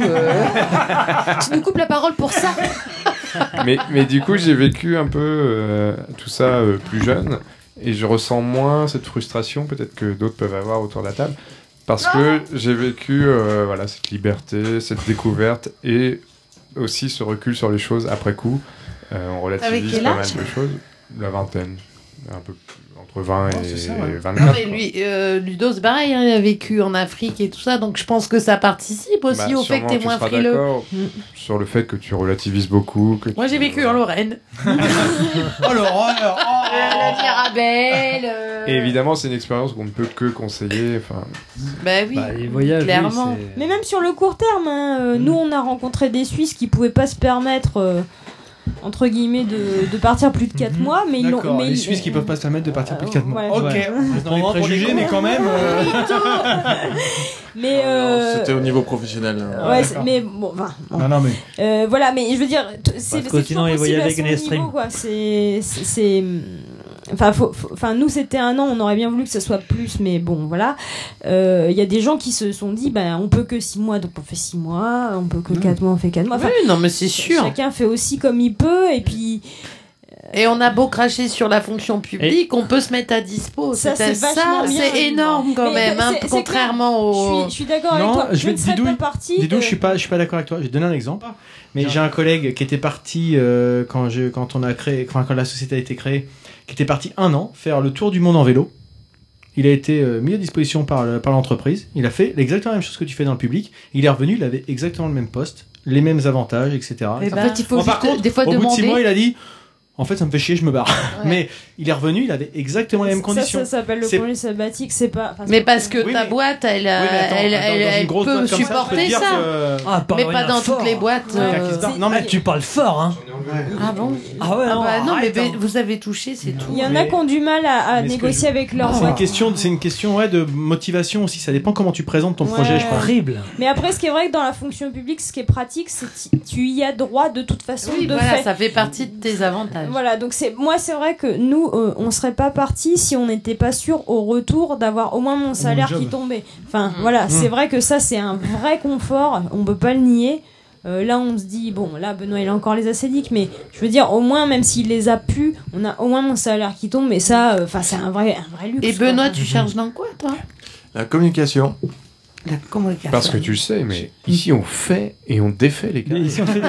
Speaker 11: Tu nous coupes la parole pour ça.
Speaker 2: mais du coup, j'ai vécu un peu tout ça plus jeune, et je ressens moins cette frustration peut-être que d'autres peuvent avoir autour de la table, parce que j'ai vécu cette liberté, cette découverte, et aussi ce recul sur les choses après coup. On relativise pas mal de choses. La vingtaine, un peu entre 20 et 24.
Speaker 3: Non, mais lui, Ludo, c'est pareil, il a vécu en Afrique et tout ça, donc je pense que ça participe aussi au fait que t'es moins frileux.
Speaker 2: Sur le fait que tu relativises beaucoup.
Speaker 3: Moi j'ai vécu en Lorraine.
Speaker 5: Oh l'horreur!
Speaker 3: La Mirabelle.
Speaker 2: Et évidemment, c'est une expérience qu'on ne peut que conseiller.
Speaker 3: Oui,
Speaker 1: les voyages,
Speaker 3: clairement.
Speaker 13: Mais même sur le court terme, nous on a rencontré des Suisses qui pouvaient pas se permettre. Entre guillemets de partir plus de 4 mois, mais
Speaker 5: les Suisses qui peuvent pas se permettre de partir plus de 4 mois.
Speaker 13: Ouais.
Speaker 5: Dans les préjugés, mais quand même.
Speaker 13: Mais
Speaker 14: c'était au niveau professionnel.
Speaker 13: Mais bon,
Speaker 5: non, mais
Speaker 13: voilà, mais je veux dire, c'est
Speaker 1: continent et voyager avec une stream.
Speaker 13: C'est nous c'était 1 an, on aurait bien voulu que ça soit plus, mais bon, voilà. Il y a des gens qui se sont dit, on peut que 6 mois, donc on fait 6 mois, on peut que 4 mois, on fait 4 mois.
Speaker 3: Oui, non, mais c'est sûr.
Speaker 13: Chacun fait aussi comme il peut, et puis.
Speaker 3: Et on a beau cracher sur la fonction publique, on peut se mettre à dispo.
Speaker 13: Ça, c'est
Speaker 3: énorme quand même, contrairement au.
Speaker 13: Je suis d'accord avec toi. Je ne serais pas partie.
Speaker 5: Didou, je suis pas d'accord avec toi. Je vais te donner un exemple. Mais j'ai un collègue qui était parti quand la société a été créée, qui était parti 1 an faire le tour du monde en vélo. Il a été mis à disposition par l'entreprise. Il a fait exactement la même chose que tu fais dans le public. Il est revenu, il avait exactement le même poste, les mêmes avantages, etc.
Speaker 11: En fait, il faut
Speaker 5: par contre,
Speaker 11: des fois
Speaker 5: au bout de 6 mois, il a dit En fait, ça me fait chier, je me barre. Mais il est revenu, il avait exactement les mêmes conditions.
Speaker 13: Ça s'appelle le congé sabbatique, c'est pas.
Speaker 3: Mais parce que ta boîte, elle peut supporter ça. Mais pas dans toutes les boîtes.
Speaker 1: Non, mais tu parles fort, hein.
Speaker 3: Ah bon?
Speaker 1: Ah ouais,
Speaker 3: non, mais vous avez touché, c'est tout.
Speaker 13: Il y en a qui ont du mal à négocier avec leur boîte.
Speaker 5: C'est une question de motivation aussi. Ça dépend comment tu présentes ton projet, je crois.
Speaker 1: Horrible.
Speaker 13: Mais après, ce qui est vrai que dans la fonction publique, ce qui est pratique, c'est que tu y as droit de toute façon.
Speaker 3: Oui, voilà, ça fait partie de tes avantages.
Speaker 13: Voilà, donc c'est vrai que nous, on serait pas partis si on n'était pas sûr au retour d'avoir au moins mon salaire qui tombait. Enfin, voilà, c'est vrai que ça, c'est un vrai confort. On peut pas le nier. Là, on se dit, bon, là, Benoît, il a encore les acédiques, mais je veux dire, au moins, même s'il les a pu, on a au moins mon salaire qui tombe, mais ça, c'est un vrai luxe.
Speaker 3: Et Benoît, tu cherches dans quoi, toi?
Speaker 14: La communication.
Speaker 3: La communication.
Speaker 2: Parce que tu le sais, mais ici on fait et on défait les gars.
Speaker 5: Ici on fait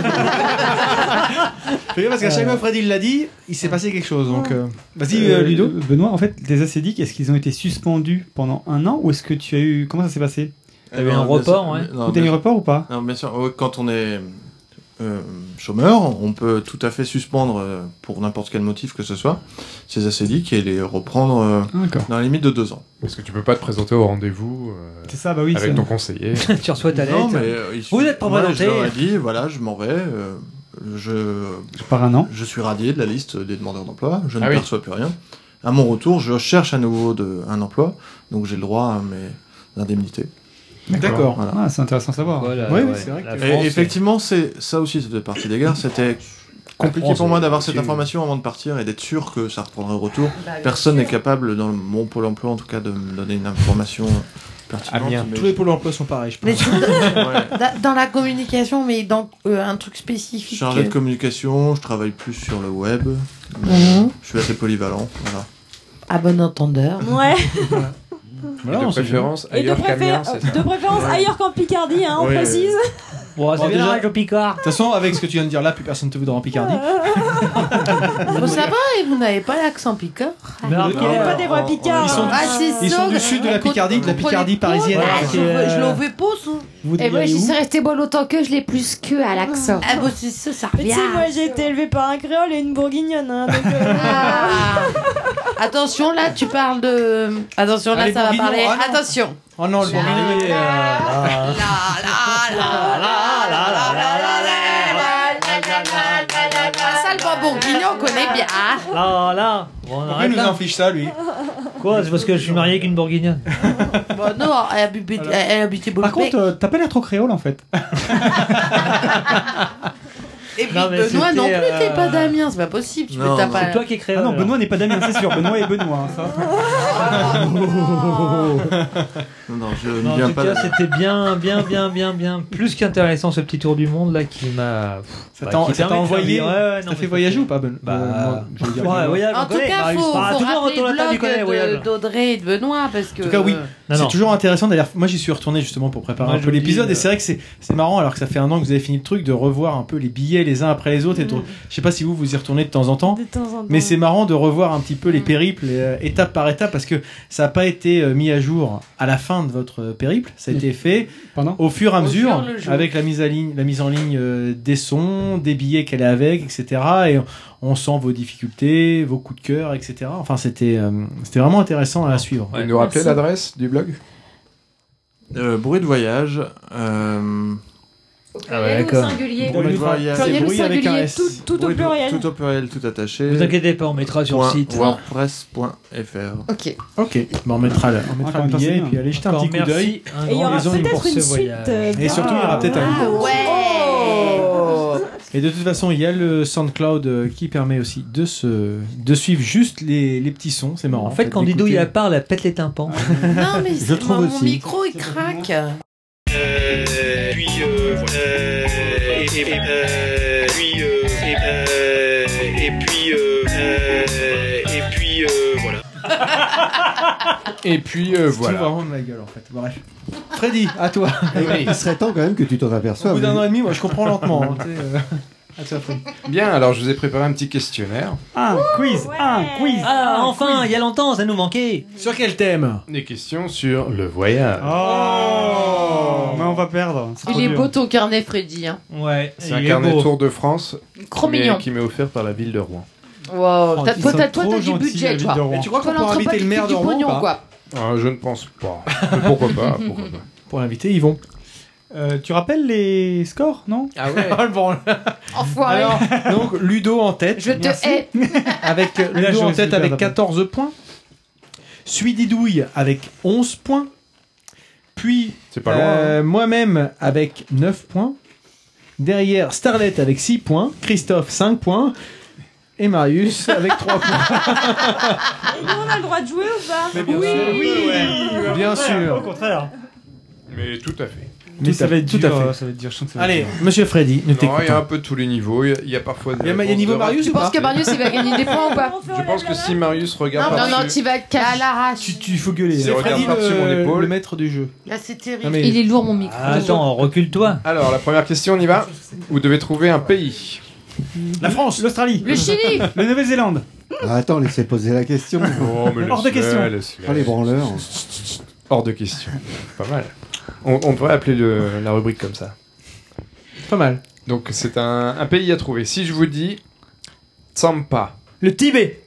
Speaker 5: parce qu'à chaque fois Freddy l'a dit, il s'est passé quelque chose. Donc vas-y Ludo.
Speaker 4: Benoît, en fait, les acédiques, est-ce qu'ils ont été suspendus pendant un an ou est-ce que tu as eu... Comment ça s'est passé?
Speaker 1: T'as eu un report, ouais.
Speaker 4: T'as eu un report ou pas?
Speaker 14: Non, bien sûr. Quand on est chômeur, on peut tout à fait suspendre, pour n'importe quel motif que ce soit, ses acédiques et les reprendre dans la limite de 2 ans.
Speaker 2: Parce que tu peux pas te présenter au rendez-vous
Speaker 4: c'est ça, bah oui,
Speaker 2: avec ton conseiller.
Speaker 1: Tu reçois ta lettre.
Speaker 14: Non, mais
Speaker 1: vous êtes pas présenté.
Speaker 14: Je leur ai dit, voilà, je m'en vais. Je
Speaker 4: pars un an.
Speaker 14: Je suis radié de la liste des demandeurs d'emploi. Je ne perçois plus rien. À mon retour, je cherche à nouveau un emploi. Donc j'ai le droit à mes indemnités.
Speaker 5: D'accord.
Speaker 14: Voilà.
Speaker 4: Ah, c'est intéressant à savoir.
Speaker 5: Voilà, oui, c'est vrai que
Speaker 14: et effectivement, ça aussi, ça fait partie des gares. C'était compliqué pour moi d'avoir cette information avant de partir et d'être sûr que ça reprendrait au retour. Personne n'est capable, dans mon pôle emploi en tout cas, de me donner une information pertinente.
Speaker 5: Tous les pôles emploi sont pareils, je pense.
Speaker 3: Dans la communication, mais dans un truc spécifique.
Speaker 14: Chargé de communication, je travaille plus sur le web. Je suis assez polyvalent. Voilà.
Speaker 3: À bon entendeur.
Speaker 13: Ouais.
Speaker 2: Voilà, de préférence ailleurs qu'Amiens, c'est ça.
Speaker 13: De préférence ailleurs qu'en Picardie, hein, on précise.
Speaker 1: Bon, c'est bien la région Picard.
Speaker 5: De toute façon, avec ce que tu viens de dire là, plus personne te voudra en Picardie.
Speaker 3: Bon, ça va, et vous n'avez pas l'accent picard?
Speaker 13: Non, pas des vrais picards.
Speaker 5: Ils sont du sud de la Picardie, parisienne.
Speaker 3: Je l'en veux pas, ça.
Speaker 11: Et moi, j'y suis resté bon longtemps que je l'ai plus que à l'accent.
Speaker 3: Ah, bon, c'est ça revient.
Speaker 13: Tu sais, moi, j'ai été élevée par un créole et une bourguignonne. Hein, donc,
Speaker 3: Attention, là, tu parles de. Attention, là, ça va parler. Attention.
Speaker 5: Oh non, le bourguignon.
Speaker 3: Ça, le bon bourguignon, on connaît bien.
Speaker 1: Là. Bon,
Speaker 5: pourquoi il nous inflige ça, lui?
Speaker 1: Quoi? C'est parce que je suis marié avec une bourguignonne.
Speaker 3: Bon, non, elle habitait
Speaker 4: Par contre, t'as pas l'air trop créole, en fait.
Speaker 3: Et puis Benoît non plus, t'es pas d'Amiens, c'est pas possible.
Speaker 1: C'est toi qui es créole.
Speaker 4: Ah non, Benoît n'est pas d'Amiens, c'est sûr. Benoît est Benoît, ça.
Speaker 14: Non, je ne viens pas.
Speaker 1: En tout cas, c'était bien plus qu'intéressant ce petit tour du monde là qui m'a.
Speaker 5: Ça t'a envoyé. Ça fait voyager ou pas, Benoît?
Speaker 1: Voyage.
Speaker 3: En tout cas, faut rappeler le blog d'Audrey et de Benoît parce que.
Speaker 5: En tout cas, oui. C'est toujours intéressant. D'ailleurs, moi, j'y suis retourné justement pour préparer un peu l'épisode et c'est vrai que c'est marrant alors que ça fait un an que vous avez fini le truc de revoir un peu les billets les uns après les autres. Et je sais pas si vous y retournez de temps en temps. Mais c'est marrant de revoir un petit peu les périples étape par étape parce que ça n'a pas été mis à jour à la fin de votre périple. Ça a été fait au fur et à mesure avec la mise en ligne des sons, des billets qu'elle est avec, etc. Et on sent vos difficultés, vos coups de cœur, etc. Enfin, c'était vraiment intéressant à suivre.
Speaker 2: Vous nous rappelez l'adresse du blog?
Speaker 14: Bruit de voyage.
Speaker 11: Ah ouais, d'accord. Singulier.
Speaker 5: Bruit avec un S.
Speaker 13: Tout au pluriel.
Speaker 14: Tout au pluriel, tout attaché.
Speaker 1: Vous inquiétez pas, on mettra sur le site.
Speaker 14: wordpress.fr.
Speaker 3: Ok.
Speaker 5: On mettra le billet et puis allez jeter un petit coup d'œil.
Speaker 13: Et il y aura peut-être une suite.
Speaker 5: Et surtout, il y aura peut-être un.
Speaker 3: Ouais.
Speaker 5: Et de toute façon, il y a le SoundCloud qui permet aussi de suivre juste les petits sons. C'est marrant.
Speaker 1: En fait, quand Didouille il part, elle pète les tympans.
Speaker 3: Non, mais
Speaker 5: je trouve
Speaker 3: mon
Speaker 5: aussi.
Speaker 3: micro il craque.
Speaker 2: Et puis voilà.
Speaker 5: C'est vraiment de ma gueule en fait. Bref. Freddy, à toi.
Speaker 6: Il serait temps quand même que tu t'en aperçoives.
Speaker 5: Au bout d'un an et demi, moi je comprends lentement.
Speaker 2: Bien, alors je vous ai préparé un petit questionnaire.
Speaker 4: Un quiz.
Speaker 1: Ah, enfin, il y a longtemps, ça nous manquait.
Speaker 5: Sur quel thème?
Speaker 2: Des questions sur le voyage.
Speaker 4: Oh, mais on va perdre.
Speaker 3: Il est beau ton carnet, Freddy. Hein.
Speaker 1: Ouais.
Speaker 2: C'est un carnet Tour de France
Speaker 3: Trop mignon.
Speaker 2: qui m'est offert par la ville de Rouen.
Speaker 3: Wow, toi, t'as du
Speaker 4: gentil,
Speaker 3: budget,
Speaker 4: David
Speaker 3: toi.
Speaker 4: de Rouen.
Speaker 5: Et tu crois qu'on
Speaker 3: Toi,
Speaker 5: peut inviter le maire de
Speaker 3: du
Speaker 5: Rouen
Speaker 3: pognon,
Speaker 5: ou pas
Speaker 3: quoi.
Speaker 2: Je ne pense pas. Mais pourquoi pas, pourquoi pas.
Speaker 5: Pour l'inviter, ils vont.
Speaker 4: Tu rappelles les scores, non?
Speaker 5: Ah ouais. Bon.
Speaker 3: Enfoiré.
Speaker 5: Alors, donc Ludo en tête.
Speaker 3: Je te hais.
Speaker 5: Avec
Speaker 4: Là,
Speaker 5: Ludo
Speaker 4: je
Speaker 5: en
Speaker 4: suis
Speaker 5: tête
Speaker 4: hyper
Speaker 5: avec
Speaker 4: d'accord.
Speaker 5: 14 points. Suit Didouille avec 11 points. Puis
Speaker 2: C'est pas loin,
Speaker 5: moi-même avec 9 points. Derrière Starlet avec 6 points. Christophe 5 points. Et Marius avec 3 points.
Speaker 13: On a le droit de jouer ou pas?
Speaker 5: Oui, bien sûr.
Speaker 4: Au contraire.
Speaker 2: Mais tout à fait.
Speaker 4: Mais ça va être
Speaker 5: tout
Speaker 4: dur.
Speaker 5: à fait.
Speaker 4: Ça va être dur. Je sens que ça va être
Speaker 5: Allez,
Speaker 4: dur.
Speaker 5: monsieur Freddy, nous
Speaker 2: Non, il y a un
Speaker 5: t'écoutons.
Speaker 2: peu de tous les niveaux. Il y a parfois des
Speaker 5: Il y a
Speaker 2: réponses
Speaker 5: niveau
Speaker 2: de
Speaker 5: Marius
Speaker 3: Tu
Speaker 5: ou pas
Speaker 3: penses que Marius, il va gagner des points ou pas?
Speaker 2: Je pense que si Marius regarde
Speaker 3: Non,
Speaker 2: par-dessus...
Speaker 3: tu vas à l'arrache.
Speaker 4: Il faut gueuler.
Speaker 2: C'est
Speaker 4: hein.
Speaker 2: regarde
Speaker 5: Freddy
Speaker 2: par-dessus mon épaule.
Speaker 5: le maître du jeu.
Speaker 3: Là, c'est terrible.
Speaker 5: Non, mais-
Speaker 11: Il est lourd, mon micro.
Speaker 1: Attends, recule-toi.
Speaker 2: Alors, la première question, on y va. Vous devez trouver un pays.
Speaker 5: La France.
Speaker 4: L'Australie.
Speaker 3: Le Chili.
Speaker 4: La Nouvelle-Zélande.
Speaker 6: Ah, attends, laissez poser la question.
Speaker 2: Oh, mais
Speaker 4: Hors de question.
Speaker 6: Oh, les branleurs.
Speaker 2: Hors de question. Pas mal. On pourrait appeler la rubrique comme ça.
Speaker 5: Pas mal.
Speaker 2: Donc, c'est un pays à trouver. Si je vous dis Tsampa.
Speaker 4: Le Tibet.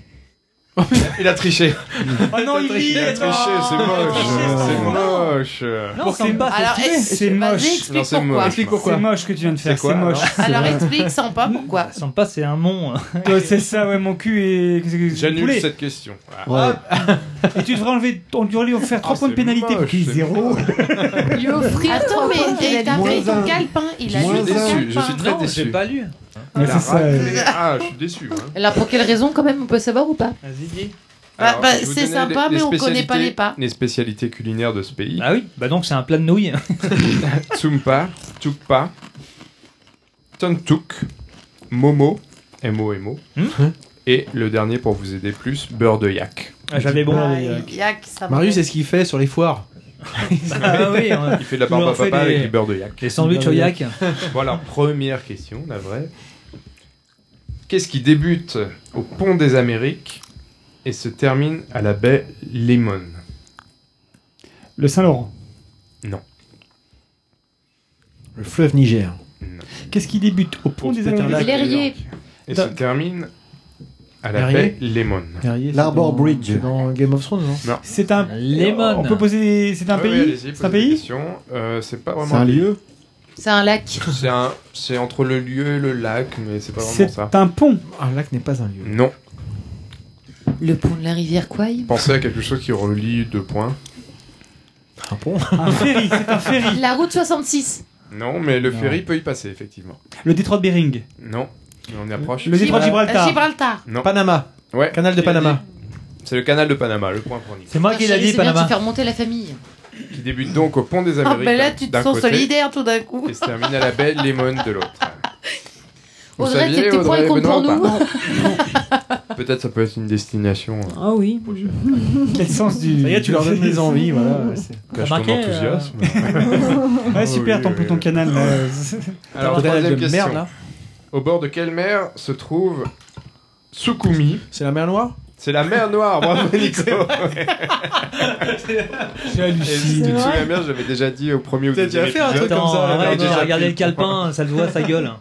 Speaker 2: Il a triché.
Speaker 4: Oh non, il
Speaker 2: Il a triché, c'est moche. C'est moche.
Speaker 4: Non, c'est pas.
Speaker 3: Alors,
Speaker 4: C'est
Speaker 3: vas-y,
Speaker 4: moche.
Speaker 3: explique
Speaker 2: Non, c'est
Speaker 3: pourquoi.
Speaker 2: moche.
Speaker 5: Explique pourquoi.
Speaker 4: C'est moche ce que tu viens de faire.
Speaker 2: C'est quoi,
Speaker 4: C'est moche.
Speaker 3: Alors, explique sans pas pourquoi.
Speaker 1: Sampa, c'est un mont.
Speaker 4: Toi, c'est ça, ouais, mon cul est.
Speaker 2: J'annule
Speaker 4: poulet.
Speaker 2: cette question.
Speaker 6: Ouais.
Speaker 4: Et tu devrais enlever. On devrait lui faire 3 points de
Speaker 2: c'est
Speaker 4: pénalité pour
Speaker 2: moche,
Speaker 4: qu'il y ait
Speaker 2: c'est
Speaker 4: 0.
Speaker 3: Lui offrir. Attends, mais t'as
Speaker 6: Moins
Speaker 3: fait ton
Speaker 6: un.
Speaker 3: calepin. Il a
Speaker 6: Moins
Speaker 3: lu ton
Speaker 6: un.
Speaker 2: déçu, je
Speaker 3: calepin.
Speaker 2: suis très
Speaker 1: Non,
Speaker 2: déçu.
Speaker 1: j'ai pas lu.
Speaker 4: Ouais,
Speaker 2: Il a
Speaker 4: c'est ça.
Speaker 2: raclé. Ah, je suis déçu. Hein.
Speaker 11: Là, pour quelle raison, quand même, on peut savoir ou pas?
Speaker 1: Vas-y, dis.
Speaker 2: Alors,
Speaker 3: Bah,
Speaker 2: je vais vous
Speaker 3: c'est
Speaker 2: donner
Speaker 3: sympa,
Speaker 2: les
Speaker 3: mais on connaît pas les
Speaker 2: spécialités-
Speaker 3: pas.
Speaker 2: Les spécialités culinaires de ce pays.
Speaker 1: Ah oui, bah donc c'est un plat de nouilles.
Speaker 2: Tsumpa, Tukpa, Tontuk, Momo, M-O-M-O, et le dernier pour vous aider plus, beurre de yak.
Speaker 1: Ah, j'avais bon.
Speaker 3: Yak, ça va.
Speaker 5: Marius, c'est ce qu'il fait sur les foires.
Speaker 1: Ah oui, on a
Speaker 2: Il fait de la barbe à
Speaker 1: toujours fait
Speaker 2: papa
Speaker 1: des-
Speaker 2: avec du beurre de yak.
Speaker 1: Les sandwichs au yak.
Speaker 2: Voilà, première question, la vraie. Qu'est-ce qui débute au pont des Amériques et se termine à la baie Lemon?
Speaker 4: Le Saint-Laurent.
Speaker 2: Non.
Speaker 5: Le fleuve Niger.
Speaker 4: Qu'est-ce qui débute au pont des Amériques?
Speaker 11: L'Errier.
Speaker 2: Et se termine à la
Speaker 5: Perrier.
Speaker 2: baie Lemon.
Speaker 6: L'Arbor Bridge.
Speaker 5: C'est dans Game of Thrones, non?
Speaker 2: Non.
Speaker 4: C'est un.
Speaker 1: Lemon.
Speaker 4: On peut poser. C'est un
Speaker 2: Oui,
Speaker 4: pays.
Speaker 2: allez-y,
Speaker 4: C'est
Speaker 2: posez
Speaker 4: un
Speaker 2: des
Speaker 4: pays.
Speaker 2: questions. C'est pas vraiment
Speaker 6: C'est un
Speaker 2: pays.
Speaker 6: lieu.
Speaker 11: C'est un lac.
Speaker 2: C'est entre le lieu et le lac, mais c'est pas vraiment
Speaker 4: C'est
Speaker 2: ça.
Speaker 4: un pont.
Speaker 5: Un lac n'est pas un lieu.
Speaker 2: Non.
Speaker 11: Le pont de la rivière Kwai.
Speaker 2: Pensez à quelque chose qui relie deux points.
Speaker 5: Un pont.
Speaker 4: Un ferry. C'est un ferry.
Speaker 11: La route 66.
Speaker 2: Non, mais le ferry peut y passer, effectivement.
Speaker 4: Le détroit de Bering.
Speaker 2: Non, mais on y approche.
Speaker 4: Le détroit de Gibraltar.
Speaker 3: Gibraltar.
Speaker 2: Non.
Speaker 5: Panama.
Speaker 2: Ouais.
Speaker 5: Canal de
Speaker 2: Qui l'a
Speaker 5: Panama.
Speaker 2: dit C'est le canal de Panama, le point pour Nick.
Speaker 1: C'est moi qui l'ai dit,
Speaker 11: C'est bien de
Speaker 1: Panama.
Speaker 11: se faire monter la famille.
Speaker 2: Qui débute donc au pont des
Speaker 3: Ah,
Speaker 2: Amériques
Speaker 3: ben là, tu te
Speaker 2: d'un
Speaker 3: sens
Speaker 2: côté,
Speaker 3: solidaire tout d'un coup.
Speaker 2: et se termine à la baie Lemon de l'autre. Vous
Speaker 11: Audrey,
Speaker 2: saviez,
Speaker 11: tes points,
Speaker 2: Audrey
Speaker 11: ils comptent pour
Speaker 2: Benoît, ou
Speaker 11: nous.
Speaker 2: pas Peut-être ça peut être une destination.
Speaker 13: Ah oui.
Speaker 4: Quel sens du.
Speaker 5: Ça y est, tu leur donnes des envies, voilà.
Speaker 2: Cache
Speaker 1: T'as
Speaker 2: ton
Speaker 1: marqué,
Speaker 2: enthousiasme.
Speaker 4: Ouais, super,
Speaker 2: Oui,
Speaker 4: ton,
Speaker 2: oui,
Speaker 4: ton
Speaker 2: oui.
Speaker 4: canal. Là.
Speaker 2: Alors,
Speaker 5: Canal
Speaker 2: troisième
Speaker 5: de
Speaker 2: question.
Speaker 5: merde, là.
Speaker 2: Au bord de quelle mer se trouve Sukhumi?
Speaker 5: C'est la mer Noire?
Speaker 2: C'est la mer Noire, bravo Nico.
Speaker 4: J'ai
Speaker 2: Et
Speaker 4: halluciné.
Speaker 2: si tu te souviens bien, j'avais déjà dit au premier ou
Speaker 5: T'as
Speaker 2: deuxième
Speaker 5: déjà fait un
Speaker 2: épisode.
Speaker 5: truc comme ça,
Speaker 1: Attends,
Speaker 5: là,
Speaker 1: arrête,
Speaker 2: déjà
Speaker 1: j'ai regardé
Speaker 2: pris
Speaker 1: le calepin, ça le voit, sa gueule.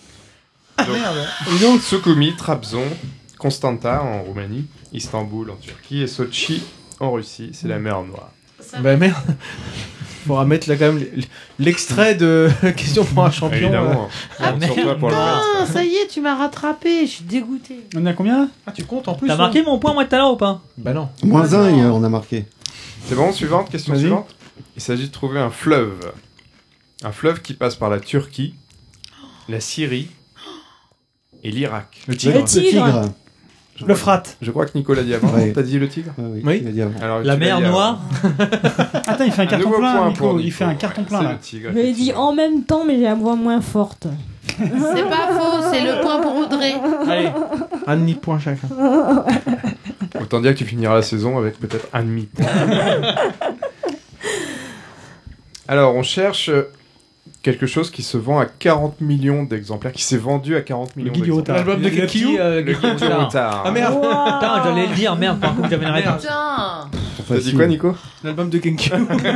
Speaker 2: Et donc Sukhumi, Trabzon, Constanta en Roumanie, Istanbul en Turquie et Sochi en Russie, c'est la mer Noire.
Speaker 5: Bah merde. Faudra mettre là quand même l'extrait de Question pour un champion.
Speaker 2: Évidemment.
Speaker 3: Ah,
Speaker 2: Compte sur toi pour le
Speaker 3: putain,
Speaker 2: mettre.
Speaker 3: ça y est, tu m'as rattrapé. Je suis dégoûté.
Speaker 4: On a combien?
Speaker 5: Ah, tu comptes en plus?
Speaker 1: T'as marqué mon point, moi, tout à l'heure ou pas?
Speaker 5: Bah non.
Speaker 6: Moins un, on a marqué.
Speaker 2: C'est bon, suivante, question
Speaker 5: Vas-y.
Speaker 2: suivante. Il s'agit de trouver un fleuve. Un fleuve qui passe par la Turquie, la Syrie et l'Irak.
Speaker 5: Le tigre.
Speaker 13: Le tigre.
Speaker 4: Le frat.
Speaker 2: Je crois que Nicolas dit avant.
Speaker 6: Ouais.
Speaker 2: T'as dit le tigre?
Speaker 6: Ah oui,
Speaker 5: Oui.
Speaker 6: il a dit avant.
Speaker 2: Alors,
Speaker 1: La
Speaker 2: tu l'as
Speaker 1: mer
Speaker 2: dit avant.
Speaker 1: Noire.
Speaker 4: Attends, il fait un carton
Speaker 2: nouveau
Speaker 4: plein,
Speaker 2: point
Speaker 4: Nico.
Speaker 2: pour
Speaker 4: Il
Speaker 2: Nico.
Speaker 4: fait un carton plein
Speaker 2: C'est
Speaker 4: là.
Speaker 2: le tigre.
Speaker 13: Je l'ai dit
Speaker 2: effectivement.
Speaker 13: en même temps, mais j'ai la voix moins forte.
Speaker 3: C'est pas faux, c'est le point pour Audrey.
Speaker 4: Allez.
Speaker 5: Un demi-point chacun.
Speaker 2: Autant dire que tu finiras la saison avec peut-être un demi-point. Alors, on cherche quelque chose qui se vend à 40 millions d'exemplaires, qui s'est vendu à 40
Speaker 4: Le
Speaker 2: millions
Speaker 4: guide du
Speaker 2: d'exemplaires.
Speaker 4: retard.
Speaker 5: L'album de
Speaker 1: Le
Speaker 5: Kekiou.
Speaker 2: Le guide du retard.
Speaker 5: Ah merde.
Speaker 1: Putain, j'allais le dire, merde, par contre, j'avais une réponse.
Speaker 3: Putain.
Speaker 2: T'as dit quoi, Nico?
Speaker 5: L'album de Kekiou.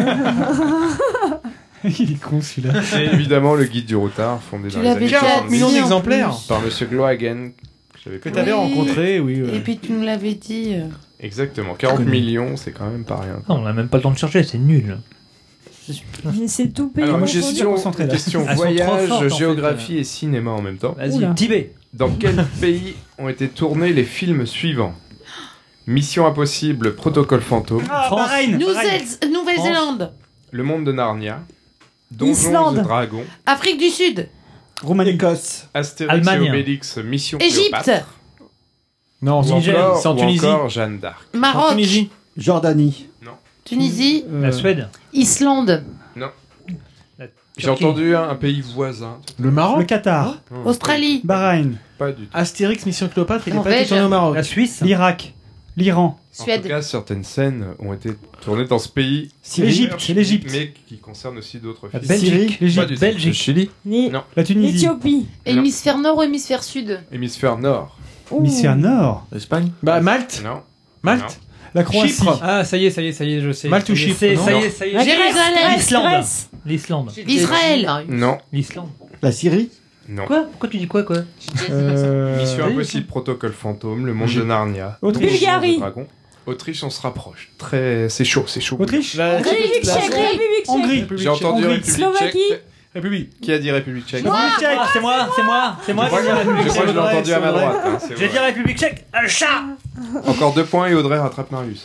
Speaker 4: Il est con celui-là.
Speaker 2: C'est évidemment le guide du retard, fondé
Speaker 3: Tu
Speaker 2: dans les
Speaker 3: l'avais
Speaker 2: années
Speaker 3: déjà
Speaker 5: 40
Speaker 3: dit
Speaker 5: millions
Speaker 3: en
Speaker 5: d'exemplaires.
Speaker 3: plus.
Speaker 2: par Monsieur Glohagen,
Speaker 5: Que t'avais rencontré, oui.
Speaker 3: Et puis tu nous l'avais dit.
Speaker 2: Exactement, 40 millions, c'est quand même pas rien.
Speaker 1: Non, on n'a même pas le temps de chercher, c'est nul.
Speaker 13: C'est tout pays.
Speaker 2: Alors,
Speaker 13: confondu.
Speaker 2: question
Speaker 1: Elles sont trop
Speaker 2: voyage,
Speaker 1: fortes, en
Speaker 2: géographie et cinéma en même temps.
Speaker 1: Vas-y,
Speaker 13: Oula.
Speaker 1: Tibet.
Speaker 2: Dans quel pays ont été tournés les films suivants? Mission Impossible, Protocole Fantôme,
Speaker 1: France.
Speaker 3: Nouvelle-Zélande.
Speaker 2: Le Monde de Narnia, Donjons
Speaker 13: Islande.
Speaker 2: et Dragons,
Speaker 3: Afrique du Sud.
Speaker 4: Roumanie.
Speaker 6: Écosse.
Speaker 2: Astérix
Speaker 1: Allemagne.
Speaker 2: et Obélix, Mission
Speaker 3: Égypte.
Speaker 2: Cléopâtre,
Speaker 5: Non, c'est
Speaker 2: ou
Speaker 5: en Tunisie.
Speaker 2: encore Jeanne d'Arc.
Speaker 3: Maroc.
Speaker 5: Tunisie.
Speaker 6: Jordanie.
Speaker 3: Tunisie.
Speaker 1: La Suède.
Speaker 3: Islande.
Speaker 2: Non.
Speaker 1: La
Speaker 2: J'ai
Speaker 1: Turquie.
Speaker 2: entendu un pays voisin.
Speaker 5: Le Maroc.
Speaker 4: Le Qatar.
Speaker 3: Australie.
Speaker 4: Bahreïn.
Speaker 2: Pas du tout.
Speaker 5: Astérix, Mission Cléopâtre, il n'est pas
Speaker 3: Norvège.
Speaker 5: été tourné au Maroc.
Speaker 1: La Suisse.
Speaker 4: L'Irak. L'Iran.
Speaker 2: En tout
Speaker 3: Suède.
Speaker 2: cas, certaines scènes ont été tournées dans ce pays.
Speaker 4: L'Égypte. C'est l'Égypte.
Speaker 2: Mais qui concernent aussi d'autres
Speaker 1: La
Speaker 2: films.
Speaker 1: Belgique.
Speaker 2: Pas du tout.
Speaker 4: L'Égypte.
Speaker 2: Le
Speaker 1: Belgique.
Speaker 2: Chili. Non.
Speaker 4: La Tunisie.
Speaker 13: L'Éthiopie.
Speaker 3: Hémisphère nord ou hémisphère sud?
Speaker 2: Hémisphère Nord.
Speaker 4: Hémisphère nord.
Speaker 14: L'Espagne.
Speaker 5: Bah, Malte.
Speaker 2: Non.
Speaker 5: Malte.
Speaker 4: La Croatie.
Speaker 5: Chypre.
Speaker 1: Ah, ça y est, je sais.
Speaker 5: Malte ou
Speaker 1: Ça y est,
Speaker 5: Chypre,
Speaker 1: c'est-
Speaker 5: non
Speaker 1: Ça y
Speaker 2: Non.
Speaker 1: est, ça y
Speaker 13: La
Speaker 1: est.
Speaker 3: Jérusalem.
Speaker 1: L'Islande.
Speaker 13: Grèce.
Speaker 1: L'Islande.
Speaker 3: Israël.
Speaker 2: Non.
Speaker 1: L'Islande.
Speaker 6: La Syrie.
Speaker 2: Non.
Speaker 1: Quoi? Pourquoi tu dis quoi?
Speaker 2: Mission Impossible, Protocole Fantôme, Le Monde de Narnia.
Speaker 4: Autriche.
Speaker 13: Bulgarie.
Speaker 2: Dragon. Autriche, on se rapproche. Très, c'est chaud.
Speaker 4: Autriche.
Speaker 13: République tchèque. République tchèque.
Speaker 4: Hongrie.
Speaker 2: J'ai entendu
Speaker 4: Hongrie.
Speaker 2: République
Speaker 13: Slovaquie.
Speaker 2: tchèque.
Speaker 5: République.
Speaker 2: Qui a dit République tchèque?
Speaker 1: République tchèque. C'est moi.
Speaker 2: Je crois que je l'ai entendu à ma droite. hein, c'est
Speaker 1: J'ai
Speaker 2: vrai.
Speaker 1: dit République tchèque. Un chat.
Speaker 2: Encore 2 points et Audrey rattrape Marius.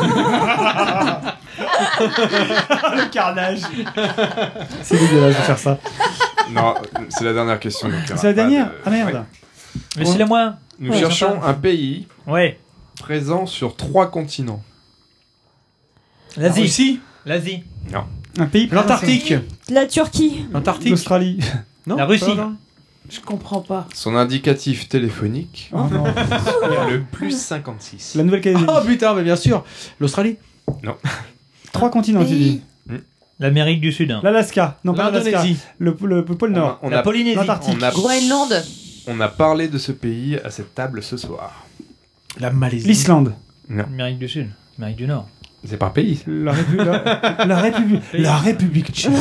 Speaker 4: Le carnage. C'est dégueulasse de faire ça.
Speaker 2: Non, c'est la dernière question. donc il y aura
Speaker 4: C'est la
Speaker 2: pas
Speaker 4: dernière.
Speaker 2: de-
Speaker 4: Ah merde.
Speaker 2: Ouais.
Speaker 1: Mais c'est la moi.
Speaker 2: Nous cherchons un pays
Speaker 1: Ouais.
Speaker 2: présent sur 3 continents.
Speaker 1: L'Asie.
Speaker 5: Russie.
Speaker 1: L'Asie.
Speaker 2: Non.
Speaker 4: Un pays.
Speaker 5: L'Antarctique.
Speaker 13: La Turquie.
Speaker 5: L'Antarctique.
Speaker 4: L'Australie.
Speaker 5: Non.
Speaker 1: La Russie.
Speaker 5: Pas, non.
Speaker 3: Je comprends pas.
Speaker 2: Son indicatif téléphonique,
Speaker 4: Oh non.
Speaker 2: le plus 56.
Speaker 4: La Nouvelle-Calédonie.
Speaker 5: Oh putain, mais bien sûr. L'Australie.
Speaker 4: 3 continents, tu dis.
Speaker 1: L'Amérique du Sud.
Speaker 4: L'Alaska. Non, pas l'Alaska.
Speaker 5: L'Indonésie.
Speaker 4: Le pôle Nord.
Speaker 2: On
Speaker 1: La
Speaker 2: a,
Speaker 1: Polynésie.
Speaker 4: L'Antarctique.
Speaker 3: Groenland.
Speaker 2: on a parlé de ce pays à cette table ce soir.
Speaker 5: La Malaisie.
Speaker 4: L'Islande.
Speaker 1: L'Amérique du Sud. L'Amérique du Nord.
Speaker 2: C'est par pays.
Speaker 4: La République tchèque.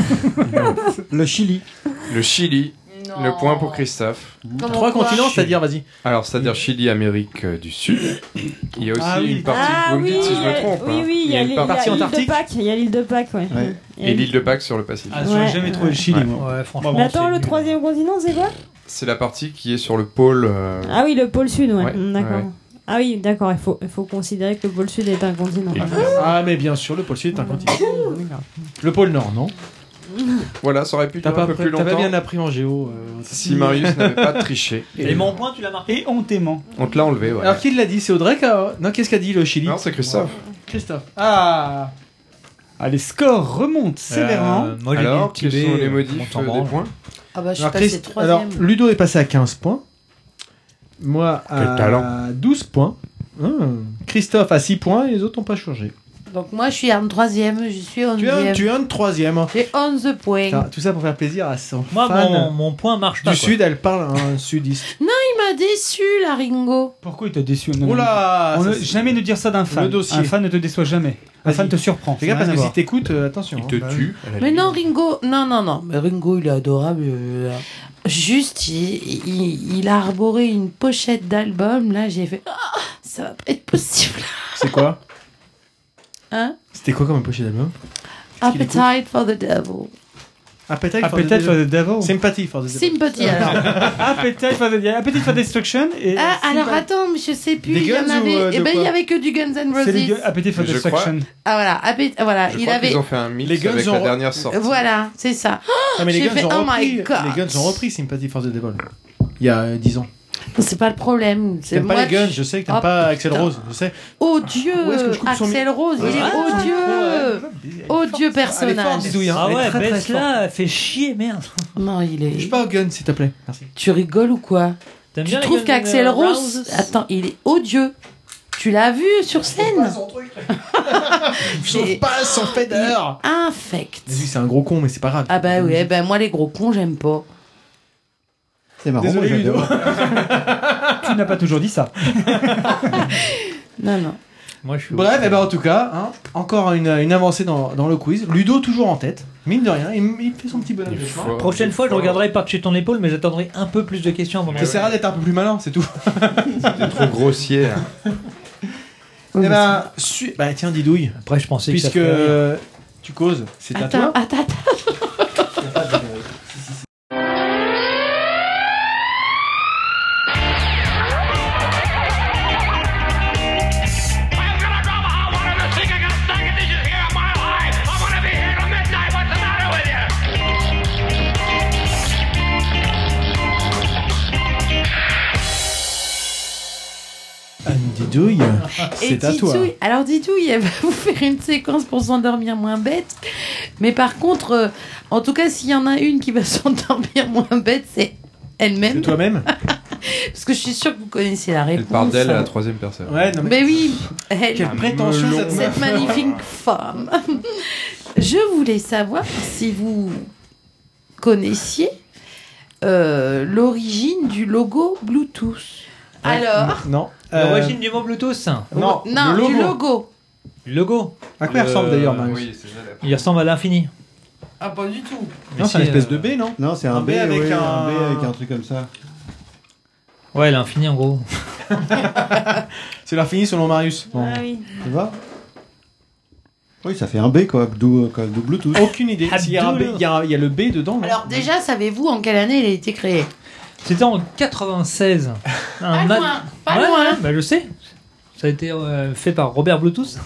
Speaker 6: Le Chili.
Speaker 2: Le Chili.
Speaker 3: Non.
Speaker 2: Le point pour Christophe.
Speaker 3: Comment
Speaker 5: 3
Speaker 3: quoi?
Speaker 5: continents, c'est-à-dire, vas-y.
Speaker 2: Alors, c'est-à-dire Chili, Amérique du Sud. Il y a aussi
Speaker 4: Ah oui.
Speaker 2: une partie.
Speaker 13: Ah
Speaker 2: vous me
Speaker 13: oui,
Speaker 2: dites si je
Speaker 13: il y a-
Speaker 2: me trompe.
Speaker 13: oui,
Speaker 2: hein.
Speaker 13: oui,
Speaker 2: Il y a une
Speaker 13: l'île
Speaker 2: partie
Speaker 13: de
Speaker 5: Antarctique.
Speaker 13: Pâques. Il y a l'île de Pâques, ouais.
Speaker 6: Ouais.
Speaker 13: Il y a
Speaker 2: et l'île de Pâques sur le Pacifique.
Speaker 4: Ah, j'aurais
Speaker 13: Ouais.
Speaker 4: jamais trouvé le Chili,
Speaker 2: Ouais.
Speaker 4: moi.
Speaker 1: Ouais, franchement.
Speaker 13: Mais attends,
Speaker 1: c'est
Speaker 13: le
Speaker 1: nul.
Speaker 13: 3e continent, c'est quoi?
Speaker 2: C'est la partie qui est sur le pôle.
Speaker 13: Ah oui, le pôle sud, ouais.
Speaker 2: Ouais,
Speaker 13: D'accord.
Speaker 2: ouais.
Speaker 13: Ah oui, d'accord, il faut considérer que le pôle sud est un continent.
Speaker 5: Ah, mais bien sûr, le pôle sud est un continent. Le pôle nord, non.
Speaker 2: Voilà, ça aurait pu
Speaker 5: T'as
Speaker 2: durer un
Speaker 5: pas,
Speaker 2: peu plus
Speaker 5: t'as pas
Speaker 2: longtemps.
Speaker 5: bien appris en géo.
Speaker 2: Si Marius n'avait pas triché.
Speaker 1: Et mon point, tu l'as marqué.
Speaker 4: Et hontément.
Speaker 2: On te l'a enlevé, ouais.
Speaker 5: Alors, qui l'a dit? C'est Audrey qui a... Non, qu'est-ce qu'a dit le Chili?
Speaker 2: Non, c'est Christophe.
Speaker 5: Christophe. Ah.
Speaker 4: Ah, les scores remontent sévèrement.
Speaker 1: Moi, j'ai
Speaker 2: Alors,
Speaker 1: dit
Speaker 2: quels
Speaker 1: Tibet,
Speaker 2: sont les modifs
Speaker 1: on s'en
Speaker 2: des
Speaker 1: branle.
Speaker 2: points?
Speaker 3: Ah bah je suis
Speaker 5: Alors,
Speaker 3: passé
Speaker 5: alors,
Speaker 3: 3e.
Speaker 5: Ludo est passé à 15 points. Moi,
Speaker 2: Quel
Speaker 5: à
Speaker 2: talent.
Speaker 5: 12 points. Christophe à 6 points et les autres n'ont pas changé.
Speaker 3: Donc moi je suis en 3e, je suis en
Speaker 5: Tu es
Speaker 3: 11e.
Speaker 5: 3e.
Speaker 3: J'ai 11 points.
Speaker 5: Tout ça pour faire plaisir à son
Speaker 1: Moi,
Speaker 5: fan
Speaker 1: mon point marche pas.
Speaker 5: du
Speaker 1: quoi.
Speaker 5: sud. Elle parle un sudiste.
Speaker 3: Non, il m'a déçu la Ringo.
Speaker 4: Pourquoi il t'a déçu? Non,
Speaker 5: Oula,
Speaker 4: non,
Speaker 5: ça,
Speaker 4: ne-
Speaker 5: c'est-
Speaker 4: jamais ne dire ça d'un fan.
Speaker 5: Le dossier.
Speaker 4: Un fan ne te déçoit jamais. Un
Speaker 5: Vas-y.
Speaker 4: fan te surprend.
Speaker 5: Fais gaffe
Speaker 4: Ça n'a
Speaker 5: parce que
Speaker 4: rien à
Speaker 5: si t'écoutes, attention.
Speaker 2: Il te
Speaker 5: hein.
Speaker 2: tue. à la
Speaker 3: Mais
Speaker 2: limite.
Speaker 3: non, Ringo, non. Mais Ringo, il est adorable. Juste, il a arboré une pochette d'album. Là, j'ai fait, ah, ça va pas être possible.
Speaker 5: C'est quoi?
Speaker 3: Hein?
Speaker 5: C'était quoi comme pochette d'album?
Speaker 3: Appetite for the Devil.
Speaker 5: Appetite
Speaker 4: Appetite for the Devil.
Speaker 5: Sympathy for the devil.
Speaker 3: Sympathy, alors.
Speaker 4: Appetite for Destruction et.
Speaker 3: Ah, alors attends, mais je sais plus.
Speaker 5: Des
Speaker 3: Il y en
Speaker 5: Guns ou,
Speaker 3: avait.
Speaker 5: de
Speaker 3: Eh ben,
Speaker 5: quoi
Speaker 3: il y avait que du Guns N'
Speaker 4: C'est les
Speaker 3: Roses.
Speaker 4: Appetite for
Speaker 2: Je
Speaker 4: Destruction.
Speaker 3: Ah, voilà. Voilà.
Speaker 2: Je
Speaker 3: Il
Speaker 2: crois
Speaker 3: avait.
Speaker 2: qu'ils ont fait un mix
Speaker 5: Les Guns
Speaker 2: avec
Speaker 5: ont-
Speaker 2: la dernière sortie.
Speaker 3: Voilà, c'est ça.
Speaker 5: Ah, mais les
Speaker 3: J'ai
Speaker 5: Guns
Speaker 3: fait,
Speaker 5: ont
Speaker 3: oh
Speaker 5: repris.
Speaker 3: my God.
Speaker 5: Les Guns ont repris Sympathy for the Devil. Il y a 10 ans.
Speaker 3: C'est pas le problème. C'est
Speaker 5: T'aimes pas
Speaker 3: moi,
Speaker 5: les Guns, je sais que t'aimes
Speaker 3: Oh,
Speaker 5: pas Axel
Speaker 3: putain.
Speaker 5: Rose, je sais.
Speaker 3: Odieux.
Speaker 5: Où est-ce que je coupe son
Speaker 3: Axel Rose, il est
Speaker 5: Ah,
Speaker 3: odieux. Odieux personnage.
Speaker 5: Zizouille, hein.
Speaker 1: Ah
Speaker 5: Elle est
Speaker 1: ouais,
Speaker 5: très, très
Speaker 1: baisse là, fait chier, merde.
Speaker 3: Non, il
Speaker 5: Je
Speaker 3: est.
Speaker 5: suis pas au Gun, s'il te plaît. Merci.
Speaker 3: Tu rigoles ou quoi?
Speaker 1: T'aimes
Speaker 3: Tu
Speaker 1: bien les
Speaker 3: trouves
Speaker 1: Guns
Speaker 3: qu'Axel
Speaker 1: N'
Speaker 3: Rose.
Speaker 1: Roses
Speaker 3: Attends, il est odieux. Tu l'as vu sur scène?
Speaker 5: Je passe son Feder.
Speaker 3: Infect.
Speaker 5: Mais lui, c'est un gros con, mais c'est pas grave.
Speaker 3: Ah bah oui, eh ben moi les gros cons, j'aime pas.
Speaker 6: C'est marrant,
Speaker 5: Désolé,
Speaker 6: moi, j'adore.
Speaker 4: Tu n'as pas toujours dit ça.
Speaker 3: Non.
Speaker 1: Moi, je suis
Speaker 5: Bref, et ben en tout cas, hein, encore une avancée dans le quiz. Ludo toujours en tête. Mine de rien, il fait son petit bonhomme de chemin.
Speaker 1: Prochaine fois, je regarderai par-dessus ton épaule, mais j'attendrai un peu plus de questions avant de...
Speaker 5: T'essaieras d'être un peu plus malin, c'est tout.
Speaker 2: C'est trop grossier.
Speaker 5: Eh ben, tiens, Didouille.
Speaker 1: Après, je pensais
Speaker 5: puisque
Speaker 1: que
Speaker 5: tu causes, c'est à toi.
Speaker 3: Attends.
Speaker 5: Didouille, c'est à toi.
Speaker 3: Alors Didouille, elle va vous faire une séquence pour s'endormir moins bête. Mais par contre, en tout cas, s'il y en a une qui va s'endormir moins bête, c'est elle-même.
Speaker 5: C'est toi-même.
Speaker 3: Parce que je suis sûre que vous connaissez la réponse.
Speaker 2: Elle part d'elle à la troisième personne.
Speaker 5: Ouais, non,
Speaker 3: mais oui.
Speaker 5: Quelle prétention
Speaker 3: cette magnifique femme. Je voulais savoir si vous connaissiez l'origine du logo Bluetooth. Alors
Speaker 5: non.
Speaker 1: L'origine du mot Bluetooth.
Speaker 5: Non,
Speaker 3: du logo.
Speaker 1: Le logo.
Speaker 5: À quoi il ressemble d'ailleurs, Marius?
Speaker 2: Oui, c'est ça.
Speaker 1: Il ressemble à l'infini.
Speaker 3: Ah, pas du tout.
Speaker 5: Non, c'est une espèce de B, non?
Speaker 6: Non, c'est un B avec
Speaker 5: avec
Speaker 6: un B avec un truc comme ça.
Speaker 1: Ouais, l'infini en gros.
Speaker 5: C'est l'infini selon Marius. Bon.
Speaker 13: Ah oui.
Speaker 6: Tu vois? Oui, ça fait un B quoi, d'où Bluetooth.
Speaker 5: Aucune idée. Il y a le B dedans. Non?
Speaker 3: Alors déjà, savez-vous en quelle année il a été créé?
Speaker 1: C'était en 96.
Speaker 3: Pas loin.
Speaker 1: Bah, je sais. Ça a été fait par Robert Bluetooth.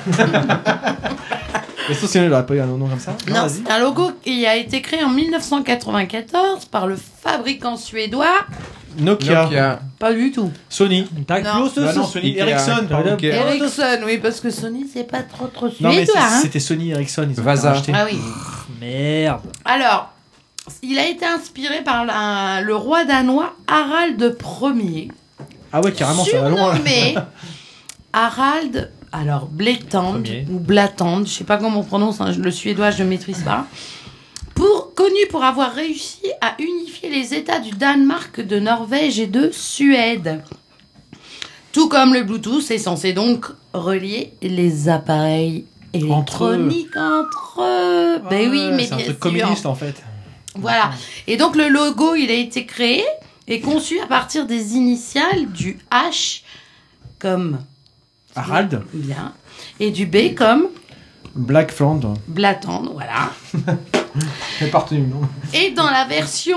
Speaker 5: Mais ça, sinon, il n'aurait pas eu un nom comme ça.
Speaker 3: Non, c'est un logo qui a été créé en 1994 par le fabricant suédois
Speaker 5: Nokia.
Speaker 3: Pas du tout.
Speaker 5: Sony.
Speaker 3: Non.
Speaker 5: Non, Sony. Ericsson, pardon.
Speaker 3: Ericsson, oui, parce que Sony, c'est pas trop
Speaker 5: Non, mais
Speaker 3: suédois. Hein.
Speaker 5: c'était Sony Ericsson. Ils ont
Speaker 2: Vasa.
Speaker 5: racheté.
Speaker 3: Ah oui.
Speaker 1: Merde.
Speaker 3: Alors, il a été inspiré par le roi danois Harald Ier.
Speaker 5: Ah ouais, carrément, ça va loin.
Speaker 3: Surnommé Harald, alors Blétand ou Blatand, je sais pas comment on prononce, hein, le suédois je ne maîtrise pas. Connu pour avoir réussi à unifier les États du Danemark, de Norvège et de Suède. Tout comme le Bluetooth est censé donc relier les appareils électroniques entre eux. Ben oui, mais
Speaker 5: c'est un
Speaker 3: bien
Speaker 5: truc
Speaker 3: sûr.
Speaker 5: communiste en fait.
Speaker 3: Voilà. Et donc le logo, il a été créé et conçu à partir des initiales du H comme
Speaker 5: Harald.
Speaker 3: Bien. Et du B comme
Speaker 5: Black Flandre.
Speaker 3: Blatand, voilà.
Speaker 5: C'est parti, non?
Speaker 3: Et dans la version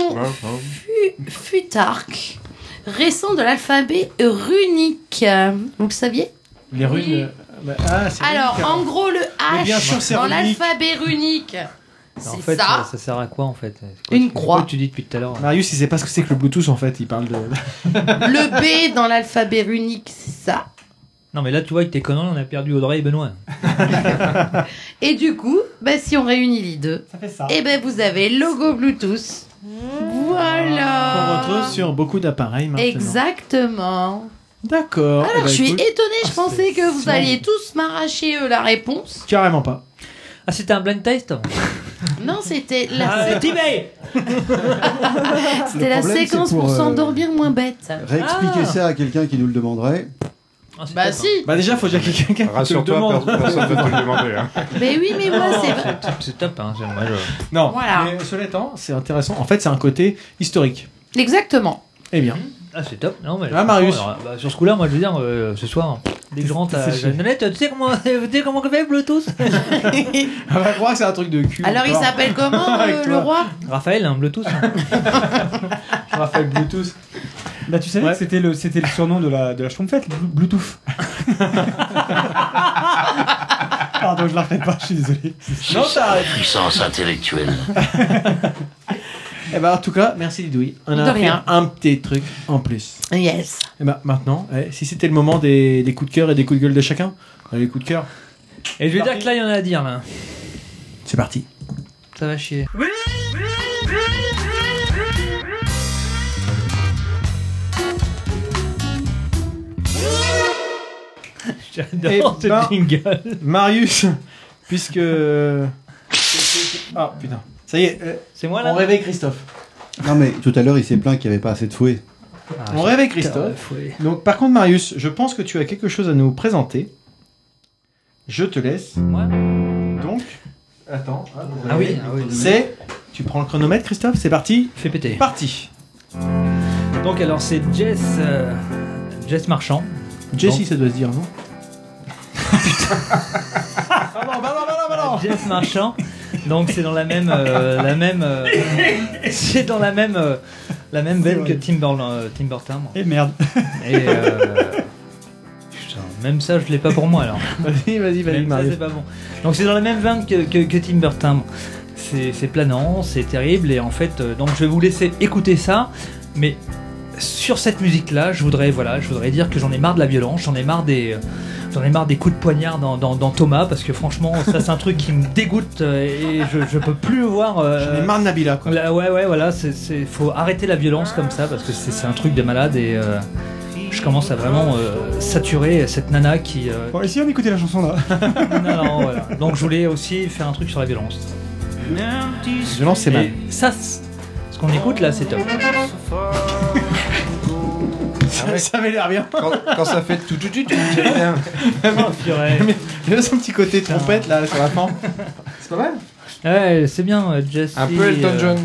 Speaker 3: Futark récent de l'alphabet runique. Vous le saviez?
Speaker 5: Les runes.
Speaker 3: Alors,
Speaker 5: runique,
Speaker 3: en gros, le
Speaker 5: mais bien
Speaker 3: H
Speaker 5: sûr, c'est
Speaker 3: dans
Speaker 5: runique.
Speaker 3: l'alphabet runique,
Speaker 1: En
Speaker 3: c'est
Speaker 1: fait,
Speaker 3: ça.
Speaker 1: ça sert à quoi en fait?
Speaker 3: Une croix.
Speaker 1: Que tu dis depuis tout à l'heure.
Speaker 5: Marius, il sait pas ce que c'est que le Bluetooth en fait. Il parle de.
Speaker 3: Le B dans l'alphabet runique, c'est ça.
Speaker 1: Non, mais là, tu vois, avec tes conneries, on a perdu Audrey et Benoît.
Speaker 3: Et du coup, si on réunit les deux,
Speaker 5: ça fait ça.
Speaker 3: Et vous avez le logo Bluetooth. Voilà.
Speaker 5: On retrouve sur beaucoup d'appareils maintenant.
Speaker 3: Exactement.
Speaker 5: D'accord.
Speaker 3: Alors, je suis
Speaker 5: écoute,
Speaker 3: étonnée, je pensais que vous alliez tous m'arracher la réponse.
Speaker 5: Carrément pas.
Speaker 1: Ah, c'était un blind test?
Speaker 3: Non, c'était la,
Speaker 1: Tibet.
Speaker 3: c'était la
Speaker 6: problème,
Speaker 3: séquence
Speaker 6: c'est
Speaker 3: pour
Speaker 6: pour,
Speaker 3: s'endormir moins bête.
Speaker 6: Réexpliquer ça à quelqu'un qui nous le demanderait.
Speaker 3: Bah si.
Speaker 5: Bah déjà, faut déjà que quelqu'un te le
Speaker 2: Rassure-toi,
Speaker 5: demande.
Speaker 2: personne ne va te le demander. Hein.
Speaker 3: Mais oui, mais moi, c'est vrai.
Speaker 1: C'est top, hein, c'est dommage.
Speaker 5: Non,
Speaker 3: Voilà.
Speaker 5: mais cela étant, c'est intéressant. En fait, c'est un côté historique.
Speaker 3: Exactement.
Speaker 5: Eh bien.
Speaker 1: Ah, c'est top. Non, mais
Speaker 5: Marius.
Speaker 1: alors, sur ce coup-là, moi, je veux dire, ce soir, dès que je rentre à Jeannette, tu sais comment on fait le Bluetooth?
Speaker 5: On va croire que c'est un truc de cul.
Speaker 3: Alors, il
Speaker 5: encore.
Speaker 3: s'appelle comment,
Speaker 5: Avec
Speaker 3: le
Speaker 5: toi.
Speaker 3: roi?
Speaker 1: Raphaël, un Bluetooth.
Speaker 5: Raphaël Bluetooth.
Speaker 4: Bah, tu savais que c'était le surnom de la Schtroumpfette, Bluetooth. Pardon, je la refais pas, je suis désolé.
Speaker 5: Non, t'arrêtes.
Speaker 15: Puissance intellectuelle.
Speaker 5: Eh ben, en tout cas, merci Didouille. On
Speaker 3: De
Speaker 5: a appris
Speaker 3: rien.
Speaker 5: un petit truc en plus.
Speaker 3: Yes.
Speaker 5: Et ben, maintenant, si c'était le moment des coups de cœur et des coups de gueule de chacun, les coups de cœur.
Speaker 1: Et je vais dire que là, il y en a à dire, là.
Speaker 5: C'est parti.
Speaker 1: Ça va chier. J'adore ce jingle.
Speaker 5: Marius, puisque. Ah putain. Ça y est,
Speaker 1: c'est moi là.
Speaker 5: On réveille Christophe.
Speaker 6: Non mais tout à l'heure il s'est plaint qu'il n'y avait pas assez de fouet.
Speaker 5: On réveille Christophe. Donc par contre Marius, je pense que tu as quelque chose à nous présenter. Je te laisse.
Speaker 1: Ouais.
Speaker 5: Donc, attends.
Speaker 1: Ah oui.
Speaker 5: C'est. Tu prends le chronomètre, Christophe. C'est parti.
Speaker 1: Fais péter.
Speaker 5: Parti.
Speaker 1: Donc alors c'est Jess Marchand.
Speaker 5: Jessie,
Speaker 1: Donc-
Speaker 5: ça doit se dire, non?
Speaker 1: Jess Marchand. Donc c'est dans la même c'est dans la même veine que Tim Burton.
Speaker 4: Et merde.
Speaker 1: Et putain, même ça je l'ai pas pour moi alors.
Speaker 5: Vas-y,
Speaker 1: Même ça,
Speaker 5: Marius.
Speaker 1: c'est pas bon. Donc c'est dans la même veine que Tim Burton. C'est planant, c'est terrible et en fait donc je vais vous laisser écouter ça, mais sur cette musique là, je voudrais dire que j'en ai marre de la violence, j'en ai marre des coups de poignard dans Thomas parce que franchement ça c'est un truc qui me dégoûte et je peux plus voir.
Speaker 5: J'en ai marre de Nabila quoi.
Speaker 1: Ouais voilà, faut arrêter la violence comme ça parce que c'est un truc de malade et je commence à vraiment saturer cette nana qui.
Speaker 4: Bon, essayons d'écouter la chanson là.
Speaker 1: Non, voilà. Donc je voulais aussi faire un truc sur la violence.
Speaker 5: Violence, c'est mal.
Speaker 1: Et ça, ce qu'on écoute là, c'est top.
Speaker 5: Ça avait l'air bien.
Speaker 2: Quand ça fait tout, j'aime bien.
Speaker 1: Oh, purée.
Speaker 5: Il y a son petit côté trompette là sur la fin. C'est pas mal.
Speaker 1: Ouais, c'est bien, Jesse.
Speaker 2: Un peu Elton John.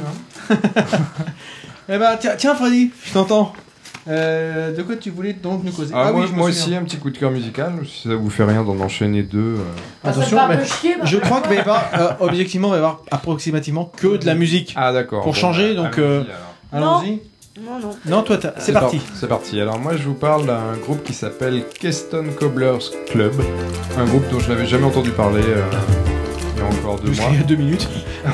Speaker 5: Eh ben, tiens, Freddy, je t'entends. De quoi tu voulais donc nous causer?
Speaker 2: Ah,
Speaker 5: oui, je me
Speaker 2: moi
Speaker 5: souviens.
Speaker 2: aussi, un petit coup de cœur musical. Si ça vous fait rien d'en enchaîner deux.
Speaker 5: Attention,
Speaker 3: Ça me fait un
Speaker 5: mais
Speaker 3: peu chier,
Speaker 5: je crois qu'il va y avoir, objectivement, il va y avoir approximativement que de la musique.
Speaker 2: Ah, d'accord.
Speaker 5: Pour
Speaker 2: Bon,
Speaker 5: changer,
Speaker 2: bah,
Speaker 5: donc
Speaker 2: allons-y,
Speaker 5: allons-y.
Speaker 13: Non.
Speaker 5: Non, toi, c'est parti.
Speaker 2: C'est parti. Alors moi je vous parle d'un groupe qui s'appelle Keston Cobblers Club. Un groupe dont je n'avais jamais entendu parler il y a encore 2 mois.
Speaker 5: Il y a 2 minutes.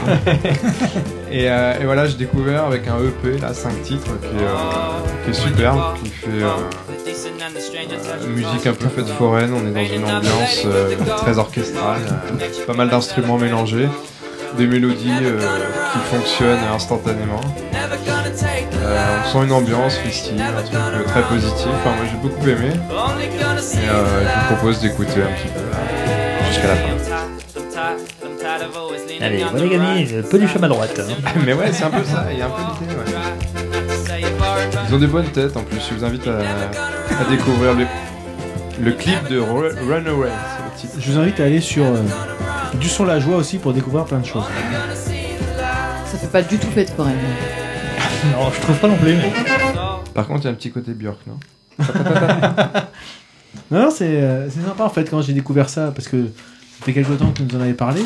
Speaker 2: Et voilà, j'ai découvert avec un EP, là, 5 titres, qui est superbe, qui fait une musique un peu fête foraine. On est dans une ambiance très orchestrale, pas mal d'instruments mélangés, des mélodies qui fonctionnent instantanément. On sent une ambiance festive, un truc très positif. Enfin, moi j'ai beaucoup aimé. Et je vous propose d'écouter un petit peu jusqu'à la fin.
Speaker 1: Allez, voilà gagné, peu du chemin à droite.
Speaker 2: Mais ouais, c'est un peu ça, il y a un peu l'idée, ouais. Ils ont des bonnes têtes en plus, je vous invite à découvrir le clip de Runaway, c'est le titre.
Speaker 5: Je vous invite à aller sur Du Son La Joie aussi pour découvrir plein de choses.
Speaker 3: Ça fait pas du tout fête foraine.
Speaker 1: Non, je trouve pas non plus. Mais...
Speaker 2: Par contre, il y a un petit côté Björk, non?
Speaker 5: Non, c'est sympa en fait quand j'ai découvert ça parce que ça fait quelque temps que nous en avez parlé.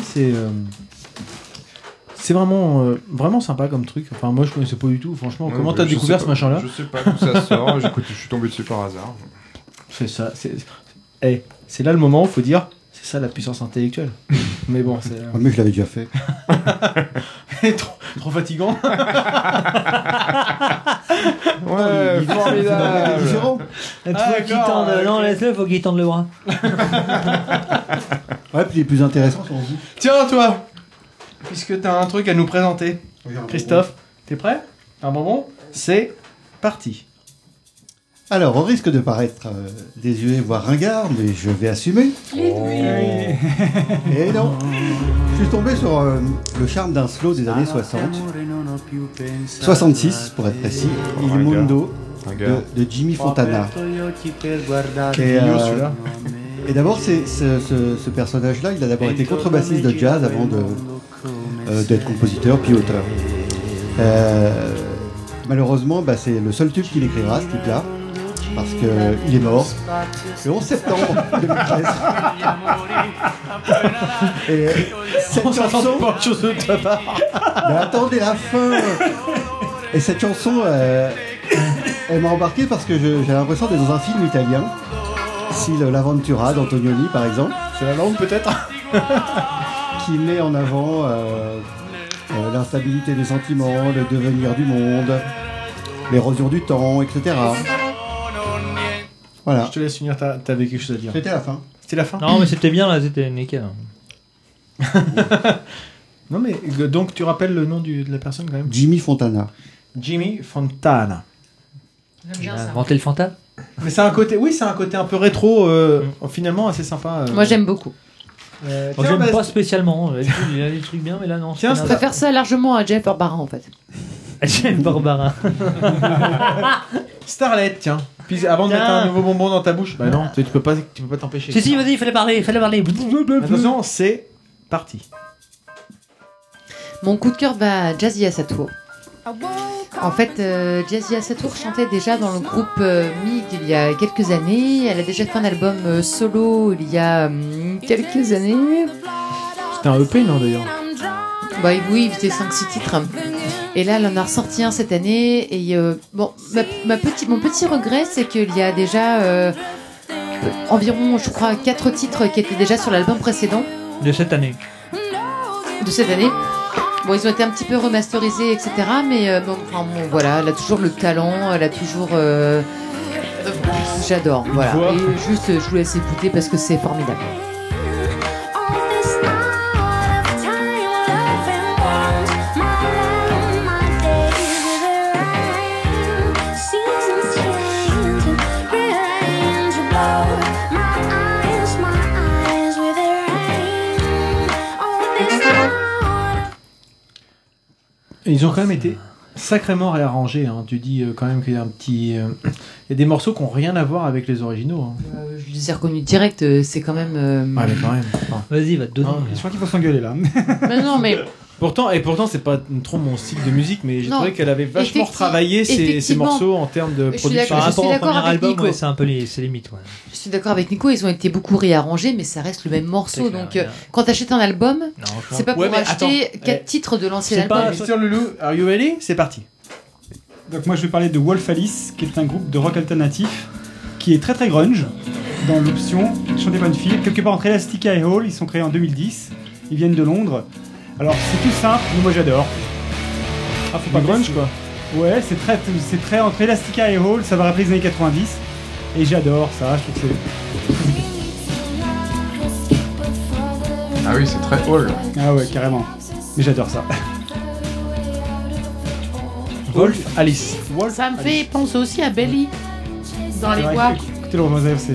Speaker 5: C'est vraiment vraiment sympa comme truc. Enfin, moi je connaissais pas du tout. Franchement,
Speaker 2: Ouais,
Speaker 5: comment
Speaker 2: bah,
Speaker 5: t'as
Speaker 2: je
Speaker 5: découvert
Speaker 2: sais
Speaker 5: ce
Speaker 2: pas-
Speaker 5: machin-là?
Speaker 2: Je sais pas d'où ça sort. Je suis tombé dessus par hasard.
Speaker 5: C'est ça. C'est là le moment où il faut dire c'est ça la puissance intellectuelle. Mais bon, c'est.
Speaker 6: Ouais, mais je l'avais déjà fait.
Speaker 5: trop fatigant.
Speaker 2: Ouais, formidable.
Speaker 1: Il faut qu'il tende. Non, laisse-le, faut qu'il tende le bras.
Speaker 6: Ouais, puis les plus intéressants sont vous.
Speaker 5: Tiens, toi, puisque t'as un truc à nous présenter, Christophe, t'es prêt? Un bonbon? C'est parti.
Speaker 6: Alors, au risque de paraître désuet, voire ringard, mais je vais assumer. Et non, je suis tombé sur le charme d'un slow des années 60. 66 pour être précis. Il Mundo de Jimmy Fontana. Et d'abord, ce personnage-là, il a d'abord été contrebassiste de jazz avant d'être compositeur puis auteur. Malheureusement, c'est le seul tube qu'il écrira, ce type-là, parce qu'il est mort le 11 septembre 2013. Et cette chanson...
Speaker 5: pas autre chose de ta part.
Speaker 6: Mais attendez la fin. Et cette chanson, elle m'a embarqué parce que j'ai l'impression d'être dans un film italien, style L'Aventura d'Antonioni par exemple.
Speaker 5: C'est la langue peut-être.
Speaker 6: Qui met en avant l'instabilité des sentiments, le devenir du monde, l'érosion du temps, etc. Voilà.
Speaker 5: Je te laisse finir, t'avais quelque chose à dire.
Speaker 6: C'était la fin.
Speaker 5: C'était la fin.
Speaker 1: Non, mais c'était bien là, c'était nickel.
Speaker 5: Non mais donc tu rappelles le nom de la personne quand même?
Speaker 6: Jimmy Fontana.
Speaker 5: Jimmy Fontana.
Speaker 1: Il a inventé le fantôme.
Speaker 5: Mais c'est un côté, oui, c'est un côté un peu rétro, finalement assez sympa.
Speaker 3: Moi j'aime beaucoup.
Speaker 1: Moi j'aime pas spécialement. Il y a des trucs bien, mais là non.
Speaker 3: Tiens, je préfère ça largement à Jeff Barbara en fait.
Speaker 1: Jeff Barbara.
Speaker 5: Starlet, tiens. Puis avant de mettre un nouveau bonbon dans ta bouche, bah non, tu peux pas t'empêcher.
Speaker 1: Si, vas-y, fallait parler.
Speaker 5: Attention, c'est parti.
Speaker 11: Mon coup de cœur va à Jazzy Asatour. En fait, Jazzy Asatour chantait déjà dans le groupe MIG il y a quelques années. Elle a déjà fait un album solo il y a quelques années.
Speaker 5: C'était un EP, non, d'ailleurs?
Speaker 11: Bah oui, il faisait 5-6 titres. Et là, elle en a ressorti un cette année. Et bon, mon petit regret, c'est qu'il y a déjà environ, je crois, 4 titres qui étaient déjà sur l'album précédent.
Speaker 1: De cette année.
Speaker 11: Bon, ils ont été un petit peu remasterisés, etc. Mais bon, voilà, elle a toujours le talent, elle a toujours... j'adore, voilà. Et juste, je vous laisse écouter parce que c'est formidable.
Speaker 5: Ils ont quand même été sacrément réarrangés. Hein. Tu dis quand même qu'il y a un petit... il y a des morceaux qui n'ont rien à voir avec les originaux. Hein.
Speaker 11: Je les ai reconnus direct, c'est quand même...
Speaker 5: Ah mais quand même.
Speaker 1: Vas-y, va te donner.
Speaker 4: Je crois qu'il faut s'engueuler là.
Speaker 11: Mais non, mais...
Speaker 5: Pourtant, c'est pas trop mon style de musique, mais j'ai trouvé qu'elle avait vachement retravaillé ces morceaux en termes de production.
Speaker 11: Je suis d'accord avec Nico.
Speaker 1: Ouais, c'est un peu c'est limite. Ouais.
Speaker 11: Je suis d'accord avec Nico, ils ont été beaucoup réarrangés, mais ça reste le même morceau. Clair, donc, quand t'achètes un album, c'est pas pour acheter 4 titres de l'ancien album.
Speaker 5: Mister Loulou, are you ready? C'est parti.
Speaker 4: Donc moi je vais parler de Wolf Alice, qui est un groupe de rock alternatif qui est très très grunge, dans l'option chanté par une fille, quelque part entre Elastica et Hall. Ils sont créés en 2010, ils viennent de Londres. Alors c'est tout simple, mais moi j'adore.
Speaker 5: Ah, faut pas grunge quoi.
Speaker 4: Ouais, c'est très entre Elastica et Hall, ça va rappeler les années 90. Et j'adore ça, je trouve que c'est...
Speaker 2: Ah oui, c'est très Hall.
Speaker 4: Ah ouais, carrément. Mais j'adore ça.
Speaker 5: Wolf Alice.
Speaker 3: Ça me fait penser aussi à Belly dans les bois.
Speaker 4: Écoutez le refrain, c'est...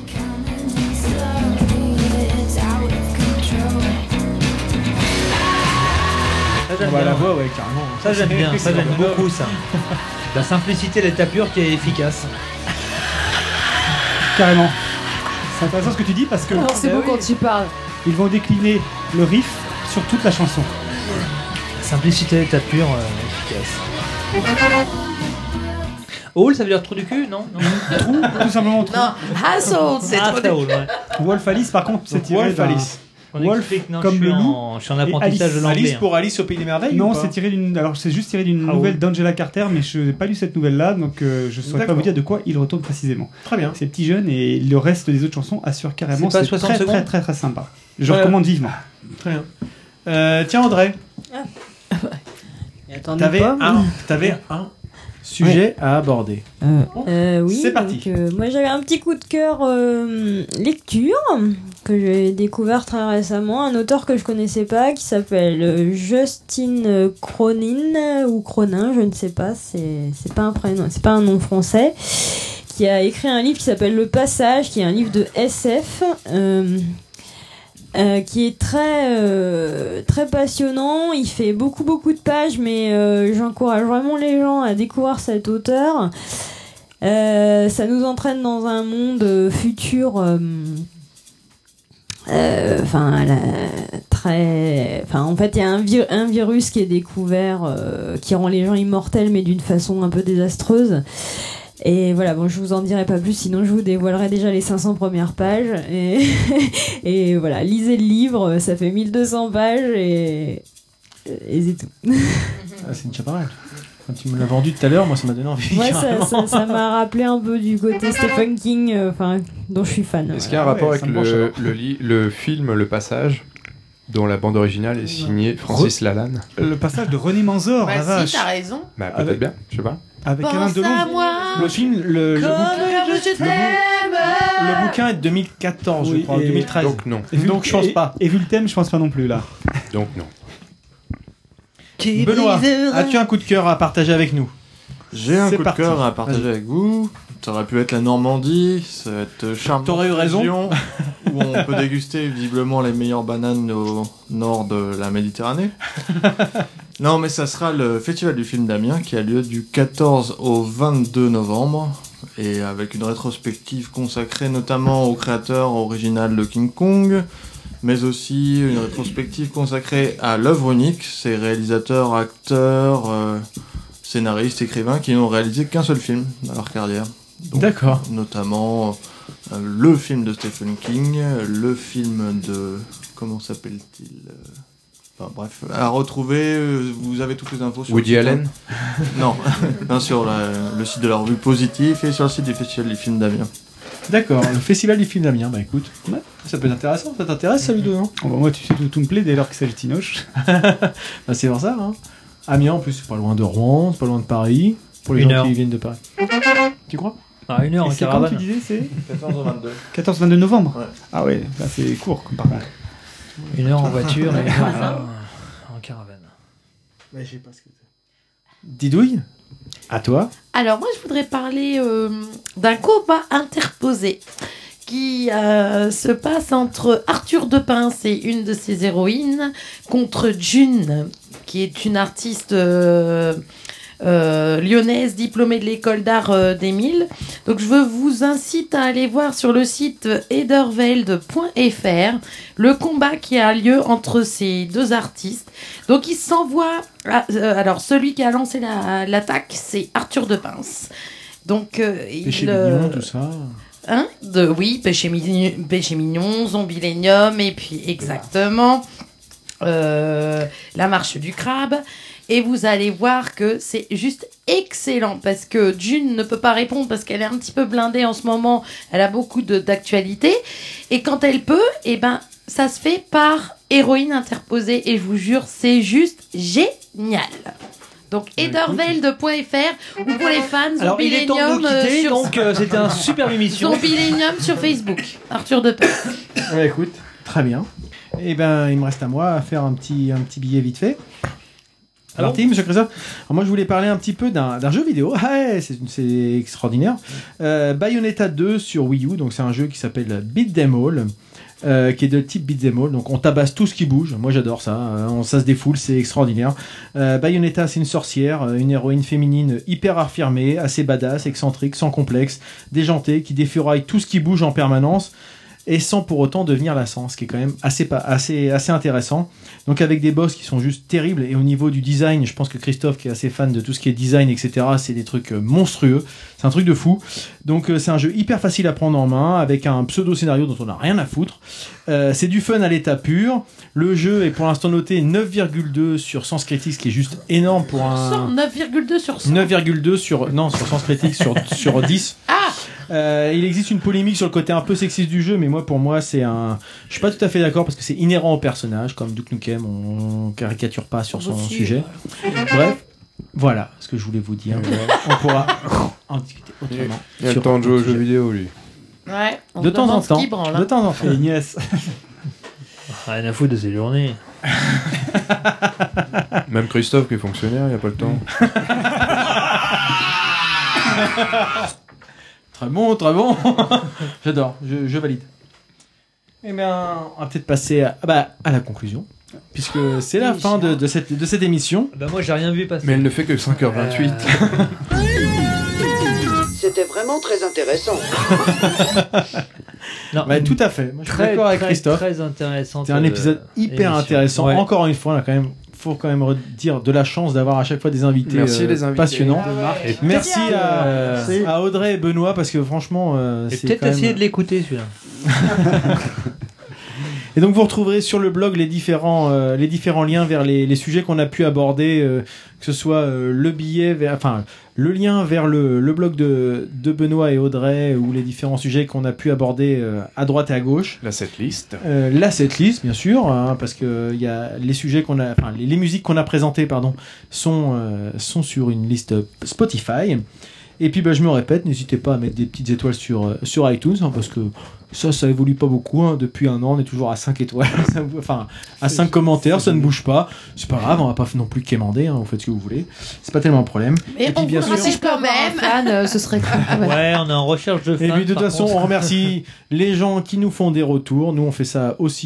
Speaker 5: La voix, ouais, carrément.
Speaker 1: Ça j'aime bien, ça j'aime beaucoup ça. La simplicité, l'état pur qui est efficace.
Speaker 4: Carrément. C'est intéressant ce que tu dis parce que...
Speaker 8: Alors c'est beau quand tu parles.
Speaker 4: Ils vont décliner le riff sur toute la chanson.
Speaker 1: Simplicité, l'état pur, efficace. Hall, ça veut dire trou du cul, non?
Speaker 4: Trou, tout simplement trou.
Speaker 3: Non, Hassel, c'est trop du cul.
Speaker 4: Wolf Alice, par contre, c'est tiré
Speaker 5: Wolf Alice.
Speaker 4: Wolf comme le loup.
Speaker 1: Je suis en apprentissage de l'anglais.
Speaker 5: Alice pour Alice au Pays des Merveilles?
Speaker 4: Non, c'est tiré d'une. Alors c'est juste tiré d'une nouvelle d'Angela Carter, mais je n'ai pas lu cette nouvelle-là, donc je ne saurais pas vous dire de quoi il retourne précisément.
Speaker 5: Très bien.
Speaker 4: C'est petit jeune et le reste des autres chansons assure carrément.
Speaker 1: C'est pas
Speaker 4: c'est
Speaker 1: 60
Speaker 4: très,
Speaker 1: secondes.
Speaker 4: très très très sympa. Je recommande vivement.
Speaker 5: Très bien. Tiens André. T'avais un sujet à aborder.
Speaker 13: Oui.
Speaker 5: C'est parti.
Speaker 13: Donc, moi j'avais un petit coup de cœur lecture que j'ai découvert très récemment, un auteur que je connaissais pas qui s'appelle Justin Cronin ou Cronin, je ne sais pas, c'est pas un prénom, c'est pas un nom français, qui a écrit un livre qui s'appelle Le Passage, qui est un livre de SF. Qui est très passionnant. Il fait beaucoup de pages, mais j'encourage vraiment les gens à découvrir cet auteur. Ça nous entraîne dans un monde futur, en fait, il y a un virus qui est découvert, qui rend les gens immortels, mais d'une façon un peu désastreuse. Et voilà, bon, je vous en dirai pas plus, sinon je vous dévoilerai déjà les 500 premières pages. Et voilà, lisez le livre, ça fait 1200 pages et c'est tout.
Speaker 5: C'est déjà pas mal. Quand tu me l'as vendu tout à l'heure, moi ça m'a donné envie.
Speaker 13: Ouais, ça m'a rappelé un peu du côté Stephen King, dont je suis fan.
Speaker 2: Est-ce qu'il y a un rapport avec le film Le Passage, dont la bande originale est signée Francis Lalanne?
Speaker 4: Le passage de René Manzor,
Speaker 3: Bah
Speaker 4: la
Speaker 3: si,
Speaker 4: vache.
Speaker 3: t'as raison.
Speaker 2: Bah peut-être bien, je sais pas.
Speaker 4: Avec Alain Delon.
Speaker 5: Le film, le bouquin est de 2014, je crois, 2013.
Speaker 2: Donc non.
Speaker 5: Donc je pense pas.
Speaker 4: Et vu le thème, je pense pas non plus là.
Speaker 2: Donc non.
Speaker 5: Benoît, as-tu un coup de cœur à partager avec nous?
Speaker 14: J'ai un coup de cœur à partager avec vous. Ça aurait pu être la Normandie, cette charmante
Speaker 5: T'aurais eu raison.
Speaker 14: région où on peut déguster visiblement les meilleures bananes au nord de la Méditerranée. Non, mais ça sera le Festival du film d'Amiens qui a lieu du 14 au 22 novembre et avec une rétrospective consacrée notamment au créateur original de King Kong, mais aussi une rétrospective consacrée à l'œuvre unique, ces réalisateurs, acteurs, scénaristes, écrivains qui n'ont réalisé qu'un seul film dans leur carrière. Donc,
Speaker 5: d'accord.
Speaker 14: Notamment le film de Stephen King, le film de... comment s'appelle-t-il Enfin bref, à retrouver, vous avez toutes les infos sur
Speaker 2: Woody
Speaker 14: le site.
Speaker 2: Allen
Speaker 14: Non, bien sûr, le site de la revue Positif et sur le site du Festival du film d'Amiens.
Speaker 5: D'accord, le Festival du film d'Amiens, bah écoute, ouais, ça peut être intéressant, ça t'intéresse ça Ludo, non?
Speaker 4: Oh, bah, moi tu sais tout me plaît dès lors que c'est le Tinoche.
Speaker 5: Bah c'est pour ça, hein. Amiens en plus c'est pas loin de Rouen, c'est pas loin de Paris, pour les
Speaker 1: Une
Speaker 5: gens
Speaker 1: heure.
Speaker 5: qui viennent de Paris. Tu crois?
Speaker 1: Ah, 1 heure
Speaker 4: Et
Speaker 1: en
Speaker 4: c'est quand
Speaker 1: caravane.
Speaker 4: tu disais c'est
Speaker 14: 14 au 22.
Speaker 4: 14-22 novembre.
Speaker 14: Ouais.
Speaker 4: Ah ouais, là c'est court comme par contre.
Speaker 1: 1 heure en voiture et 1 heure en caravane.
Speaker 5: Bah je sais pas ce que c'est. Didouille, à toi.
Speaker 3: Alors moi je voudrais parler d'un combat interposé qui se passe entre Arthur de Pince et une de ses héroïnes contre June, qui est une artiste lyonnaise diplômée de l'école d'art d'Émile. Donc je vous incite à aller voir sur le site ederveld.fr le combat qui a lieu entre ces deux artistes. Donc ils s'envoient... alors celui qui a lancé l'attaque, c'est Arthur de Pince. Donc
Speaker 5: Péché mignon, tout ça.
Speaker 3: Hein oui, péché mignon, Zombilénium, et puis exactement la marche du crabe. Et vous allez voir que c'est juste excellent parce que June ne peut pas répondre parce qu'elle est un petit peu blindée en ce moment. Elle a beaucoup d'actualité. Et quand elle peut, eh ben, ça se fait par héroïne interposée. Et je vous jure, c'est juste génial. Donc, ederveld.fr ou pour les fans,
Speaker 1: Alors, il est temps de nous quitter, donc c'était un superbe émission.
Speaker 3: Zombilénium sur Facebook. Arthur de Pince.
Speaker 5: Ouais, écoute, très bien. Et ben, il me reste à moi à faire un petit billet vite fait. Alors, monsieur Christophe, alors moi je voulais parler un petit peu d'un jeu vidéo. Ah, ouais, c'est extraordinaire. Bayonetta 2 sur Wii U, donc c'est un jeu qui s'appelle Beat 'em All. Qui est de type beat'em all, donc on tabasse tout ce qui bouge. Moi j'adore ça, ça se défoule, c'est extraordinaire. Bayonetta, c'est une sorcière, une héroïne féminine hyper affirmée, assez badass, excentrique, sans complexe, déjantée, qui déferaille tout ce qui bouge en permanence et sans pour autant devenir lassant, ce qui est quand même assez intéressant. Donc avec des boss qui sont juste terribles, et au niveau du design, je pense que Christophe qui est assez fan de tout ce qui est design, etc., c'est des trucs monstrueux, c'est un truc de fou. Donc c'est un jeu hyper facile à prendre en main, avec un pseudo-scénario dont on n'a rien à foutre. C'est du fun à l'état pur. Le jeu est pour l'instant noté 9,2 sur Sens Critique, ce qui est juste énorme pour un...
Speaker 3: 9,2 sur 100.
Speaker 5: 9,2 sur Sens Critique sur 10. Il existe une polémique sur le côté un peu sexiste du jeu, mais pour moi c'est un... Je suis pas tout à fait d'accord parce que c'est inhérent au personnage, comme Duke Nukem, on caricature pas sur son sujet. Bref, voilà ce que je voulais vous dire. On pourra en discuter autrement.
Speaker 2: Il y a le temps de jouer aux jeux vidéo, lui.
Speaker 3: Ouais,
Speaker 5: de temps en temps. De temps en temps.
Speaker 4: Nièce.
Speaker 1: Rien à foutre de ces journées.
Speaker 2: Même Christophe qui est fonctionnaire, il n'y a pas le temps.
Speaker 5: Très bon, très bon. J'adore, je valide. Eh bien, on va peut-être passer à la conclusion, puisque c'est la fin de cette émission.
Speaker 1: Bah moi j'ai rien vu passer.
Speaker 2: Mais elle ne fait que 5h28.
Speaker 15: C'était vraiment très intéressant.
Speaker 1: Non,
Speaker 5: tout à fait. Moi, je suis d'accord avec Christophe.
Speaker 1: Très intéressant.
Speaker 5: C'est un épisode hyper intéressant. Ouais. Encore une fois, faut quand même redire de la chance d'avoir à chaque fois des invités,
Speaker 2: les invités
Speaker 5: passionnants. Et merci à Audrey et Benoît parce que franchement, c'est
Speaker 1: peut-être essayer de l'écouter celui-là.
Speaker 5: Et donc vous retrouverez sur le blog les différents liens vers les sujets qu'on a pu aborder, que ce soit le lien vers le blog de Benoît et Audrey ou les différents sujets qu'on a pu aborder à droite et à gauche.
Speaker 2: La setlist.
Speaker 5: La setlist, bien sûr, parce que il y a les sujets les musiques qu'on a présentées, sont sur une liste Spotify. Et puis je me répète, n'hésitez pas à mettre des petites étoiles sur iTunes, parce que ça évolue pas beaucoup. Depuis un an, on est toujours à 5 étoiles. À 5 commentaires, ça ne bouge pas. C'est pas grave, on va pas non plus quémander, vous faites ce que vous voulez. C'est pas tellement un problème.
Speaker 3: Et puis bien sûr, quand même,
Speaker 11: fan, ce serait cool.
Speaker 1: Ouais, on est en recherche de fans.
Speaker 5: Et puis de toute façon, on remercie les gens qui nous font des retours. Nous, on fait ça aussi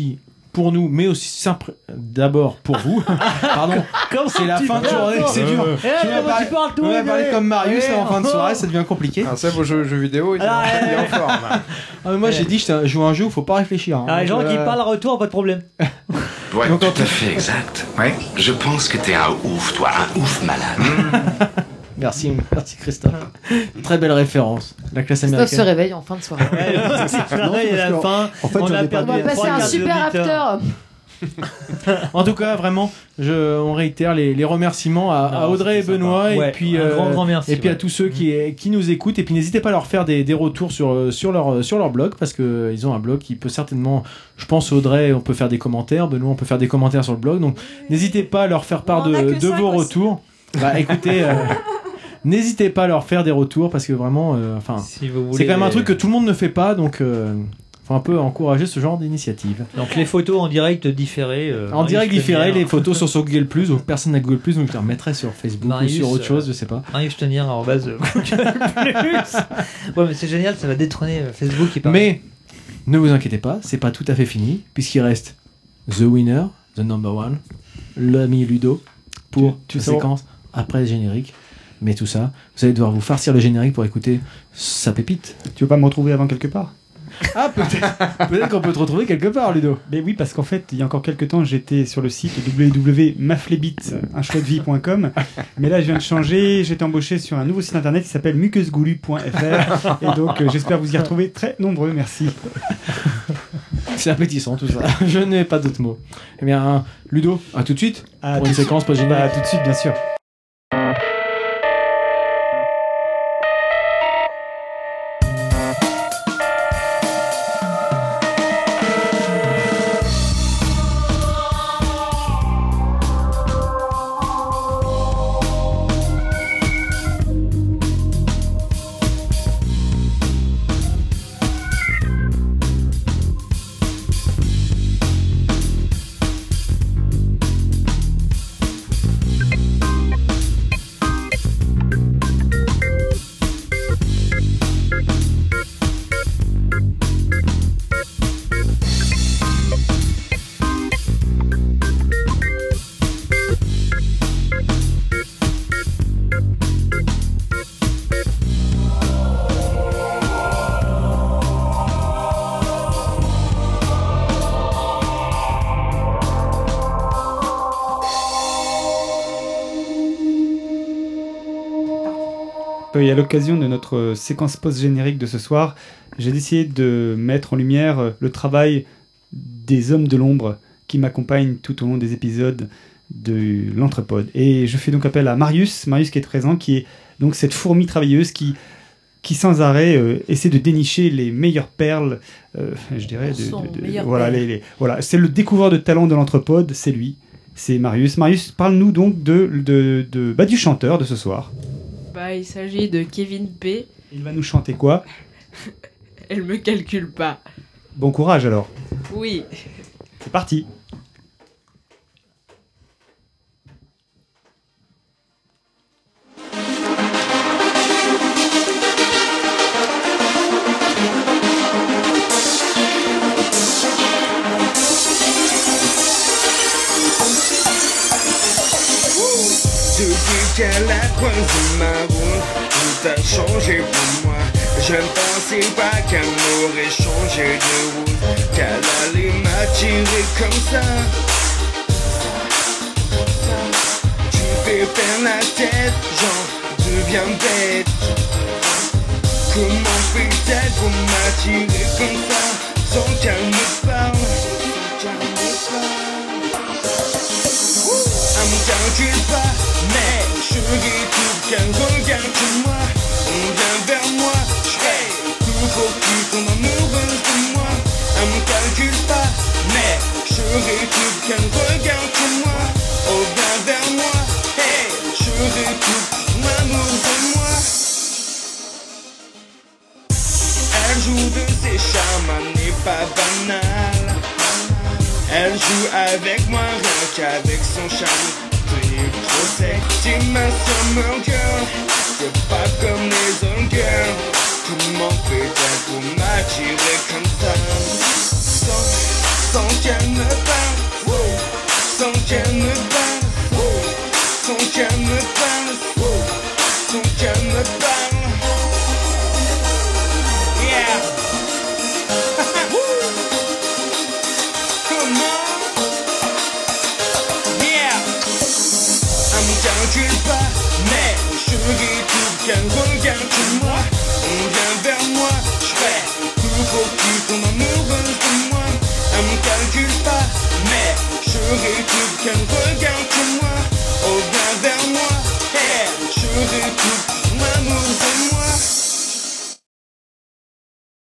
Speaker 5: pour nous, mais aussi simple d'abord pour vous. Pardon, c'est la fin de journée, c'est dur. On va parler comme Marius là, en fin de soirée, ça devient compliqué.
Speaker 2: Ça, vos jeux vidéo, il est en forme.
Speaker 5: Moi, j'ai dit, je joue à un jeu où il faut pas réfléchir. Hein.
Speaker 1: Les gens qui parlent retour, pas de problème.
Speaker 16: Ouais, tout à fait exact. Ouais. Je pense que t'es un ouf, toi, un ouf malade.
Speaker 5: Merci Christophe. Très belle référence. La classe américaine.
Speaker 11: Christophe se réveille en fin de soirée.
Speaker 1: La fin.
Speaker 6: En fait,
Speaker 11: on va passer un super after.
Speaker 5: En tout cas, vraiment, on réitère les remerciements à Audrey et Benoît, et puis
Speaker 1: un grand merci,
Speaker 5: et puis à tous ceux qui nous écoutent, et puis n'hésitez pas à leur faire des retours sur leur blog, parce que ils ont un blog qui peut certainement, je pense Audrey, on peut faire des commentaires, Benoît, on peut faire des commentaires sur le blog, donc n'hésitez pas à leur faire part de vos retours. Bah écoutez. N'hésitez pas à leur faire des retours, parce que vraiment,
Speaker 1: si vous voulez,
Speaker 5: c'est quand même un truc que tout le monde ne fait pas, donc faut un peu encourager ce genre d'initiative.
Speaker 1: Donc les photos en direct différées.
Speaker 5: En direct différé, les photos sur Google+, donc personne n'a Google+, donc je les remettrai sur Facebook
Speaker 1: Marius,
Speaker 5: ou sur autre chose, je sais pas.
Speaker 1: Marius Tenir @Google+. Ouais, mais c'est génial, ça va détrôner Facebook.
Speaker 5: Mais ne vous inquiétez pas, c'est pas tout à fait fini, puisqu'il reste The Winner, The Number One, l'ami Ludo, pour la séquence après le générique. Mais tout ça, vous allez devoir vous farcir le générique pour écouter sa pépite.
Speaker 4: Tu veux pas me retrouver avant quelque part?
Speaker 5: Ah, peut-être qu'on peut te retrouver quelque part, Ludo.
Speaker 4: Mais oui, parce qu'en fait, il y a encore quelques temps, j'étais sur le site www.maflebit.com. Mais là, je viens de changer. J'étais embauché sur un nouveau site internet qui s'appelle muqueusegoulu.fr. Et donc, j'espère vous y retrouver très nombreux. Merci.
Speaker 5: C'est appétissant tout ça. Je n'ai pas d'autres mots. Eh bien, Ludo, à tout de suite. Pour une séquence pas générique.
Speaker 4: À tout de suite, bien sûr. Et à l'occasion de notre séquence post-générique de ce soir, j'ai décidé de mettre en lumière le travail des hommes de l'ombre qui m'accompagnent tout au long des épisodes de l'Entrepode. Et je fais donc appel à Marius qui est présent, qui est donc cette fourmi travailleuse qui sans arrêt essaie de dénicher les meilleures perles, je dirais. Voilà, c'est le découvreur de talent de l'Entrepode, c'est lui, c'est Marius. Marius, parle-nous donc du chanteur de ce soir.
Speaker 8: Il s'agit de Kevin P.
Speaker 4: Il va nous chanter quoi?
Speaker 8: Elle me calcule pas.
Speaker 4: Bon courage alors.
Speaker 8: Oui.
Speaker 4: C'est parti.
Speaker 17: Qu'elle a croisé ma route, tout a changé pour moi. Je ne pensais pas qu'elle m'aurait changé de route, qu'elle allait m'attirer comme ça. Tu fais faire la tête, genre deviens bête. Comment fait-elle pour m'attirer comme ça, sans qu'elle me parle, Elle me calcule pas, mais chérie, tout qu'elle regarde sur moi, on vient vers moi, hey, tout pour qu'ils tombent amoureuses de moi. Elle me calcule pas, mais chérie, tout qu'elle regarde sur moi, on vient vers moi, hey, chérie, tout l'amour de moi. Elle joue de ses charmes, elle n'est pas banale. Elle joue avec moi, rien qu'avec son charme. Trop sexy, ma summer girl. C'est pas comme les autres girls. Comment fait-elle pour m'attirer comme ça, sans qu'elle me cœur me parle, ton cœur me parle. Yeah. Comment? Yeah. Me calcule pas, mais chérie, tout qu'un regarde-moi. On vient vers moi, je fais tout pour que tu tombes amoureuse de moi. Me calcule pas, mais chérie, tout qu'un regarde-moi. Oh, viens vers moi, hey, chérie, tout